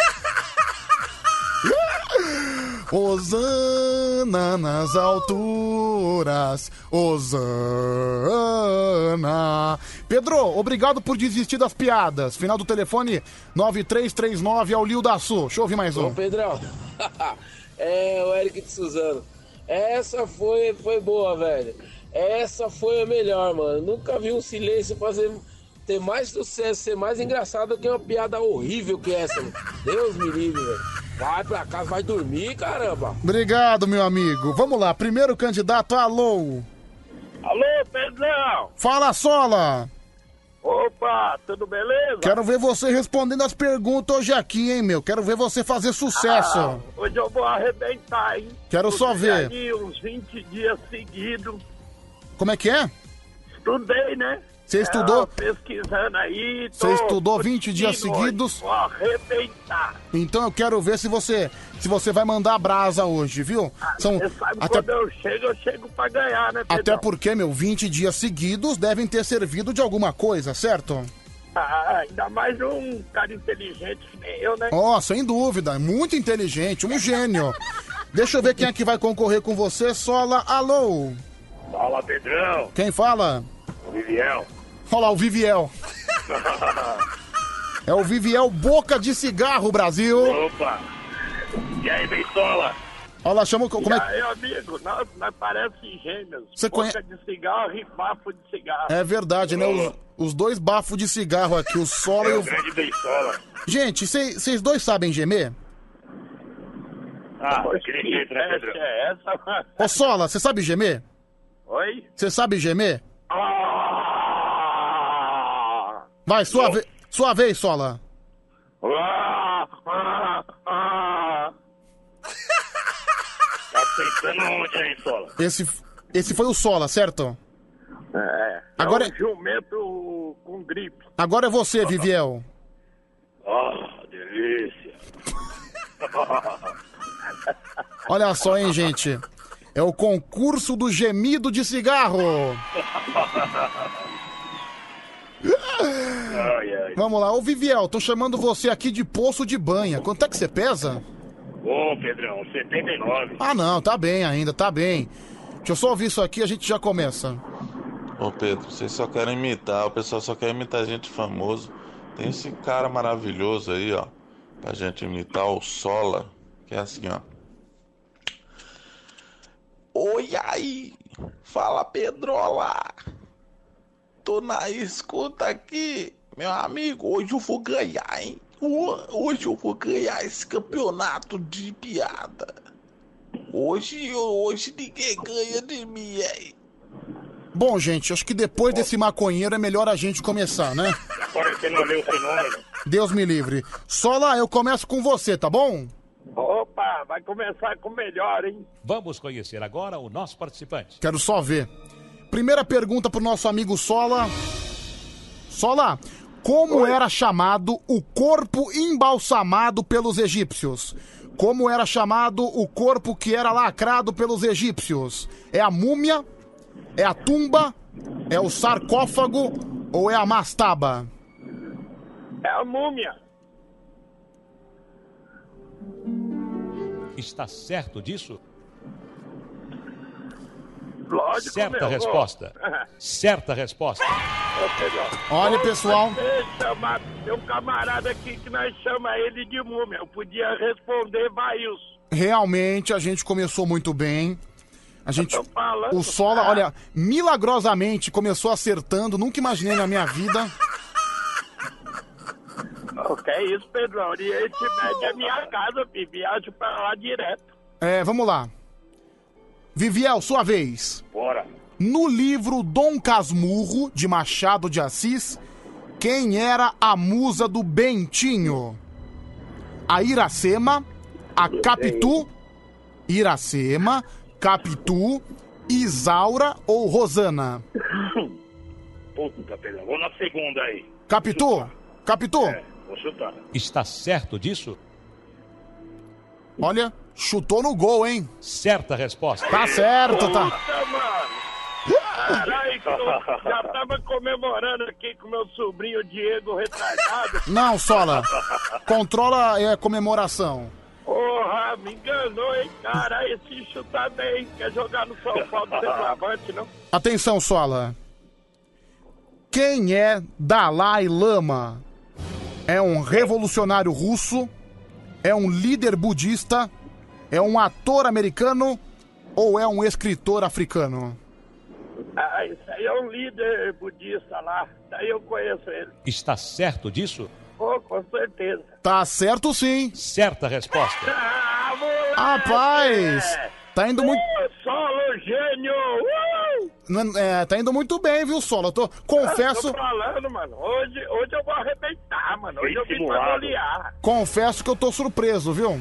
S1: Rosana nas alturas, Rosana. Pedro, obrigado por desistir das piadas. Final do telefone nove três três nove é o Lio da Sul. Deixa eu ouvir mais um.
S11: Ô Pedrão, é o Eric de Suzano. Essa foi, foi boa, velho. Essa foi a melhor, mano. Nunca vi um silêncio fazer ter mais sucesso, ser mais engraçado que uma piada horrível que essa, mano. Deus me livre, velho. Vai pra casa, vai dormir, caramba.
S1: Obrigado, meu amigo. Vamos lá, primeiro candidato, alô.
S16: Alô, Pedrão.
S1: Fala, Sola.
S16: Opa, tudo beleza?
S1: Quero ver você respondendo as perguntas hoje aqui, hein, meu. Quero ver você fazer sucesso.
S16: Ah, hoje eu vou arrebentar, hein?
S1: Quero só ver.
S16: Ali uns vinte dias seguidos.
S1: Como é que é?
S16: Estudei, né?
S1: Você estudou?
S16: É, pesquisando aí.
S1: Você estudou vinte dias seguidos?
S16: Vou arrebentar.
S1: Então eu quero ver se você se você vai mandar a brasa hoje, viu? São
S16: Você sabe,
S1: até,
S16: quando eu chego, eu chego pra ganhar, né, Pedrão?
S1: até porque, meu, vinte dias seguidos devem ter servido de alguma coisa, certo?
S16: Ah, ainda mais um cara inteligente que nem eu, né?
S1: Ó, oh, sem dúvida, muito inteligente, um gênio. Deixa eu ver quem é que vai concorrer com você, Sola. Alô?
S16: Fala, Pedrão.
S1: Quem fala?
S16: O Viviel.
S1: Olha lá, o Viviel. É o Viviel Boca de Cigarro, Brasil.
S16: Opa. E aí, Beisola?
S1: Olha lá, chama... Como
S16: e
S1: é...
S16: aí, amigo, nós, nós parecemos gêmeos.
S1: Você
S16: Boca
S1: conhe...
S16: de cigarro e bafo de cigarro.
S1: É verdade, né? Os, os dois bafos de cigarro aqui, o Sola
S16: é
S1: e o...
S16: o grande Beisola.
S1: Gente, vocês dois sabem gemer?
S16: Ah, que jeito, né, Pedro? É essa, mano.
S1: Ô, Sola, você sabe gemer?
S16: Oi?
S1: Você sabe gemer?
S16: Ah!
S1: Vai, sua, ve... sua vez, Sola.
S16: Ah, ah, ah. Tá pensando onde aí, Sola?
S1: Esse, esse foi o Sola, certo?
S16: É.
S1: Agora
S16: é um jumento com gripe.
S1: Agora é você, Viviel.
S16: Ah, delícia.
S1: Olha só, hein, gente. É o concurso do gemido de cigarro.
S16: Ai, ai.
S1: Vamos lá, ô Viviel, tô chamando você aqui de poço de banha. Quanto é que você pesa?
S16: Ô, Pedrão, setenta e nove.
S1: Ah, não, tá bem ainda, tá bem. Deixa eu só ouvir isso aqui, a gente já começa.
S18: Ô Pedro, vocês só querem imitar, o pessoal só quer imitar gente famoso. Tem esse cara maravilhoso aí, ó, pra gente imitar, o Sola, que é assim, ó. Oi aí, fala Pedrola. Tô na escuta aqui, meu amigo, hoje eu vou ganhar, hein? Hoje eu vou ganhar esse campeonato de piada. Hoje, hoje ninguém ganha de mim, hein?
S1: Bom, gente, acho que depois desse maconheiro é melhor a gente começar, né?
S16: Agora você não leu o fenômeno.
S1: Deus me livre. Sola, eu começo com você, tá bom?
S16: Opa, vai começar com o melhor, hein?
S5: Vamos conhecer agora o nosso participante.
S1: Quero só ver. Primeira pergunta pro nosso amigo Sola. Sola, como Oi. era chamado o corpo embalsamado pelos egípcios? Como era chamado o corpo que era lacrado pelos egípcios? É a múmia? É a tumba? É o sarcófago? Ou é a mastaba?
S16: É a múmia.
S5: Está certo disso?
S16: Lógico,
S5: Certa
S16: meu.
S5: resposta. Certa resposta.
S16: Ô, Pedrão.
S1: Olha, pessoal.
S16: Você chama, tem um camarada aqui que nós chama ele de múmia. Eu podia responder Vails.
S1: Realmente a gente começou muito bem. A gente,
S16: tô falando,
S1: o Sola,
S16: cara.
S1: olha, milagrosamente começou acertando. Nunca imaginei na minha vida.
S16: O que é isso, Pedrão? Oriente Médio é minha casa, filho. Viajo pra lá direto.
S1: É, vamos lá. Viviel, sua vez.
S16: Bora.
S1: No livro Dom Casmurro, de Machado de Assis, quem era a musa do Bentinho? A Iracema, a Capitu, Iracema, Capitu, Isaura ou Rosana?
S16: Puta, Pedrão. Vou na segunda aí.
S1: Capitu? Capitu?
S16: É, vou chutar.
S5: Está certo disso?
S1: Olha, chutou no gol, hein?
S5: Certa resposta.
S1: Tá certo, tá.
S16: Puta, mano. Caralho, que eu já tava comemorando aqui com meu sobrinho Diego retardado.
S1: Não, Sola. Controla a comemoração.
S16: Porra, me enganou, hein, cara? Esse chutar bem. Quer jogar no São Paulo centroavante, não?
S1: Atenção, Sola. Quem é Dalai Lama? É um revolucionário russo? É um líder budista? É um ator americano? Ou é um escritor africano?
S16: Ah, isso aí é um líder budista lá. Daí eu conheço ele.
S5: Está certo disso?
S16: Pô, com certeza.
S1: Tá certo sim.
S5: Certa resposta.
S16: Ah, moleque!
S1: Rapaz, tá indo muito...
S16: Solo gênio! Uh!
S1: Não, é, tá indo muito bem, viu, Sola? Eu tô, confesso,
S16: Eu tô falando, mano. Hoje, hoje eu vou arrebentar, mano. Hoje eu vim pra
S1: Estimulado.
S16: golear.
S1: confesso que eu tô surpreso, viu?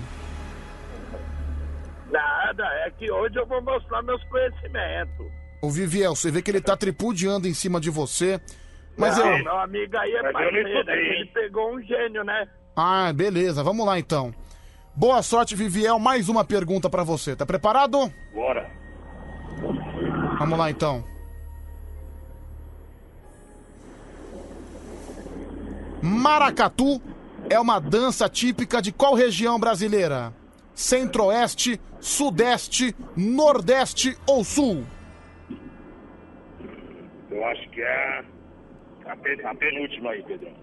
S16: Nada, é que hoje eu vou mostrar meus conhecimentos.
S1: O Viviel, você vê que ele tá tripudiando em cima de você. Mas
S16: não,
S1: eu...
S16: meu amigo aí é
S1: Mas eu não
S16: parceiro,
S1: estudei,
S16: ele
S1: hein?
S16: pegou um gênio, né?
S1: Ah, beleza, vamos lá então. Boa sorte, Viviel. Mais uma pergunta pra você. Tá preparado?
S16: Bora.
S1: Vamos lá então. Maracatu é uma dança típica de qual região brasileira? Centro-Oeste, Sudeste, Nordeste ou Sul?
S16: Eu acho que é a, pen- a penúltima aí, Pedrão.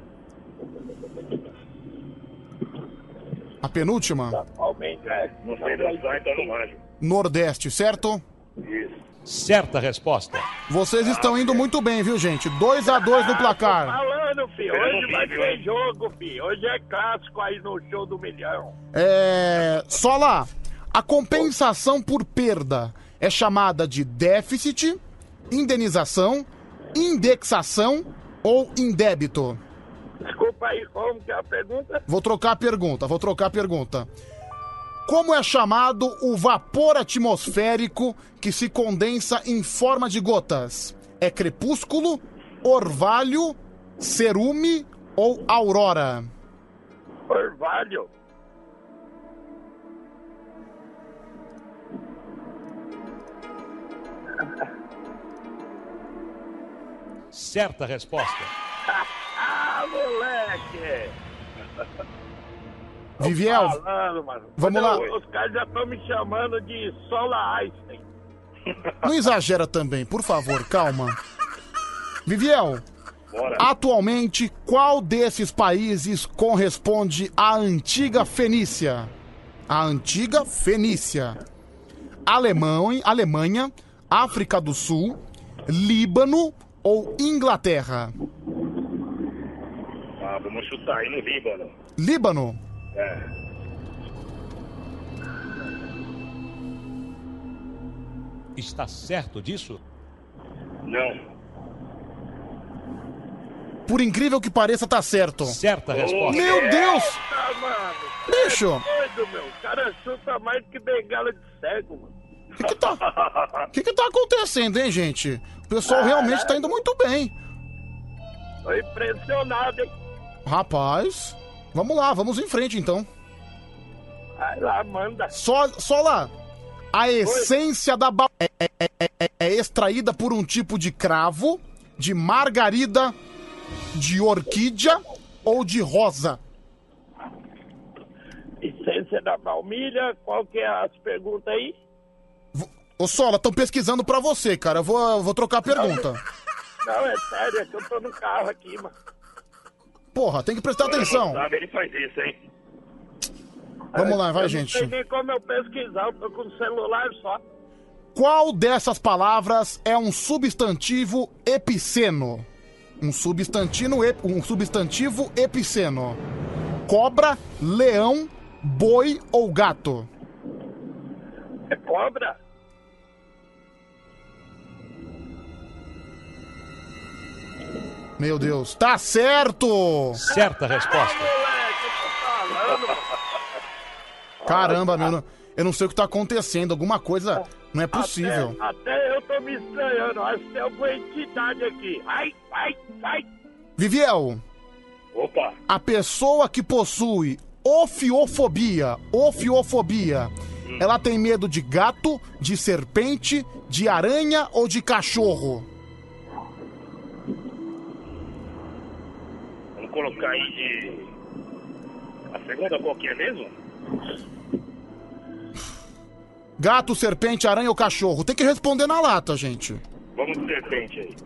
S1: A penúltima?
S16: Atualmente, é. Não sei dançar, então não manjo.
S1: Nordeste, certo?
S16: Isso.
S5: Certa resposta.
S1: Vocês estão indo muito bem, viu, gente? dois a dois no placar.
S16: Falando, filho.
S1: Eu não
S16: Hoje
S1: vi,
S16: vai
S1: viu,
S16: ter
S1: hein?
S16: jogo, filho. Hoje é clássico aí no show do milhão.
S1: É... Sola, a compensação por perda é chamada de déficit, indenização, indexação ou indébito?
S16: Desculpa aí, como que é a pergunta?
S1: Vou trocar a pergunta, vou trocar a pergunta. Como é chamado o vapor atmosférico que se condensa em forma de gotas? É crepúsculo, orvalho, cerume ou aurora?
S16: Orvalho.
S5: Certa resposta.
S16: Ah, moleque!
S1: Viviel,
S16: Tô falando, mano.
S1: vamos lá.
S16: Os caras já estão me chamando de Sola Einstein.
S1: Não exagera também, por favor, calma. Viviel,
S16: Bora.
S1: atualmente, qual desses países corresponde à antiga Fenícia? A antiga Fenícia. Alemanha, Alemanha, África do Sul, Líbano ou Inglaterra?
S16: Ah, vamos chutar aí no Líbano.
S1: Líbano?
S16: É.
S5: Está certo disso?
S16: Não.
S1: Por incrível que pareça, tá certo.
S5: Certa resposta.
S1: Meu Deus!
S16: Eita, mano.
S1: Bicho!
S16: É doido, meu. O cara chuta mais que bengala de cego, mano.
S1: O que que tá, que que tá acontecendo, hein, gente? O pessoal realmente tá indo muito bem.
S16: Tô impressionado, hein?
S1: Rapaz, vamos lá, vamos em frente então.
S16: Vai lá, manda.
S1: Só, só lá. A essência da ba... é, é- é- é- é extraída por um tipo de cravo, de margarida, de orquídea ou de rosa?
S16: Essência da baunilha, qual que é as perguntas aí?
S1: Ô, Sola, estão pesquisando pra você, cara. Eu vou, eu vou trocar a pergunta.
S16: Não, é sério, é que eu tô no carro aqui, mano.
S1: Porra, tem que prestar atenção.
S16: Sabe, ele faz isso, hein?
S1: Vamos lá, vai,
S16: eu
S1: gente.
S16: Não sei nem como eu pesquisar, eu tô com o celular só.
S1: Qual dessas palavras é um substantivo epiceno? Um substantivo, ep- um substantivo epiceno. Cobra, leão, boi ou gato?
S16: É cobra?
S1: Meu Deus, tá certo!
S5: Certa resposta.
S1: Caramba, meu, não- eu não sei o que tá acontecendo. Alguma coisa não é possível.
S16: Até, até eu tô me estranhando, acho que tem alguma entidade aqui. Ai, ai, ai.
S1: Viviel,
S16: Opa.
S1: a pessoa que possui ofiofobia, ofiofobia, ela tem medo de gato, de serpente, de aranha ou de cachorro?
S16: Vamos colocar aí de... A segunda qual que é mesmo?
S1: Gato, serpente, aranha ou cachorro? Tem que responder na lata, gente.
S16: Vamos de serpente aí.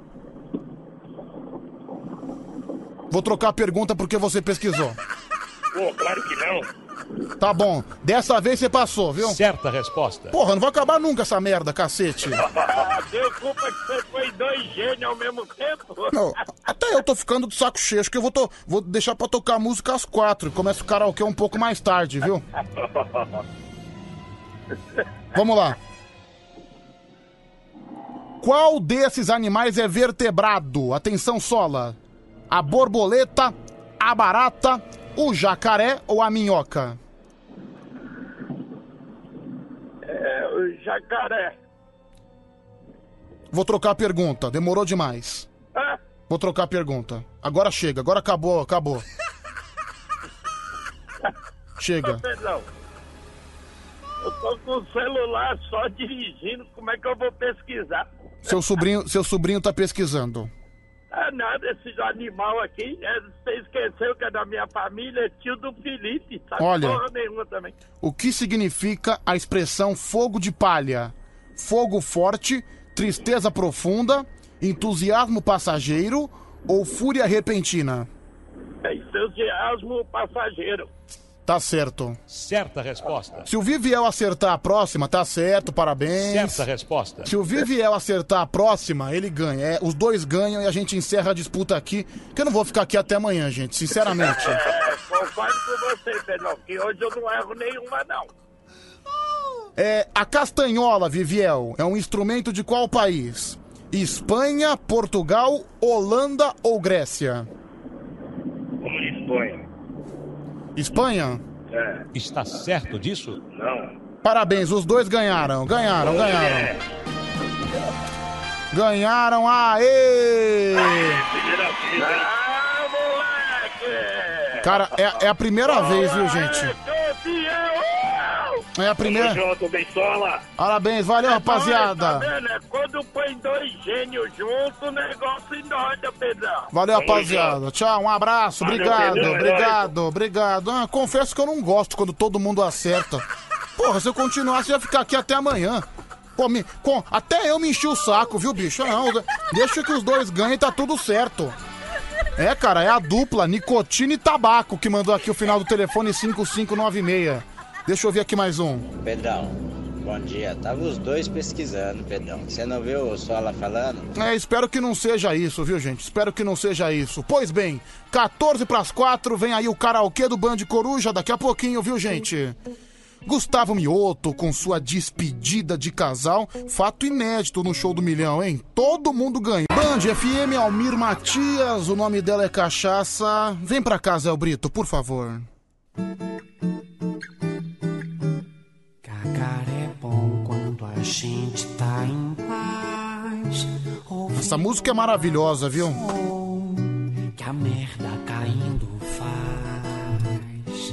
S1: Vou trocar a pergunta porque você pesquisou.
S16: Pô, claro que não.
S1: Tá bom, dessa vez você passou, viu?
S5: Certa resposta.
S1: Porra, não vai acabar nunca essa merda, cacete.
S16: Deu culpa que você foi dois gênios ao mesmo tempo.
S1: Não, até eu tô ficando de saco cheio. Acho que eu vou, to- vou deixar pra tocar música às quatro. Começa o karaokê um pouco mais tarde, viu? Vamos lá. Qual desses animais é vertebrado? Atenção, Sola. A borboleta, a barata, o jacaré ou a minhoca?
S16: É, o jacaré.
S1: Vou trocar a pergunta. Demorou demais.
S16: Ah,
S1: Vou trocar a pergunta. Agora chega. Agora acabou, acabou. Chega.
S16: perdão. Eu tô com o celular só dirigindo, como é que eu vou pesquisar?
S1: Seu sobrinho, seu sobrinho tá pesquisando.
S16: Ah, nada, esse animal aqui, é, você esqueceu que é da minha família, é tio do Felipe, sabe
S1: Olha.
S16: porra nenhuma também.
S1: O que significa a expressão fogo de palha? Fogo forte, tristeza profunda, entusiasmo passageiro ou fúria repentina?
S16: É entusiasmo passageiro.
S1: Tá certo.
S5: Certa resposta.
S1: Se o Viviel acertar a próxima, tá certo, parabéns.
S5: Certa resposta.
S1: Se o Viviel acertar a próxima, ele ganha. É, os dois ganham e a gente encerra a disputa aqui, que eu não vou ficar aqui até amanhã, gente, sinceramente.
S16: É, concordo com você, Pedro, que hoje eu não erro nenhuma, não.
S1: É, a castanhola, Viviel, é um instrumento de qual país? Espanha, Portugal, Holanda ou Grécia?
S16: Vamos de Espanha.
S1: Espanha?
S16: É.
S5: Está certo disso?
S16: Não.
S1: Parabéns, os dois ganharam, ganharam, ganharam. Ganharam, aê!
S16: Ah, moleque!
S1: Cara, é, é a primeira vez, viu, gente? É a primeira.
S16: Tamo junto, Bensola.
S1: Parabéns, valeu, rapaziada.
S16: Tá vendo? É quando põe dois gênios juntos, o negócio endoida, Pedrão.
S1: Valeu, rapaziada. Tchau, um abraço,
S16: Valeu,
S1: obrigado,
S16: Pedro, é
S1: obrigado, obrigado. Ah, confesso que eu não gosto quando todo mundo acerta. Porra, se eu continuasse, eu ia ficar aqui até amanhã. Pô, me, com, até eu me enchi o saco, viu, bicho? Não, deixa que os dois ganhem e tá tudo certo. É, cara, é a dupla Nicotina e Tabaco que mandou aqui o final do telefone cinco cinco nove seis. Deixa eu ver aqui mais um.
S10: Pedrão, bom dia. Tava os dois pesquisando, Pedrão. Você não viu o Sola falando?
S1: É, espero que não seja isso, viu, gente? Espero que não seja isso. Pois bem, quatorze para as quatro, vem aí o karaokê do Band Coruja daqui a pouquinho, viu, gente? Gustavo Mioto com sua despedida de casal, fato inédito no Show do Milhão, hein? Todo mundo ganha. Band F M, Almir Matias, o nome dela é Cachaça. Vem pra cá, Zé Brito, por favor.
S22: Cagar é bom quando a gente tá em paz.
S1: Essa música é maravilhosa, viu?
S22: Que a merda caindo faz.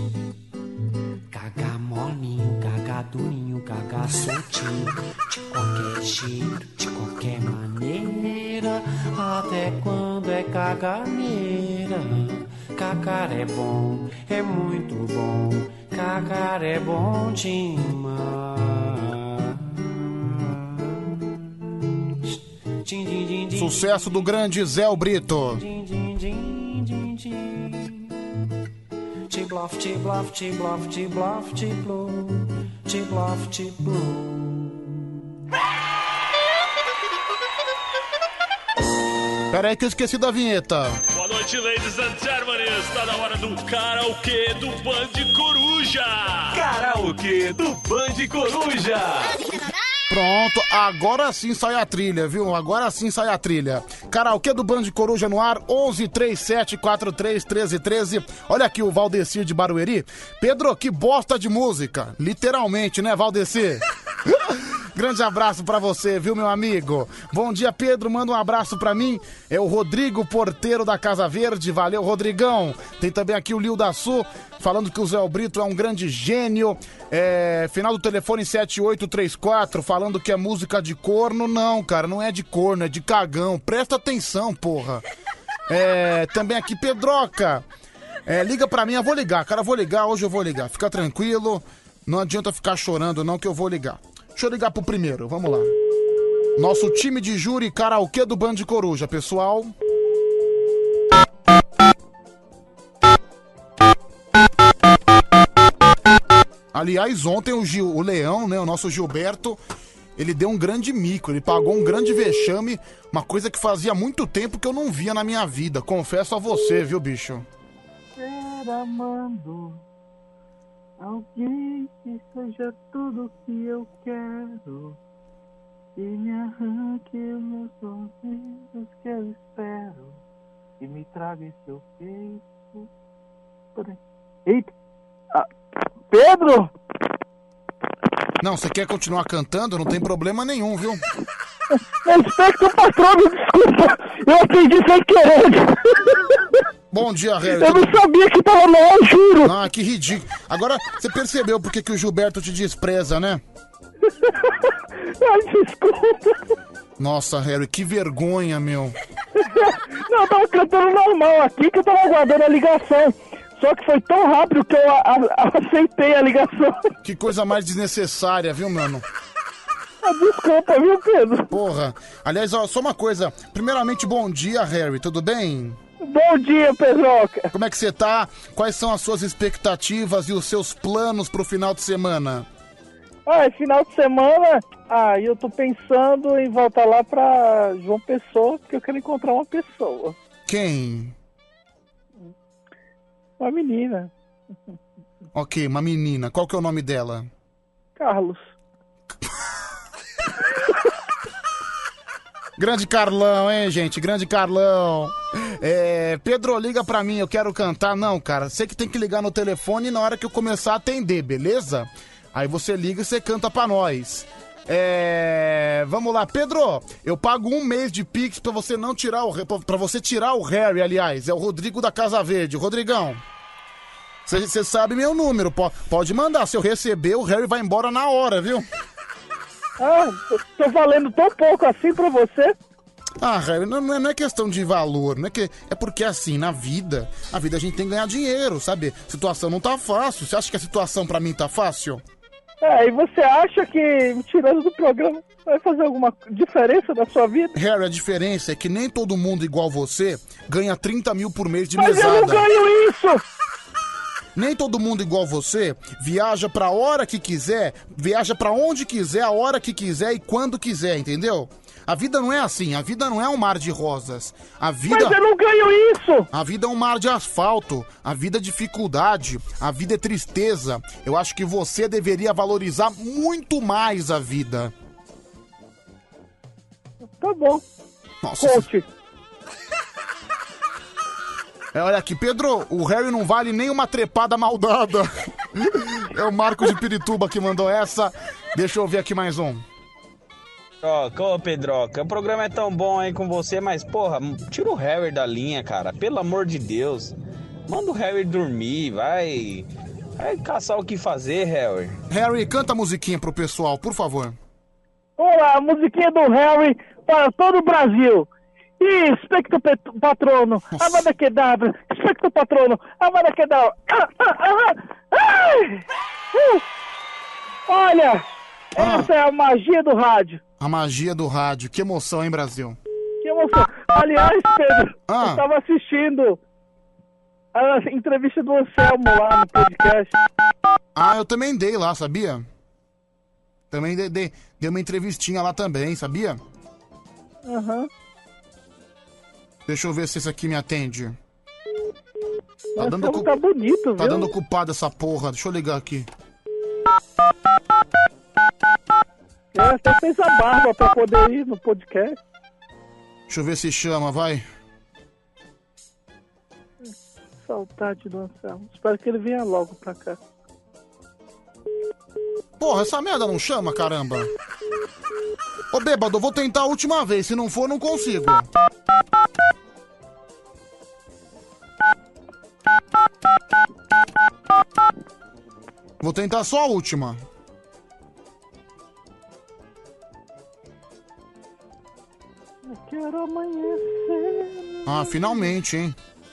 S22: Cagar molinho, cagar durinho, cagar soltinho. De qualquer jeito, de qualquer maneira. Até quando é caganeira. Cagar é bom, é muito bom. Cagar é bom demais.
S1: Sucesso do grande Zé Brito.
S22: Tiblof, tiblof, tiblof, tiblof, tiblo, tiblof, tiblo.
S1: Pera aí que eu esqueci da vinheta.
S6: Boa noite, ladies and gentlemen. Está na hora do karaokê do Band Coruja. Karaokê do Band Coruja.
S1: Pronto, agora sim sai a trilha, viu? Agora sim sai a trilha. Karaokê do Band Coruja no ar, onze, trinta e sete, quarenta e três, treze, treze. Olha aqui o Valdecir de Barueri. Pedro, que bosta de música. Literalmente, né, Valdecir? Grande abraço pra você, viu, meu amigo? Bom dia, Pedro. Manda um abraço pra mim. É o Rodrigo, porteiro da Casa Verde. Valeu, Rodrigão. Tem também aqui o Lio da Sul, falando que o Zé Brito é um grande gênio. É, final do telefone sete oito três quatro, falando que é música de corno. Não, cara, não é de corno, é de cagão. Presta atenção, porra. É, também aqui, Pedroca. É, liga pra mim, eu vou ligar, cara, eu vou ligar. Hoje eu vou ligar. Fica tranquilo. Não adianta ficar chorando, não, que eu vou ligar. Deixa eu ligar pro primeiro, vamos lá. Nosso time de júri karaokê do Band Coruja, pessoal. Aliás, ontem o, Gil, o Leão, né, o nosso Gilberto, ele deu um grande mico, ele pagou um grande vexame, uma coisa que fazia muito tempo que eu não via na minha vida. Confesso a você, viu, bicho?
S22: Ser amando alguém que seja tudo que eu quero e me arranque os meus sorrisos que eu espero e me traga em seu peito. Eita! Ah, Pedro!
S1: Não, você quer continuar cantando? Não tem problema nenhum, viu?
S22: Respeito, patrono, desculpa! Eu atendi sem querer!
S1: Bom dia, Harry.
S22: Eu não sabia que tava no ar, juro!
S1: Ah, que ridículo. Agora, você percebeu por que, que o Gilberto te despreza, né?
S22: Ai, desculpa!
S1: Nossa, Harry, que vergonha, meu.
S22: Não, eu tava cantando normal aqui, que eu tava aguardando a ligação. Só que foi tão rápido que eu a, a, aceitei a ligação.
S1: Que coisa mais desnecessária, viu, mano?
S22: Ah, desculpa, viu, Pedro?
S1: Porra. Aliás, ó, só uma coisa. Primeiramente, bom dia, Harry, tudo bem?
S22: Bom dia, Pedroca.
S1: Como é que você tá? Quais são as suas expectativas e os seus planos pro final de semana?
S22: Ah, final de semana, ah, eu tô pensando em voltar lá pra João Pessoa, porque eu quero encontrar uma pessoa.
S1: Quem?
S22: Uma menina.
S1: Ok, uma menina. Qual que é o nome dela?
S22: Carlos.
S1: Grande Carlão, hein, gente? Grande Carlão. É, Pedro, liga pra mim, eu quero cantar. Não, cara, você que tem que ligar no telefone na hora que eu começar a atender, beleza? Aí você liga e você canta pra nós. É... Vamos lá, Pedro, eu pago um mês de Pix pra você não tirar o... Pra você tirar o Harry, aliás. É o Rodrigo da Casa Verde. Rodrigão, você sabe meu número. Pode mandar. Se eu receber, o Harry vai embora na hora, viu?
S22: Ah, tô valendo tão pouco assim pra você?
S1: Ah, Harry, não, não é questão de valor, não é que é porque assim, na vida, a vida a gente tem que ganhar dinheiro, sabe? A situação não tá fácil. Você acha que a situação pra mim tá fácil?
S22: É, e você acha que me tirando do programa vai fazer alguma diferença na sua vida?
S1: Harry, a diferença é que nem todo mundo igual você ganha trinta mil por mês de
S22: Mas
S1: mesada.
S22: eu não ganho isso!
S1: Nem todo mundo igual você viaja pra hora que quiser, viaja pra onde quiser, a hora que quiser e quando quiser, entendeu? A vida não é assim, a vida não é um mar de rosas. A vida...
S22: Mas eu não ganho isso!
S1: A vida é um mar de asfalto, a vida é dificuldade, a vida é tristeza. Eu acho que você deveria valorizar muito mais a vida.
S22: Tá bom.
S1: Nossa.
S22: Conte.
S1: É, olha aqui, Pedro, o Harry não vale nem uma trepada maldada. É o Marco de Pirituba que mandou essa. Deixa eu ver aqui mais um.
S13: Pedroca, ô Pedroca, o programa é tão bom aí com você, mas porra, tira o Harry da linha, cara, pelo amor de Deus. Manda o Harry dormir, vai, vai caçar o que fazer, Harry.
S1: Harry, canta a musiquinha pro pessoal, por favor.
S22: Olá, a musiquinha do Harry para todo o Brasil. E Espectro Patrono, Amada Kedavra, Espectro Patrono, Amada Kedavra. Ah, ah, ah, ah. Uh. Olha,
S1: ah.
S22: essa é a magia do rádio.
S1: A magia do rádio, que emoção, hein, Brasil?
S22: Que
S2: você. Aliás, Pedro,
S1: Ah.
S2: eu tava assistindo a entrevista do Anselmo lá no podcast.
S1: Ah, eu também dei lá, sabia? Também dei, dei, dei uma entrevistinha lá também, sabia?
S2: Aham.
S1: Deixa eu ver se esse aqui me atende. Tá
S2: O
S1: dando,
S2: Anselmo
S1: ocu-
S2: tá bonito,
S1: tá
S2: viu?
S1: dando ocupado essa porra. Deixa eu ligar aqui.
S2: É, até fez a barba pra poder ir no podcast.
S1: Deixa eu ver se chama, vai.
S2: Saudade do Anselmo. Espero que ele venha logo pra cá.
S1: Porra, essa merda não chama, caramba. Ô, bêbado, eu vou tentar a última vez. Se não for, não consigo. Vou tentar só a última.
S2: Eu quero amanhecer.
S1: Ah, finalmente, hein?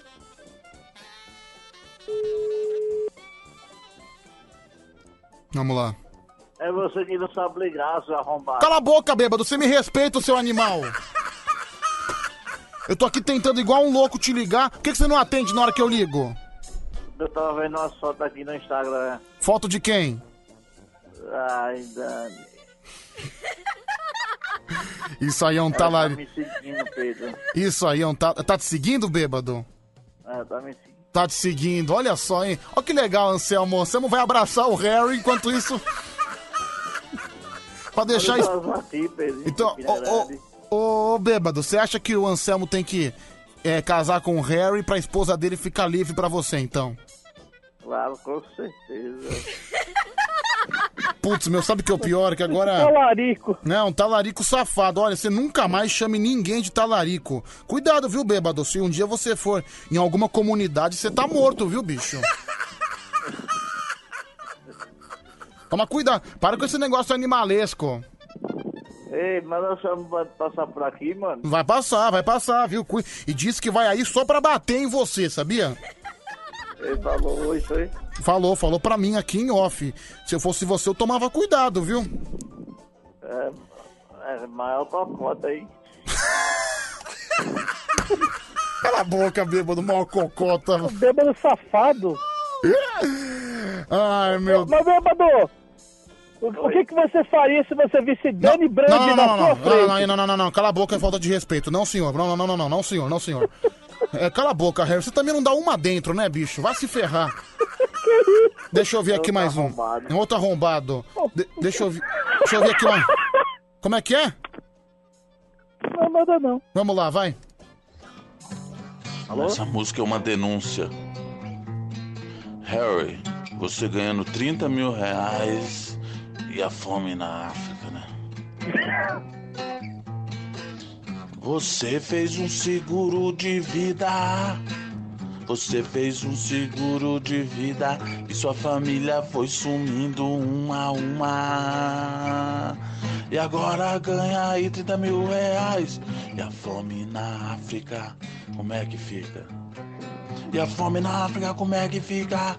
S1: Vamos lá.
S12: É você que não sabe ligar, seu arrombado.
S1: Cala a boca, bêbado. Você me respeita, seu animal. Eu tô aqui tentando igual um louco te ligar. Por que que você não atende na hora que eu ligo?
S12: Eu tava vendo umas fotos aqui no Instagram.
S1: Foto de quem?
S12: Ai, Dani.
S1: Isso aí é um
S12: Ela
S1: talarico.
S12: tá me seguindo, Pedro.
S1: Isso aí é um tal... Tá te seguindo, bêbado?
S12: É, tá me seguindo.
S1: Tá te seguindo. Olha só, hein? Olha que legal, Anselmo. Anselmo vai abraçar o Harry enquanto isso... Pra deixar isso...
S12: Eu aqui, Pedro.
S1: Então, ô, ô, ô, bêbado, você acha que o Anselmo tem que é, casar com o Harry pra esposa dele ficar livre pra você, então?
S12: Claro, com certeza.
S1: Putz, meu, sabe o que é o pior? Que agora...
S2: Talarico.
S1: Não, talarico safado. Olha, você nunca mais chame ninguém de talarico. Cuidado, viu, bêbado? Se um dia você for em alguma comunidade, você tá morto, viu, bicho? Toma cuidado. Para com esse negócio animalesco.
S12: Ei, mas nós vamos passar por aqui, mano.
S1: Vai passar, vai passar, viu? Cui- E disse que vai aí só pra bater em você, sabia?
S12: Ele falou isso aí.
S1: Falou, falou pra mim aqui em off. Se eu fosse você, eu tomava cuidado, viu?
S12: É, é maior tua conta aí.
S1: Cala a boca, bêbado, mal cocota.
S2: Bêbado safado.
S1: Ai, meu...
S2: Mas, bêbado, o, o que, que você faria se você visse Dani Brandi
S1: Não, não,
S2: na
S1: não,
S2: sua
S1: não,
S2: frente?
S1: não, não, não, não, não, cala a boca, é falta de respeito. Não, senhor, não, não, não, não, não, não, senhor, não, senhor. É, cala a boca, Harry, você também não dá uma dentro, né, bicho? Vai se ferrar. Deixa eu ver aqui mais um. Um outro arrombado. De- deixa eu ver. Deixa eu ver aqui um. Como é que é?
S2: Não, nada não.
S1: Vamos lá, vai.
S18: Essa música é uma denúncia. Harry, você ganhando trinta mil reais e a fome na África, né? Você fez um seguro de vida. Você fez um seguro de vida e sua família foi sumindo uma a uma. E agora ganha aí trinta mil reais. E a fome na África, como é que fica? E a fome na África, como é que fica?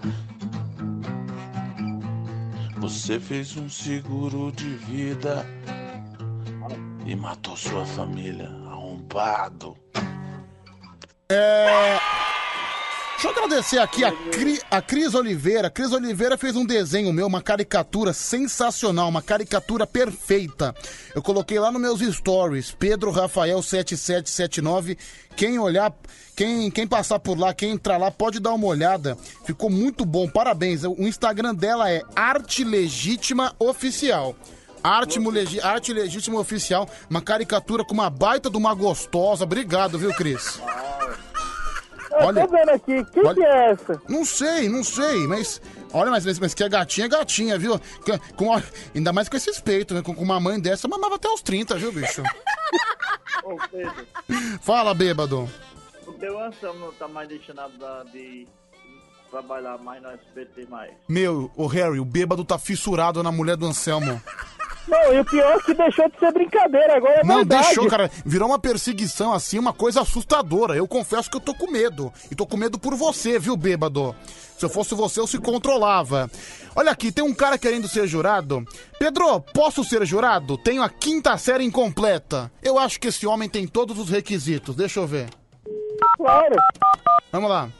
S18: Você fez um seguro de vida e matou sua família, arrombado.
S1: É... Deixa eu agradecer aqui a, Cri... a Cris Oliveira. Cris Oliveira fez um desenho meu, uma caricatura sensacional, uma caricatura perfeita. Eu coloquei lá nos meus stories, Pedro Rafael sete sete sete nove. Quem olhar, quem, quem passar por lá, quem entrar lá, pode dar uma olhada. Ficou muito bom, parabéns. O Instagram dela é Arte Legítima Oficial. Arte, Mulegi... Arte Legítima Oficial, uma caricatura com uma baita de uma gostosa. Obrigado, viu, Cris?
S2: Eu tô vendo aqui, quem
S1: olha-
S2: que é essa?
S1: Não sei, não sei, mas... Olha, mas, mas, mas que é gatinha, é gatinha, viu? Com, com- ainda mais com esses peitos, né? Com, com uma mãe dessa, eu mamava até os trinta, viu, bicho?
S12: Ô, Pedro,
S1: Fala, bêbado.
S12: o teu Anselmo não tá mais deixando a- de trabalhar mais no S B T mais.
S1: Meu, o Harry, o bêbado tá fissurado na mulher do Anselmo.
S2: Não, e o pior é que deixou de ser brincadeira, agora é
S1: Não,
S2: verdade.
S1: deixou, cara. Virou uma perseguição, assim, uma coisa assustadora. Eu confesso que eu tô com medo. E tô com medo por você, viu, bêbado? Se eu fosse você, eu se controlava. Olha aqui, tem um cara querendo ser jurado. Pedro, posso ser jurado? Tenho a quinta série incompleta. Eu acho que esse homem tem todos os requisitos. Deixa eu ver.
S2: Claro.
S1: Vamos lá.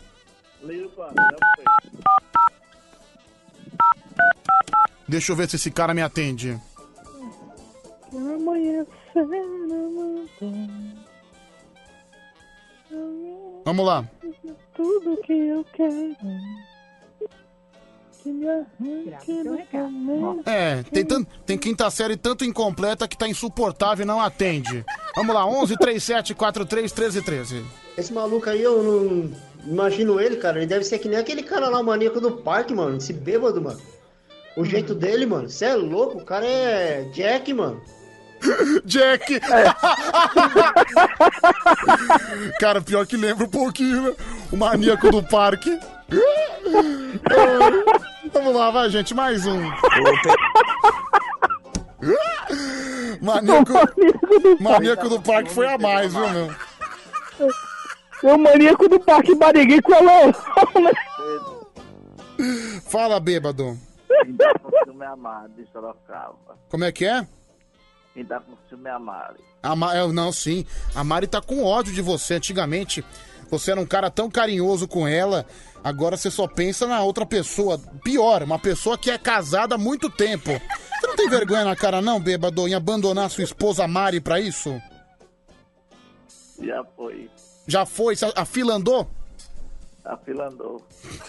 S1: Deixa eu ver se esse cara me atende. Vamos lá.
S2: Tudo que eu quero. Que me arranque do momento.
S1: É, tem, tan- tem quinta série tanto incompleta que tá insuportável e não atende. Vamos lá, onze, trinta e sete, quarenta e três, treze, treze.
S14: Esse maluco aí, eu não imagino ele, cara. Ele deve ser que nem aquele cara lá, o maníaco do parque, mano. Esse bêbado, mano. O jeito dele, mano. Você é louco, o cara é Jack, mano.
S1: Jack! Cara, pior que lembra um pouquinho, né? O maníaco do parque. É, vamos lá, vai, gente, mais um. Maníaco, maníaco do parque foi a mais, viu, meu?
S2: É o maníaco do parque Barigui com a Lorona.
S1: Fala, bêbado.
S12: Ainda com ciúme amado de Sorocaba.
S1: Como é que é?
S12: Ainda com ciúme amado.
S1: A Ma- é, não, sim. A Mari tá com ódio de você. Antigamente, você era um cara tão carinhoso com ela. Agora você só pensa na outra pessoa. Pior, uma pessoa que é casada há muito tempo. Você não tem vergonha na cara, não, bêbado, em abandonar sua esposa Mari pra isso?
S12: Já foi.
S1: Já foi? A fila andou?
S12: A fila andou.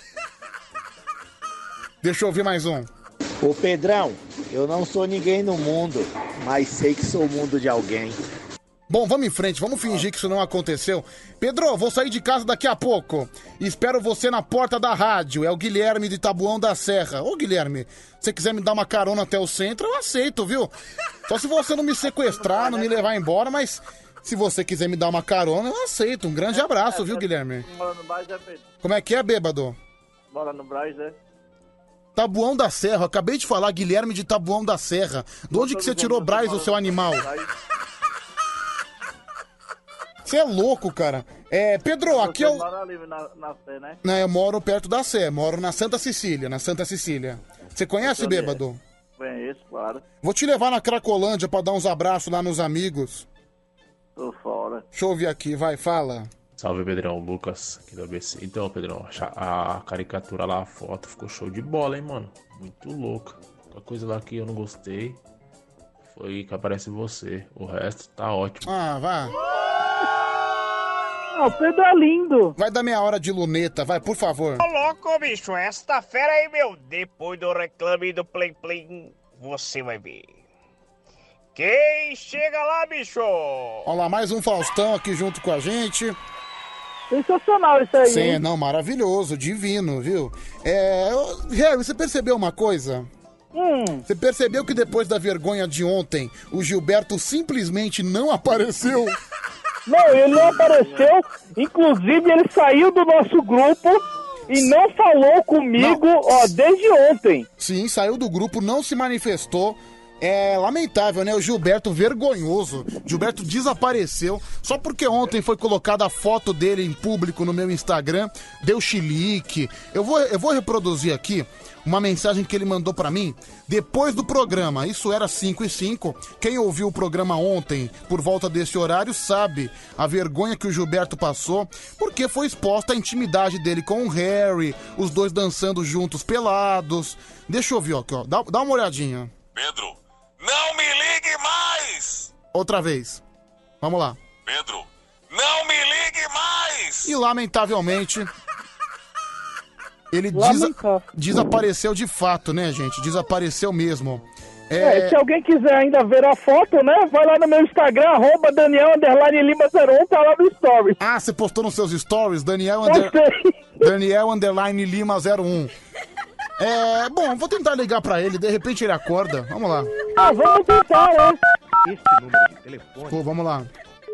S1: Deixa eu ouvir mais um.
S15: Ô Pedrão, eu não sou ninguém no mundo, mas sei que sou o mundo de alguém.
S1: Bom, vamos em frente, vamos fingir que isso não aconteceu. Pedro, vou sair de casa daqui a pouco. Espero você na porta da rádio. É o Guilherme de Taboão da Serra. Ô, Guilherme, se você quiser me dar uma carona até o centro, eu aceito, viu? Só se você não me sequestrar, não me levar embora, mas se você quiser me dar uma carona, eu aceito. Um grande abraço, viu, Guilherme?
S12: Bora no Braz, é, Pedro?
S1: Como é que é, bêbado?
S12: Bora no Braz, é?
S1: Taboão da Serra, acabei de falar, Guilherme de Taboão da Serra. De onde que você tirou Braz, o seu animal? Você é louco, cara. É, Pedro, aqui é o...
S12: Você mora ali na, na Sé, né?
S1: Não, eu moro perto da Sé, moro na Santa Cecília, na Santa Cecília. Você conhece,
S12: Onde é?
S1: bêbado?
S12: Conheço, claro.
S1: Vou te levar na Cracolândia pra dar uns abraços lá nos amigos.
S12: Tô fora.
S1: Deixa eu ouvir aqui, vai, fala.
S19: Salve, Pedrão, Lucas aqui do A B C. Então, Pedrão, a caricatura lá, a foto ficou show de bola, hein, mano? Muito louca. A coisa lá que eu não gostei foi que aparece você. O resto tá ótimo.
S1: Ah, vá.
S2: Ah, o Pedro é lindo.
S1: Vai dar meia hora de luneta, vai, por favor.
S8: Ô, louco, bicho, esta fera aí, meu. Depois do reclame do Plim Plim, você vai ver. Quem chega lá, bicho?
S1: Olha lá, mais um Faustão aqui junto com a gente.
S2: Sensacional isso aí.
S1: Sim,
S2: hein?
S1: não, maravilhoso, divino, viu? É, Harry, você percebeu uma coisa?
S2: Hum.
S1: Você percebeu que depois da vergonha de ontem, o Gilberto simplesmente não apareceu?
S2: Não, ele não apareceu. Inclusive, ele saiu do nosso grupo e não falou comigo,
S1: Não.
S2: ó, desde ontem.
S1: Sim, saiu do grupo, não se manifestou. É lamentável, né? O Gilberto vergonhoso. Gilberto desapareceu só porque ontem foi colocada a foto dele em público no meu Instagram. Deu chilique. Eu vou, eu vou reproduzir aqui uma mensagem que ele mandou pra mim depois do programa. Isso era cinco e cinco. Quem ouviu o programa ontem, por volta desse horário, sabe a vergonha que o Gilberto passou, porque foi exposta a intimidade dele com o Harry, os dois dançando juntos pelados. Deixa eu ouvir, ó, aqui, ó. Dá, dá uma olhadinha.
S18: Pedro, não me ligue mais!
S1: Outra vez. Vamos lá.
S18: Pedro, não me ligue mais!
S1: E lamentavelmente, ele desa- desapareceu de fato, né, gente? Desapareceu mesmo.
S2: É,
S1: É,
S2: se alguém quiser ainda ver a foto, né? Vai lá no meu Instagram, arroba Daniel Underline Lima zero um, tá lá no story.
S1: Ah, você postou nos seus stories, Daniel, under... Daniel Underline Lima zero um. É, bom, vou tentar ligar pra ele, de repente ele acorda. Vamos lá.
S2: Ah, vamos tentar, né?
S1: Este número de telefone. Pô, vamos lá.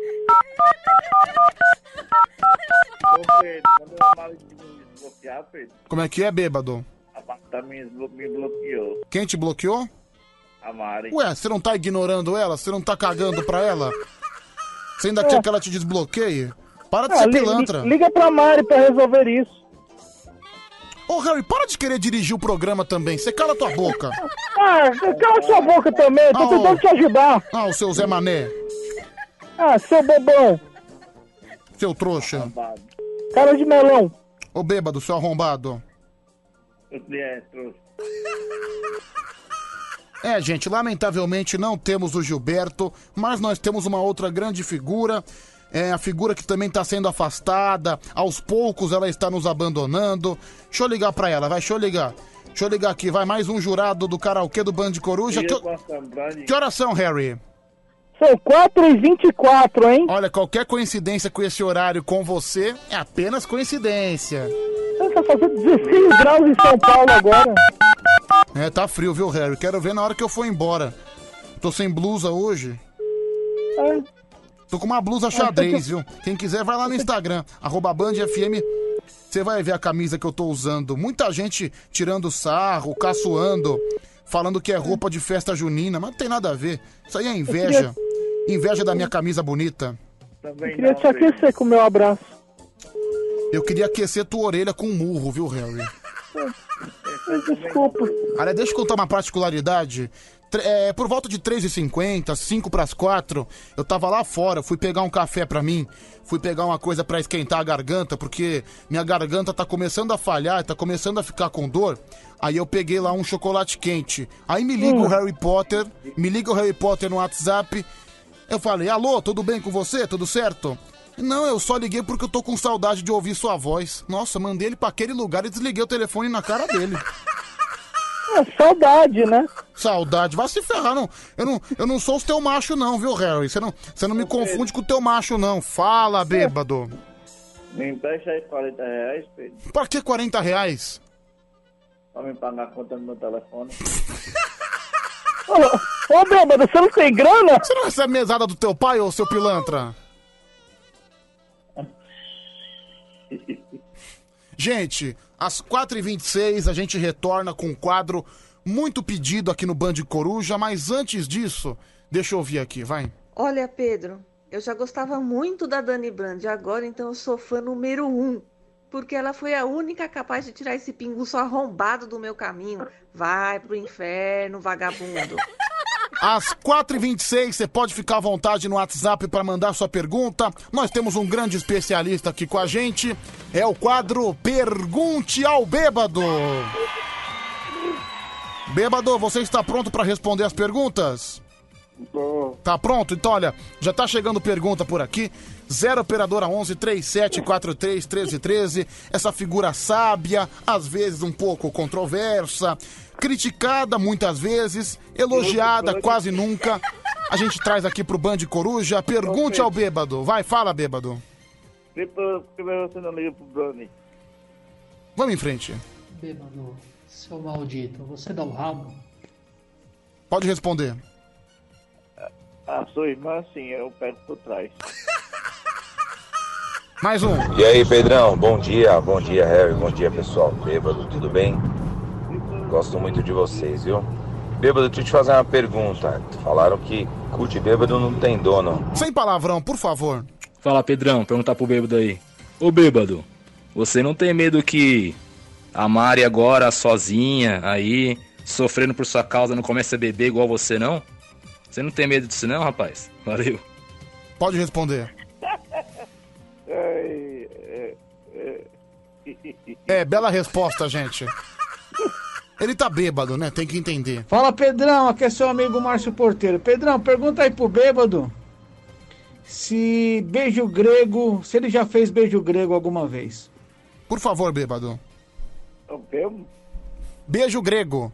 S12: Ô, Pedro, manda uma mala de me desbloquear, Pedro.
S1: Como é que é, bêbado?
S12: A Marta me, me bloqueou.
S1: Quem te bloqueou?
S12: A Mari.
S1: Ué, você não tá ignorando ela? Você não tá cagando pra ela? Você ainda quer que ela te desbloqueie? Para de
S2: Ah,
S1: ser
S2: li-
S1: pilantra.
S2: li- liga pra Mari pra resolver isso.
S1: Ô, Harry, para de querer dirigir o programa também. Você cala tua boca.
S2: Ah, cala sua boca também, tô
S1: Ah,
S2: tentando
S1: ô.
S2: te ajudar.
S1: Ah, o seu Zé Mané.
S2: Ah, seu bobão.
S1: Seu trouxa.
S2: Cara de melão.
S1: Ô, bêbado, seu arrombado.
S12: É, trouxe.
S1: É, gente, lamentavelmente não temos o Gilberto, mas nós temos uma outra grande figura. É a figura que também está sendo afastada. Aos poucos ela está nos abandonando. Deixa eu ligar pra ela, vai, deixa eu ligar. Deixa eu ligar aqui, vai mais um jurado do karaokê do Band Coruja. Que, que horas são, Harry?
S2: São quatro e vinte e quatro, hein?
S1: Olha, qualquer coincidência com esse horário com você é apenas coincidência.
S2: Tá fazendo dezesseis graus em São Paulo agora.
S1: É, tá frio, viu, Harry? Quero ver na hora que eu for embora. Tô sem blusa hoje.
S2: É.
S1: Tô com uma blusa xadrez, viu? Quem quiser vai lá no Instagram, arroba Band F M. Você vai ver a camisa que eu tô usando. Muita gente tirando sarro, caçoando, falando que é roupa de festa junina, mas não tem nada a ver. Isso aí é inveja. Inveja da minha camisa bonita.
S2: Eu queria te aquecer com o meu abraço.
S1: Eu queria aquecer tua orelha com um murro, viu, Harry?
S2: Desculpa.
S1: Olha, deixa eu contar uma particularidade. Tre- É, por volta de três e cinquenta, cinco pras quatro, eu tava lá fora, fui pegar um café pra mim, fui pegar uma coisa pra esquentar a garganta, porque minha garganta tá começando a falhar, tá começando a ficar com dor. Aí eu peguei lá um chocolate quente. Aí me liga o Harry Potter, me liga o Harry Potter no WhatsApp. Eu falei, alô, tudo bem com você? Tudo certo? Não, eu só liguei porque eu tô com saudade de ouvir sua voz. Nossa, mandei ele pra aquele lugar e desliguei o telefone na cara dele.
S2: É, saudade, né?
S1: Saudade, vai se ferrar, não. Eu não, eu não sou o teu macho, não, viu, Harry? Você não, você não me confunde com o teu macho, não. Fala, bêbado.
S12: Me empresta aí quarenta reais, Pedro.
S1: Pra que quarenta reais?
S12: Pra me pagar a conta no meu telefone.
S2: Ô, ô bêbado, você não tem grana?
S1: Você não recebe mesada do teu pai, ô seu pilantra? Gente, às quatro e vinte e seis a gente retorna com um quadro muito pedido aqui no Band Coruja, mas antes disso, deixa eu ouvir aqui, vai.
S17: Olha, Pedro, eu já gostava muito da Dani Brand, agora então eu sou fã número um, porque ela foi a única capaz de tirar esse pinguço arrombado do meu caminho. Vai pro inferno, vagabundo.
S1: Às quatro e vinte e seis, você pode ficar à vontade no WhatsApp para mandar sua pergunta. Nós temos um grande especialista aqui com a gente. É o quadro Pergunte ao Bêbado. Bêbado, você está pronto para responder as perguntas? Tá pronto? Então, olha, já tá chegando pergunta por aqui. zero operadora onze, trinta e sete, quarenta e três, treze, treze. Essa figura sábia, às vezes um pouco controversa, criticada muitas vezes, elogiada quase nunca. A gente traz aqui pro Band Coruja. Pergunte ao bêbado. Vai, fala, bêbado.
S12: Primeiro você não liga pro Brony.
S1: Vamos em frente.
S20: Bêbado, seu maldito, você dá o rabo?
S1: Pode responder.
S12: A sua irmã, sim, eu pego por trás.
S1: Mais um.
S21: E aí, Pedrão, bom dia, bom dia, Harry, bom dia, pessoal. Bêbado, tudo bem? Gosto muito de vocês, viu? Bêbado, deixa eu te fazer uma pergunta. Falaram que cu de bêbado não tem dono.
S1: Sem palavrão, por favor.
S23: Fala, Pedrão, perguntar pro bêbado aí. Ô, bêbado, você não tem medo que a Mari agora, sozinha, aí, sofrendo por sua causa, não comece a beber igual você, não? Você não tem medo disso não, rapaz? Valeu.
S1: Pode responder. É, bela resposta, gente. Ele tá bêbado, né? Tem que entender.
S27: Fala, Pedrão, aqui é seu amigo Márcio Porteiro. Pedrão, pergunta aí pro bêbado se beijo grego, se ele já fez beijo grego alguma vez.
S1: Por favor, bêbado.
S12: O quê?
S1: Beijo grego.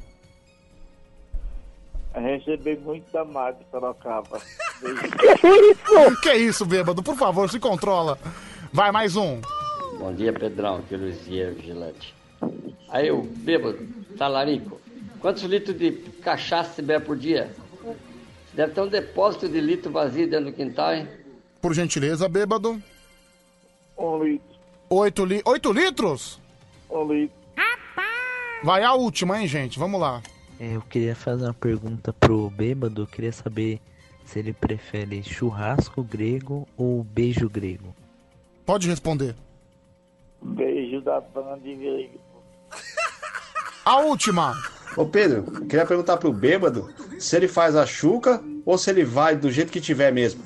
S12: Recebi muito da Mari de Sorocaba.
S1: Que isso? Que isso, bêbado? Por favor, se controla. Vai, mais um.
S24: Bom dia, Pedrão, aqui é o Luizinho Vigilante. Aí, o bêbado, talarico, quantos litros de cachaça você bebe por dia? Deve ter um depósito de litro vazio dentro do quintal, hein?
S1: Por gentileza, bêbado.
S12: Um litro.
S1: Oito, li... Oito litros?
S12: Um litro.
S1: Vai a última, hein, gente? Vamos lá.
S3: É, eu queria fazer uma pergunta pro bêbado. Eu queria saber se ele prefere churrasco grego ou beijo grego.
S1: Pode responder.
S12: Beijo da banda grego.
S1: A última.
S4: Ô Pedro, queria perguntar pro bêbado se ele faz a chuca ou se ele vai do jeito que tiver mesmo.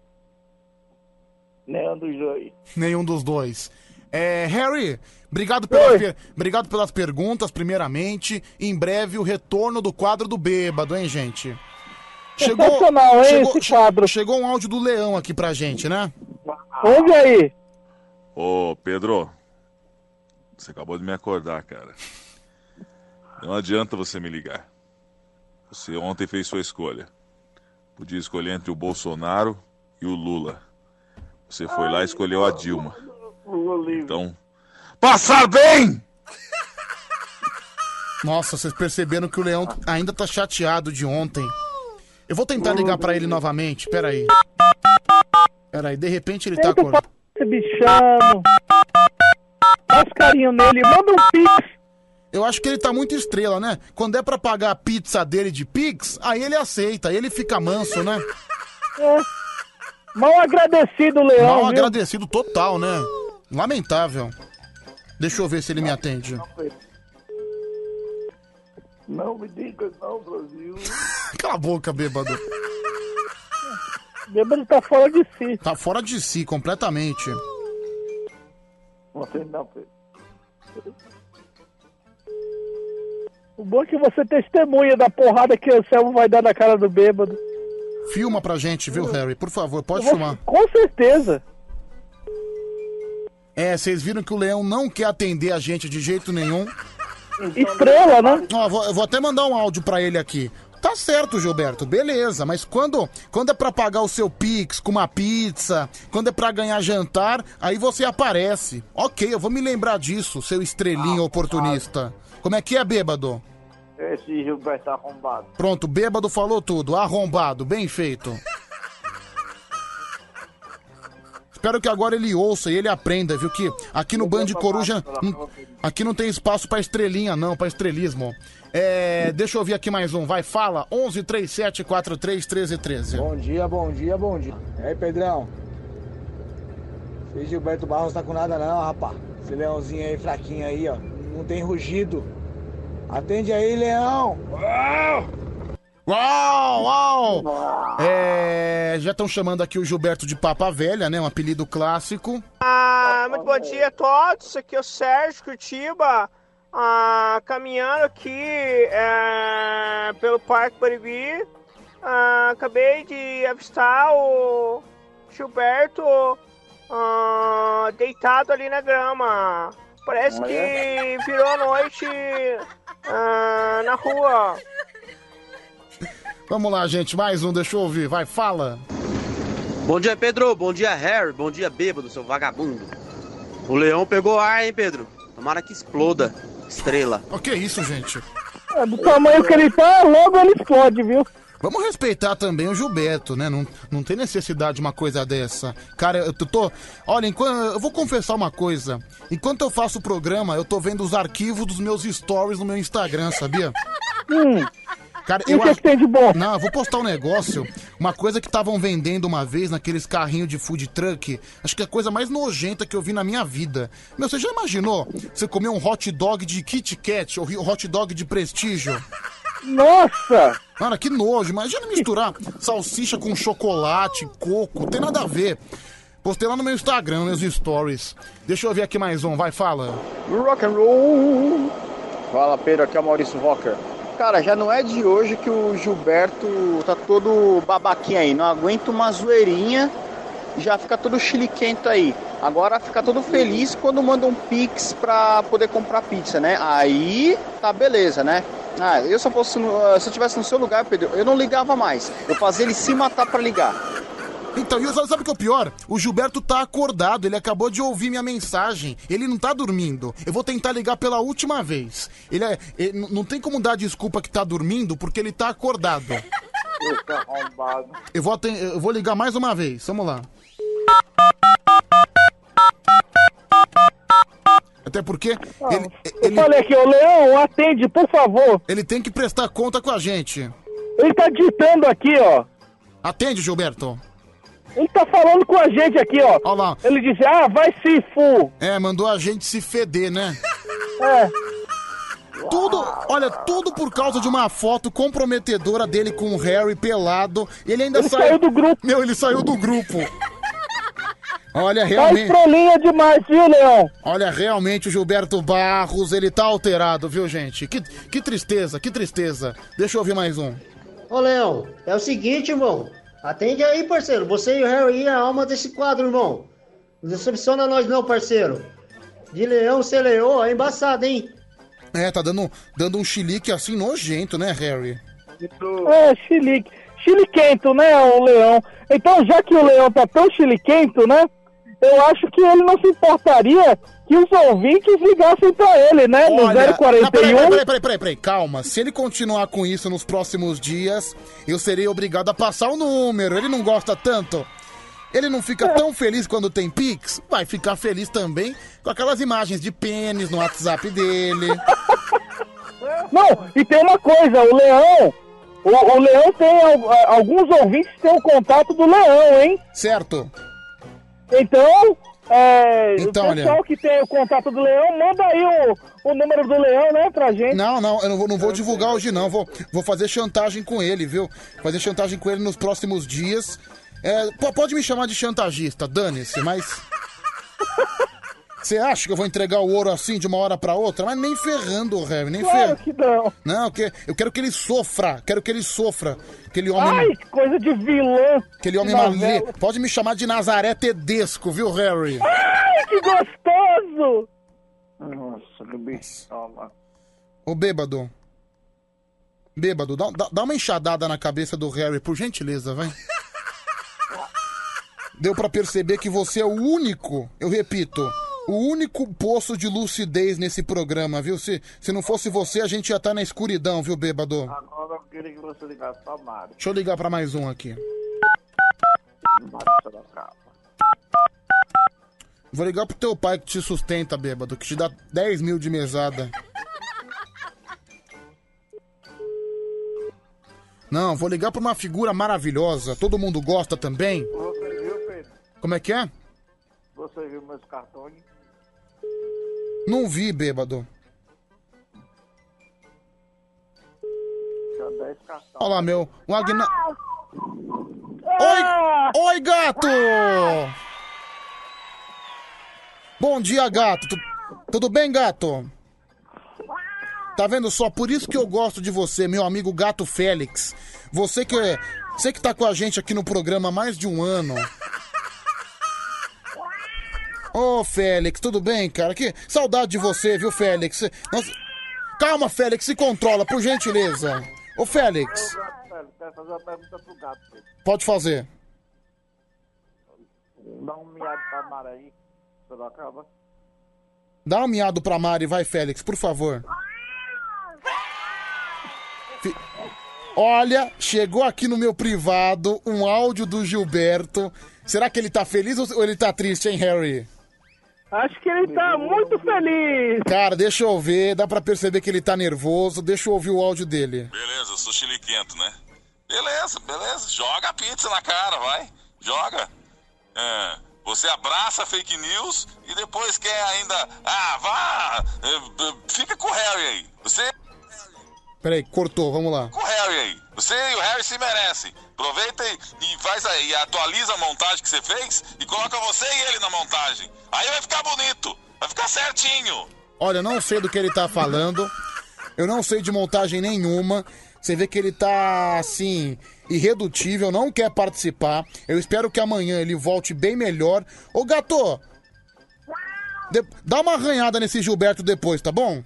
S12: Nenhum dos dois.
S1: Nenhum dos dois. É, Harry, obrigado pelas, per- obrigado pelas perguntas, primeiramente. Em breve, o retorno do quadro do bêbado, hein, gente?
S2: Sensacional, hein,
S1: chegou,
S2: esse quadro.
S1: Chegou um áudio do Leão aqui pra gente, né?
S2: Ouve aí.
S7: Ô, Pedro, você acabou de me acordar, cara. Não adianta você me ligar. Você ontem fez sua escolha. Podia escolher entre o Bolsonaro e o Lula. Você foi lá e escolheu a Dilma. Então, passar bem!
S1: Nossa, vocês perceberam que o Leão ainda tá chateado de ontem. Eu vou tentar ligar pra ele novamente, peraí. Peraí, de repente ele tá acordado.
S2: Esse bichano. Dá os carinho nele, manda um pix.
S1: Eu acho que ele tá muito estrela, né? Quando é pra pagar a pizza dele de Pix, aí ele aceita, aí ele fica manso, né?
S2: É. Mal agradecido, Leão.
S1: Mal
S2: viu?
S1: agradecido total, né? Lamentável. Deixa eu ver se ele me atende.
S12: Não me diga não, Brasil.
S1: Cala a boca, bêbado.
S2: Bêbado tá fora de si.
S1: Tá fora de si, completamente.
S12: Você não, Pedro.
S2: O bom é que você testemunha da porrada que o Anselmo vai dar na cara do bêbado.
S1: Filma pra gente, viu, Harry? Por favor, pode
S2: Eu vou-
S1: filmar.
S2: Com certeza.
S1: É, vocês viram que o Leão não quer atender a gente de jeito nenhum.
S2: Estrela, né?
S1: Ó, vou, eu vou até mandar um áudio pra ele aqui. Tá certo, Gilberto, beleza, mas quando, quando é pra pagar o seu Pix com uma pizza, quando é pra ganhar jantar, aí você aparece. Ok, eu vou me lembrar disso, seu estrelinho oportunista. Como é que é, bêbado?
S12: Esse Gilberto tá arrombado.
S1: Pronto, bêbado falou tudo, arrombado, bem feito. Espero que agora ele ouça e ele aprenda, viu, que aqui no Band Coruja, não- aqui não tem espaço pra estrelinha não, pra estrelismo. É, deixa eu ouvir aqui mais um, vai, fala, onze, trinta e sete, quarenta e três, treze, treze.
S9: Bom dia, bom dia, bom dia. E aí, Pedrão? Esse Gilberto Barros tá com nada não, rapaz. Esse leãozinho aí, fraquinho aí, ó. Não tem rugido. Atende aí, Leão!
S1: Uau, uau! É, já estão chamando aqui o Gilberto de Papa Velha, né, um apelido clássico.
S8: Ah, muito bom dia a todos. Aqui é o Sérgio Curitiba, ah, caminhando aqui é, pelo Parque Baribi. Ah, acabei de avistar o Gilberto ah, deitado ali na grama. Parece que virou a noite ah, na rua.
S1: Vamos lá, gente, mais um, deixa eu ouvir, vai, fala.
S11: Bom dia, Pedro. Bom dia, Harry. Bom dia, bêbado, seu vagabundo. O leão pegou ar, hein, Pedro? Tomara que exploda. Estrela.
S1: O que é isso, gente?
S2: É, do tamanho que ele tá, logo ele explode, viu?
S1: Vamos respeitar também o Gilberto, né? Não, não tem necessidade de uma coisa dessa. Cara, eu tô... Olha, enquanto, eu vou confessar uma coisa. Enquanto eu faço o programa, eu tô vendo os arquivos dos meus stories no meu Instagram, sabia?
S2: Hum.
S1: Cara,
S2: E
S1: eu
S2: o que
S1: acho...
S2: que tem de bom?
S1: Não, eu vou postar um negócio. Uma coisa que estavam vendendo uma vez naqueles carrinhos de food truck. Acho que é a coisa mais nojenta que eu vi na minha vida. Meu, você já imaginou você comer um hot dog de Kit Kat ou hot dog de prestígio?
S2: Nossa!
S1: Cara, que nojo. Imagina misturar salsicha com chocolate, coco. Não tem nada a ver. Postei lá no meu Instagram, nos meus stories. Deixa eu ver aqui mais um. Vai, fala.
S25: Rock and roll. Fala, Pedro, aqui é o Maurício Rocker. Cara, já não é de hoje que o Gilberto tá todo babaquinho aí. Não aguenta uma zoeirinha e já fica todo chiliquento aí. Agora fica todo feliz quando manda um pix pra poder comprar pizza, né? Aí tá beleza, né? Ah, eu só posso, se eu tivesse no seu lugar, Pedro, eu não ligava mais. Eu fazia ele se matar pra ligar.
S1: Então, e sabe o que é o pior? O Gilberto tá acordado, ele acabou de ouvir minha mensagem. Ele não tá dormindo. Eu vou tentar ligar pela última vez. Ele, é, ele n- não tem como dar desculpa que tá dormindo, porque ele tá acordado. Eu vou, aten- eu vou ligar mais uma vez, vamos lá. Até porque
S2: Ah,
S1: ele,
S2: eu
S1: ele,
S2: falei aqui, ô Leão, atende, por favor.
S1: ele tem que prestar conta com a gente.
S2: Ele tá digitando aqui, ó.
S1: Atende, Gilberto.
S2: Ele tá falando com a gente aqui, ó.
S1: Olha lá.
S2: Ele disse, ah, vai se fu.
S1: É, mandou a gente se feder, né?
S2: É.
S1: Tudo, olha, tudo por causa de uma foto comprometedora dele com o Harry pelado. E ele ainda
S2: Ele
S1: saiu...
S2: saiu do grupo.
S1: Meu, ele saiu do grupo. Olha,
S2: Tá
S1: realmente...
S2: estrelinha demais, viu, Leão?
S1: Olha, realmente o Gilberto Barros, ele tá alterado, viu, gente? Que, que tristeza, que tristeza. Deixa eu ouvir mais um.
S14: Ô, Leão, é o seguinte, irmão. Atende aí, parceiro. Você e o Harry é a alma desse quadro, irmão. Não decepciona nós não, parceiro. De Leão ser Leão é embaçado, hein?
S1: É, tá dando, dando um chilique assim nojento, né, Harry?
S2: É, chilique. Chiliquento, né, o Leão? Então, já que o Leão tá tão chiliquento, né? Eu acho que ele não se importaria que os ouvintes ligassem pra ele, né? No
S1: Olha,
S2: zero quarenta e um.
S1: não, peraí, peraí, peraí, peraí, calma. Se ele continuar com isso nos próximos dias, eu serei obrigado a passar o número. Ele não gosta tanto. Ele não fica tão feliz quando tem Pix? Vai ficar feliz também com aquelas imagens de pênis no WhatsApp dele.
S2: Não, e tem uma coisa, o Leão... O, o Leão tem... al- Alguns ouvintes têm o contato do Leão, hein?
S1: Certo.
S2: Então... É,
S1: Então,
S2: o pessoal
S1: olha.
S2: que tem o contato do Leão, manda aí o, o número do Leão, né, pra gente.
S1: Não, não, eu não vou, não vou divulgar hoje não, vou, vou fazer chantagem com ele, viu? Fazer chantagem com ele nos próximos dias. É, p- pode me chamar de chantagista, dane-se, mas... Você acha que eu vou entregar o ouro assim de uma hora pra outra? Mas nem ferrando, Harry, nem
S2: Claro
S1: ferrando.
S2: que não.
S1: Não, que, eu quero que ele sofra, quero que ele sofra. Aquele homem...
S2: Ai, que coisa de vilã.
S1: Aquele homem
S2: de
S1: maluco.
S2: novela.
S1: Pode me chamar de Nazaré Tedesco, viu, Harry?
S2: Ai, que gostoso!
S12: Nossa, que bicho.
S1: Ô, bêbado. Bêbado, dá, dá, dá uma enxadada na cabeça do Harry, por gentileza, vai. Deu pra perceber que você é o único, eu repito, o único poço de lucidez nesse programa, viu? Se, se não fosse você, a gente ia estar na escuridão, viu, bêbado?
S12: Agora eu queria que você ligasse pra Mário.
S1: Deixa eu ligar pra mais um aqui.
S12: Mário Sorocaba.
S1: Vou ligar pro teu pai que te sustenta, bêbado, que te dá dez mil de mesada. Não, vou ligar pra uma figura maravilhosa, todo mundo gosta também.
S12: Você viu, Pedro?
S1: Como é que é?
S12: Você viu meus cartões?
S1: Não vi, bêbado.
S12: Tinha dez cartões.
S1: Olha lá, meu. O Agna... Oi! Oi, gato! Bom dia, gato. Tu- Tudo bem, gato? Tá vendo só? Por isso que eu gosto de você, meu amigo Gato Félix. Você que, você que tá com a gente aqui no programa há mais de um ano. Ô, Félix, tudo bem, cara? Que saudade de você, viu, Félix? Nossa... Calma, Félix, se controla, por gentileza. Ô, Félix,
S12: Velho, quero fazer uma pergunta pro gato. Pedro.
S1: pode fazer.
S12: Dá um miado pra Mário aí, Sorocaba.
S1: Dá um miado pra Mari, vai, Félix, por favor. Fi- Olha, chegou aqui no meu privado um áudio do Gilberto. Será que ele tá feliz ou ele tá triste, hein, Harry?
S2: Acho que ele tá muito feliz.
S1: Cara, deixa eu ver, dá pra perceber que ele tá nervoso. Deixa eu ouvir o áudio dele.
S7: Beleza, eu sou chiliquento, né? Beleza, beleza. Joga a pizza na cara, vai. Joga. É, você abraça a fake news e depois quer ainda... Ah, vá! é, é, Fica com o Harry aí. Você...
S1: Peraí, cortou, vamos lá.
S7: Com o Harry aí. Você e o Harry se merecem. Aproveita e, e faz aí, atualiza a montagem que você fez e coloca você e ele na montagem. Aí vai ficar bonito. Vai ficar certinho.
S1: Olha, eu não sei do que ele tá falando. Eu não sei de montagem nenhuma. Você vê que ele tá, assim, irredutível, não quer participar. Eu espero que amanhã ele volte bem melhor. Ô, gato! de- Dá uma arranhada nesse Gilberto depois, tá bom?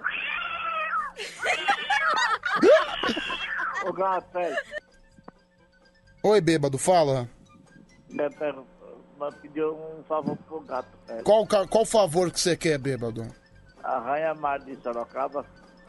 S12: Ô gato, velho.
S1: Oi, bêbado, fala.
S12: Eu quero mas pedir um favor pro gato, velho.
S1: Qual, ca- qual favor que você quer, bêbado?
S12: Arranha Mário de Sorocaba.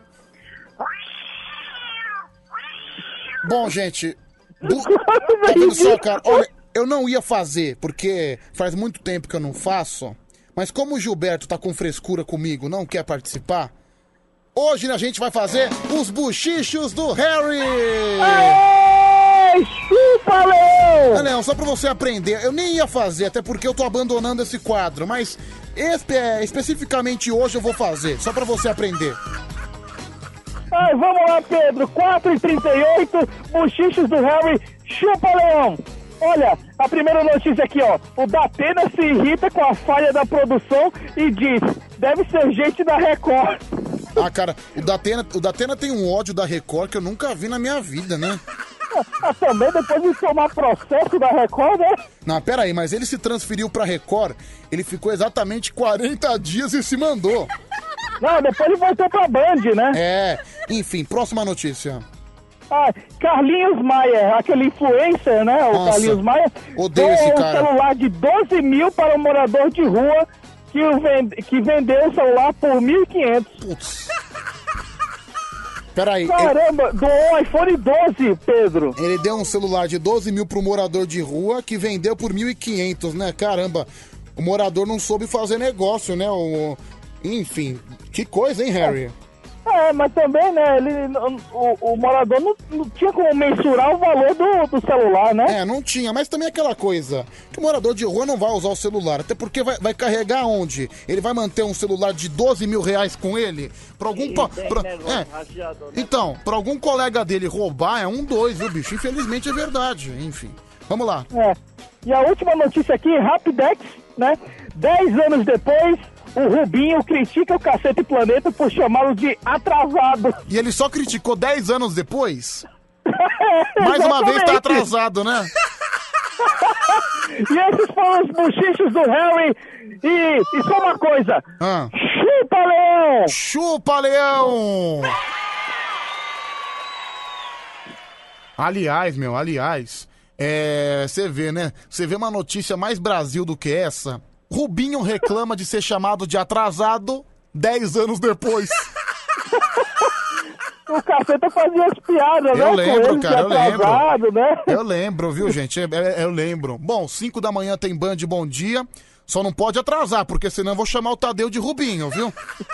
S1: Bom, gente, do... tá vendo só, cara? Olha, eu não ia fazer, porque faz muito tempo que eu não faço, Mas como o Gilberto tá com frescura comigo, não quer participar, hoje a gente vai fazer os buchichos do Harry!
S2: Aê! Chupa, Leão!
S1: Ah, Leão, só pra você aprender, eu nem ia fazer, até porque eu tô abandonando esse quadro, mas espe- especificamente hoje eu vou fazer, só pra você aprender.
S2: Ai, vamos lá, Pedro. quatro e trinta e oito, buchichos do Harry. Chupa, Leão. Olha, a primeira notícia aqui, ó. O Datena se irrita com a falha da produção e diz, deve ser gente da Record.
S1: Ah, cara, o Datena, o Datena tem um ódio da Record que eu nunca vi na minha vida, né?
S2: Ah, também depois de tomar processo da Record, né?
S1: Não, pera aí, mas ele se transferiu pra Record, ele ficou exatamente quarenta dias e se mandou.
S2: Não, depois ele voltou pra Band, né?
S1: É, enfim, próxima notícia.
S2: Ah, Carlinhos Maia, aquele influencer, né? O
S1: Nossa,
S2: Carlinhos Maia.
S1: odeio
S2: doou
S1: esse
S2: um
S1: cara.
S2: celular de doze mil para um morador de rua que, o vende, que vendeu o celular por mil e quinhentos.
S1: Putz. Peraí.
S2: Caramba, ele... doou um iPhone doze, Pedro.
S1: Ele deu um celular de doze mil pro morador de rua que vendeu por mil e quinhentos, né? Caramba, o morador não soube fazer negócio, né? O... Enfim, que coisa, hein, Harry?
S2: É, mas também, né, ele, o, o morador não, não tinha como mensurar o valor do, do celular, né?
S1: É, não tinha, mas também aquela coisa, que o morador de rua não vai usar o celular, até porque vai, vai carregar onde? Ele vai manter um celular de doze mil reais com ele? Pra algum... Pa, pra, é, então, pra algum colega dele roubar é um dois, viu, bicho? Infelizmente é verdade, enfim. Vamos lá.
S2: É, e a última notícia aqui, Rapidex, né, dez anos depois... O Rubinho critica o Cacete Planeta por chamá-lo de atrasado.
S1: E ele só criticou dez anos depois? Mais uma vez tá atrasado, né?
S2: E esses foram os buchichos do Harry. E, e só uma coisa.
S1: Ah.
S2: Chupa, Leão!
S1: Chupa, Leão! Aliás, meu, aliás, é, você vê, né? Você vê uma notícia mais Brasil do que essa... Rubinho reclama de ser chamado de atrasado dez anos depois.
S2: O Caceta fazia as piadas, né?
S1: Eu lembro, cara, eu lembro.
S2: Né?
S1: Eu lembro, viu, gente? Eu, eu lembro. Bom, cinco da manhã tem Band Bom Dia. Só não pode atrasar, porque senão eu vou chamar o Tadeu de Rubinho, viu?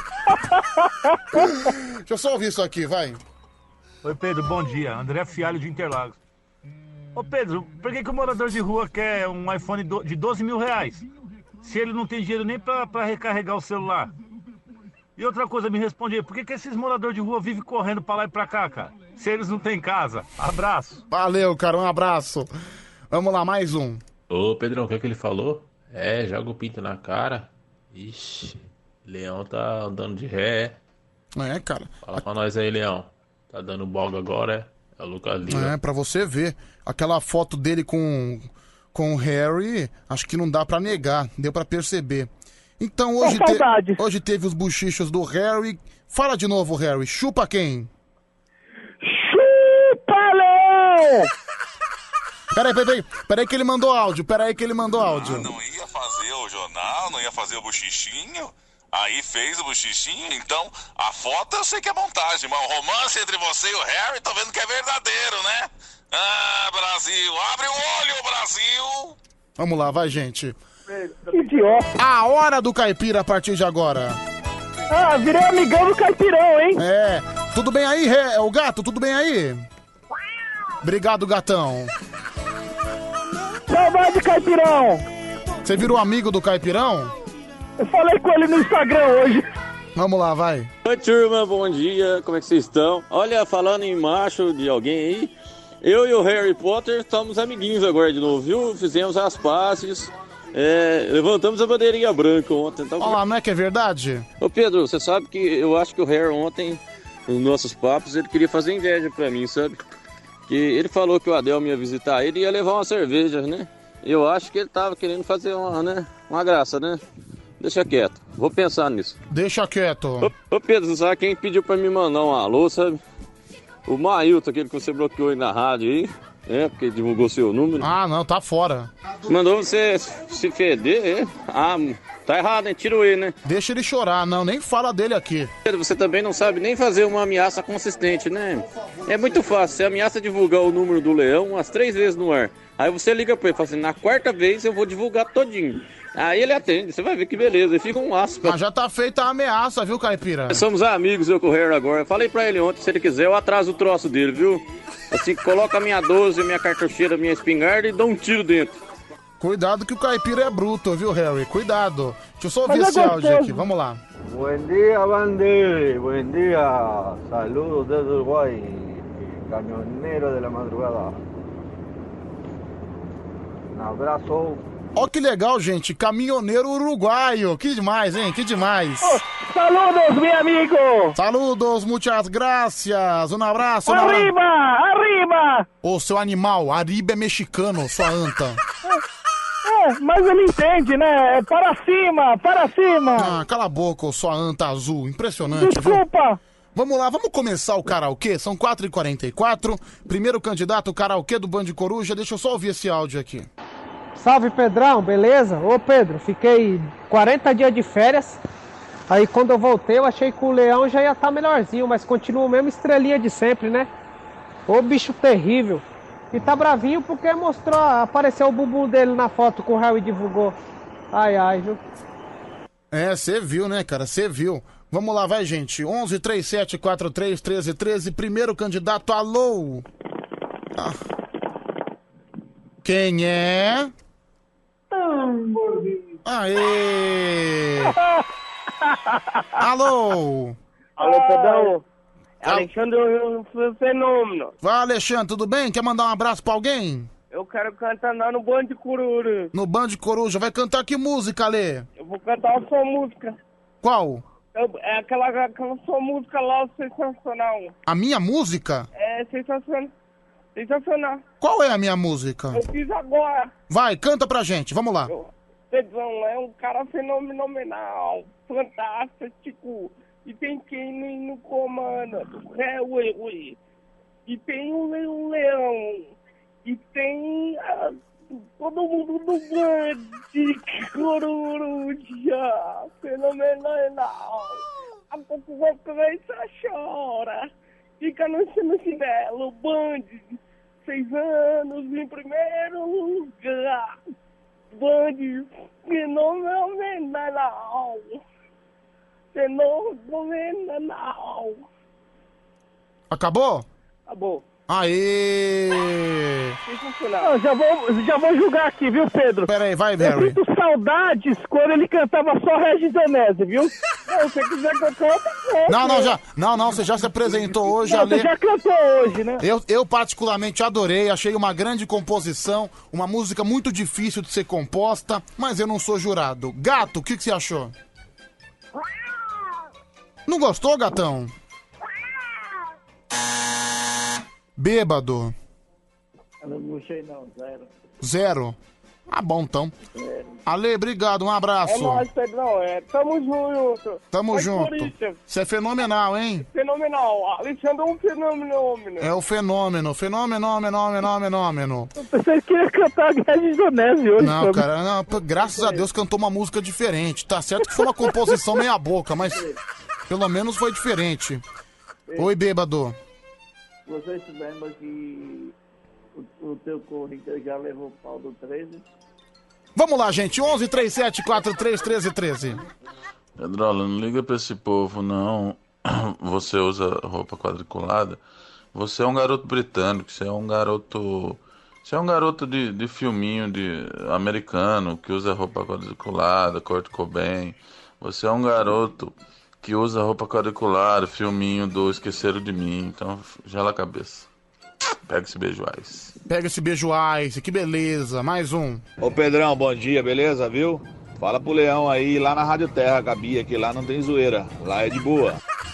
S1: Deixa eu só ouvir isso aqui, vai.
S5: Oi, Pedro, bom dia. André Fialho de Interlagos. Ô, Pedro, por que, que o morador de rua quer um iPhone do, de doze mil reais? Se ele não tem dinheiro nem pra, pra recarregar o celular. E outra coisa, me responde aí, por que, que esses moradores de rua vivem correndo pra lá e pra cá, cara? Se eles não têm casa. Abraço.
S1: Valeu, cara, um abraço. Vamos lá, mais um.
S19: Ô, Pedrão, o que é que ele falou? É, joga o pinto na cara. Ixi, Leão tá andando de ré.
S1: É, cara.
S19: Fala pra nós aí, Leão. Tá dando boga agora, é? É o Lucas Lima.
S1: É, pra você ver. Aquela foto dele com... Com o Harry, acho que não dá pra negar, deu pra perceber. Então hoje, te... hoje teve os buchichos do Harry. Fala de novo, Harry. Chupa quem?
S2: Chupa, Leão!
S1: Peraí, peraí, peraí que ele mandou áudio, peraí que ele mandou áudio.
S7: Ah, não ia fazer o jornal, não ia fazer o buchichinho? Aí fez o buchichinho, então a foto eu sei que é montagem, mas o romance entre você e o Harry, tô vendo que é verdadeiro, né? Ah, Brasil, abre o olho, Brasil!
S1: Vamos lá, vai, gente.
S2: Idiota.
S1: A hora do caipira a partir de agora.
S2: Ah, virei amigão do caipirão, hein?
S1: É. Tudo bem aí, Ré? O gato, tudo bem aí? Obrigado, gatão.
S2: Saudade, caipirão.
S1: Você virou amigo do caipirão?
S2: Eu falei com ele no Instagram hoje.
S1: Vamos lá, vai.
S6: Oi, turma, bom dia. Como é que vocês estão? Olha, falando em macho de alguém aí, eu e o Harry Potter estamos amiguinhos agora de novo, viu? Fizemos as pazes, é, levantamos a bandeirinha branca ontem. Então...
S1: Olha lá, não é que é verdade?
S6: Ô, Pedro, você sabe que eu acho que o Harry ontem, nos nossos papos, ele queria fazer inveja pra mim, sabe? Que ele falou que o Adel ia visitar ele e ia levar uma cerveja, né? Eu acho que ele tava querendo fazer uma, né, uma graça, né? Deixa quieto, vou pensar nisso.
S1: Deixa quieto.
S6: Ô, ô Pedro, sabe quem pediu pra me mandar um alô, sabe? O Mailton, aquele que você bloqueou aí na rádio aí, é, porque divulgou seu número.
S1: Ah, não, tá fora.
S6: Mandou você se feder, é? Ah, tá errado, hein? Tira ele, né?
S1: Deixa ele chorar, não, nem fala dele aqui.
S6: Pedro, você também não sabe nem fazer uma ameaça consistente, né? É muito fácil, você ameaça divulgar o número do Leão umas três vezes no ar. Aí você liga pra ele e fala assim, na quarta vez eu vou divulgar todinho. Aí ele atende, você vai ver que beleza, ele fica um aço.
S1: Mas já tá feita a ameaça, viu, Caipira?
S6: Somos amigos, eu com o Harry agora. Eu falei pra ele ontem, se ele quiser, eu atraso o troço dele, viu? Assim, coloca a minha doze, minha cartucheira, minha espingarda e dá um tiro dentro.
S1: Cuidado que o Caipira é bruto, viu, Harry? Cuidado. Deixa eu só ouvir
S2: Mas é
S1: esse áudio
S2: gostoso.
S1: aqui, vamos lá.
S10: Buen día, Bandy. Buen día. Saludos desde Uruguay. Camionero de la madrugada. Um abraço.
S1: Ó que legal, gente, caminhoneiro uruguaio. Que demais, hein? Que demais.
S2: Oh, saludos, meu amigo.
S1: Saludos, muchas gracias. Um abraço. Um
S2: Arriba, arriba.
S1: Ô, seu animal, Ariba é mexicano, sua anta.
S2: É, mas ele entende, né? Para cima, para cima.
S1: Ah, cala a boca, ô, sua anta azul. Impressionante,
S2: Desculpa.
S1: Viu? Vamos lá, vamos começar o karaokê. São quatro e quarenta e quatro. Primeiro candidato, karaokê do Band Coruja. Deixa eu só ouvir esse áudio aqui.
S13: Salve, Pedrão, beleza? Ô, Pedro, fiquei quarenta dias de férias. Aí, quando eu voltei, eu achei que o Leão já ia estar melhorzinho, mas continua o mesmo estrelinha de sempre, né? Ô, bicho terrível. E tá bravinho porque mostrou, apareceu o bumbum dele na foto que o Harry divulgou. Ai, ai, viu?
S1: É, você viu, né, cara? Você viu. Vamos lá, vai, gente. onze, trinta e sete, quarenta e três, treze, treze. Primeiro candidato, alô? Ah. Quem é? Aê! Alô?
S8: Alô, Pedrão?
S1: Ah.
S8: Alexandre o Fenômeno.
S1: Vai, Alexandre, tudo bem? Quer mandar um abraço pra alguém?
S8: Eu quero cantar lá no Band Coruja.
S1: No Band Coruja. Vai cantar que música, Alê?
S8: Eu vou cantar a sua música.
S1: Qual?
S8: Eu- é aquela, aquela sua música lá, sensacional.
S1: A minha música?
S8: É sensacional. Sensacional.
S1: Qual é a minha música?
S8: Eu fiz agora.
S1: Vai, canta pra gente, vamos lá.
S8: Pedrão é um cara fenomenal, fantástico. E tem quem no comando, é o Ui. E tem o Le- o Leão. E tem ah, todo mundo do Band Coruja. Fenomenal. A pouco vai começar chora. Fica no, no chinelo, Band. Seis anos em primeiro lugar. Band fenomenal. Fenomenal.
S1: Acabou?
S8: Acabou.
S1: Aê!
S2: Eu já vou, já vou julgar aqui, viu, Pedro?
S1: Pera aí, vai,
S2: Eu
S1: Harry.
S2: sinto saudades quando ele cantava só Regis Danese, viu? Não, se você quiser que eu cante, eu
S1: Não, não, já. Não, não, você já se apresentou hoje,
S2: Não,
S1: Ale.
S2: você já cantou hoje, né?
S1: Eu, eu particularmente adorei, achei uma grande composição, uma música muito difícil de ser composta, mas eu não sou jurado. Gato, o que, que você achou? Não gostou, gatão? Bêbado.
S12: Eu não gostei não, zero.
S1: Zero. Ah, bom, então.
S12: Zero.
S1: Ale, obrigado, um
S8: É
S1: abraço.
S8: nóis, Pedrão. É, tamo junto.
S1: Tamo
S8: Vai,
S1: junto.
S8: Corinthians.
S1: Você é fenomenal, hein?
S8: Fenomenal. Alexandre é um fenômeno.
S1: É o fenômeno, fenômeno, fenômeno, fenômeno.
S2: Você queria cantar Regis Danese hoje.
S1: Não,
S2: sobre-
S1: cara, não, p- graças a Deus cantou uma música diferente. Tá certo que foi uma composição meia boca, mas pelo menos foi diferente. Oi, bêbado.
S12: Você se lembra que o, o teu Corinthians já levou pau do treze?
S1: Vamos lá, gente. onze, trinta e sete, quarenta e três, treze, treze.
S7: Pedrola, não liga pra esse povo, não. Você usa roupa quadriculada. Você é um garoto britânico, você é um garoto. Você é um garoto de, de filminho de americano que usa roupa quadriculada, Kurt Cobain. Você é um garoto que usa roupa quadriculada, filminho do Esqueceram de Mim. Então, gela a cabeça. Pega esse beijo ice.
S1: Pega esse beijo ice, que beleza. Mais um.
S15: Ô Pedrão, bom dia, beleza, viu? Fala pro Leão aí, lá na Rádio Terra, Gabi, que lá não tem zoeira, lá é de boa.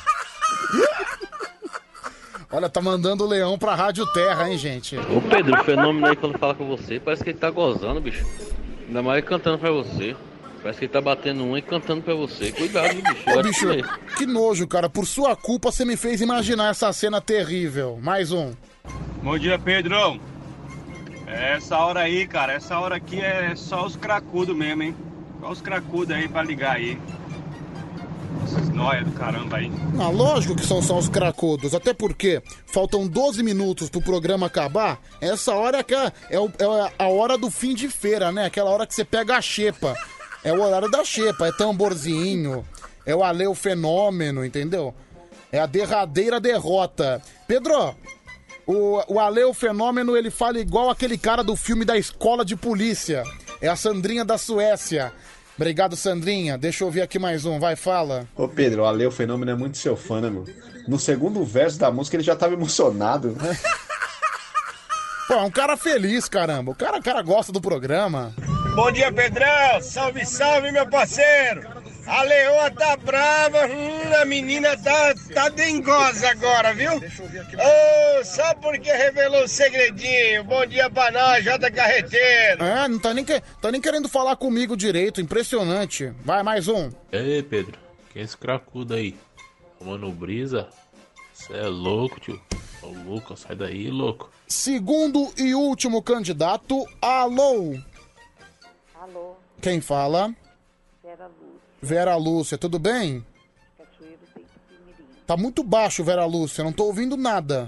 S1: Olha, tá mandando o Leão pra Rádio Terra, hein, gente?
S6: Ô Pedro, o fenômeno aí quando fala com você, parece que ele tá gozando, bicho. Ainda mais ele cantando pra você. Parece que ele tá batendo um e cantando pra você. Cuidado, bicho.
S1: Ô,
S6: Vai
S1: bicho,
S6: comer.
S1: que nojo, cara. Por sua culpa, você me fez imaginar essa cena terrível. Mais um.
S16: Bom dia, Pedrão. Essa hora aí, cara, essa hora aqui é só os cracudos mesmo, hein? Só os cracudos aí pra ligar aí. Esses nóia do caramba aí.
S1: Ah, lógico que são só os cracudos, até porque faltam doze minutos pro programa acabar. Essa hora que é, é, o- é a hora do fim de feira, né? Aquela hora que você pega a xepa. É o horário da xepa, é tamborzinho, é o Ale o Fenômeno, entendeu? É a derradeira derrota. Pedro, o, o Ale o Fenômeno, ele fala igual aquele cara do filme da Escola de Polícia. É a Sandrinha da Suécia. Obrigado, Sandrinha. Deixa eu ouvir aqui mais um, vai, fala.
S4: Ô Pedro, o Ale o Fenômeno é muito seu fã, né, mano? No segundo verso da música ele já tava emocionado.
S1: Pô, é um cara feliz, caramba. O cara, o cara gosta do programa.
S17: Bom dia, Pedrão. Salve, salve, meu parceiro. A leoa tá brava, hum, a menina tá, tá dengosa agora, viu? Oh, só porque revelou o segredinho. Bom dia pra nós, J Carreteiro.
S1: É, não tá nem, que, tá nem querendo falar comigo direito, impressionante. Vai, mais um.
S19: Ei, Pedro, quem é esse cracudo aí? Tomando brisa? Você é louco, tio. Ô, louco, sai daí, louco.
S1: Segundo e último candidato, alô.
S18: Alô.
S1: Quem fala?
S18: Vera Lúcia.
S1: Vera Lúcia, tudo bem?
S18: Cachoeiro de Itapemirim.
S1: Tá muito baixo, Vera Lúcia, não tô ouvindo nada.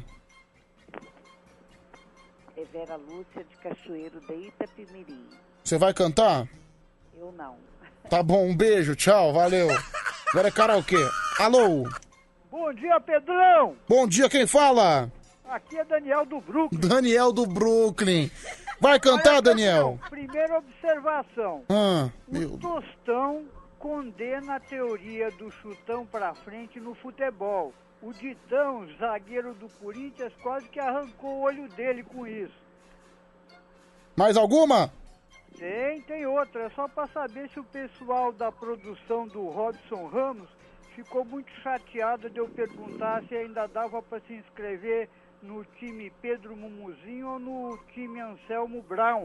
S18: É Vera Lúcia de Cachoeiro de Itapemirim.
S1: Você vai cantar?
S18: Eu não.
S1: Tá bom, um beijo, tchau, valeu. Agora é karaokê. Alô?
S20: Bom dia, Pedrão!
S1: Bom dia, quem fala?
S20: Aqui é Daniel do Brooklyn.
S1: Daniel do Brooklyn. Vai cantar, Daniel?
S20: Primeira observação.
S1: Ah,
S20: o Tostão condena a teoria do chutão pra frente no futebol. O Ditão, zagueiro do Corinthians, quase que arrancou o olho dele com isso.
S1: Mais alguma?
S20: Tem, tem outra. É só pra saber se o pessoal da produção do Robson Ramos ficou muito chateado de eu perguntar se ainda dava pra se inscrever no time Pedro Mumuzinho ou no time Anselmo Brown.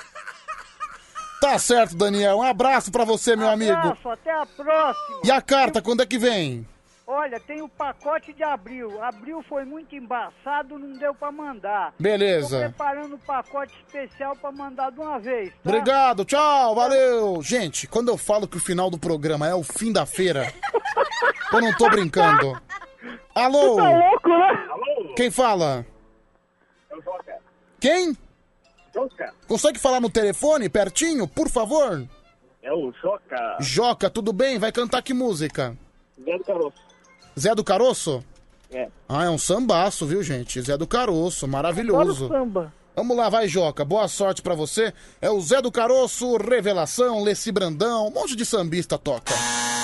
S1: Tá certo, Daniel. Um abraço pra você, meu
S20: abraço,
S1: amigo.
S20: Abraço, até a próxima.
S1: E a carta, quando é que vem?
S20: Olha, tem o pacote de abril. Abril foi muito embaçado, não deu pra mandar.
S1: Beleza.
S20: Tô preparando um pacote especial pra mandar de uma vez, tá?
S1: Obrigado, tchau, valeu. Gente, quando eu falo que o final do programa é o fim da feira, eu não tô brincando. Alô?
S20: Você tá louco, né?
S1: Alô? Quem fala?
S20: É o Joca.
S1: Quem?
S20: Joca.
S1: Consegue falar no telefone, pertinho, por favor?
S20: É o Joca.
S1: Joca, tudo bem? Vai cantar que música?
S20: Zé do Caroço.
S1: Zé do Caroço?
S20: É.
S1: Ah, é um sambaço, viu, gente? Zé do Caroço, maravilhoso.
S20: Adoro samba.
S1: Vamos lá, vai, Joca. Boa sorte pra você. É o Zé do Caroço, Revelação, Leci Brandão, um monte de sambista toca.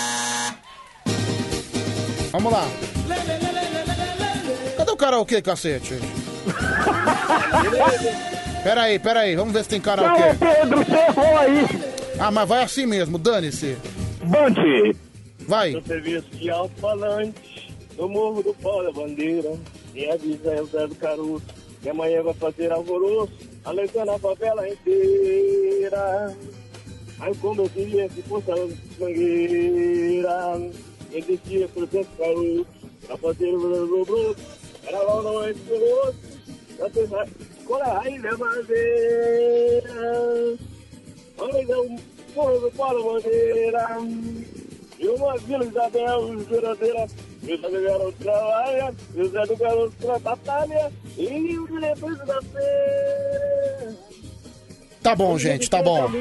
S1: Vamos lá. Cadê o karaokê, cacete? Peraí, peraí, vamos ver se tem karaokê.
S20: Não, Pedro, você errou aí.
S1: Ah, mas vai assim mesmo, dane-se.
S20: Bande.
S1: Vai.
S20: No serviço de alto-falante, no morro do pau da bandeira, quem avisa é o Zé do Caroço, que amanhã vai fazer alvoroço, alertando a favela inteira. Aí como eu queria que fosse a mangueira, quem descia por dentro do Caroço, pra fazer o bruto, era lá no noite do rosto, pra tentar colar a ilha madeira. Olha o morro do pau da bandeira. E uma Vila Isabel, Juradeira, e o Zé do Garoto trabalha, e o Zé do Garoto pra batalha, e o depois da feira.
S1: Tá bom, gente, tá bom.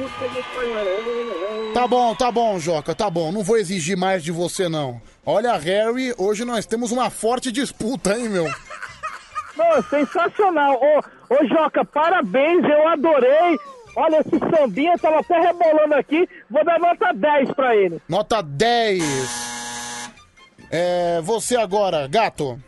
S1: Tá bom, tá bom, Joca, tá bom. Não vou exigir mais de você, não. Olha, Harry, hoje nós temos uma forte disputa, hein, meu?
S20: Não, sensacional. Ô, ô, Joca, parabéns, eu adorei. Olha, esse sambinha tava até rebolando aqui. Vou dar nota dez pra ele.
S1: Nota dez. É, você agora, gato.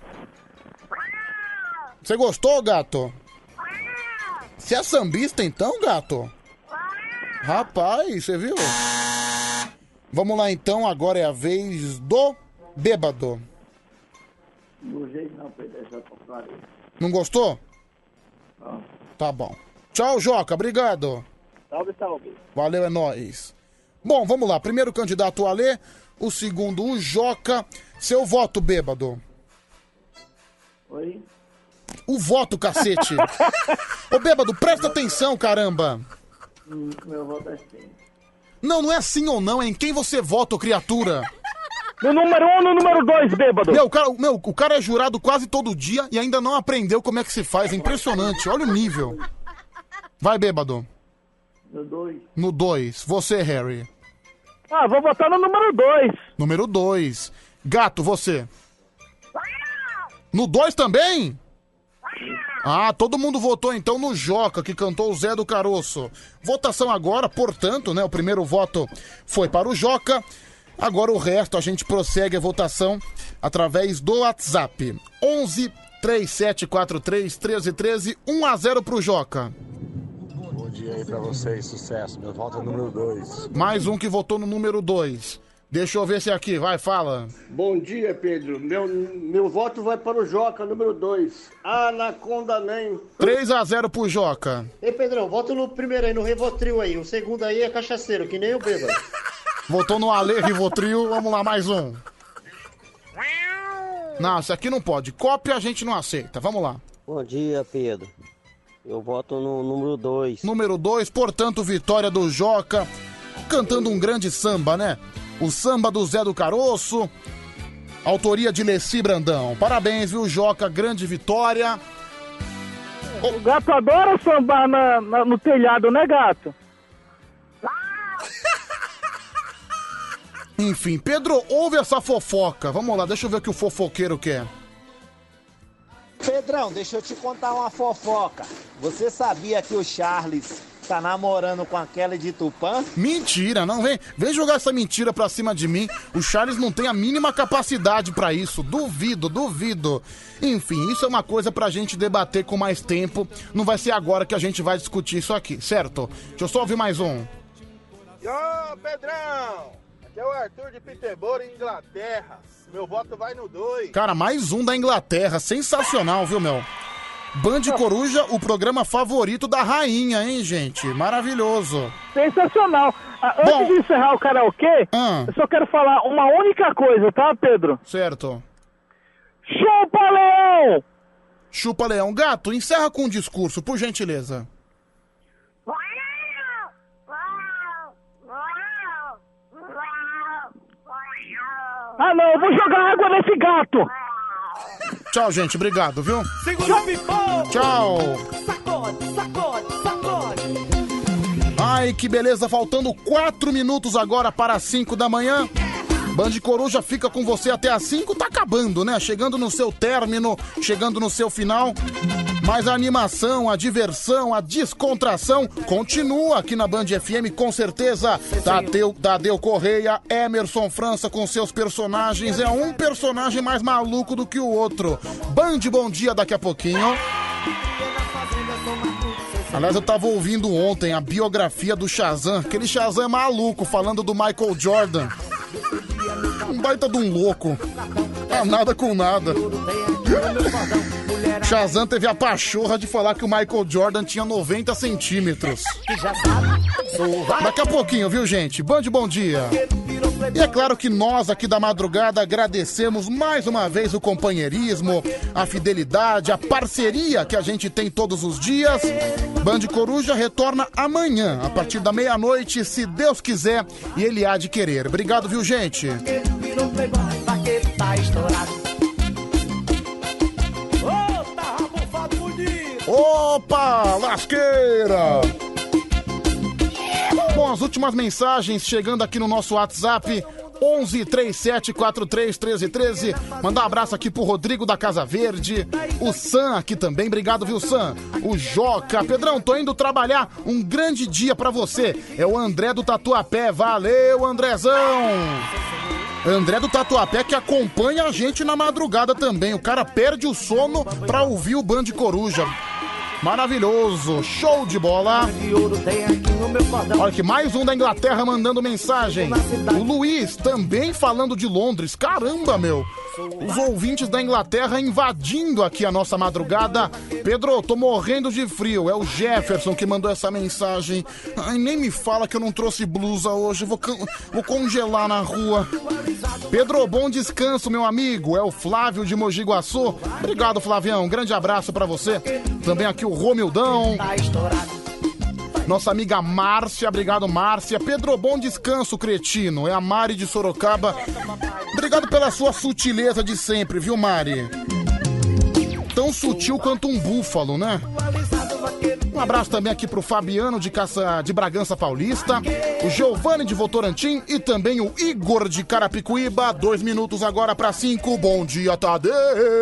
S1: Você gostou, gato? Você é sambista então, gato? Rapaz, você viu? Vamos lá então, agora é a vez do bêbado.
S12: Não gostei não, Pedro, essa porcaria.
S1: Não gostou?
S12: Não.
S1: Tá bom. Tchau, Joca, obrigado.
S20: Salve, salve.
S1: Valeu, é nóis. Bom, vamos lá. Primeiro candidato o Alê, o segundo o Joca. Seu voto, bêbado.
S12: Oi?
S1: O voto, cacete. Ô, bêbado, presta atenção, caramba.
S12: Hum, meu voto é sim.
S1: Não, não é sim ou não, é em quem você vota, ô criatura.
S20: No número um ou no número dois, bêbado?
S1: Meu o, cara, meu, o cara é jurado quase todo dia e ainda não aprendeu como é que se faz. É impressionante, olha o nível. Vai, bêbado.
S12: No dois.
S1: No dois. Você, Harry.
S2: Ah, vou votar no número dois.
S1: Número dois. Gato, você? No dois também? Ah, todo mundo votou então no Joca, que cantou o Zé do Caroço. Votação agora, portanto, né? O primeiro voto foi para o Joca. Agora o resto a gente prossegue a votação através do WhatsApp. onze, três sete quatro três, um três um três, um a zero pro Joca.
S3: Bom dia aí pra vocês, sucesso. Meu voto é número dois.
S1: Mais um que votou no número dois. Deixa eu ver se é aqui, vai, fala.
S17: Bom dia, Pedro. Meu, meu voto vai para o Joca, número dois. Anaconda nem.
S1: três a zero pro Joca.
S14: Ei, Pedrão, volta no primeiro aí, no Rivotril aí. O segundo aí é cachaceiro, que nem o bêbado.
S1: Votou no Ale Rivotril, vamos lá, mais um. Não, isso aqui não pode. Cópia a gente não aceita, vamos lá.
S21: Bom dia, Pedro. Eu voto no número dois.
S1: Número dois, portanto, vitória do Joca, cantando um grande samba, né? O samba do Zé do Caroço, autoria de Leci Brandão. Parabéns, viu, Joca? Grande vitória.
S2: O gato adora sambar na, na, no telhado, né, gato?
S1: Enfim, Pedro, ouve essa fofoca. Vamos lá, deixa eu ver o que o fofoqueiro quer.
S22: Pedrão, deixa eu te contar uma fofoca. Você sabia que o Charles tá namorando com aquela de Tupã?
S1: Mentira, não vem, vem jogar essa mentira pra cima de mim. O Charles não tem a mínima capacidade pra isso. Duvido, duvido. Enfim, isso é uma coisa pra gente debater com mais tempo. Não vai ser agora que a gente vai discutir isso aqui, certo? Deixa eu só ouvir mais um.
S23: Ô, Pedrão! Aqui é o Arthur de Peterborough, Inglaterra. Meu voto vai no dois.
S1: Cara, mais um da Inglaterra. Sensacional, viu, meu? Band Coruja, o programa favorito da rainha, hein, gente? Maravilhoso.
S2: Sensacional. Ah, antes
S1: Bom,
S2: de encerrar o karaokê,
S1: ah.
S2: eu só quero falar uma única coisa, tá, Pedro?
S1: Certo.
S2: Chupa, Leão!
S1: Chupa, Leão. Gato, encerra com um discurso, por gentileza.
S2: Ah, não, eu vou jogar água nesse gato.
S1: Tchau, gente. Obrigado, viu?
S2: Segura o pipão.
S1: Tchau.
S2: Sacode, sacode, sacode.
S1: Ai, que beleza. Faltando quatro minutos agora para as cinco da manhã. Band Coruja fica com você até as cinco. Tá acabando, né? Chegando no seu término, chegando no seu final. Mas a animação, a diversão, a descontração continua aqui na Band F M, com certeza. Tadeu, Tadeu Correia, Emerson França com seus personagens. É um personagem mais maluco do que o outro. Band Bom Dia daqui a pouquinho. Aliás, eu tava ouvindo ontem a biografia do Shazam. Aquele Shazam é maluco, falando do Michael Jordan. Um baita de um louco. Ah, nada com nada. Shazam teve a pachorra de falar que o Michael Jordan tinha noventa centímetros. Daqui a pouquinho, viu, gente? Band Bom Dia. E é claro que nós aqui da madrugada agradecemos mais uma vez o companheirismo, a fidelidade, a parceria que a gente tem todos os dias. Band Coruja retorna amanhã, a partir da meia-noite, se Deus quiser e Ele há de querer. Obrigado, viu, gente? Opa, lasqueira! Bom, as últimas mensagens chegando aqui no nosso WhatsApp, onze, três sete quatro três, um três um três. Mandar um abraço aqui pro Rodrigo da Casa Verde, o Sam aqui também, obrigado, viu, Sam? O Joca. Pedrão, tô indo trabalhar, um grande dia pra você. É o André do Tatuapé, valeu, Andrezão! André do Tatuapé, que acompanha a gente na madrugada também. O cara perde o sono pra ouvir o Band Coruja. Maravilhoso, show de bola. Olha que mais um da Inglaterra mandando mensagem. O Luiz também falando de Londres. Caramba, meu. Os ouvintes da Inglaterra invadindo aqui a nossa madrugada. Pedro, tô morrendo de frio. É o Jefferson que mandou essa mensagem. Ai, nem me fala que eu não trouxe blusa hoje. Vou, vou congelar na rua. Pedro, bom descanso, meu amigo. É o Flávio de Mogi Guaçu. Obrigado, Flavião. Um grande abraço pra você. Também aqui o Romildão. Nossa amiga Márcia, obrigado, Márcia. Pedro, bom descanso, cretino. É a Mari de Sorocaba. Obrigado pela sua sutileza de sempre, viu, Mari? Tão sutil quanto um búfalo, né? Um abraço também aqui pro Fabiano de Caça de Bragança Paulista, o Giovanni de Votorantim e também o Igor de Carapicuíba. Dois minutos agora pra cinco. Bom dia, Tadeu!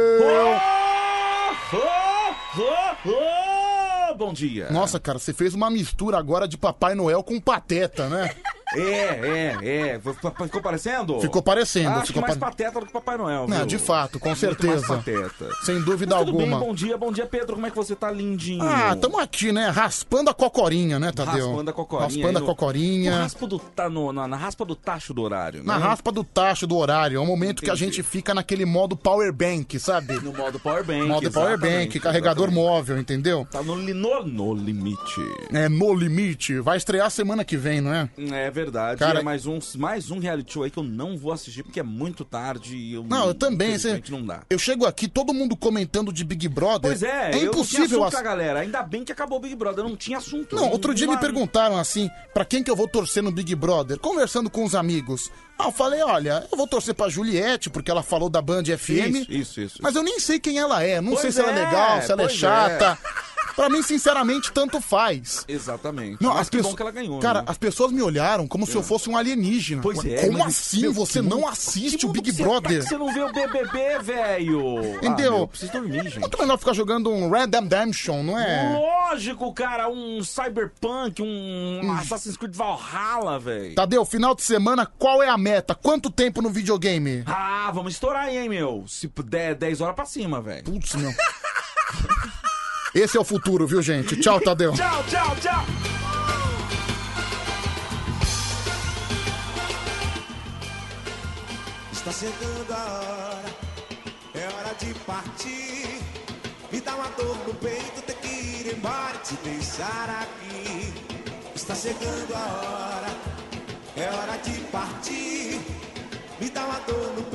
S5: Oh, oh, oh, oh, bom dia.
S1: Nossa, cara, você fez uma mistura agora de Papai Noel com Pateta, né?
S5: É, é, é. Ficou parecendo?
S1: Ficou parecendo.
S5: Acho
S1: ficou
S5: que mais
S1: pa...
S5: pateta do que Papai Noel, viu?
S1: Não, de fato, com
S5: Muito
S1: certeza.
S5: mais pateta.
S1: Sem dúvida
S5: Mas tudo
S1: alguma.
S5: bem, bom dia, bom dia, Pedro. Como é que você tá, lindinho?
S1: Ah, tamo aqui, né? Raspando a cocorinha, né, Tadeu?
S5: Raspando a cocorinha.
S1: Raspando a
S5: no-
S1: cocorinha.
S5: no raspa do, tá no, na, na raspa do tacho do horário, né?
S1: Na raspa do tacho do horário. É o momento que a gente fica naquele modo power bank, sabe?
S5: No modo power bank.
S1: Modo power bank,
S5: exatamente,
S1: carregador
S5: exatamente.
S1: móvel, entendeu?
S5: Tá no, li- no, no limite.
S1: É, no limite. Vai estrear semana que vem, não é?
S5: É verdade.
S1: Cara-
S5: é mais um, mais um reality show aí que eu não vou assistir porque é muito tarde e eu
S1: Não, eu também. Você...
S5: infelizmente não dá.
S1: Eu chego aqui, todo mundo comentando de Big Brother.
S5: Pois é,
S1: é
S5: eu
S1: impossível.
S5: não tinha assunto
S1: ass-
S5: com a galera. Ainda bem que acabou o Big Brother, não tinha assunto.
S1: Não, outro dia me
S5: Uma-
S1: perguntaram assim, pra quem que eu vou torcer no Big Brother, conversando com os amigos. Ah, eu falei, olha, eu vou torcer pra Juliette, porque ela falou da Band F M.
S5: Isso, isso, isso.
S1: Mas eu nem sei quem ela é, não
S5: Pois
S1: sei se ela é
S5: é,
S1: legal, se ela é
S5: pois
S1: chata. Pra mim, sinceramente, tanto faz.
S5: Exatamente.
S1: Não,
S5: Mas
S1: as
S5: que
S1: pessoas,
S5: bom que ela ganhou,
S1: cara,
S5: né?
S1: as pessoas me olharam como se eu fosse um alienígena.
S5: Pois é,
S1: Como
S5: mas
S1: assim
S5: meu,
S1: você
S5: que
S1: não
S5: mundo-
S1: assiste
S5: que
S1: o
S5: mundo
S1: Big
S5: que você-
S1: Brother?
S5: pra que você não vê o B B B, velho?
S1: Entendeu?
S5: Ah, meu, preciso dormir, gente.
S1: Muito melhor ficar jogando um Red Dead Redemption, não é?
S5: Lógico, cara, um Cyberpunk, um Assassin's Creed Valhalla, velho.
S1: Tadeu, final de semana, qual é a meta? Quanto tempo no videogame?
S5: Ah, vamos estourar aí, hein, meu? Se puder, dez horas pra cima, velho.
S1: Putz, meu. Esse é o futuro, viu, gente? Tchau, Tadeu.
S5: Tchau, tchau, tchau.
S9: Está chegando a hora, é hora de partir. Me dá uma dor no peito, ter que ir embora e te deixar aqui. Está chegando a hora, é hora de partir. Me dá uma dor no peito.